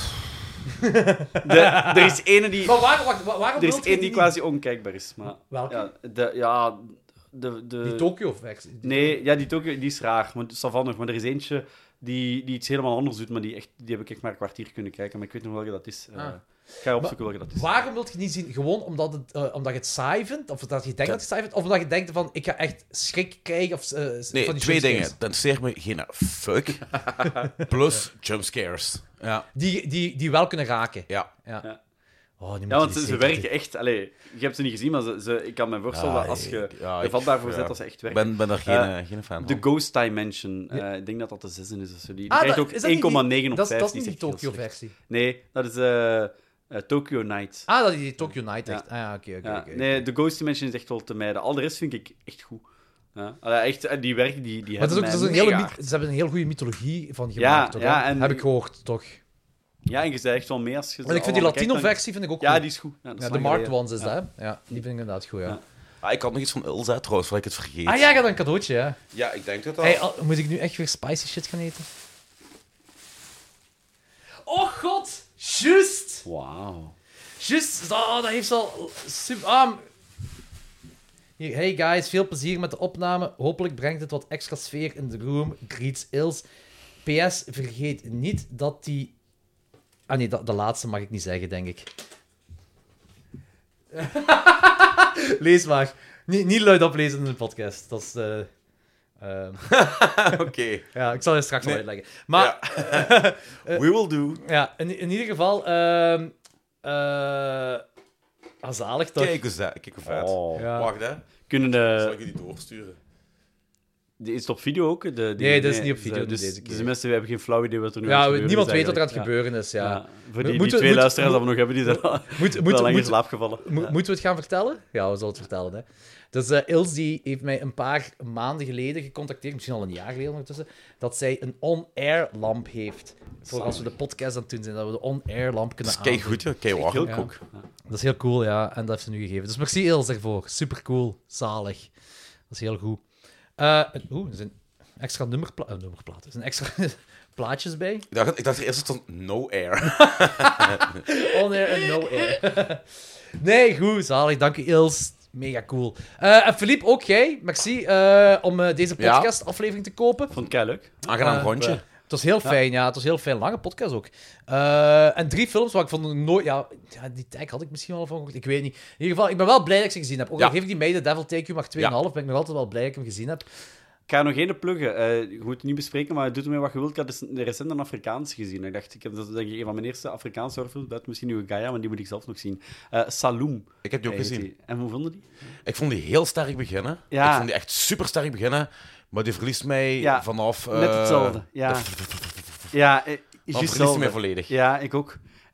S6: De, er is ene die...
S2: Maar waar, wacht, waar- waarom
S6: Er is
S2: wilt je
S6: één die
S2: niet-
S6: quasi onkijkbaar is, maar...
S2: Welke?
S6: Ja, de... Ja, de, de...
S2: Die Tokyo-versie.
S6: Nee, ja, die Tokyo, die is raar, maar Savanne, maar er is eentje die, die iets helemaal anders doet, maar die, echt, die heb ik echt maar een kwartier kunnen kijken, maar ik weet nog welke dat is. Uh,
S2: Ah.
S6: Ik ga opzoeken welke dat is.
S2: Waarom wil je niet zien? Gewoon omdat, het, eh, omdat je het saai vindt? Of dat je denkt dat je het saai vindt? Of omdat je denkt van, ik ga echt schrik krijgen? Of, eh,
S1: Nee,
S2: van die
S1: twee
S2: jumpscares?
S1: dingen. Ten interesseert me geen fuck. Plus jumpscares. Ja.
S2: Die, die, die wel kunnen raken.
S1: Ja.
S2: Ja.
S6: Ja.
S2: Oh, nu moet
S6: Ja,
S2: je
S6: want
S2: die
S6: ze, ze
S2: zeker
S6: werken echt... Allee, je hebt ze niet gezien, maar ze, ze, ik kan me voorstellen
S1: Ja,
S6: dat als je
S1: ja,
S6: er
S1: ik-
S6: vatbaar voor
S1: ja.
S6: zet, dat ze echt
S1: Ik
S6: werken.
S1: ben, ben daar geen,
S6: Eh,
S1: eh, geen fan
S6: De
S1: van.
S6: Ghost Dimension, eh, ik denk dat dat de zesde is. Of zo. Die, die
S2: Ah,
S6: krijgt
S2: dat-
S6: ook
S2: is dat niet
S6: één komma
S2: die-
S6: negen op
S2: dat is-
S6: vijf.
S2: Dat is
S6: die
S2: niet die
S6: echt heel slecht.
S2: Tokyo-versie.
S6: Nee, dat is eh eh, Tokyo Night.
S2: Ah, dat is die Tokyo Night
S6: Ja.
S2: echt. Ah, ja, oké, oké,
S6: Ja,
S2: oké.
S6: nee, de Ghost Dimension is echt wel te mijden. Al de rest vind ik echt goed. Ja. Allee, echt, eh, die werken, die, die
S2: Maar dat is
S6: hebben
S2: ook, dat is
S6: mij
S2: een hele
S6: mega
S2: myth- ze hebben een heel goede mythologie van
S6: Ja,
S2: gemaakt, toch?
S6: ja,
S2: hè?
S6: en-
S2: Heb ik gehoord, toch?
S6: Ja, en je zei echt wel mee als je...
S2: Want ik vind die
S6: allemaal kijkt, dan-
S2: Latino-versie vind ik ook
S6: Ja,
S2: goed.
S6: die is goed. Ja, dat is
S2: Ja, de
S6: lang
S2: Marked
S6: geleden.
S2: Ones is
S6: Ja.
S2: dat, hè? Ja, die vind ik inderdaad goed, ja.
S6: Ja.
S1: Ah, ik had nog iets van Ilza trouwens, waar ik het vergeet.
S2: Ah ja, ik had een cadeautje, hè?
S1: Ja, ik denk dat dat...
S2: Hey, al- moet ik nu echt weer spicy shit gaan eten? Oh god! Juist!
S6: Wauw.
S2: Juist! Oh, dat heeft wel super... Ah, m- hier, hey guys, veel plezier met de opname. Hopelijk brengt het wat extra sfeer in de room. Greets Ils. P S, vergeet niet dat die... Ah nee, dat, de laatste mag ik niet zeggen, denk ik. Lees maar. Niet, niet luid oplezen in een podcast. Dat is... eh, ehm,
S1: Oké.
S2: ja, ik zal je straks wel
S1: Nee.
S2: uitleggen. Maar...
S1: We will do.
S2: Ja, in, in ieder geval... ehm eh ah, zalig toch?
S1: Kijk eens dat. Kijk hoe vet.
S6: Oh.
S2: Ja.
S1: Wacht, hè.
S6: Kunnen
S1: Zal
S6: de...
S1: ik je die doorsturen?
S6: Die is het op video ook? De, die,
S2: Nee, dat is niet op video
S6: Dus,
S2: deze keer.
S6: dus de mensen hebben geen flauw idee wat er nu aan
S2: Ja,
S6: het
S2: we-
S6: gebeuren
S2: niemand
S6: is
S2: weet wat er aan het
S6: eigenlijk.
S2: gebeuren is, ja.
S6: Ja. Voor die,
S2: Moeten-
S6: die twee
S2: moet-
S6: luisteraars
S2: moet-
S6: dat we nog hebben, die zijn al
S2: Moet,
S6: wel
S2: moet,
S6: lang in
S2: moet,
S6: slaap gevallen.
S2: mo-
S6: Ja.
S2: Moeten we het gaan vertellen? Ja, we zullen het vertellen, hè. Dus eh Ils die heeft mij een paar maanden geleden gecontacteerd, misschien al een jaar geleden ondertussen, dat zij een on-air lamp heeft. Voor als we de podcast aan het doen zijn, dat we de on-air lamp kunnen
S1: Dat is kei
S2: aandoen.
S1: goed, ja. Kei warm
S6: Heel
S2: Ja.
S6: ook.
S2: Dat is heel cool, ja. En dat heeft ze nu gegeven. Dus merci Ils daarvoor. Super cool. Zalig. Dat is heel goed. Eh, Oeh, er zijn extra nummerpla uh, nummerplaten. Er zijn extra plaatjes bij.
S1: Ik dacht, ik dacht eerst dat het stond no air.
S2: On-air en no-air. Nee, goed. Zalig. Dank u, Ils. Mega cool. Eh, en Philippe, ook jij. Merci eh, om eh, deze
S1: Ja.
S2: podcast-aflevering te kopen.
S6: Vond het kei leuk.
S1: Aangenaam
S2: Eh,
S1: rondje.
S2: Het was heel fijn, ja. Het was heel fijn. Lange podcast ook. Eh, en drie films waar ik van nooit... Ja, ja, die tag had ik misschien wel van gehoord. Ik weet niet. In ieder geval, ik ben wel blij dat ik ze gezien heb. Ook al
S1: Ja.
S2: geef ik die mee de Devil Take You maar twee komma vijf, ben ik nog altijd wel blij dat ik hem gezien heb.
S6: Ik ga nog één pluggen. Eh, je moet het niet bespreken, maar doe ermee wat je wilt. Ik had dus de recent een Afrikaans gezien. Ik dacht, ik heb, dat is denk ik een van mijn eerste Afrikaanse horrorfilms. Buiten misschien nu Gaia, maar die moet ik zelf nog zien. Eh Saloom.
S1: Ik heb die ook
S6: heet
S1: gezien.
S6: die. En hoe vonden die?
S1: Ik vond die heel sterk beginnen.
S6: Ja.
S1: Ik vond die echt super sterk beginnen. Maar die verliest mij
S6: Ja,
S1: vanaf...
S6: Net
S1: eh,
S6: hetzelfde. Ja, ja eh,
S1: Dan
S6: juist
S1: verliest hij mij
S6: hetzelfde.
S1: volledig.
S6: Ja, ik ook.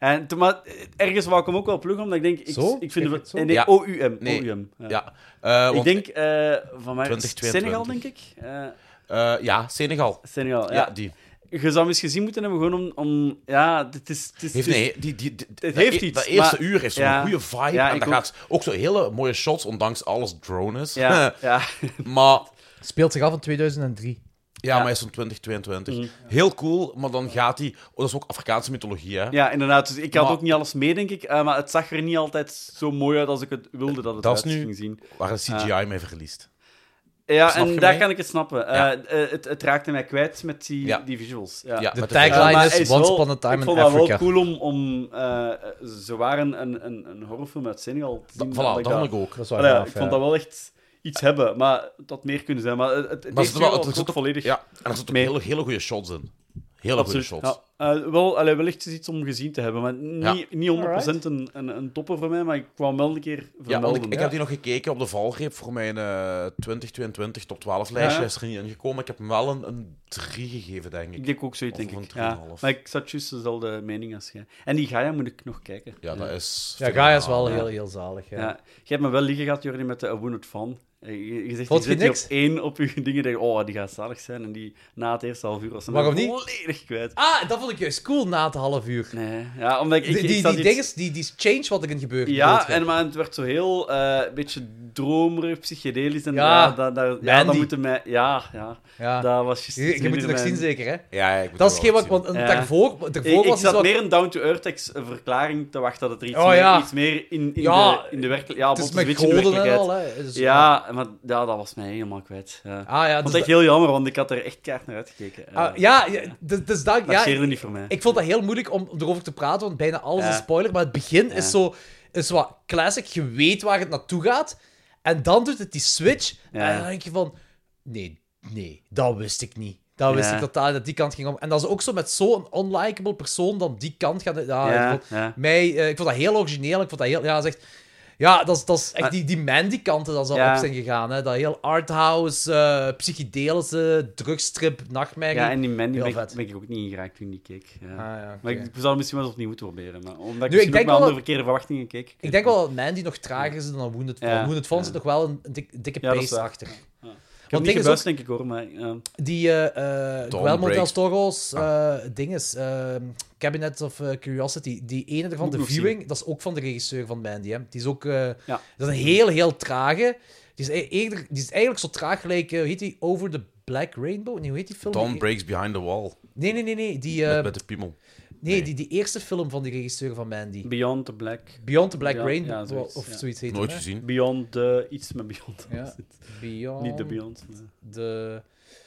S6: En, toen- maar ergens wou ik hem ook wel pluggen, omdat ik denk... Ik,
S2: Zo?
S6: ik vind
S2: Geef
S6: het...
S2: het zo?
S6: Nee,
S1: Ja.
S6: O U M.
S1: Nee.
S6: O U M. Ja.
S1: Ja. Eh,
S6: Ik
S1: want,
S6: denk, eh, van mij,
S1: twintig tweeëntwintig.
S6: Senegal, denk ik. Eh,
S1: eh, ja, Senegal.
S6: Senegal,
S1: Ja,
S6: ja.
S1: die.
S6: Je zou hem eens gezien moeten hebben, gewoon om... om ja, het is... Het is,
S1: Heeft,
S6: het is-
S1: nee, die, die, die-
S6: het
S1: dat
S6: heeft
S1: e-
S6: iets,
S1: Dat eerste
S6: maar-
S1: uur heeft zo'n
S6: ja.
S1: goede vibe.
S6: Ja,
S1: en
S6: ik
S1: dat
S6: ook.
S1: gaat ook zo hele mooie shots, ondanks alles drone is.
S6: Ja, ja.
S1: maar
S2: Speelt zich af in tweeduizend drie.
S1: ja,
S6: Ja.
S1: maar hij is van twintig tweeëntwintig.
S6: Mhm.
S1: Heel cool, maar dan gaat hij... Oh, dat is ook Afrikaanse mythologie, hè?
S6: Ja, inderdaad. Dus ik had
S1: Maar-
S6: ook niet alles mee, denk ik. eh, maar het zag er niet altijd zo mooi uit als ik het wilde dat het
S1: Dat is
S6: uit
S1: nu-
S6: ging zien.
S1: Waar de C G I mee verliest.
S6: Ja,
S1: Snap
S6: en
S1: je
S6: daar
S1: mij?
S6: kan ik het snappen. Eh,
S1: Ja.
S6: eh, het, het raakte mij kwijt met die,
S1: Ja.
S6: die visuals. Ja.
S1: Ja,
S2: De
S1: met
S2: tagline
S6: Eh, maar
S2: is
S6: hij is
S2: Once
S6: wel-
S2: Upon a Time
S6: ik
S2: in
S6: vond dat
S2: Africa.
S6: wel cool om, om uh, ze waren een, een, een horrorfilm uit Senegal te
S1: Da,
S6: zien.
S1: voilà,
S6: dat
S1: dat
S6: ik
S1: vond ik ook.
S2: Dat is wel
S6: Allee, ja,
S2: gaaf,
S6: ik
S2: ja.
S6: vond dat wel echt iets hebben, maar het had meer kunnen zijn. Maar het, het, het
S1: Maar er
S6: eerste
S1: zit wel-
S6: uur
S1: er
S6: was
S1: zit
S6: ook
S1: ook-
S6: volledig
S1: Ja, en er zitten ook
S6: mee.
S1: hele, hele goede shots in. Hele goede
S6: Absoluut.
S1: shots.
S6: Ja, uh, wel, allee, wellicht is iets om gezien te hebben, maar niet,
S1: Ja.
S6: niet honderd procent een, een, een topper voor mij, maar ik kwam wel een keer
S1: Ja, want
S6: vermelden.
S1: ik, ik heb die nog gekeken op de valreep voor mijn eh twintig tweeëntwintig top twaalf lijstje.
S6: Ja.
S1: Hij is er niet ingekomen. Ik heb hem wel een, een drie gegeven, denk ik.
S6: Ik denk ook zoiets,
S1: Of
S6: denk
S1: een
S6: ik.
S1: drie
S6: Ja.
S1: komma vijf.
S6: Maar ik zat juist dezelfde mening als jij. En die Gaia moet ik nog kijken.
S1: Ja, dat is...
S2: Ja, Gaia is wel
S1: fenomenaal,
S2: heel, heel zalig. Ja.
S6: Ja. Je hebt me wel liggen gehad, Jordi, met de A Wounded Fan. Je, je zegt,
S2: Vond
S6: je
S2: je
S6: zit hier
S2: niks?
S6: op één op je dingen, denk je, oh, die gaat zalig zijn. En die na het eerste half uur was ze
S2: Waarom
S6: mij
S2: niet?
S6: volledig kwijt.
S2: Ah, dat vond ik juist cool na het half uur.
S6: Nee, ja, omdat ik... ik,
S2: Die,
S6: ik
S2: die,
S6: zat
S2: die,
S6: iets-
S2: dinges, die, die change wat er in gebeurt.
S6: Ja,
S2: bedoel je?
S6: en, maar het werd zo heel, eh, een beetje dromerig, psychedelisch. En
S2: Ja,
S6: ja, dat, dat, ja, dat
S2: Mandy.
S6: moeten mij... Ja, ja,
S2: ja.
S6: dat was juist
S2: Je, je
S6: iets
S2: moet het
S6: minder
S2: nog zien,
S6: mijn-
S2: zeker, hè?
S1: Ja, ik moet
S2: Dat is
S1: wel
S2: geen wat...
S1: zien.
S2: Want
S6: Ja.
S2: daarvoor, daarvoor
S6: Ik, ik
S2: was
S6: zat
S2: iets wat...
S6: meer een down-to-earth ex- een verklaring te wachten dat het er iets,
S2: Oh,
S6: meer,
S2: ja.
S6: iets meer in, in,
S2: Ja,
S6: de, in de werkelijkheid... Ja,
S2: Het is
S6: bot
S2: met
S6: een beetje in de
S2: goden en
S6: werkelijkheid.
S2: al, hè. Dus,
S6: Ja, maar ja, dat was mij helemaal kwijt. Ja.
S2: Ah ja,
S6: Ik vond
S2: dus
S6: het echt
S2: dat-
S6: heel jammer, want ik had er echt keihard naar uitgekeken. Eh,
S2: ah, ja, ja, dus, dus dat...
S6: dat
S2: Ja,
S6: scheerde niet voor mij.
S2: ik vond dat heel moeilijk om erover te praten, want bijna alles
S6: Ja.
S2: is spoiler. Maar het begin is zo... Is wat classic, je weet waar het naartoe gaat. En dan doet het die switch.
S6: Ja.
S2: En dan denk je van... Nee, nee, dat wist ik niet. Dat wist
S6: Ja.
S2: ik totaal, dat die kant ging om. En dat is ook zo met zo'n unlikable persoon dan die kant gaat... Ja,
S6: Ja,
S2: ik, vond,
S6: ja.
S2: mij, eh, ik vond dat heel origineel. Ik vond dat heel... Ja, dat is echt... Ja, dat is, dat is echt
S6: Maar-
S2: die, die Mandy-kanten dat ze
S6: Ja.
S2: op zijn gegaan. Hè. Dat heel arthouse, eh psychedelische, drugstrip, nachtmerrie.
S6: Ja, en die Mandy
S2: Heel
S6: ben, ik-
S2: vet.
S6: ben ik ook niet geraakt toen ik keek. Ja.
S2: Ah, ja,
S6: Maar
S2: oké.
S6: ik zou het misschien wel eens opnieuw moeten proberen. Maar omdat ik
S2: ik
S6: misschien ook
S2: denk
S6: met andere
S2: wel-
S6: verkeerde verwachtingen keek.
S2: Ik denk wel dat Mandy nog trager is dan Wounded Fan.
S6: Ja,
S2: Wounded Fan
S6: ja.
S2: zit nog wel een dik- dikke
S6: Ja, dat is
S2: pace
S6: waar.
S2: achter.
S6: Ik heb
S2: Want
S6: niet
S2: ding is
S6: gebuist, denk ik hoor. Maar, ja.
S2: Die eh eh
S1: Dawn
S2: Guillermo del
S1: Breaks.
S2: Toro's eh dinges, eh, Cabinet of eh, Curiosity, die ene ervan,
S6: Moet
S2: de
S6: nog zien.
S2: Viewing, dat is ook van de regisseur van Mandy. Hè. Die is ook... eh,
S6: Ja.
S2: Dat is een heel, heel trage. Die is, e- eerder, die is eigenlijk zo traag gelijk... eh, hoe heet die? Over the Black Rainbow? Nee, hoe heet die film?
S1: Dawn Breaks Behind the Wall.
S2: Nee, nee, nee. nee. Die, eh,
S1: Met, met de piemel.
S2: nee, die, die eerste film van die regisseur van Mandy.
S6: Beyond the Black.
S2: Beyond the Black
S6: Ja,
S2: Rainbow,
S6: ja, zoiets,
S2: of
S6: ja.
S2: zoiets heet
S1: Nooit
S2: het, hè?
S1: gezien.
S6: Beyond the... Iets met Beyond.
S2: Ja. Beyond...
S6: Niet de Beyond. maar-
S2: De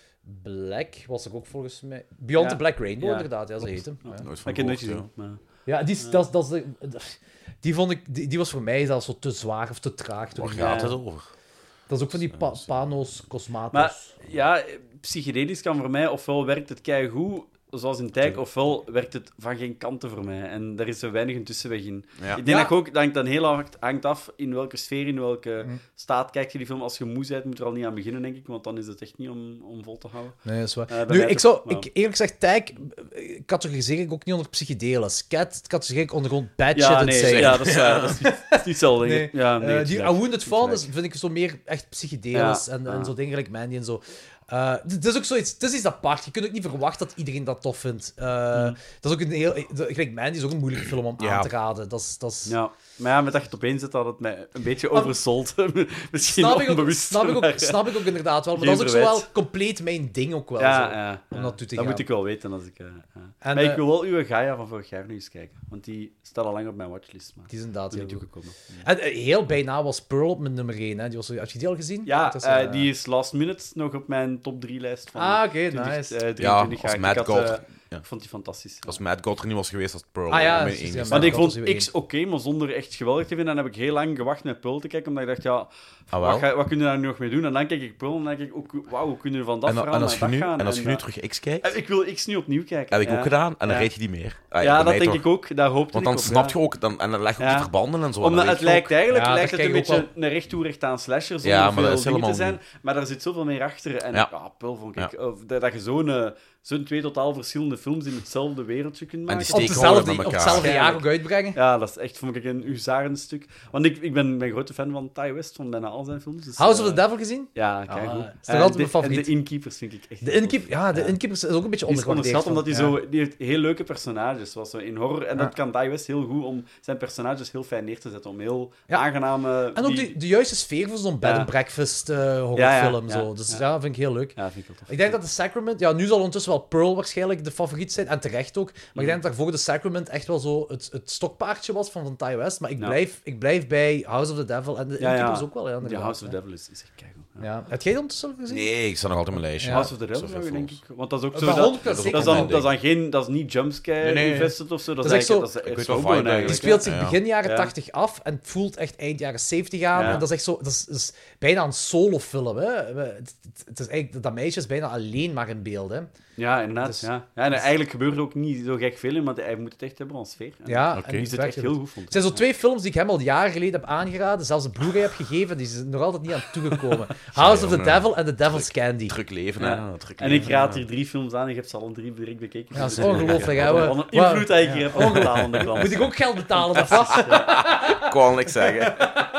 S2: Black was er ook volgens mij. Beyond
S6: Ja.
S2: the Black Rainbow,
S6: Ja,
S2: inderdaad, ja, ze
S6: klopt.
S2: heet hem. Ja,
S1: Nooit
S2: ja.
S1: van
S6: Maar ik heb nooit
S1: gehoord,
S6: gezien. Maar...
S2: die, is- dat, is- dat is de, die, vond ik, die, die was voor mij zelfs zo te zwaar of te traag.
S1: ja. Waar
S2: Toen-
S1: gaat
S6: Ja.
S1: het over?
S2: Dat is ook van die pa- Panos Cosmatos.
S6: Maar ja, psychedelisch kan voor mij, ofwel werkt het keigoed, zoals in Tijk, ofwel werkt het van geen kanten voor mij. En daar is zo weinig een tussenweg in.
S1: Ja.
S6: Ik denk
S2: Ja.
S6: dat, je ook, dat hangt dan heel hard hangt af in welke sfeer, in welke
S2: Mhm.
S6: staat kijk je die film. Als je moe bent, moet er al niet aan beginnen, denk ik, want dan is het echt niet om, om vol te houden.
S2: Nee, dat is waar.
S6: Eh, bij
S2: nu,
S6: mij
S2: ik
S6: toch,
S2: zou,
S6: maar-
S2: ik, eerlijk gezegd, Tijk, ik had toch gezegd, ook niet onder psychedelisch. Cat, ik had toch gezegd onder gewoon bad shit
S6: Ja,
S2: en
S6: nee,
S2: say.
S6: ja, dat is, waar. dat is niet, dat is niet hetzelfde.
S2: Nee.
S6: Ja, nee,
S2: Eh,
S6: het is
S2: die
S6: gelijk.
S2: A Wounded
S6: Het is
S2: Fan
S6: gelijk.
S2: is, vind ik zo meer echt psychedelisch
S6: Ja,
S2: en, en
S6: ja.
S2: zo dingen gelijk Mandy en zo. Eh, Het is ook zoiets, het is iets apart. Je kunt ook niet verwachten dat iedereen dat tof vindt. Eh,
S6: Hmm.
S2: Dat is ook een heel... Gelijk Mandy is ook een moeilijke film om
S1: Ja.
S2: aan te raden. Dat is... Dat is
S6: Ja, maar ja, met dat je het opeen zet, had het mij een beetje oversold. Misschien
S2: snap, ik ook,
S6: onbewust.
S2: snap, ik ook,
S6: maar,
S2: snap ik ook inderdaad wel. Maar
S6: Geen
S2: dat is ook zo wel
S6: verwijt.
S2: compleet mijn ding ook wel.
S6: Ja,
S2: zo,
S6: ja,
S2: om
S6: ja.
S2: naartoe te
S6: dat
S2: gaan.
S6: moet ik wel weten als ik... eh, ja.
S2: En,
S6: maar ik
S2: eh,
S6: wil wel uw Gaia van vorig jaar nu eens kijken. Want die staat al lang op mijn watchlist. Maar
S2: Die is inderdaad
S6: is
S2: heel
S6: niet
S2: goed.
S6: toegekomen.
S2: En eh, heel bijna was Pearl op mijn nummer één. Hè. Die was, heb je die al gezien?
S6: Ja,
S2: Dat is,
S6: eh,
S2: eh,
S6: die is last minute nog op mijn top drie lijst van
S2: Ah, oké,
S6: twintig,
S2: nice.
S6: eh,
S1: Ja,
S6: drieëntwintig
S1: als
S6: jaar.
S1: Mad
S6: Ik had,
S1: God.
S6: eh,
S1: Ja.
S6: Ik vond die fantastisch.
S1: Als Mad God er niet was geweest, als Pearl.
S2: Ah, ja,
S1: op mijn
S2: juist,
S1: één
S2: ja,
S1: gestaan.
S6: Want ik
S2: God was
S6: vond
S2: uw
S6: X oké, maar zonder echt geweldig te vinden. En dan heb ik heel lang gewacht met Pearl te kijken, omdat ik dacht, ja,
S1: Ah, wel.
S6: wat, ga, wat kun je daar nu nog mee doen? En dan kijk ik Pearl en dan denk ik, ook, wauw, hoe kunnen we van dat
S1: En, dan-
S6: verhaal
S1: en als je
S6: naar
S1: nu,
S6: dat gaan?
S1: en als je nu
S6: eh,
S1: terug X kijkt,
S6: eh, Ik wil X nu opnieuw kijken.
S1: heb ik
S6: ja.
S1: ook gedaan, en dan
S6: Ja.
S1: reed je die meer. Ah,
S6: Ja,
S1: bij
S6: dat
S1: mij
S6: denk
S1: toch.
S6: ik ook. Daar hoopte
S1: Want
S6: ik
S1: dan
S6: op,
S1: snap
S6: ja.
S1: je ook, dan, en dan leg je ook
S6: Ja.
S1: die verbanden en zo. en
S6: Omdat
S1: dan
S6: het
S1: weet je
S6: lijkt
S1: ook-
S6: eigenlijk
S2: Ja,
S6: lijkt
S2: daar
S6: het een
S2: kijk ik ook
S6: beetje een recht toe recht aan slasher, zonder
S1: Ja, maar
S6: veel
S1: dat is
S6: dingen te
S1: helemaal
S6: zijn. Maar daar zit zoveel meer achter. En
S1: Ja.
S6: ja, Pearl vond ik...
S1: Ja.
S6: of dat, dat je zo'n eh, zo'n twee totaal verschillende films in hetzelfde wereldje kunt maken.
S1: die
S2: Op,
S1: steken
S2: dezelfde,
S1: gewoon met
S2: op
S1: elkaar.
S2: hetzelfde jaar ook uitbrengen.
S6: Ja, dat is echt, vond ik, een huzarenstuk. Want ik, ik ben, ben een grote fan van Ty West, van bijna al zijn films. Dus,
S2: House of
S6: eh,
S2: the Devil gezien?
S6: Ja, kijk goed.
S2: Ah, is toch altijd mijn favoriet?
S6: En de Inkeepers vind ik echt...
S2: De
S6: heel
S2: Inkeep,
S6: tof.
S2: ja, de Inkeepers is ook een beetje
S6: Die is
S2: ondergewaardeerd.
S6: onderschat, omdat hij
S2: van-
S6: zo... Die heeft heel leuke personages, zoals zo in horror. En dat kan Ty West heel goed om zijn personages heel fijn neer te zetten. Om heel
S2: Ja.
S6: aangename...
S2: En ook de, de juiste sfeer voor zo'n bed
S6: Ja.
S2: and breakfast eh, horrorfilm.
S6: Ja, ja,
S2: zo.
S6: ja,
S2: Dus
S6: ja.
S2: ja, vind ik heel leuk.
S6: Ja, vind ik heel tof.
S2: Ik denk dat de Sacrament... Ja, nu zal ondertussen wel Pearl waarschijnlijk de favoriet zijn. En terecht ook. Maar ik denk dat daarvoor de Sacrament echt wel zo het, het stokpaardje was van, van Ty West. Maar ik,
S6: Ja.
S2: blijf, ik blijf bij House of the Devil. En de
S6: Ja,
S2: Inkeepers
S6: ja.
S2: ook wel. Ja,
S6: Die
S2: inderdaad,
S6: House of the
S2: ja.
S6: Devil is, is echt keigoed. Ja.
S2: Ja. Heb jij dat ondertussen gezien?
S1: Nee, ik sta nog altijd op mijn lijstje.
S2: Ja.
S6: House of the Devil,
S1: Zoveel
S6: zou je, denk
S1: films.
S6: ik. Want dat is ook
S2: Dat
S6: zo...
S2: is
S6: Dat,
S2: honderd
S6: dat,
S2: procent
S6: is dan,
S1: zeker.
S6: dat is dan geen... Dat is niet jumpscare
S1: Nee, nee.
S6: invested of zo. Dat,
S2: Dat
S6: is
S2: is echt
S6: eigenlijk...
S2: zo-
S6: Dat is,
S1: Ik weet
S6: zo
S1: wel
S6: gewoon
S1: vibe
S2: Die
S6: eigenlijk.
S2: speelt zich
S1: Ja, ja.
S2: begin jaren
S6: Ja.
S2: tachtig af en het voelt echt eind jaren zeventig aan.
S6: Ja.
S2: En dat is echt zo... Dat is, dat is bijna een solofilm, hè. Het, het, het is eigenlijk... Dat meisje is bijna alleen maar in beeld, hè.
S6: Ja, inderdaad.
S2: Dus-
S6: ja. Ja, en eigenlijk gebeurt er ook niet zo gek veel in, maar hij moet het echt hebben als sfeer. En
S2: Ja,
S1: Oké.
S2: en
S6: die
S2: het
S6: zit
S2: werkt
S6: echt
S2: heel
S6: heel
S2: goed.
S6: goed, vond
S2: Er zijn zo twee films die ik hem al jaren geleden heb aangeraden, zelfs een Blu-ray heb gegeven, die is er nog altijd niet aan toegekomen. House of the
S1: jongen.
S2: Devil en The Devil's Candy.
S1: Druk leven,
S6: Ja.
S1: hè. Druk
S6: En ik
S1: leven,
S6: raad
S1: hè.
S6: hier drie films aan, ik heb ze alle drie direct bekeken.
S2: Ja, dat is
S6: Dus-
S2: ongelooflijk, hè.
S6: Wat een
S2: we-
S6: invloed dat ik
S2: ja.
S6: hier heb op betalende klant.
S2: Moet ik ook geld betalen, of wat?
S1: Ik kon niks zeggen.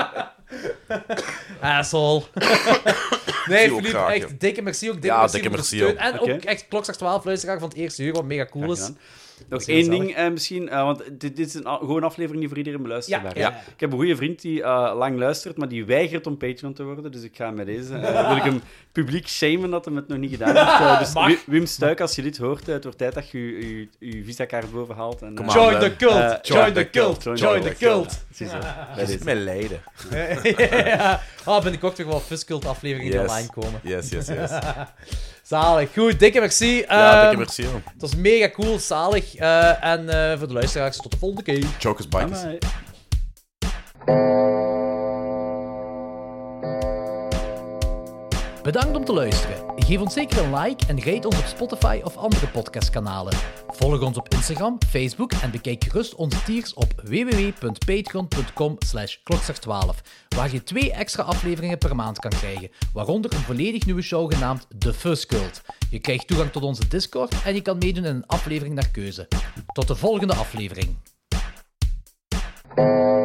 S2: Asshole. Nee,
S1: Zie ook
S2: Philippe,
S1: graag,
S2: echt
S1: joh.
S2: dikke merci ook. Dikke
S1: Ja,
S2: merci
S1: dikke
S2: voor de
S1: merci
S2: steun.
S1: ook.
S2: En
S6: Oké.
S2: ook echt Klokslag twaalf luisteraar van het eerste uur, wat mega cool
S6: Graag
S2: is.
S6: gedaan. Nog
S2: is heel
S6: één
S2: zalig.
S6: ding eh, misschien, eh, want dit, dit is een, a- gewoon een aflevering die voor iedereen beluisterbaar is.
S2: Ja, ja.
S6: Ik heb een goede vriend die eh, lang luistert, maar die weigert om Patreon te worden. Dus ik ga met deze. eh, wil ik hem publiek shamen dat hij het nog niet gedaan heeft. Eh, dus
S2: Mag.
S6: Wi- Wim Stuik, als je dit hoort, eh, het wordt tijd dat je je, je, je visa-kaart boven haalt. En, eh,
S1: Come on.
S2: Join
S1: man.
S2: the cult!
S6: Eh,
S2: join the cult!
S6: join
S2: Join
S6: the
S2: the cult!
S6: Precies, hè. Bij
S1: Je
S6: deze.
S1: zit met Leiden.
S2: ja. Oh, binnenkort weer wel Fuscult afleveringen die
S1: Yes.
S2: online komen.
S1: Yes, yes, yes.
S2: Zalig. Goed, dikke merci.
S1: Ja,
S2: Ehm,
S1: dikke merci. joh.
S2: Het was mega cool, zalig. Eh, en eh, voor de luisteraars, tot de volgende keer.
S1: Chokers Bikers.
S6: Bye.
S2: Bedankt om te luisteren. Geef ons zeker een like en rate ons op Spotify of andere podcastkanalen. Volg ons op Instagram, Facebook en bekijk gerust onze tiers op w w w punt patreon punt com slash klokslag twaalf, waar je twee extra afleveringen per maand kan krijgen, waaronder een volledig nieuwe show genaamd The Fuscult. Je krijgt toegang tot onze Discord en je kan meedoen in een aflevering naar keuze. Tot de volgende aflevering.